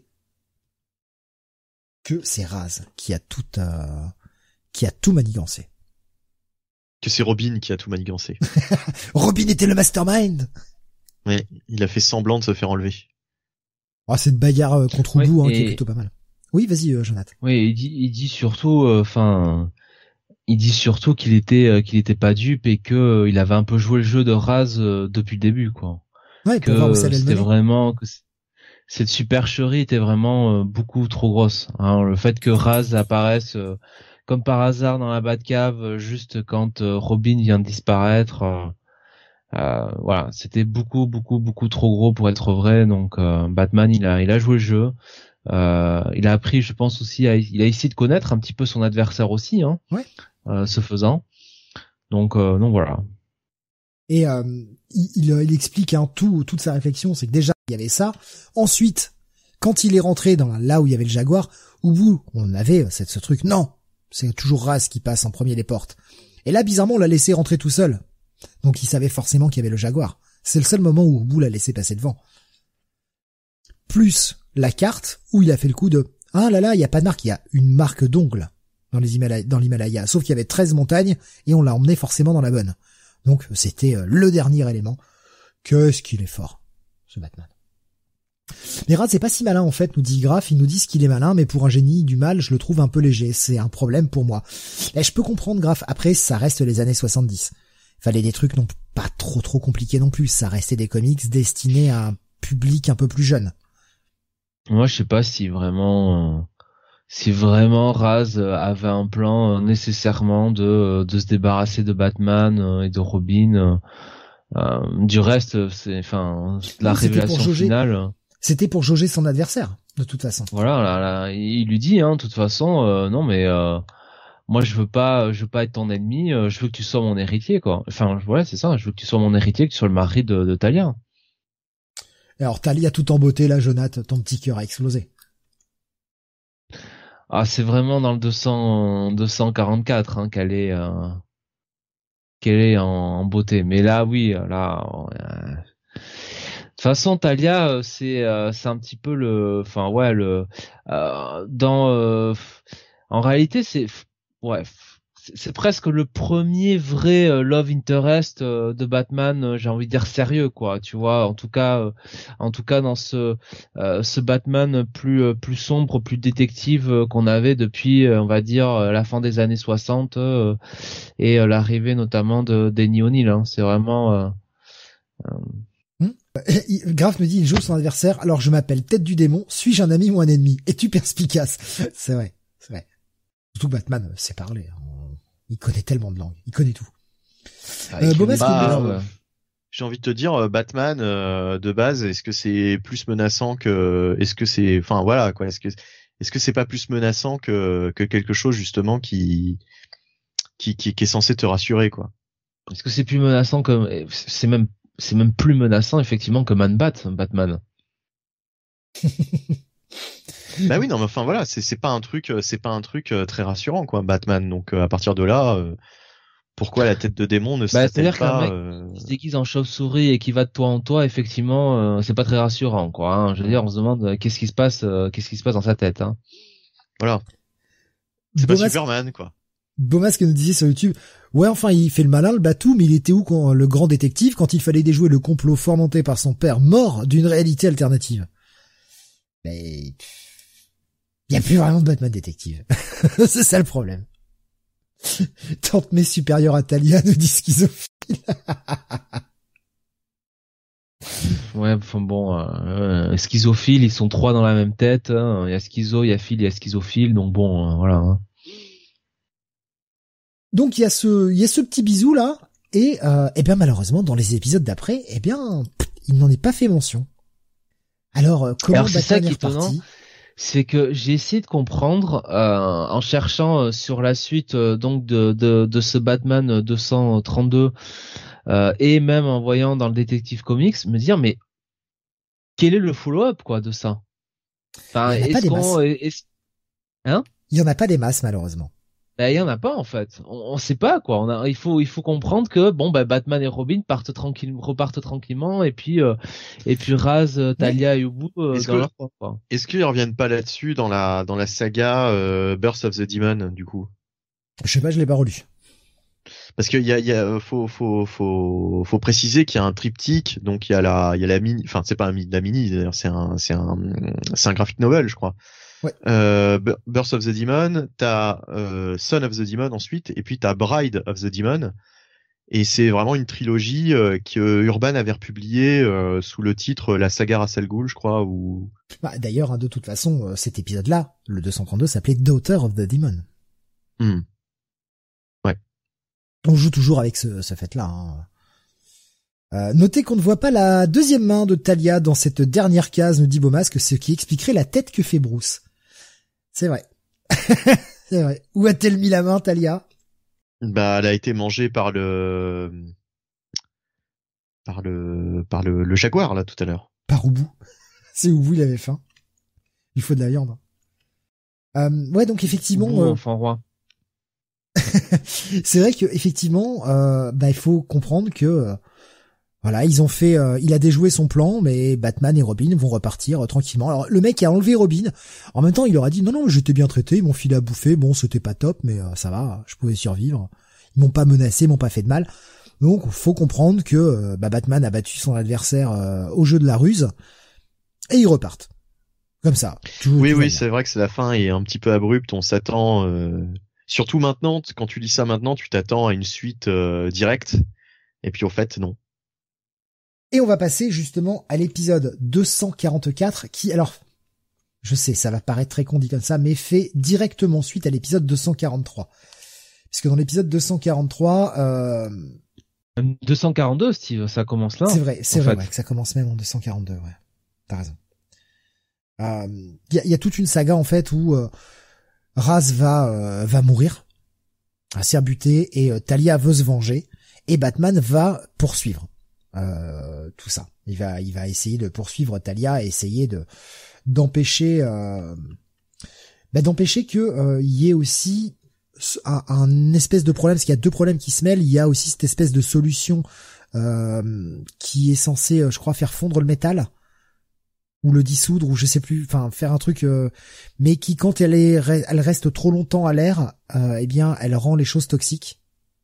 que c'est Raz qui a tout, euh, qui a tout manigancé. Que c'est Robin qui a tout manigancé. Robin était le mastermind! Ouais, il a fait semblant de se faire enlever. Ah, cette bagarre euh, contre ouais, bout hein, et... qui est plutôt pas mal. Oui, vas-y, euh, Jonathan. Oui, il dit, il dit surtout, enfin, euh, il dit surtout qu'il était, euh, qu'il était pas dupe et que euh, il avait un peu joué le jeu de Raz euh, depuis le début, quoi. Ouais, que pour voir où ça allait c'était le mener. vraiment, que cette supercherie était vraiment euh, beaucoup trop grosse. Hein. Le fait que Raz apparaisse euh, comme par hasard dans la Batcave euh, juste quand euh, Robin vient de disparaître. Euh, Euh, voilà, c'était beaucoup, beaucoup, beaucoup trop gros pour être vrai. Donc euh, Batman, il a, il a joué le jeu. Euh, il a appris, je pense aussi, à, il a essayé de connaître un petit peu son adversaire aussi, hein, ouais. euh, ce faisant. Donc, euh, donc voilà. Et euh, il, il, il explique hein, tout, toute sa réflexion, c'est que déjà il y avait ça. Ensuite, quand il est rentré dans la, là où il y avait le Jaguar, au bout, on avait cette, ce truc. Non, c'est toujours Raz qui passe en premier les portes. Et là, bizarrement, on l'a laissé rentrer tout seul. Donc il savait forcément qu'il y avait le Jaguar. C'est le seul moment où Bou l'a laissé passer devant. Plus la carte où il a fait le coup de « Ah là là, il n'y a pas de marque, il y a une marque d'ongle dans les Himalaya, dans l'Himalaya. » Sauf qu'il y avait treize montagnes et on l'a emmené forcément dans la bonne. Donc c'était le dernier élément. Qu'est-ce qu'il est fort, ce Batman. Mais Raz c'est pas si malin en fait, nous dit Graf, ils nous disent qu'il est malin, mais pour un génie du mal, je le trouve un peu léger. C'est un problème pour moi. Et je peux comprendre Graf, après ça reste les années soixante-dix. Fallait des trucs non pas trop trop compliqués non plus, ça restait des comics destinés à un public un peu plus jeune. Moi, je sais pas si vraiment, euh, si vraiment Raz avait un plan euh, nécessairement de de se débarrasser de Batman euh, et de Robin. Euh, du reste, c'est, enfin, la oui, révélation jauger, finale. C'était pour jauger son adversaire, de toute façon. Voilà, là, là, il lui dit, hein, de toute façon, euh, non mais. Euh, Moi, je veux pas, je veux pas être ton ennemi. Euh, je veux que tu sois mon héritier, quoi. Enfin, voilà, c'est ça. Je veux que tu sois mon héritier, que tu sois le mari de, de Talia. Alors, Talia tout en beauté, là, Jonathan, ton petit cœur a explosé. Ah, c'est vraiment dans le deux cents, deux cent quarante-quatre hein, qu'elle est, euh, qu'elle est en, en beauté. Mais là, oui, là. Euh... De toute façon, Talia, c'est, euh, c'est un petit peu le, enfin, ouais, le, euh, dans, euh, en réalité, c'est Ouais, c'est presque le premier vrai euh, love interest euh, de Batman, euh, j'ai envie de dire sérieux quoi, tu vois, en tout cas euh, en tout cas dans ce euh, ce Batman plus euh, plus sombre, plus détective euh, qu'on avait depuis euh, on va dire euh, la fin des années soixante euh, et euh, l'arrivée notamment de Denny O'Neil, hein, c'est vraiment euh, euh... Mmh. Graf me dit il joue son adversaire, alors je m'appelle Tête du démon, suis-je un ami ou un ennemi? Es-tu perspicace? C'est vrai, c'est vrai. Surtout Batman sait parler. Il connaît tellement de langues. Il connaît tout. Ah, euh, bon, bah, euh, j'ai envie de te dire, euh, Batman euh, de base, est-ce que c'est plus menaçant que, est-ce que c'est, enfin voilà quoi, est-ce que, est-ce que c'est pas plus menaçant que que quelque chose justement qui qui qui, qui est censé te rassurer quoi. Est-ce que c'est plus menaçant que, c'est même, c'est même plus menaçant effectivement que Man Bat, Batman. Bah oui non mais enfin voilà, c'est c'est pas un truc, c'est pas un truc très rassurant quoi, Batman. Donc euh, à partir de là. Euh, Pourquoi la tête de démon ne Bah, serait-elle c'est-à-dire qu'un pas mec euh... qui se déguise en chauve-souris et qui va de toi en toi, effectivement, euh, c'est pas très rassurant, quoi. Hein. Je veux dire, on se demande euh, qu'est-ce qui se passe, euh, qu'est-ce qui se passe dans sa tête. Hein. Voilà. C'est Beaumas, pas Superman, quoi. Beaumas que nous disait sur YouTube, ouais, enfin, il fait le malin, le batou, mais il était où quand le grand détective quand il fallait déjouer le complot fomenté par son père mort d'une réalité alternative? Mais il y a plus vraiment de Batman détective. C'est ça le problème. Tante May supérieure à Talia nous dit schizophile. Ouais, enfin bon, euh, euh, schizophile, ils sont trois dans la même tête. Hein. Il y a schizo, il y a phile, il y a schizophile, donc bon, euh, voilà. Hein. Donc il y a ce, il y a ce petit bisou là, et euh, eh bien malheureusement dans les épisodes d'après, eh bien pff, il n'en est pas fait mention. Alors euh, comment Alors, c'est ça Batman qui est est étonnant. reparti? C'est que j'ai essayé de comprendre euh, en cherchant euh, sur la suite euh, donc de, de de ce Batman deux cent trente-deux euh, et même en voyant dans le Detective Comics me dire mais quel est le follow-up quoi de ça? Enfin, Il y en a pas est-ce des masses. qu'on est hein? Il y en a pas des masses malheureusement. Ben, il y en a pas en fait. On, on sait pas quoi. On a, il faut il faut comprendre que bon ben Batman et Robin partent tranquille repartent tranquillement et puis euh, et puis Raz, Talia et Ubu euh, Est-ce dans que leur coin, quoi. est-ce qu'ils reviennent pas là-dessus dans la dans la saga euh, Birth of the Demon du coup? Je sais pas, je l'ai pas relu. Parce qu'il y a il y a faut faut faut faut préciser qu'il y a un triptyque, donc il y a la il y a la mini, enfin c'est pas un mini, la mini d'ailleurs, c'est un c'est un c'est un graphic novel je crois. Ouais. Euh, Birth of the Demon, t'as euh, Son of the Demon ensuite, et puis t'as Bride of the Demon. Et c'est vraiment une trilogie euh, que Urban avait republiée euh, sous le titre La Saga Ra's al Ghul, je crois, ou... Bah, d'ailleurs, hein, de toute façon, euh, cet épisode-là, le deux cent trente-deux, s'appelait Daughter of the Demon. Hmm. Ouais. On joue toujours avec ce, ce fait-là. Hein. Euh, notez qu'on ne voit pas la deuxième main de Talia dans cette dernière case, nous dit Beaumasque, ce qui expliquerait la tête que fait Bruce. C'est vrai. C'est vrai. Où a-t-elle mis la main, Talia? Bah, elle a été mangée par le... par le... par le, le jaguar, là, tout à l'heure. Par Ubu. C'est Ubu, il avait faim. Il faut de la viande. Euh, ouais, donc effectivement... Ubu, euh... enfant roi. c'est vrai que effectivement, euh, bah, il faut comprendre que... Euh, Voilà, ils ont fait, euh, il a déjoué son plan, mais Batman et Robin vont repartir euh, tranquillement. Alors le mec a enlevé Robin. En même temps, il leur a dit non non, j'étais bien traité, ils m'ont filé à bouffer. Bon, c'était pas top, mais euh, ça va, je pouvais survivre. Ils m'ont pas menacé, ils m'ont pas fait de mal. Donc, faut comprendre que euh, bah, Batman a battu son adversaire euh, au jeu de la ruse et ils repartent comme ça. Tout, oui tout oui, c'est vrai que c'est la fin est un petit peu abrupte. On s'attend, euh... surtout maintenant, quand tu lis ça maintenant, tu t'attends à une suite euh, directe. Et puis au fait, non. Et on va passer justement à l'épisode deux cent quarante-quatre qui, alors, je sais, ça va paraître très con dit comme ça, mais fait directement suite à l'épisode deux cent quarante-trois. Puisque dans l'épisode deux cent quarante-trois... Euh... deux cent quarante-deux, Steve, ça commence là. C'est vrai, c'est vrai ouais, que ça commence même en deux cent quarante-deux, ouais. T'as raison. Il euh, y, a, y a toute une saga en fait où euh, Raz va, euh, va mourir, va se faire buter, et euh, Talia veut se venger, et Batman va poursuivre. Euh, tout ça. Il va, il va essayer de poursuivre Talia et essayer de d'empêcher, euh, bah, d'empêcher que euh, il y ait aussi un, un espèce de problème, parce qu'il y a deux problèmes qui se mêlent. Il y a aussi cette espèce de solution euh, qui est censée, je crois, faire fondre le métal ou le dissoudre ou je sais plus, enfin faire un truc, euh, mais qui quand elle est, elle reste trop longtemps à l'air, euh, eh bien, elle rend les choses toxiques.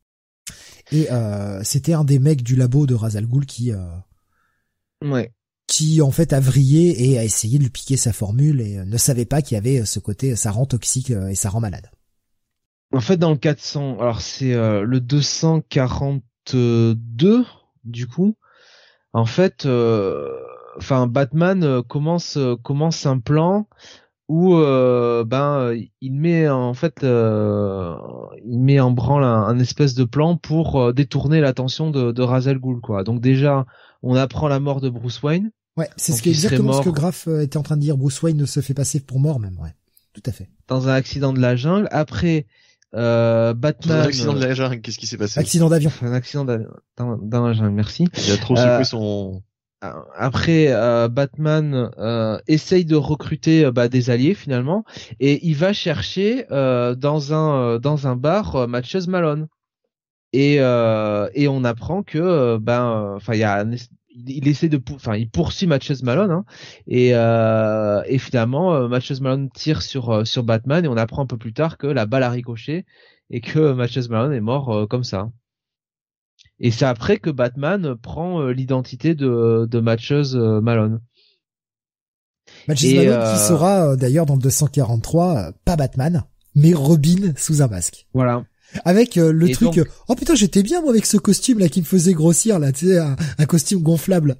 Et euh, c'était un des mecs du labo de Ra's al Ghul qui, euh, ouais. qui en fait a vrillé et a essayé de lui piquer sa formule et euh, ne savait pas qu'il y avait ce côté, ça rend toxique euh, et ça rend malade. En fait, dans le quatre cents, alors c'est euh, le deux cent quarante-deux du coup. En fait, euh, enfin Batman euh, commence euh, commence un plan où euh, ben il met en fait euh, il met en branle un, un espèce de plan pour euh, détourner l'attention de, de Ra's al Ghul, quoi. Donc déjà on apprend la mort de Bruce Wayne. Ouais, c'est ce qui est exactement ce que Graf était en train de dire. Bruce Wayne ne se fait passer pour mort même, ouais. Tout à fait. Dans un accident de la jungle. Après euh, Batman. Dans un accident de la jungle, qu'est-ce qui s'est passé? Accident d'avion. Un accident dans, dans la jungle, merci. Il a trop secoué euh... son Après, euh, Batman euh, essaye de recruter euh, bah, des alliés finalement, et il va chercher euh, dans un euh, dans un bar euh, Matches Malone, et euh, et on apprend que euh, ben enfin il y a un, il essaie de enfin il poursuit Matches Malone, hein, et euh, et finalement euh, Matches Malone tire sur euh, sur Batman, et on apprend un peu plus tard que la balle a ricoché et que Matches Malone est mort euh, comme ça. Et c'est après que Batman prend euh, l'identité de, de Matches euh, Malone. Matches et Malone euh... qui sera euh, d'ailleurs dans le deux cent quarante-trois, euh, pas Batman, mais Robin sous un masque. Voilà. Avec euh, le et truc, donc... oh putain j'étais bien moi avec ce costume là qui me faisait grossir là, tu sais, un, un costume gonflable.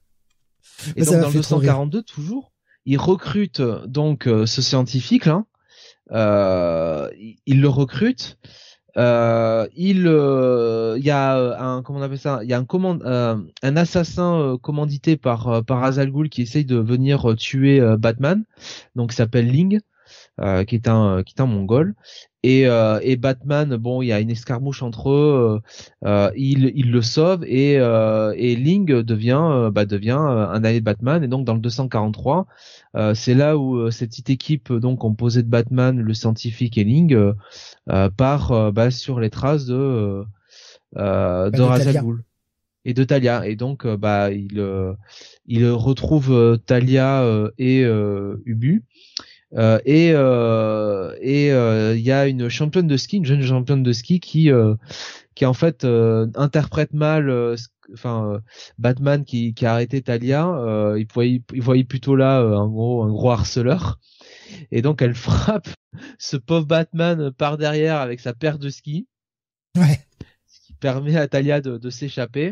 Et donc dans le deux cent quarante-deux toujours, il recrute donc euh, ce scientifique là, euh, il, il le recrute. Euh, il, il euh, y a un, comment on appelle ça, il y a un commande, euh, un assassin euh, commandité par euh, par Ra's al Ghul qui essaye de venir euh, tuer euh, Batman, donc il s'appelle Ling, euh, qui est un qui est un Mongol, et euh, et Batman, bon, il y a une escarmouche entre eux, euh, euh, il il le sauve, et euh, et Ling devient euh, bah devient un allié de Batman, et donc dans le deux cent quarante-trois, euh, c'est là où euh, cette petite équipe donc composée de Batman, le scientifique et Ling euh, Euh, part euh, bah, sur les traces de euh, euh, de, de Ra's al Ghul et de Talia, et donc euh, bah il euh, il retrouve euh, Talia euh, et euh, Ubu euh, et euh, et il euh, y a une championne de ski, une jeune championne de ski qui euh, qui en fait euh, interprète mal enfin euh, euh, Batman qui qui a arrêté Talia, euh, il voyait il voyait plutôt là euh, un gros un gros harceleur. Et donc elle frappe ce pauvre Batman par derrière avec sa paire de skis. Ouais. Ce qui permet à Talia de, de s'échapper.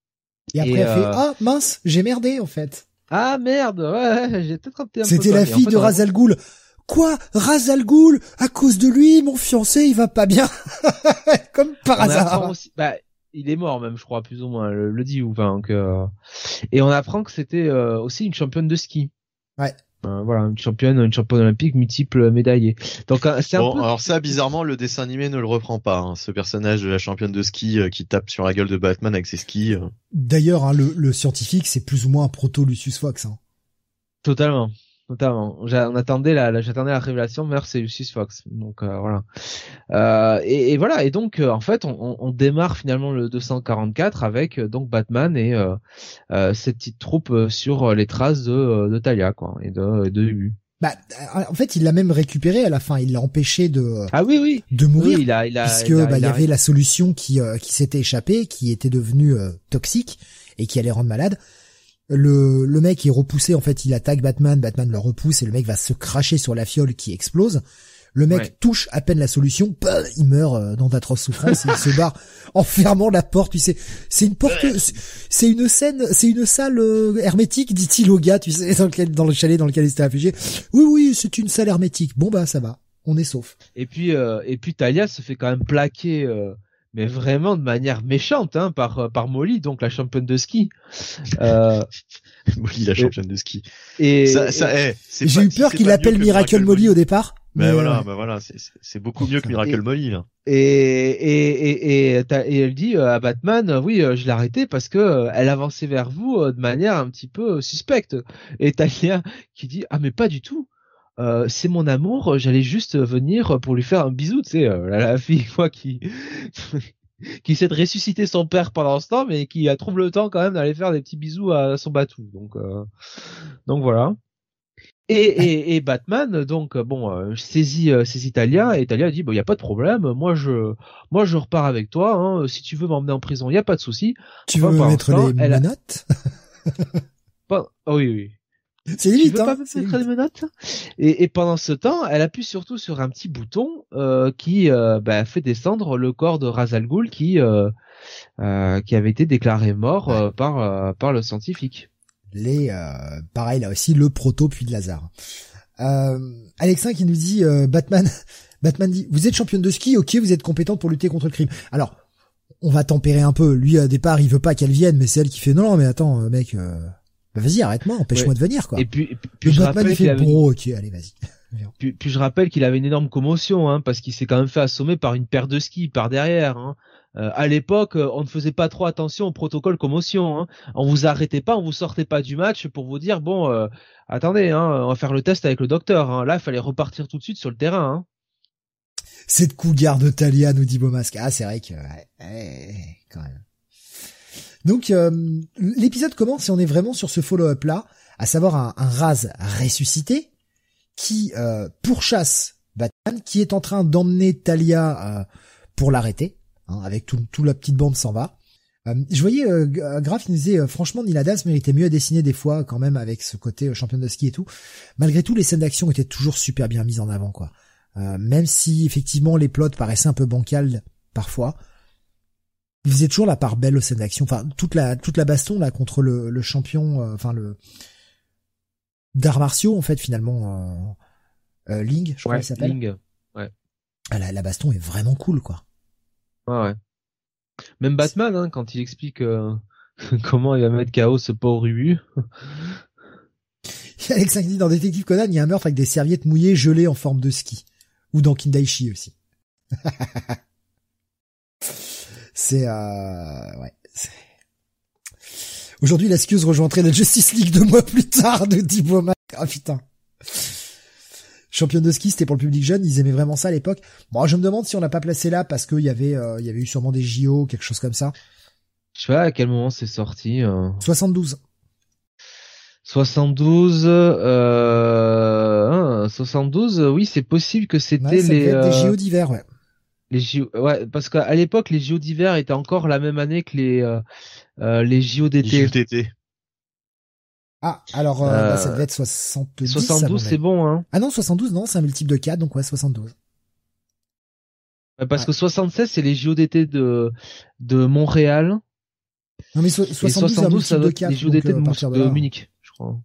Et après et elle euh... fait ah mince, j'ai merdé en fait. Ah merde, ouais, j'ai peut-être un peu. C'était la fille en fait, de Ra's al Ghul. Quoi, Ra's al Ghul, à cause de lui, mon fiancé, il va pas bien. Comme par on hasard. Aussi, bah, il est mort même, je crois, plus ou moins, le, le dit ou enfin que. Euh... Et on apprend que c'était euh, aussi une championne de ski. Ouais. Euh, voilà, une championne, une championne olympique, multiple médaillée. Donc euh, c'est un bon, peu... alors ça, bizarrement, le dessin animé ne le reprend pas. Hein, ce personnage de la championne de ski euh, qui tape sur la gueule de Batman avec ses skis. Euh. D'ailleurs, hein, le, le scientifique, c'est plus ou moins un proto Lucius Fox. Hein. Totalement, totalement. J'a, on attendait la, la, j'attendais la révélation, mais c'est Lucius Fox. Donc euh, voilà. Euh, et, et voilà. Et donc euh, en fait, on, on démarre finalement le deux cent quarante-quatre avec euh, donc Batman et euh, euh, cette petite troupe euh, sur les traces de, de Talia, quoi, et de, de Ubu. Bah, en fait, il l'a même récupéré à la fin. Il l'a empêché de ah oui oui de mourir, oui, il a, il a, puisque il a, bah il y a... avait la solution qui euh, qui s'était échappée, qui était devenue euh, toxique et qui allait rendre malade. Le le mec est repoussé, en fait, il attaque Batman, Batman le repousse et le mec va se cracher sur la fiole qui explose. Le mec ouais. touche à peine la solution, bah, il meurt euh, dans d'atroces souffrances et il se barre en fermant la porte. Tu sais, c'est une porte, c'est une scène, c'est une salle euh, hermétique, dit-il au gars, tu sais, dans, lequel, dans le chalet dans lequel il s'était réfugié. Oui, oui, c'est une salle hermétique. Bon bah ça va, on est sauf. Et puis, euh, et puis Talia se fait quand même plaquer, euh, mais vraiment de manière méchante, hein, par par Molly, donc la championne de ski. Euh... Molly, la championne et, de ski. Et, ça, ça, et... hey, c'est j'ai pas, eu peur si qu'il l'appelle Miracle, Miracle Molly au départ. Mais, mais voilà, euh... bah voilà, c'est, c'est beaucoup mieux que Miracle et, Molly là. Et et et et, et elle dit à Batman, oui, je l'ai arrêtée parce que elle avançait vers vous de manière un petit peu suspecte. Et Talia qui dit ah mais pas du tout. Euh, c'est mon amour, j'allais juste venir pour lui faire un bisou, tu sais, euh, la, la fille quoi qui qui essaie de ressusciter son père pendant ce temps, mais qui a trouve le temps quand même d'aller faire des petits bisous à son batou. Donc euh, donc voilà. Et, et, et Batman, donc bon, euh, saisit, euh, saisit Talia, et Talia dit bon, y a pas de problème, moi je, moi je repars avec toi. Hein, si tu veux m'emmener en prison, y a pas de souci. Tu enfin, veux mettre temps, les menottes a... pas... oh, oui, oui. C'est limite, tu veux hein, pas mettre limite. les menottes et, et pendant ce temps, elle appuie surtout sur un petit bouton euh, qui euh, bah, fait descendre le corps de Ra's al Ghul qui, euh, euh, qui avait été déclaré mort ouais. euh, par, euh, par le scientifique. Les euh, pareil là aussi le proto puits de Lazare. Euh, Alexin qui nous dit euh, Batman, Batman dit vous êtes championne de ski, ok, vous êtes compétente pour lutter contre le crime. Alors, on va tempérer un peu. Lui, au départ, il veut pas qu'elle vienne, mais c'est elle qui fait non, non, mais attends, mec, euh, bah, vas-y, arrête-moi, empêche-moi ouais. de venir, quoi. Et puis, et puis, puis le je Batman, rappelle il fait qu'il avait... bon, ok, allez, vas-y. Puis, puis je rappelle qu'il avait une énorme commotion, hein, parce qu'il s'est quand même fait assommer par une paire de skis par derrière. Hein. Euh, à l'époque, on ne faisait pas trop attention au protocole commotion. Hein. On vous arrêtait pas, on vous sortait pas du match pour vous dire bon, euh, attendez, hein, on va faire le test avec le docteur. Hein. Là, il fallait repartir tout de suite sur le terrain. Hein. Cette cougar de Talia, nous dit Beaumasque. Ah, c'est vrai que ouais, ouais, quand même. Donc euh, l'épisode commence et on est vraiment sur ce follow-up là, à savoir un, un Raz ressuscité qui euh, pourchasse Batman, qui est en train d'emmener Talia euh, pour l'arrêter, hein, avec tout, tout la petite bande s'en va. Euh, je voyais euh, Graf, il nous disait euh, franchement Neil Adams méritait mieux à dessiner des fois quand même avec ce côté euh, championne de ski et tout. Malgré tout, les scènes d'action étaient toujours super bien mises en avant, quoi. Euh, même si effectivement les plots paraissaient un peu bancals parfois. Il faisait toujours la part belle aux scènes d'action. Enfin, toute la toute la baston là contre le, le champion, euh, enfin le d'arts martiaux en fait finalement, euh, euh, Ling, je crois ouais, qu'il s'appelle. Ling, ouais. Ah, la, la baston est vraiment cool, quoi. Ouais, ouais. Même Batman, hein, quand il explique euh, comment il va mettre K O ce pauvre Ubu. Alex qui dit dans Détective Conan, il y a un meurtre avec des serviettes mouillées gelées en forme de ski. Ou dans Kindaichi aussi. C'est euh... ouais. C'est... Aujourd'hui, la skieuse rejoindrait la Justice League deux mois plus tard, de dit Beaumac. Ah putain. Championne de ski, c'était pour le public jeune, ils aimaient vraiment ça à l'époque. Bon, je me demande si on l'a pas placé là parce qu'il y avait, euh, il y avait eu sûrement des J O, quelque chose comme ça. Je sais pas à quel moment c'est sorti. Euh... soixante-douze. soixante-douze, euh, soixante-douze, oui, c'est possible que c'était ouais, ça les, devait être des euh, J O d'hiver, ouais. Les J O, ouais, parce qu'à l'époque, les J O d'hiver étaient encore la même année que les, euh, euh, les J O d'été. Les J O d'été. Ah, alors, euh, euh, bah, ça devait être soixante-dix. soixante-douze, c'est bon, hein. Ah non, soixante-douze, non, c'est un multiple de quatre, donc ouais, soixante-douze. Parce ouais. que soixante-seize, c'est les J O d'été de, de Montréal. Non, mais so- soixante-douze, soixante-douze, ça doit de être les J O d'été donc, de, euh, de, de, de Munich, je crois.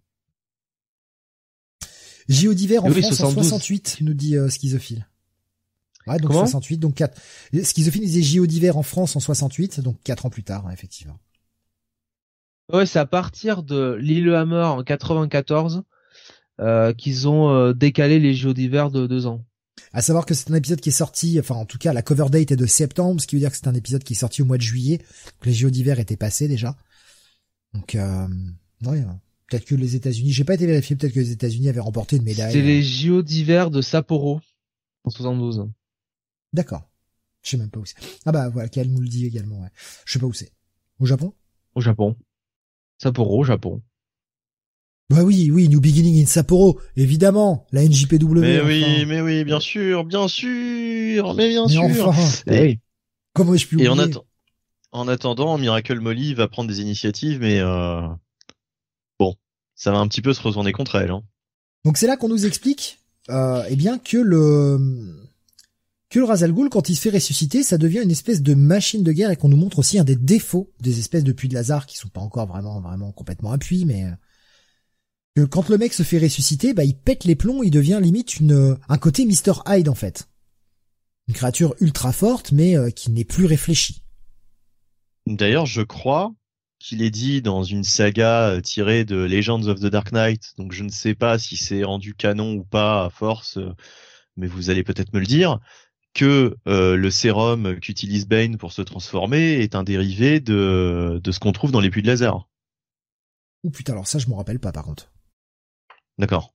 J O d'hiver en oui, France soixante-douze. en soixante-huit, nous dit euh, Schizophile. Ouais, donc Comment soixante-huit, donc quatre. Schizophile disait J O d'hiver en France en soixante-huit, donc quatre ans plus tard, hein, effectivement. Ouais, c'est à partir de Lillehammer en quatre-vingt-quatorze euh, qu'ils ont euh, décalé les J O d'hiver de deux ans. À savoir que c'est un épisode qui est sorti, enfin en tout cas la cover date est de septembre, ce qui veut dire que c'est un épisode qui est sorti au mois de juillet, donc les J O d'hiver étaient passés déjà. Donc euh, ouais, peut-être que les États-Unis, j'ai pas été vérifié, peut-être que les États-Unis avaient remporté une médaille. C'était les J O d'hiver de Sapporo en soixante-douze. D'accord. Je sais même pas où c'est. Ah bah voilà, qu'elle nous le dit également, ouais. Je sais pas où c'est. Au Japon? Au Japon. Sapporo, au Japon. Bah oui, oui, New Beginning in Sapporo, évidemment, la N J P W. Mais enfin. oui, mais oui, bien sûr, bien sûr, mais bien mais sûr. Enfin, et, oui. Comment ai-je pu oublier? Et en, atta- en attendant, Miracle Molly va prendre des initiatives, mais euh... bon, ça va un petit peu se retourner contre elle. Hein. Donc c'est là qu'on nous explique, euh, eh bien que le que le Ra's al Ghul, quand il se fait ressusciter, ça devient une espèce de machine de guerre et qu'on nous montre aussi un des défauts des espèces de puits de Lazare qui sont pas encore vraiment vraiment complètement appuyés, mais euh, que quand le mec se fait ressusciter, bah il pète les plombs, il devient limite une un côté mister Hyde en fait, une créature ultra forte mais euh, qui n'est plus réfléchie. D'ailleurs, je crois qu'il est dit dans une saga tirée de Legends of the Dark Knight, donc je ne sais pas si c'est rendu canon ou pas à force, mais vous allez peut-être me le dire, que euh, le sérum qu'utilise Bane pour se transformer est un dérivé de, de ce qu'on trouve dans les puits de Lazare. Ouh putain, alors ça je me rappelle pas par contre. D'accord.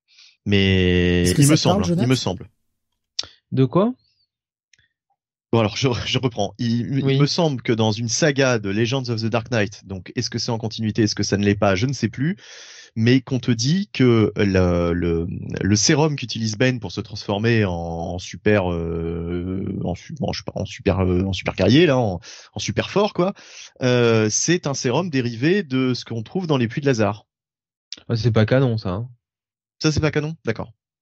Mais il me semble, il me semble. De quoi? Bon alors je, je reprends. Il, oui. il me semble que dans une saga de Legends of the Dark Knight, donc est-ce que c'est en continuité, est-ce que ça ne l'est pas, je ne sais plus, mais qu'on te dit que le, le, le sérum qu'utilise Bane pour se transformer en, en super, euh, en, en, en super, en super guerrier là, en, en super fort quoi, euh, c'est un sérum dérivé de ce qu'on trouve dans les puits de Lazare. Ah, c'est pas canon ça. Hein. Ça c'est pas canon, d'accord.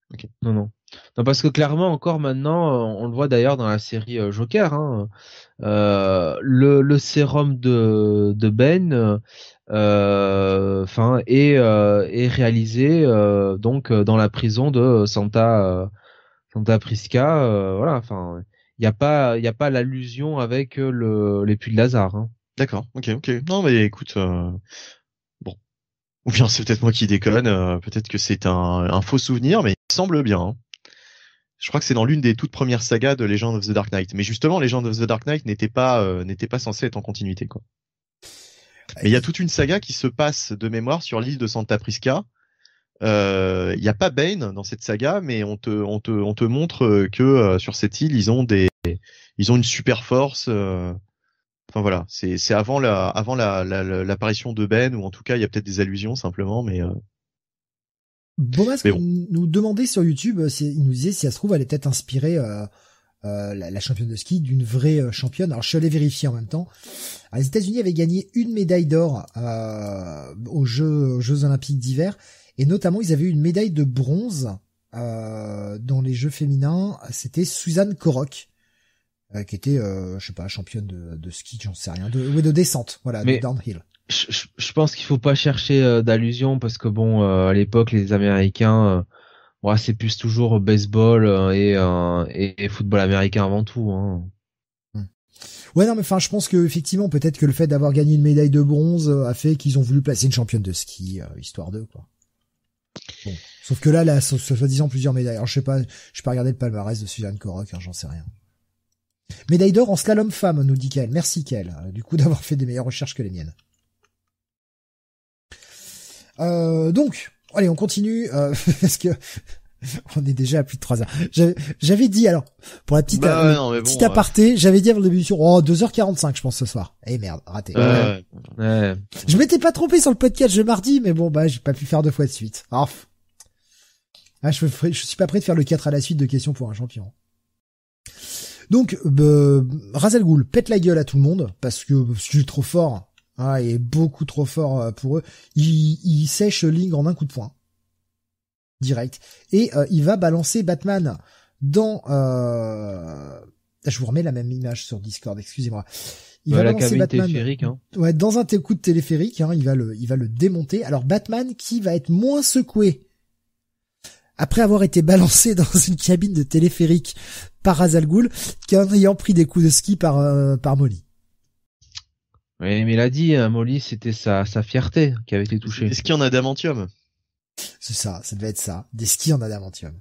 Okay. Non, non. Non, parce que clairement, encore maintenant, on le voit d'ailleurs dans la série euh, Joker, hein, euh, le, le sérum de, de Ben, euh, enfin, est, euh, est réalisé euh, donc dans la prison de Santa, euh, Santa Prisca, euh, voilà. Enfin, il y a pas, il y a pas l'allusion avec le les puits de Lazare. Hein. D'accord. Ok, ok. Non, mais écoute, euh, bon. Ou bien c'est peut-être moi qui déconne. Euh, peut-être que c'est un, un faux souvenir, mais il semble bien. Hein. Je crois que c'est dans l'une des toutes premières sagas de Legend of the Dark Knight. Mais justement, Legend of the Dark Knight n'était pas euh, n'était pas censé être en continuité, quoi. Mais il y a toute une saga qui se passe de mémoire sur l'île de Santa Prisca. Euh, Il y a pas Bane dans cette saga, mais on te on te on te montre que euh, sur cette île ils ont des ils ont une super force. Euh, enfin voilà, c'est c'est avant la avant la la- la- l'apparition de Bane, ou en tout cas il y a peut-être des allusions simplement, mais euh, Bomas mais bon. nous demandait sur YouTube, si- il nous disait si ça se trouve elle est peut-être inspirée euh, euh, la, la championne de ski d'une vraie euh, championne. Alors je suis allé vérifier en même temps. Alors, les États-Unis avaient gagné une médaille d'or euh, aux Jeux aux Jeux Olympiques d'hiver, et notamment ils avaient eu une médaille de bronze euh, dans les Jeux féminins. C'était Suzanne Korok, euh, qui était euh, je sais pas championne de, de ski, j'en sais rien, de ouais, de descente, voilà, Mais de downhill. je, je- je pense qu'il faut pas chercher euh, d'allusion parce que bon, euh, à l'époque, les Américains, euh, ouais, c'est plus toujours baseball euh, et, euh, et, et football américain avant tout. Hein. Ouais, non, mais enfin, je pense que effectivement, peut-être que le fait d'avoir gagné une médaille de bronze euh, a fait qu'ils ont voulu placer une championne de ski, euh, histoire d'eux, quoi. Bon. Sauf que là, là, so- so- soi-disant plusieurs médailles. Alors, je sais pas, je vais pas regarder le palmarès de Suzanne Korok, hein, j'en sais rien. Médaille d'or en slalom femme, nous dit Kael. Merci Kael, euh, du coup, d'avoir fait des meilleures recherches que les miennes. Euh, donc, allez, on continue, euh, parce que on est déjà à plus de trois heures. J'avais, j'avais dit, alors, pour la petite, Bah euh, ouais, non, mais petite bon, aparté, j'avais dit avant le début d'émission, oh, deux heures quarante-cinq, je pense, ce soir. Eh merde, raté. Ouais, ouais. Ouais. Je m'étais pas trompé sur le podcast de mardi, mais bon, bah, j'ai pas pu faire deux fois de suite. Ah, pff. Ah, je, ferai- je suis pas prêt de faire le quatre à la suite de questions pour un champion. Donc, bah, Ra's al Ghul pète la gueule à tout le monde, parce que c'est trop fort, hein, et beaucoup trop fort euh, pour eux. Il, il sèche Ling en un coup de poing. Direct. Et euh, il va balancer Batman dans... Euh... Je vous remets la même image sur Discord, excusez-moi. Il Ouais, va la balancer cabine Batman... téléphérique, hein. Ouais, dans un t- coup de téléphérique, hein, il va le, il va le démonter. Alors Batman qui va être moins secoué après avoir été balancé dans une cabine de téléphérique par Ra's al Ghul qu'en ayant pris des coups de ski par euh, par Molly. Oui, mais il a dit, hein, Molly, c'était sa, sa fierté qui avait été touchée. Est-ce qu'il y en a d'adamantium? C'est ça, ça devait être ça, des skis en adamantium.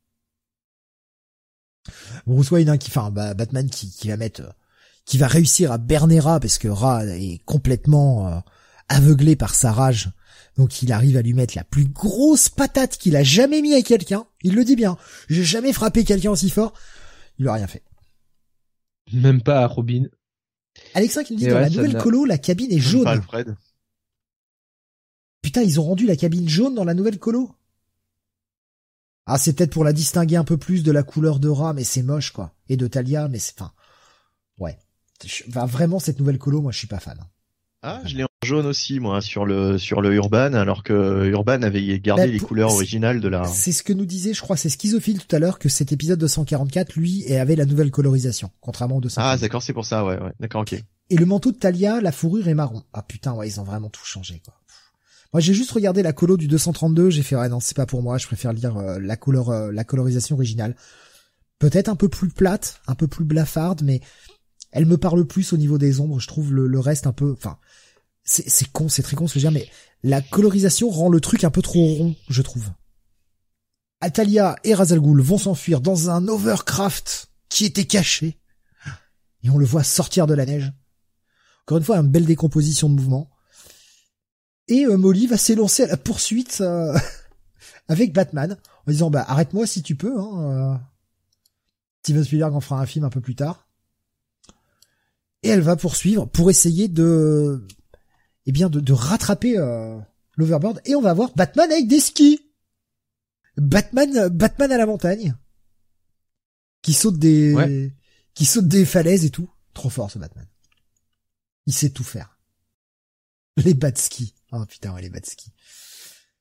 Bruce Wayne, hein, qui, enfin, bah, Batman qui, qui va mettre, euh, qui va réussir à berner Ra parce que Ra est complètement euh, aveuglé par sa rage. Donc il arrive à lui mettre la plus grosse patate qu'il a jamais mis à quelqu'un. Il le dit bien. J'ai jamais frappé quelqu'un aussi fort. Il lui a rien fait. Même pas à Robin. Alexa qui nous dit Et dans ouais, la ça nouvelle n'a- colo, la cabine est Même jaune. pas Alfred. Putain, ils ont rendu la cabine jaune dans la nouvelle colo. Ah, c'est peut-être pour la distinguer un peu plus de la couleur de Ra, mais c'est moche, quoi. Et de Talia, mais c'est, enfin, ouais. Je- Enfin, vraiment, cette nouvelle colo, moi, je suis pas fan. Ah, je l'ai en jaune aussi, moi, sur le sur le Urban, alors que Urban avait gardé Bah, les pour- couleurs c'est- originales de la... C'est ce que nous disait, je crois, c'est Schizophile tout à l'heure, que cet épisode deux cent quarante-quatre, lui, et avait la nouvelle colorisation, contrairement au deux cent quarante. Ah, d'accord, c'est pour ça, ouais, ouais. D'accord, ok. Et le manteau de Talia, la fourrure est marron. Ah putain, ouais, ils ont vraiment tout changé, quoi. Moi, j'ai juste regardé la colo du deux cent trente-deux, j'ai fait, ouais, non, c'est pas pour moi, je préfère lire euh, la couleur, euh, la colorisation originale. Peut-être un peu plus plate, un peu plus blafarde, mais elle me parle plus au niveau des ombres, je trouve le, le reste un peu, enfin, c'est, c'est con, c'est très con ce que je veux dire, mais la colorisation rend le truc un peu trop rond, je trouve. Talia et Ra's al Ghul vont s'enfuir dans un overcraft qui était caché. Et on le voit sortir de la neige. Encore une fois, une belle décomposition de mouvement. Et euh, Molly va s'élancer à la poursuite euh, avec Batman, en disant, bah arrête-moi si tu peux. Hein, euh. Steven Spielberg en fera un film un peu plus tard. Et elle va poursuivre pour essayer de, eh bien, de, de rattraper euh, l'Overboard. Et on va voir Batman avec des skis. Batman, Batman à la montagne, qui saute des, Ouais. qui saute des falaises et tout. Trop fort ce Batman. Il sait tout faire. Les bat skis. Oh putain, ouais, les bat skis.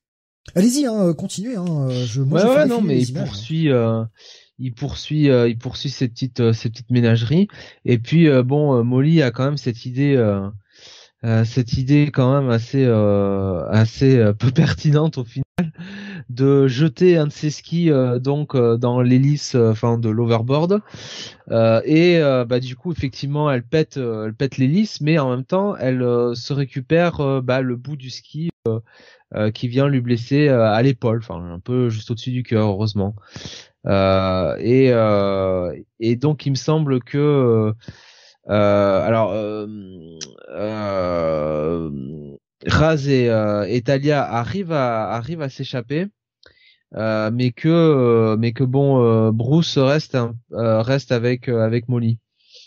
Allez-y, hein, continuez. Hein, je, moi, ouais, je ouais, non, mais il images, poursuit, hein. euh, il poursuit, euh, il poursuit ces petites, euh, ces petites ménageries. Et puis, euh, bon, euh, Molly a quand même cette idée, euh, euh, cette idée quand même assez, euh, assez euh, peu pertinente au final, de jeter un de ses skis euh, donc euh, dans l'hélice, enfin euh, de l'overboard. Euh, et euh, bah du coup, effectivement, elle pète, euh, elle pète l'hélice, mais en même temps, elle euh, se récupère euh, bah, le bout du ski. Euh, Euh, qui vient lui blesser euh, à l'épaule, enfin un peu juste au-dessus du cœur, heureusement. Euh, et euh, et donc il me semble que euh, alors euh, euh, Raz et, euh, et Talia arrivent à arrivent à s'échapper, euh, mais que euh, mais que bon euh, Bruce reste un, euh, reste avec euh, avec Molly.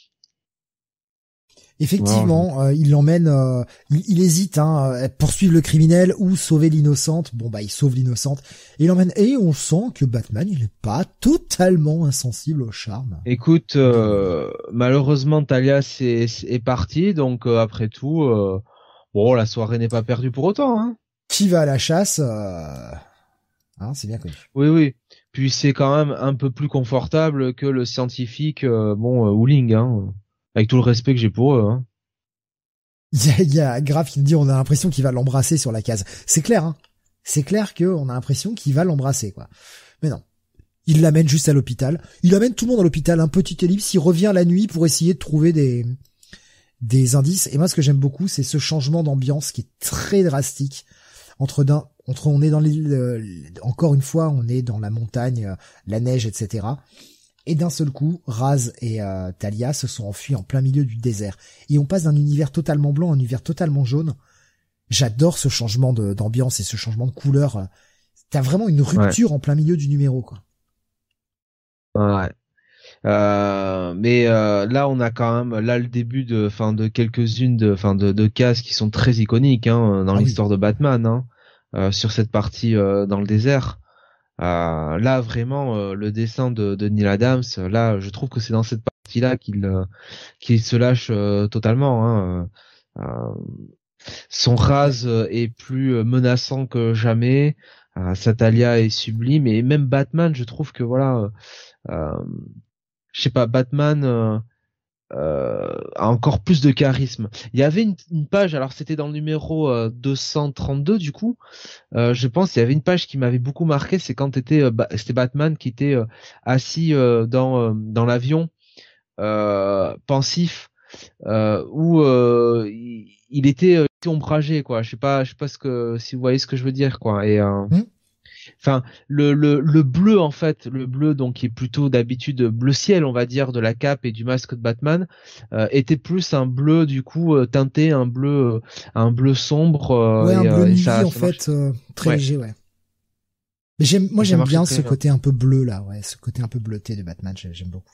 Effectivement, oh, je... euh, il l'emmène, euh, il, il hésite, hein, à poursuivre le criminel ou sauver l'innocente. Bon bah il sauve l'innocente et il l'emmène. Et on sent que Batman, il est pas totalement insensible au charme. Écoute, euh, malheureusement Talia c'est est partie, donc euh, après tout, euh, bon la soirée n'est pas perdue pour autant. Hein. Qui va à la chasse, euh... hein, c'est bien connu. Oui oui. Puis c'est quand même un peu plus confortable que le scientifique, euh, bon euh, Wuling, hein. Avec tout le respect que j'ai pour eux. Hein. Il y a, il y a Graf qui nous dit on a l'impression qu'il va l'embrasser sur la case. C'est clair, hein. C'est clair que on a l'impression qu'il va l'embrasser, quoi. Mais non. Il l'amène juste à l'hôpital. Il amène tout le monde à l'hôpital, un petit ellipse. Il revient la nuit pour essayer de trouver des des indices. Et moi, ce que j'aime beaucoup, c'est ce changement d'ambiance qui est très drastique. Entre d'un, entre on est dans l'île, euh, encore une fois, on est dans la montagne, euh, la neige, et cetera. Et d'un seul coup, Raz et euh, Talia se sont enfuis en plein milieu du désert. Et on passe d'un univers totalement blanc à un univers totalement jaune. J'adore ce changement de, d'ambiance et ce changement de couleur. T'as vraiment une rupture ouais. en plein milieu du numéro, quoi. Ouais. Euh, mais euh, là, on a quand même là le début de, enfin, de quelques-unes de, enfin, de, de cases qui sont très iconiques hein, dans ah l'histoire oui. de Batman. Hein, euh, sur cette partie euh, dans le désert. Euh, là vraiment euh, le dessin de, de Neil Adams, là je trouve que c'est dans cette partie là qu'il euh, qu'il se lâche euh, totalement hein. euh, son Raz est plus menaçant que jamais, euh, sa Talia est sublime et même Batman je trouve que voilà euh, je sais pas Batman euh, Euh, a encore plus de charisme. Il y avait une, une page, alors c'était dans le numéro euh, deux cent trente-deux du coup, euh, je pense il y avait une page qui m'avait beaucoup marqué, c'est quand était, euh, bah, c'était Batman qui était euh, assis euh, dans euh, dans l'avion, euh, pensif, euh, où euh, il, il était, euh, ombragé quoi. Je sais pas, je sais pas ce que si vous voyez ce que je veux dire quoi. Et euh, mmh. Enfin, le, le, le bleu, en fait, le bleu, donc, qui est plutôt d'habitude bleu ciel, on va dire, de la cape et du masque de Batman, euh, était plus un bleu, du coup, euh, teinté, un bleu, euh, un bleu sombre. Euh, ouais, et, un bleu euh, nuit, ça, en ça fait, euh, très ouais. léger, ouais. Mais j'aime, moi, et j'aime bien ce côté un peu bleu, là, ouais, ce côté un peu bleuté de Batman, j'aime beaucoup.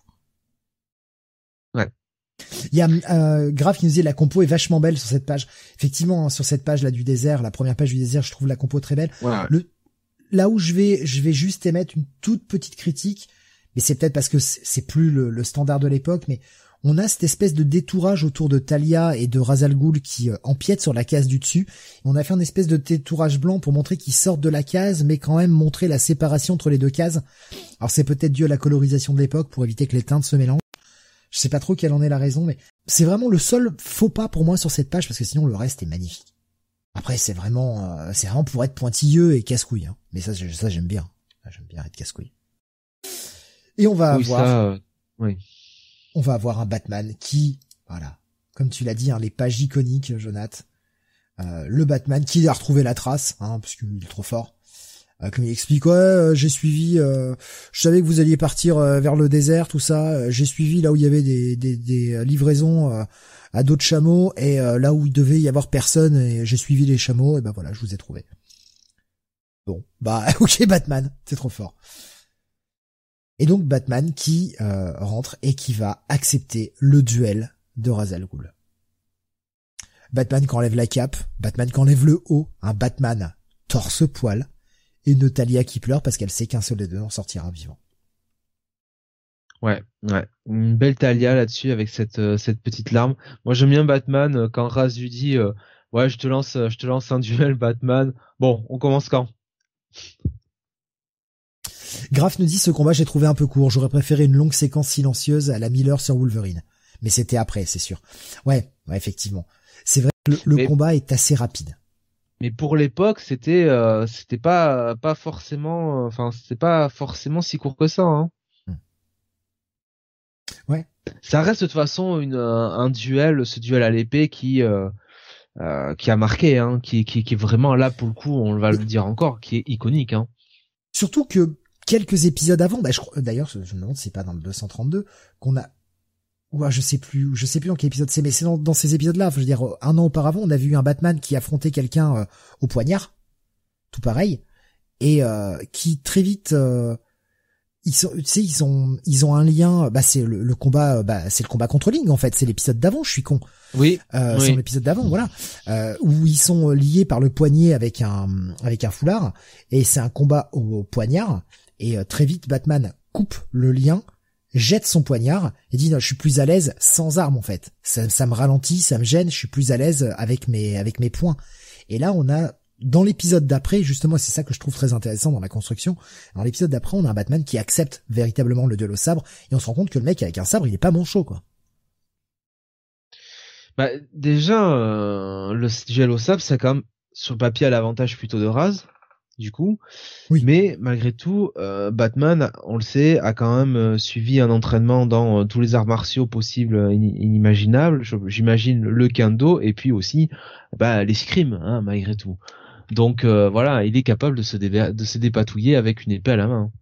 Ouais. Il y a euh, Graf qui nous dit la compo est vachement belle sur cette page. Effectivement, hein, sur cette page là du désert, la première page du désert, je trouve la compo très belle. Ouais. Le Là où je vais, je vais juste émettre une toute petite critique, mais c'est peut-être parce que c'est plus le, le standard de l'époque, mais on a cette espèce de détourage autour de Talia et de Ra's al Ghul qui euh, empiète sur la case du dessus. On a fait une espèce de détourage blanc pour montrer qu'ils sortent de la case, mais quand même montrer la séparation entre les deux cases. Alors c'est peut-être dû à la colorisation de l'époque pour éviter que les teintes se mélangent. Je sais pas trop quelle en est la raison, mais c'est vraiment le seul faux pas pour moi sur cette page, parce que sinon le reste est magnifique. Après, c'est vraiment, euh, c'est vraiment pour être pointilleux et casse-couille, hein. Mais ça, ça j'aime bien. J'aime bien être casse-couille. Et on va oui, avoir, ça, euh, oui. on va avoir un Batman qui, voilà, comme tu l'as dit, hein, les pages iconiques, Jonathan, euh, le Batman qui a retrouvé la trace, hein, parce qu'il est trop fort. Euh, comme il explique, ouais, euh, j'ai suivi, euh, je savais que vous alliez partir euh, vers le désert, tout ça. Euh, j'ai suivi là où il y avait des, des, des livraisons. Euh, à d'autres chameaux, et euh, là où il devait y avoir personne, et j'ai suivi les chameaux, et ben voilà, je vous ai trouvé. Bon, bah ok Batman, c'est trop fort. Et donc Batman qui euh, rentre et qui va accepter le duel de Ra's al Ghul. Batman qui enlève la cape, Batman qui enlève le haut, un Batman torse-poil, et une Talia qui pleure parce qu'elle sait qu'un seul des deux en sortira vivant. Ouais, ouais, une belle Talia là-dessus avec cette euh, cette petite larme. Moi j'aime bien Batman euh, quand Raz lui dit euh, ouais je te lance je te lance un duel Batman. Bon on commence quand? Graf nous dit ce combat j'ai trouvé un peu court, j'aurais préféré une longue séquence silencieuse à la Miller sur Wolverine. Mais c'était après, c'est sûr. Ouais, ouais, effectivement. C'est vrai que le, le mais, combat est assez rapide. Mais pour l'époque, c'était euh, c'était pas pas forcément enfin, c'était pas forcément si court que ça hein. Hmm. Ouais. Ça reste de toute façon une un, un duel, ce duel à l'épée qui euh, euh, qui a marqué hein, qui qui qui est vraiment là pour le coup, on va le dire encore, qui est iconique hein. Surtout que quelques épisodes avant, bah je d'ailleurs je me demande si c'est pas dans le deux cent trente-deux qu'on a ouais, je sais plus, je sais plus dans quel épisode c'est, mais c'est dans, dans ces épisodes-là. Je veux dire, un an auparavant, on a vu un Batman qui affrontait quelqu'un euh, au poignard, tout pareil, et euh, qui très vite, euh, ils sont, tu sais, ils ont, ils ont un lien. Bah, c'est le, le combat, bah, c'est le combat contre Ling en fait. C'est l'épisode d'avant. Je suis con. Oui. Euh, oui. C'est l'épisode d'avant, voilà, euh, où ils sont liés par le poignet avec un, avec un foulard, et c'est un combat au, au poignard. Et euh, très vite, Batman coupe le lien, jette son poignard et dit non, je suis plus à l'aise sans arme en fait. Ça, ça me ralentit, ça me gêne, je suis plus à l'aise avec mes avec mes poings. Et là on a dans l'épisode d'après, justement, c'est ça que je trouve très intéressant dans la construction. Dans l'épisode d'après, on a un Batman qui accepte véritablement le duel au sabre et on se rend compte que le mec avec un sabre, il est pas manchot quoi. Bah déjà euh, le duel au sabre, c'est quand même sur le papier à l'avantage plutôt de Raz. Du coup, oui. Mais malgré tout, euh, Batman, on le sait, a quand même euh, suivi un entraînement dans euh, tous les arts martiaux possibles et inimaginables. J'imagine le kendo et puis aussi bah, l'escrime, hein, malgré tout. Donc euh, voilà, il est capable de se, dé- de se dépatouiller avec une épée à la main.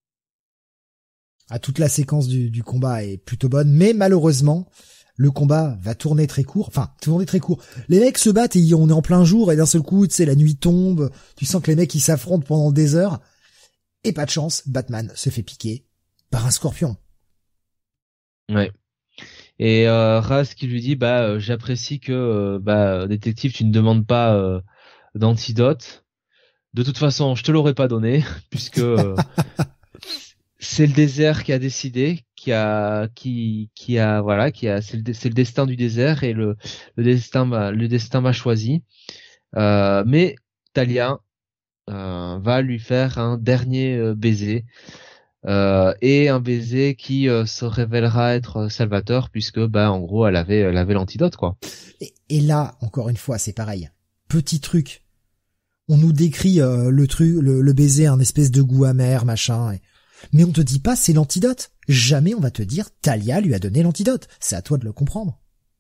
Ah, toute la séquence du, du combat est plutôt bonne, mais malheureusement, le combat va tourner très court. Enfin, tourner très court. Les mecs se battent et on est en plein jour et d'un seul coup, tu sais, la nuit tombe. Tu sens que les mecs, ils s'affrontent pendant des heures. Et pas de chance, Batman se fait piquer par un scorpion. Ouais. Et euh, Raz qui lui dit, bah, euh, j'apprécie que, euh, bah, détective, tu ne demandes pas euh, d'antidote. De toute façon, je te l'aurais pas donné, puisque euh, c'est le désert qui a décidé, qui a, qui, qui a, voilà, qui a, c'est le, c'est le destin du désert et le, le destin, m'a, le destin m'a choisi. Euh, mais Talia euh, va lui faire un dernier euh, baiser. Euh, et un baiser qui euh, se révélera être salvateur puisque bah en gros elle avait elle avait l'antidote quoi. Et, et là encore une fois c'est pareil. Petit truc. On nous décrit euh, le truc le, le baiser un espèce de goût amer machin et... mais on te dit pas c'est l'antidote. Jamais on va te dire Talia lui a donné l'antidote. C'est à toi de le comprendre.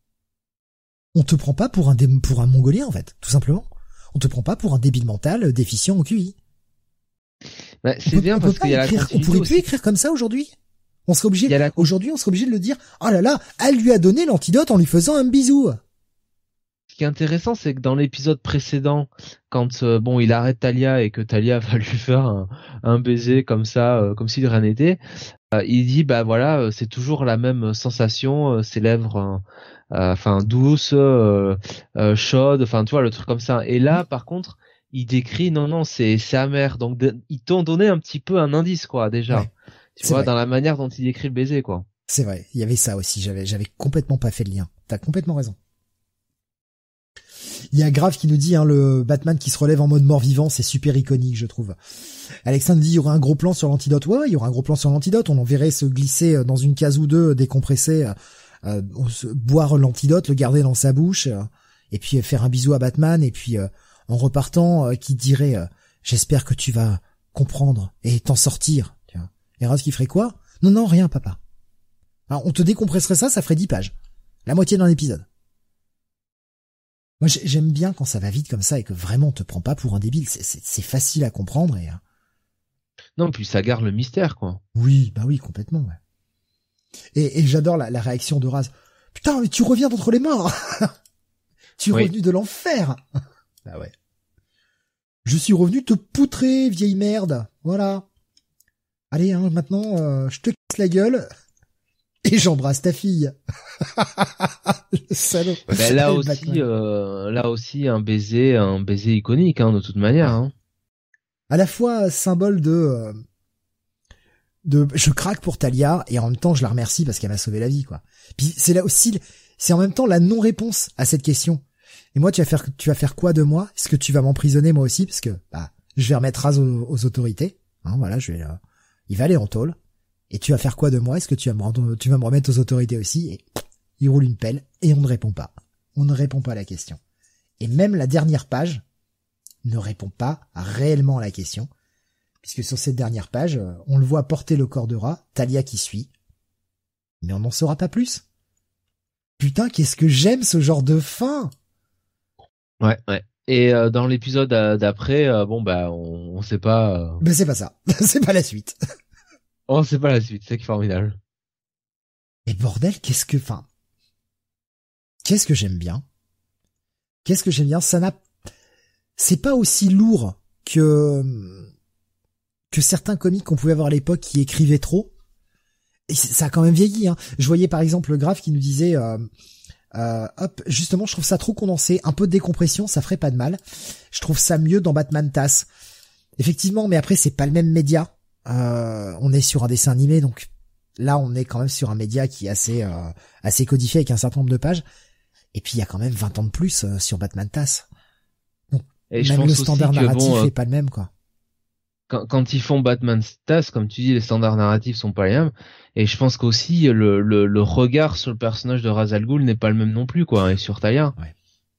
On te prend pas pour un dé... pour un mongolien en fait, tout simplement. On te prend pas pour un débile mental déficient au Q I. Bah, c'est bien parce qu'il y a la continuité. On pourrait aussi. plus écrire comme ça aujourd'hui. On serait obligé, la... aujourd'hui, on serait obligé de le dire. Oh là là, elle lui a donné l'antidote en lui faisant un bisou. Ce qui est intéressant, c'est que dans l'épisode précédent, quand euh, bon, il arrête Talia et que Talia va lui faire un, un baiser comme ça, euh, comme si de rien n'était, euh, il dit bah voilà, euh, c'est toujours la même sensation, euh, ses lèvres, enfin euh, douces, euh, euh, chaudes, enfin tu vois le truc comme ça. Et là, par contre, il décrit non non c'est c'est amer, donc de, ils t'ont donné un petit peu un indice quoi déjà, ouais, tu vois vrai. Dans la manière dont il décrit le baiser quoi. C'est vrai, il y avait ça aussi, j'avais j'avais complètement pas fait le lien. T'as complètement raison. Il y a Grave qui nous dit hein, le Batman qui se relève en mode mort-vivant, c'est super iconique je trouve. Alexandre dit il y aura un gros plan sur l'antidote. Ouais, ouais, il y aura un gros plan sur l'antidote, on en verrait se glisser dans une case ou deux décompresser, euh, boire l'antidote, le garder dans sa bouche euh, et puis faire un bisou à Batman et puis euh, en repartant, euh, qui dirait euh, j'espère que tu vas comprendre et t'en sortir. Tu vois. Et Raz qui ferait quoi? Non, non, rien, papa. Alors, on te décompresserait ça, ça ferait dix pages. La moitié d'un épisode. Moi, j'aime bien quand ça va vite comme ça et que vraiment on te prend pas pour un débile. C'est, c'est, c'est facile à comprendre et... Non, puis ça garde le mystère, quoi. Oui, bah oui, complètement, ouais. Et, et j'adore la, la réaction de Raz. Putain, mais tu reviens d'entre les morts. Tu es oui. revenu de l'enfer. Ah ouais. Je suis revenu te poutrer, vieille merde. Voilà. Allez, hein, maintenant, euh, je te casse la gueule et j'embrasse ta fille. Le salaud. Ben là aussi, euh, là aussi, un baiser, un baiser iconique, hein, de toute manière. Hein. À la fois symbole de, euh, de, je craque pour Talia et en même temps je la remercie parce qu'elle m'a sauvé la vie, quoi. Puis c'est là aussi, c'est en même temps la non-réponse à cette question. Et moi, tu vas faire, tu vas faire quoi de moi? Est-ce que tu vas m'emprisonner moi aussi? Parce que, bah, je vais remettre Raz aux, aux autorités. Hein, voilà, je vais, euh, il va aller en tôle. Et tu vas faire quoi de moi? Est-ce que tu vas me rendre, tu vas me remettre aux autorités aussi? Et il roule une pelle et on ne répond pas. On ne répond pas à la question. Et même la dernière page ne répond pas réellement à la question, puisque sur cette dernière page, on le voit porter le corps de Ra, Talia qui suit, mais on n'en saura pas plus. Putain, qu'est-ce que j'aime ce genre de fin. Ouais, ouais. Et euh, dans l'épisode d'après, euh, bon bah on, on sait pas. Euh... Mais c'est pas ça, c'est pas la suite. On sait pas la suite, c'est formidable. Et bordel, qu'est-ce que, enfin, qu'est-ce que j'aime bien. Qu'est-ce que j'aime bien, ça n'a, c'est pas aussi lourd que que certains comics qu'on pouvait avoir à l'époque qui écrivaient trop. Et ça a quand même vieilli. Hein. Je voyais par exemple le Graph qui nous disait, euh, euh, hop, justement, je trouve ça trop condensé, un peu de décompression, ça ferait pas de mal. Je trouve ça mieux dans Batman T A S. Effectivement, mais après c'est pas le même média. Euh, on est sur un dessin animé, donc là on est quand même sur un média qui est assez euh, assez codifié avec un certain nombre de pages. Et puis il y a quand même vingt ans de plus euh, sur Batman T A S. Donc, et même je pense le standard aussi que, narratif bon, euh, est pas le même, quoi. Quand, quand ils font Batman T A S, comme tu dis, les standards narratifs sont pas les mêmes. Et je pense qu'aussi le, le, le regard sur le personnage de Ra's al Ghul n'est pas le même non plus, quoi, et sur Talia. Ouais.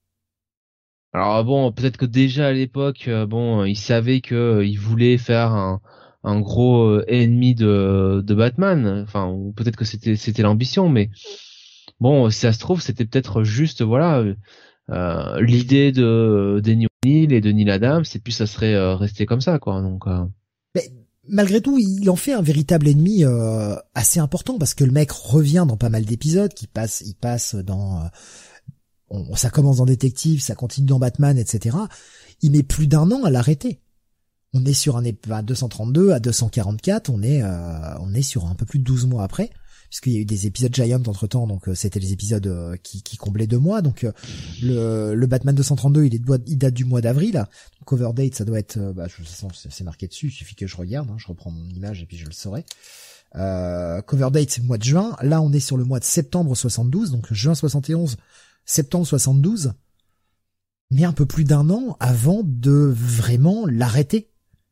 Alors bon, peut-être que déjà à l'époque, euh, bon, ils savaient que euh, ils voulaient faire un, un gros euh, ennemi de, de Batman. Enfin, ou peut-être que c'était c'était l'ambition, mais bon, si ça se trouve, c'était peut-être juste, voilà, euh, l'idée de Denny O'Neil et de Neil Adams, et puis ça serait euh, resté comme ça, quoi. Donc. Euh... Mais malgré tout, il en fait un véritable ennemi euh, assez important parce que le mec revient dans pas mal d'épisodes, qui passe, il passe dans. Euh, on, ça commence dans Détective, ça continue dans Batman, et cetera. Il met plus d'un an à l'arrêter. On est sur un à deux cent trente-deux, à deux cent quarante-quatre, on est euh, on est sur un peu plus de douze mois après, puisqu'il y a eu des épisodes Giant entre temps, donc euh, c'était les épisodes euh, qui, qui comblaient deux mois. Donc euh, le, le Batman deux cent trente-deux, il est de, il date du mois d'avril. Cover date, ça doit être, euh, bah, je sais, c'est marqué dessus, il suffit que je regarde, hein, je reprends mon image et puis je le saurai. Euh, cover date, c'est le mois de juin. Là, on est sur le mois de septembre soixante-douze, donc juin soixante et onze, septembre soixante-douze. Mais un peu plus d'un an avant de vraiment l'arrêter.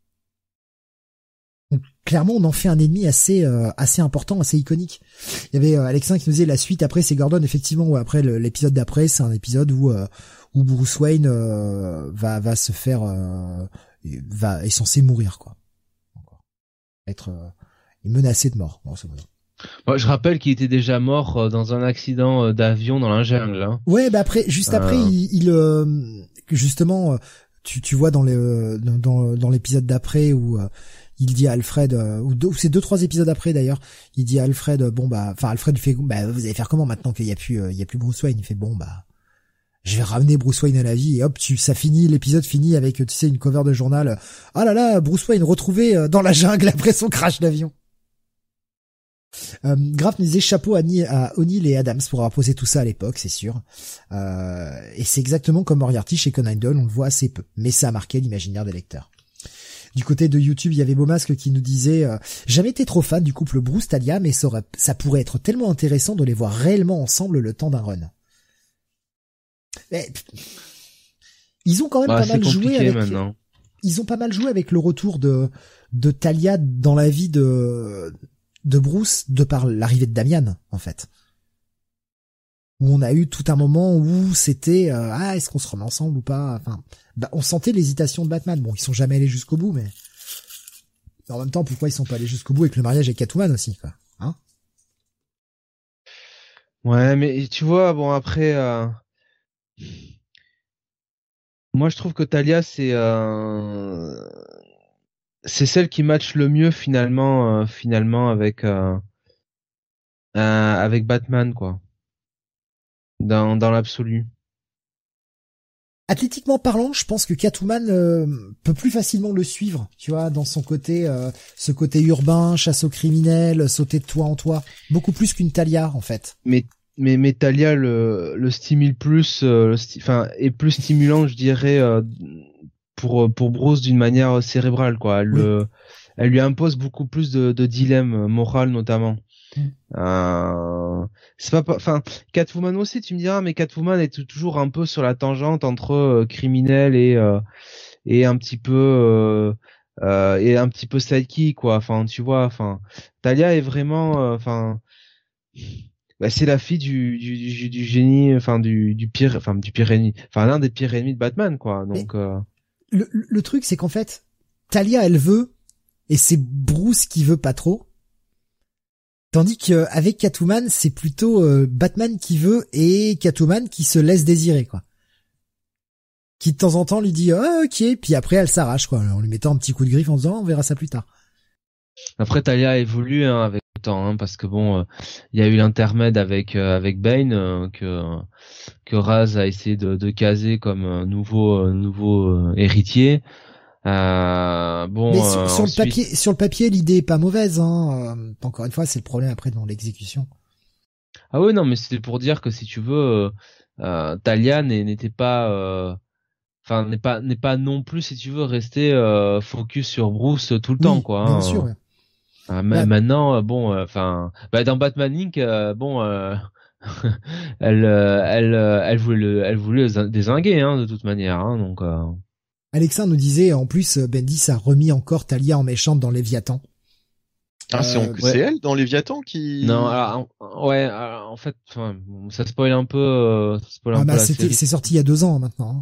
Donc, clairement, on en fait un ennemi assez euh, assez important, assez iconique. Il y avait euh, Alexin qui nous disait la suite après c'est Gordon, effectivement, ou après le, l'épisode d'après c'est un épisode où euh, où Bruce Wayne euh, va va se faire euh, va est censé mourir, quoi. Être euh, menacé de mort. Bon, c'est bon. Moi, je rappelle qu'il était déjà mort euh, dans un accident euh, d'avion dans la jungle. Hein. Ouais, bah après, juste après, euh... il, il euh, justement, tu tu vois dans le dans dans l'épisode d'après où euh, il dit à Alfred, euh, ou, deux, ou c'est deux trois épisodes après d'ailleurs, il dit à Alfred, euh, bon bah, enfin Alfred fait, bah vous allez faire comment maintenant qu'il y a plus, euh, il y a plus Bruce Wayne. Il fait bon bah, je vais ramener Bruce Wayne à la vie, et hop, tu, ça finit, l'épisode finit avec, tu sais, une cover de journal. Ah oh là là, Bruce Wayne retrouvé dans la jungle après son crash d'avion. Euh, Graf nous disait chapeau à, à O'Neill et Adams pour avoir posé tout ça à l'époque, c'est sûr. Euh, et c'est exactement comme Moriarty chez Conan Doyle, on le voit assez peu, mais ça a marqué l'imaginaire des lecteurs. Du côté de YouTube, il y avait Beaumasque qui nous disait euh, jamais été trop fan du couple Bruce-Talia, mais ça, aurait, ça pourrait être tellement intéressant de les voir réellement ensemble le temps d'un run. Mais, ils ont quand même bah, pas mal joué avec. Maintenant. Ils ont pas mal joué avec le retour de de Talia dans la vie de de Bruce de par l'arrivée de Damian, en fait. Où on a eu tout un moment où c'était euh, ah est-ce qu'on se remet ensemble ou pas, enfin bah, on sentait l'hésitation de Batman. Bon, ils sont jamais allés jusqu'au bout, mais en même temps pourquoi ils sont pas allés jusqu'au bout avec le mariage avec Catwoman aussi, quoi, hein? Ouais, mais tu vois, bon après euh... moi je trouve que Talia c'est euh... c'est celle qui match le mieux finalement euh, finalement avec euh... Euh, avec Batman, quoi. Dans, dans l'absolu. Athlétiquement parlant, je pense que Catwoman euh, peut plus facilement le suivre, tu vois, dans son côté, euh, ce côté urbain, chasse aux criminels, sauter de toit en toit, beaucoup plus qu'une Talia, en fait. Mais mais, mais Talia le, le stimule plus, euh, le sti- enfin est plus stimulant, je dirais, euh, pour pour Bruce d'une manière cérébrale, quoi. Elle, Oui. le, elle lui impose beaucoup plus de, de dilemmes moraux notamment. Mm. Euh, c'est pas, enfin, Catwoman aussi, tu me diras, mais Catwoman est toujours un peu sur la tangente entre euh, criminel et euh, et un petit peu euh, euh, et un petit peu sidekick quoi. Enfin, tu vois, enfin, Talia est vraiment, enfin, euh, bah, c'est la fille du, du, du, du génie, enfin du, du pire, enfin du pire ennemi, enfin l'un des pires ennemis de Batman quoi. Donc euh... le, le truc c'est qu'en fait, Talia elle veut et c'est Bruce qui veut pas trop. Tandis qu'avec Catwoman, c'est plutôt euh, Batman qui veut et Catwoman qui se laisse désirer, quoi. Qui de temps en temps lui dit ah, ok, puis après elle s'arrache, quoi, en lui mettant un petit coup de griffe en disant on verra ça plus tard. Après Talia évolue hein, avec le temps, hein, parce que bon, il euh, y a eu l'intermède avec euh, avec Bane euh, que que Raz a essayé de, de caser comme un nouveau euh, nouveau euh, héritier. Euh, bon, mais sur, euh, sur ensuite... le papier, sur le papier, l'idée est pas mauvaise. Hein. Euh, encore une fois, c'est le problème après dans l'exécution. Ah oui, non, mais c'était pour dire que si tu veux, euh, euh, Talia n'était pas, enfin, euh, n'est pas, n'est pas non plus, si tu veux, rester euh, focus sur Bruce tout le oui, temps, quoi. Bien Hein. sûr. Ouais. Euh, bah, maintenant, euh, bon, enfin, euh, bah, dans Batman Inc, euh, bon, euh, elle, euh, elle, euh, elle voulait, le, elle voulait le dézinguer, hein, de toute manière, hein, donc. Euh... Alexa nous disait, en plus, Bendis a remis encore Talia en méchante dans Léviathan. Ah, euh, c'est, on... ouais. c'est elle dans Léviathan qui... Non, alors, ouais, alors, en fait, ça spoil un peu, euh, ça spoil ah, un bah, peu la c'était, série. c'est sorti il y a deux ans, maintenant.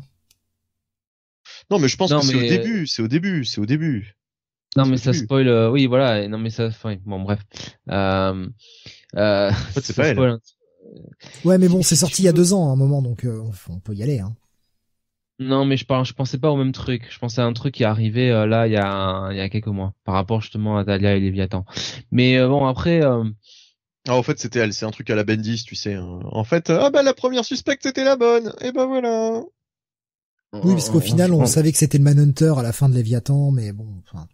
Non, mais je pense non, que mais... c'est au début, c'est au début, c'est au début. Non, mais ça spoil, euh, oui, voilà, non, mais ça, enfin, bon, bref. Euh, euh, en fait, c'est pas elle. Spoil. Ouais, mais bon, c'est sorti il y a deux ans, à un moment, donc, euh, on peut y aller, hein. Non, mais je parle, je pensais pas au même truc. Je pensais à un truc qui est arrivé euh, là il y a il y a quelques mois par rapport justement à Talia et Léviathan. Mais euh, bon après. Euh... Ah, en fait c'était elle, c'est un truc à la Bendis, tu sais. En fait, ah bah la première suspecte c'était la bonne. Et ben voilà. Oui, parce qu'au final on, on savait que c'était le Manhunter à la fin de Léviathan, mais bon. Enfin.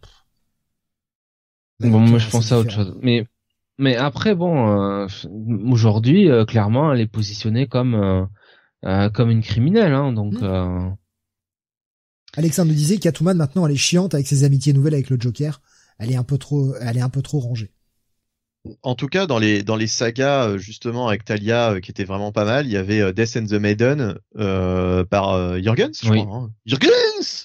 Bon, moi je pensais à autre chose. Mais mais après bon, euh, aujourd'hui euh, clairement elle est positionnée comme euh, euh, comme une criminelle, hein, donc. Mmh. Euh... Alexandre nous disait que Catwoman maintenant elle est chiante avec ses amitiés nouvelles avec le Joker. Elle est un peu trop, elle est un peu trop rangée. En tout cas, dans les dans les sagas justement avec Talia euh, qui était vraiment pas mal, il y avait euh, Death and the Maiden euh, par euh, Jurgens, je oui. crois. Hein. Jurgens.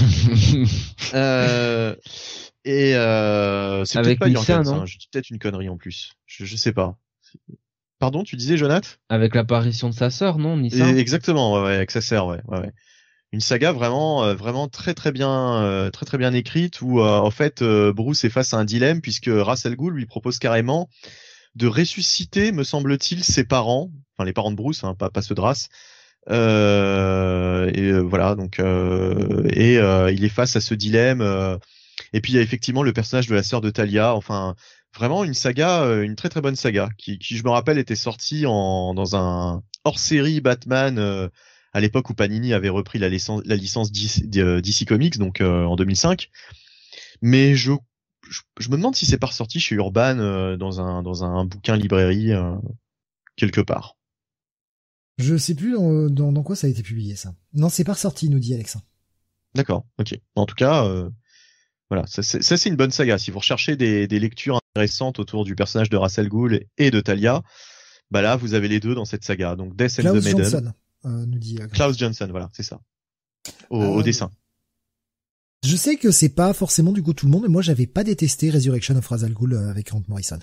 euh, et euh, c'est avec peut-être pas Nissa, Jurgens, non hein, je dis peut-être une connerie en plus. Je je sais pas. Pardon, tu disais Jonathan? Avec l'apparition de sa sœur, non, Nissa? Exactement, ouais, ouais, avec sa sœur, ouais, ouais, ouais. Une saga vraiment euh, vraiment très très bien euh, très très bien écrite où euh, en fait euh, Bruce est face à un dilemme puisque Ra's al Ghul lui propose carrément de ressusciter, me semble-t-il, ses parents, enfin les parents de Bruce, hein, pas pas ceux de Ra's. Euh, et euh, voilà, donc euh, et euh, il est face à ce dilemme. Euh, et puis il y a effectivement le personnage de la sœur de Talia. Enfin, vraiment une saga, euh, une très très bonne saga qui, qui je me rappelle était sortie en dans un hors-série Batman. Euh, à l'époque où Panini avait repris la licence, la licence D C Comics, donc euh, en deux mille cinq. Mais je, je, je me demande si c'est pas ressorti chez Urban euh, dans un dans un bouquin librairie euh, quelque part. Je sais plus dans, dans, dans quoi ça a été publié ça. Non, c'est pas ressorti, nous dit Alexa. D'accord, ok. En tout cas, euh, voilà, ça c'est, ça c'est une bonne saga. Si vous recherchez des, des lectures intéressantes autour du personnage de Ra's al Ghul et de Talia, bah là vous avez les deux dans cette saga. Donc Death and Klaus the Maiden. Johnson. Euh, nous dit, euh, Klaus Johnson, voilà, c'est ça. Au, euh, au dessin. Je sais que c'est pas forcément du goût de tout le monde, mais moi j'avais pas détesté Resurrection of Ra's al Ghul avec Grant Morrison.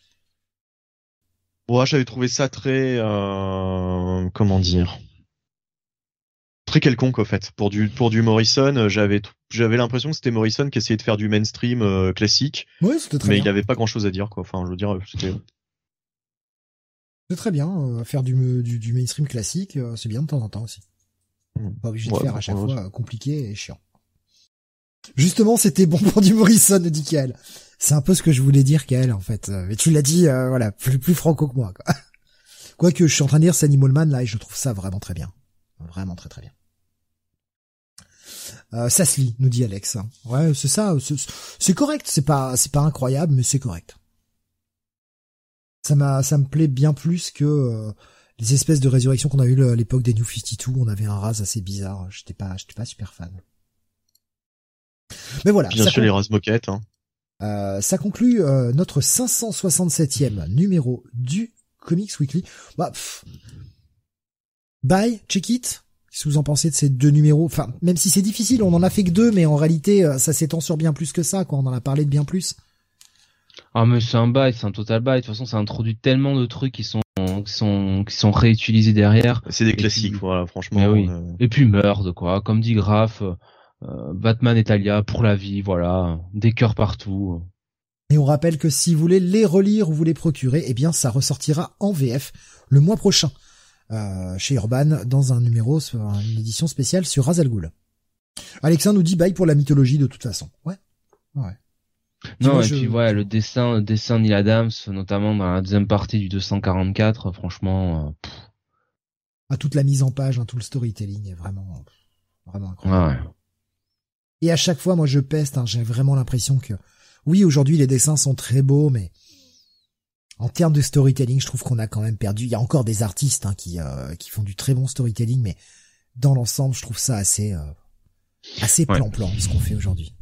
Ouais, j'avais trouvé ça très, euh, comment dire, très quelconque au fait. Pour du pour du Morrison, j'avais j'avais l'impression que c'était Morrison qui essayait de faire du mainstream euh, classique. Oui, c'était très mais bien. il avait pas grand chose à dire quoi. Enfin, je veux dire, c'était. C'est très bien, euh, faire du, du, du mainstream classique, euh, c'est bien de temps en temps aussi. Pas obligé de ouais, faire à chaque ouais, fois euh, compliqué et chiant. Justement, c'était bon pour du Morrison, dit Kael. C'est un peu ce que je voulais dire, Kael, en fait. Mais tu l'as dit, euh, voilà, plus, plus franco que moi, quoi. Quoique, je suis en train de lire Animal Man, là, et je trouve ça vraiment très bien. Vraiment très très bien. Euh, ça se lit, nous dit Alex. Ouais, c'est ça, c'est, c'est correct, c'est pas, c'est pas incroyable, mais c'est correct. Ça m'a, ça me plaît bien plus que euh, les espèces de résurrections qu'on a eues à l'époque des New cinquante-deux. On avait un Raz assez bizarre. J'étais pas, j'étais pas super fan. Mais voilà. Bien sûr, les Raz moquettes. Hein. Euh, ça conclut euh, notre cinq cent soixante-septième numéro du Comics Weekly. Bah, pff. Bye, check it. Qu'est-ce que vous en pensez de ces deux numéros? Enfin, même si c'est difficile, on en a fait que deux, mais en réalité, ça s'étend sur bien plus que ça, quoi. On en a parlé de bien plus. Ah, mais c'est un bail, c'est un total bail. De toute façon, ça introduit tellement de trucs qui sont, qui sont, qui sont réutilisés derrière. C'est des Et classiques, puis, voilà, franchement. mais oui. Euh... Et puis meurtre, quoi. Comme dit Graf, euh, Batman et Talia pour la vie, voilà. Des cœurs partout. Et on rappelle que si vous voulez les relire ou vous les procurer, eh bien, ça ressortira en V F le mois prochain, euh, chez Urban, dans un numéro, une édition spéciale sur Ra's al Ghul. Alexin nous dit bye pour la mythologie de toute façon. Ouais. Ouais. Non, moi, et je... puis ouais, le dessin, le dessin Neil Adams, notamment dans la deuxième partie du deux cent quarante-quatre, franchement, euh, ah, toute la mise en page, hein, tout le storytelling est vraiment, vraiment incroyable. Ouais. Et à chaque fois, moi, je peste, hein, j'ai vraiment l'impression que, oui, aujourd'hui, les dessins sont très beaux, mais en termes de storytelling, je trouve qu'on a quand même perdu. Il y a encore des artistes, hein, qui, euh, qui font du très bon storytelling, mais dans l'ensemble, je trouve ça assez, euh, assez Ouais. plan-plan, ce qu'on fait aujourd'hui.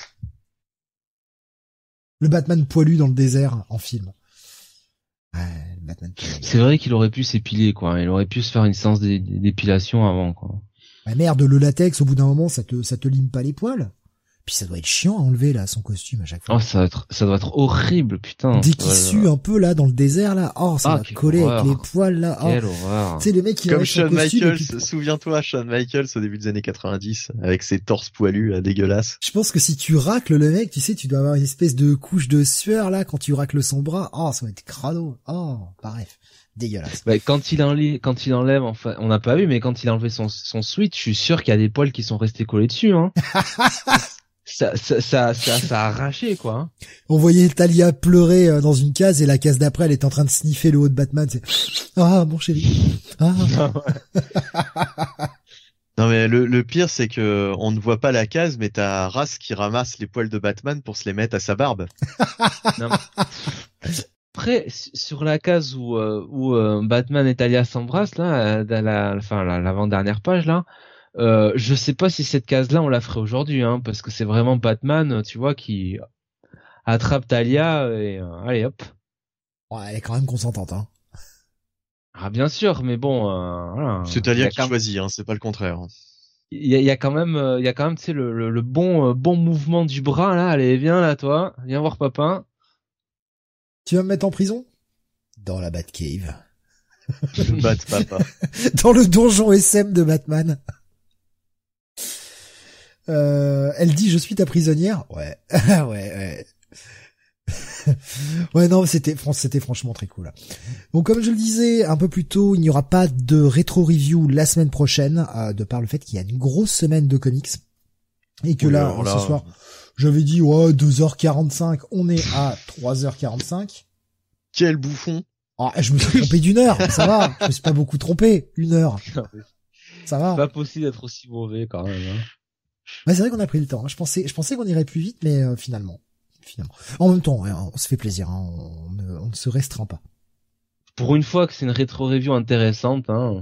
Le Batman poilu dans le désert en film. Ouais, le Batman poilu. C'est vrai qu'il aurait pu s'épiler, quoi. Il aurait pu se faire une séance d'é- d'épilation avant, quoi. Ah merde, le latex, au bout d'un moment, ça te, ça te lime pas les poils. Puis ça doit être chiant à enlever, là, son costume à chaque fois. Oh, ça doit être, ça doit être horrible, putain. Dès qu'il Ouais, sue ouais. un peu, là, dans le désert, là, oh, ça Ah, va quelle coller horreur. avec les poils, là. Oh. Quelle horreur. Tu sais, le mec, il Comme enlève son Shawn costume. et Michaels, puis- souviens-toi, Shawn Michaels au début des années quatre-vingt-dix, avec ses torses poilus, là, dégueulasses. Je pense que si tu racles le mec, tu sais, tu dois avoir une espèce de couche de sueur, là, quand tu racles son bras. Oh, ça va être crado. Oh, bref. Dégueulasse. Bah, quand il enlève, quand il enlève, enfin, on n'a pas vu, mais quand il a enlevé son, son sweat, je suis sûr qu'il y a des poils qui sont restés collés dessus, hein. ça, ça, ça, ça, ça a arraché, quoi. Hein. On voyait Talia pleurer euh, dans une case et la case d'après, elle est en train de sniffer le haut de Batman. C'est, ah, mon chéri. Ah. Non mais le, le pire c'est que on ne voit pas la case, mais t'as Ra's qui ramasse les poils de Batman pour se les mettre à sa barbe. Non, mais- Après, s- sur la case où, euh, où euh, Batman et Talia s'embrassent, là, euh, dans la, enfin, la- l'avant-dernière page, là, euh, je sais pas si cette case-là, on la ferait aujourd'hui, hein, parce que c'est vraiment Batman, tu vois, qui attrape Talia et euh, allez, hop. Ouais, elle est quand même consentante, hein. Ah, bien sûr, mais bon, euh, voilà. C'est Il y Talia a qui quand- choisit, hein, c'est pas le contraire. Il y a, il y a quand même, euh, il y a quand même, tu sais, le, le, le bon, euh, bon mouvement du bras, là. Allez, viens, là, toi. Viens voir papa. Tu vas me mettre en prison? Dans la Batcave. Le Bat papa. Dans le donjon S M de Batman. Euh, elle dit, je suis ta prisonnière. Ouais. ouais, ouais. Ouais, non, c'était, c'était franchement très cool. Donc, comme je le disais un peu plus tôt, il n'y aura pas de rétro review la semaine prochaine, euh, de par le fait qu'il y a une grosse semaine de comics. Et que Oui, là, alors là, ce soir, j'avais dit, ouais, deux heures quarante-cinq, on est à trois heures quarante-cinq. Quel bouffon. Ah, je me suis trompé d'une heure, ça va. Je me suis pas beaucoup trompé, une heure. Ça va. Pas possible d'être aussi mauvais, quand même, hein. Ouais, c'est vrai qu'on a pris le temps. Je pensais, je pensais qu'on irait plus vite, mais euh, finalement, finalement. En même temps, hein, on se fait plaisir. Hein, on, ne, on ne se restreint pas. Pour une fois que c'est une rétro-review intéressante, hein.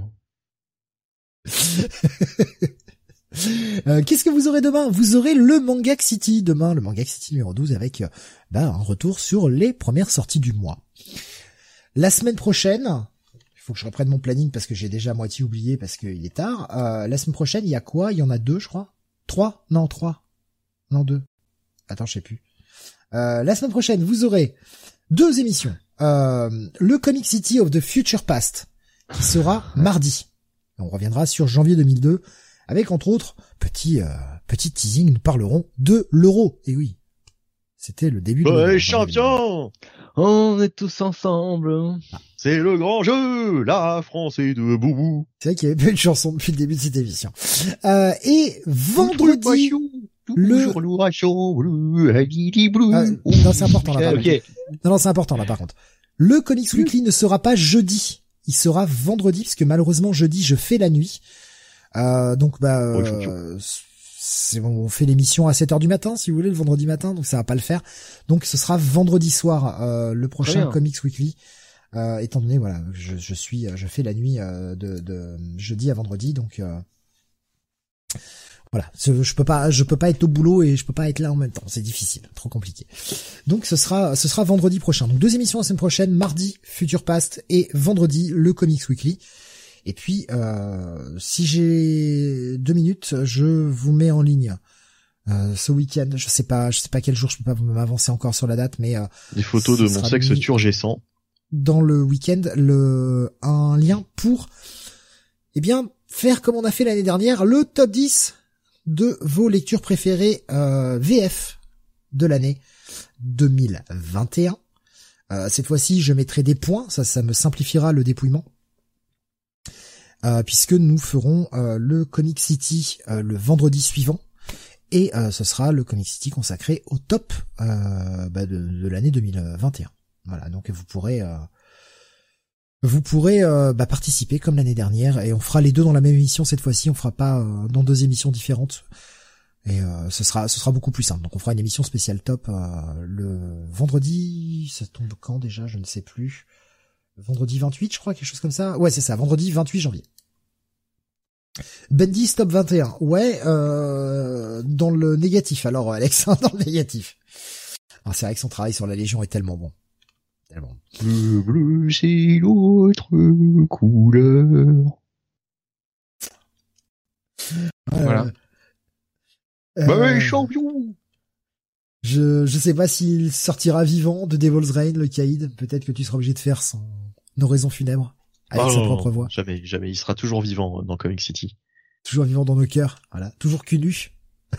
euh, Qu'est-ce que vous aurez demain? Vous aurez le Mangak City demain, le Mangak City numéro douze, avec euh, bah, un retour sur les premières sorties du mois. La semaine prochaine, il faut que je reprenne mon planning parce que j'ai déjà à moitié oublié parce qu'il est tard. Euh, la semaine prochaine, il y a quoi? Il y en a deux, je crois. Trois? Non, trois. Non, deux. Attends, je sais plus. Euh, la semaine prochaine, vous aurez deux émissions. Euh, le Comic City of the Future Past, qui sera mardi. On reviendra sur janvier deux mille deux, avec entre autres, petit, euh, petit teasing, nous parlerons de l'euro. Et oui, c'était le début de l'euro. Ouais, champion! On est tous ensemble. C'est le grand jeu! La France est debout! C'est vrai qu'il y avait pas une chanson depuis le début de cette émission. Euh, et vendredi, le... Euh, non, c'est important là. Par Ok. contre. Non, non, c'est important là par contre. Le Comics Weekly ne sera pas jeudi. Il sera vendredi parce que malheureusement jeudi je fais la nuit. Euh, donc bah euh, c'est bon, on fait l'émission à sept heures du matin si vous voulez le vendredi matin, donc ça va pas le faire. Donc ce sera vendredi soir euh, le prochain Comics Weekly. Euh, étant donné voilà, je, je suis je fais la nuit euh, de, de jeudi à vendredi, donc euh, voilà, je peux pas, je peux pas être au boulot et je peux pas être là en même temps. C'est difficile, trop compliqué. Donc ce sera, ce sera vendredi prochain. Donc deux émissions la semaine prochaine, mardi Future Past et vendredi le Comics Weekly. Et puis, euh, si j'ai deux minutes, je vous mets en ligne euh, ce week-end. Je sais pas, je sais pas quel jour, je peux pas m'avancer encore sur la date, mais euh, des photos de mon sexe turgescent. Dans le week-end, le un lien pour, eh bien, faire comme on a fait l'année dernière, le top dix de vos lectures préférées euh, V F de l'année deux mille vingt et un. Euh, cette fois-ci, je mettrai des points, ça, ça me simplifiera le dépouillement. Euh, puisque nous ferons euh, le Comic City euh, le vendredi suivant, et euh, ce sera le Comic City consacré au top euh, bah, de, de l'année deux mille vingt et un. Voilà, donc vous pourrez euh, vous pourrez euh, bah, participer comme l'année dernière, et on fera les deux dans la même émission cette fois-ci. On fera pas euh, dans deux émissions différentes, et euh, ce sera ce sera beaucoup plus simple. Donc on fera une émission spéciale top euh, le vendredi. Ça tombe quand déjà, je ne sais plus. Vendredi vingt-huit, je crois, quelque chose comme ça. Ouais, c'est ça, vendredi vingt-huit janvier. Bendy Stop vingt et un. Ouais, euh, dans le négatif. Alors, Alex, dans le négatif. Ah, c'est vrai que son travail sur la Légion est tellement bon. Tellement. Le bleu, c'est l'autre couleur. Voilà. Euh, bah ouais, champion! Je, je sais pas s'il sortira vivant de Devil's Reign, le caïd. Peut-être que tu seras obligé de faire son oraison funèbre. Avec oh sa non, propre voix. Jamais, jamais. Il sera toujours vivant dans Comic City. Toujours vivant dans nos cœurs. Voilà. Toujours cul nu.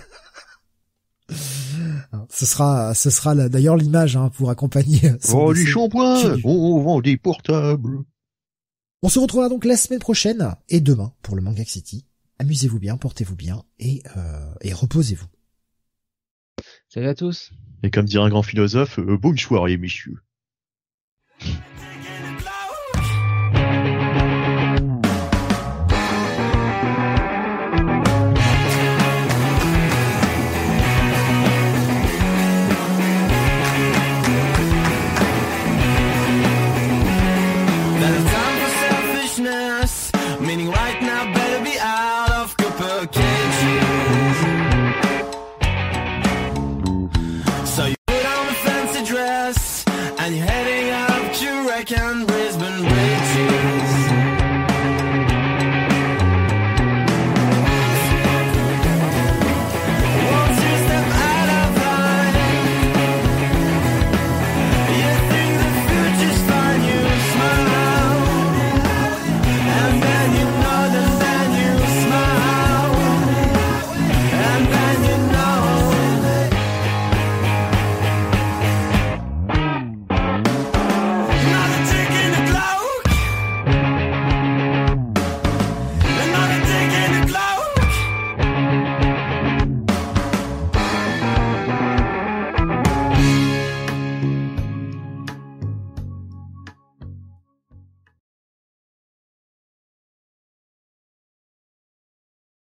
Ce sera, ce sera là, d'ailleurs l'image hein, pour accompagner. Oh les shampoings, on vend des portables. On se retrouvera donc la semaine prochaine et demain pour le Manga City. Amusez-vous bien, portez-vous bien et euh, et reposez-vous. Salut à tous. Et comme dirait un grand philosophe, euh, bonne soirée messieurs.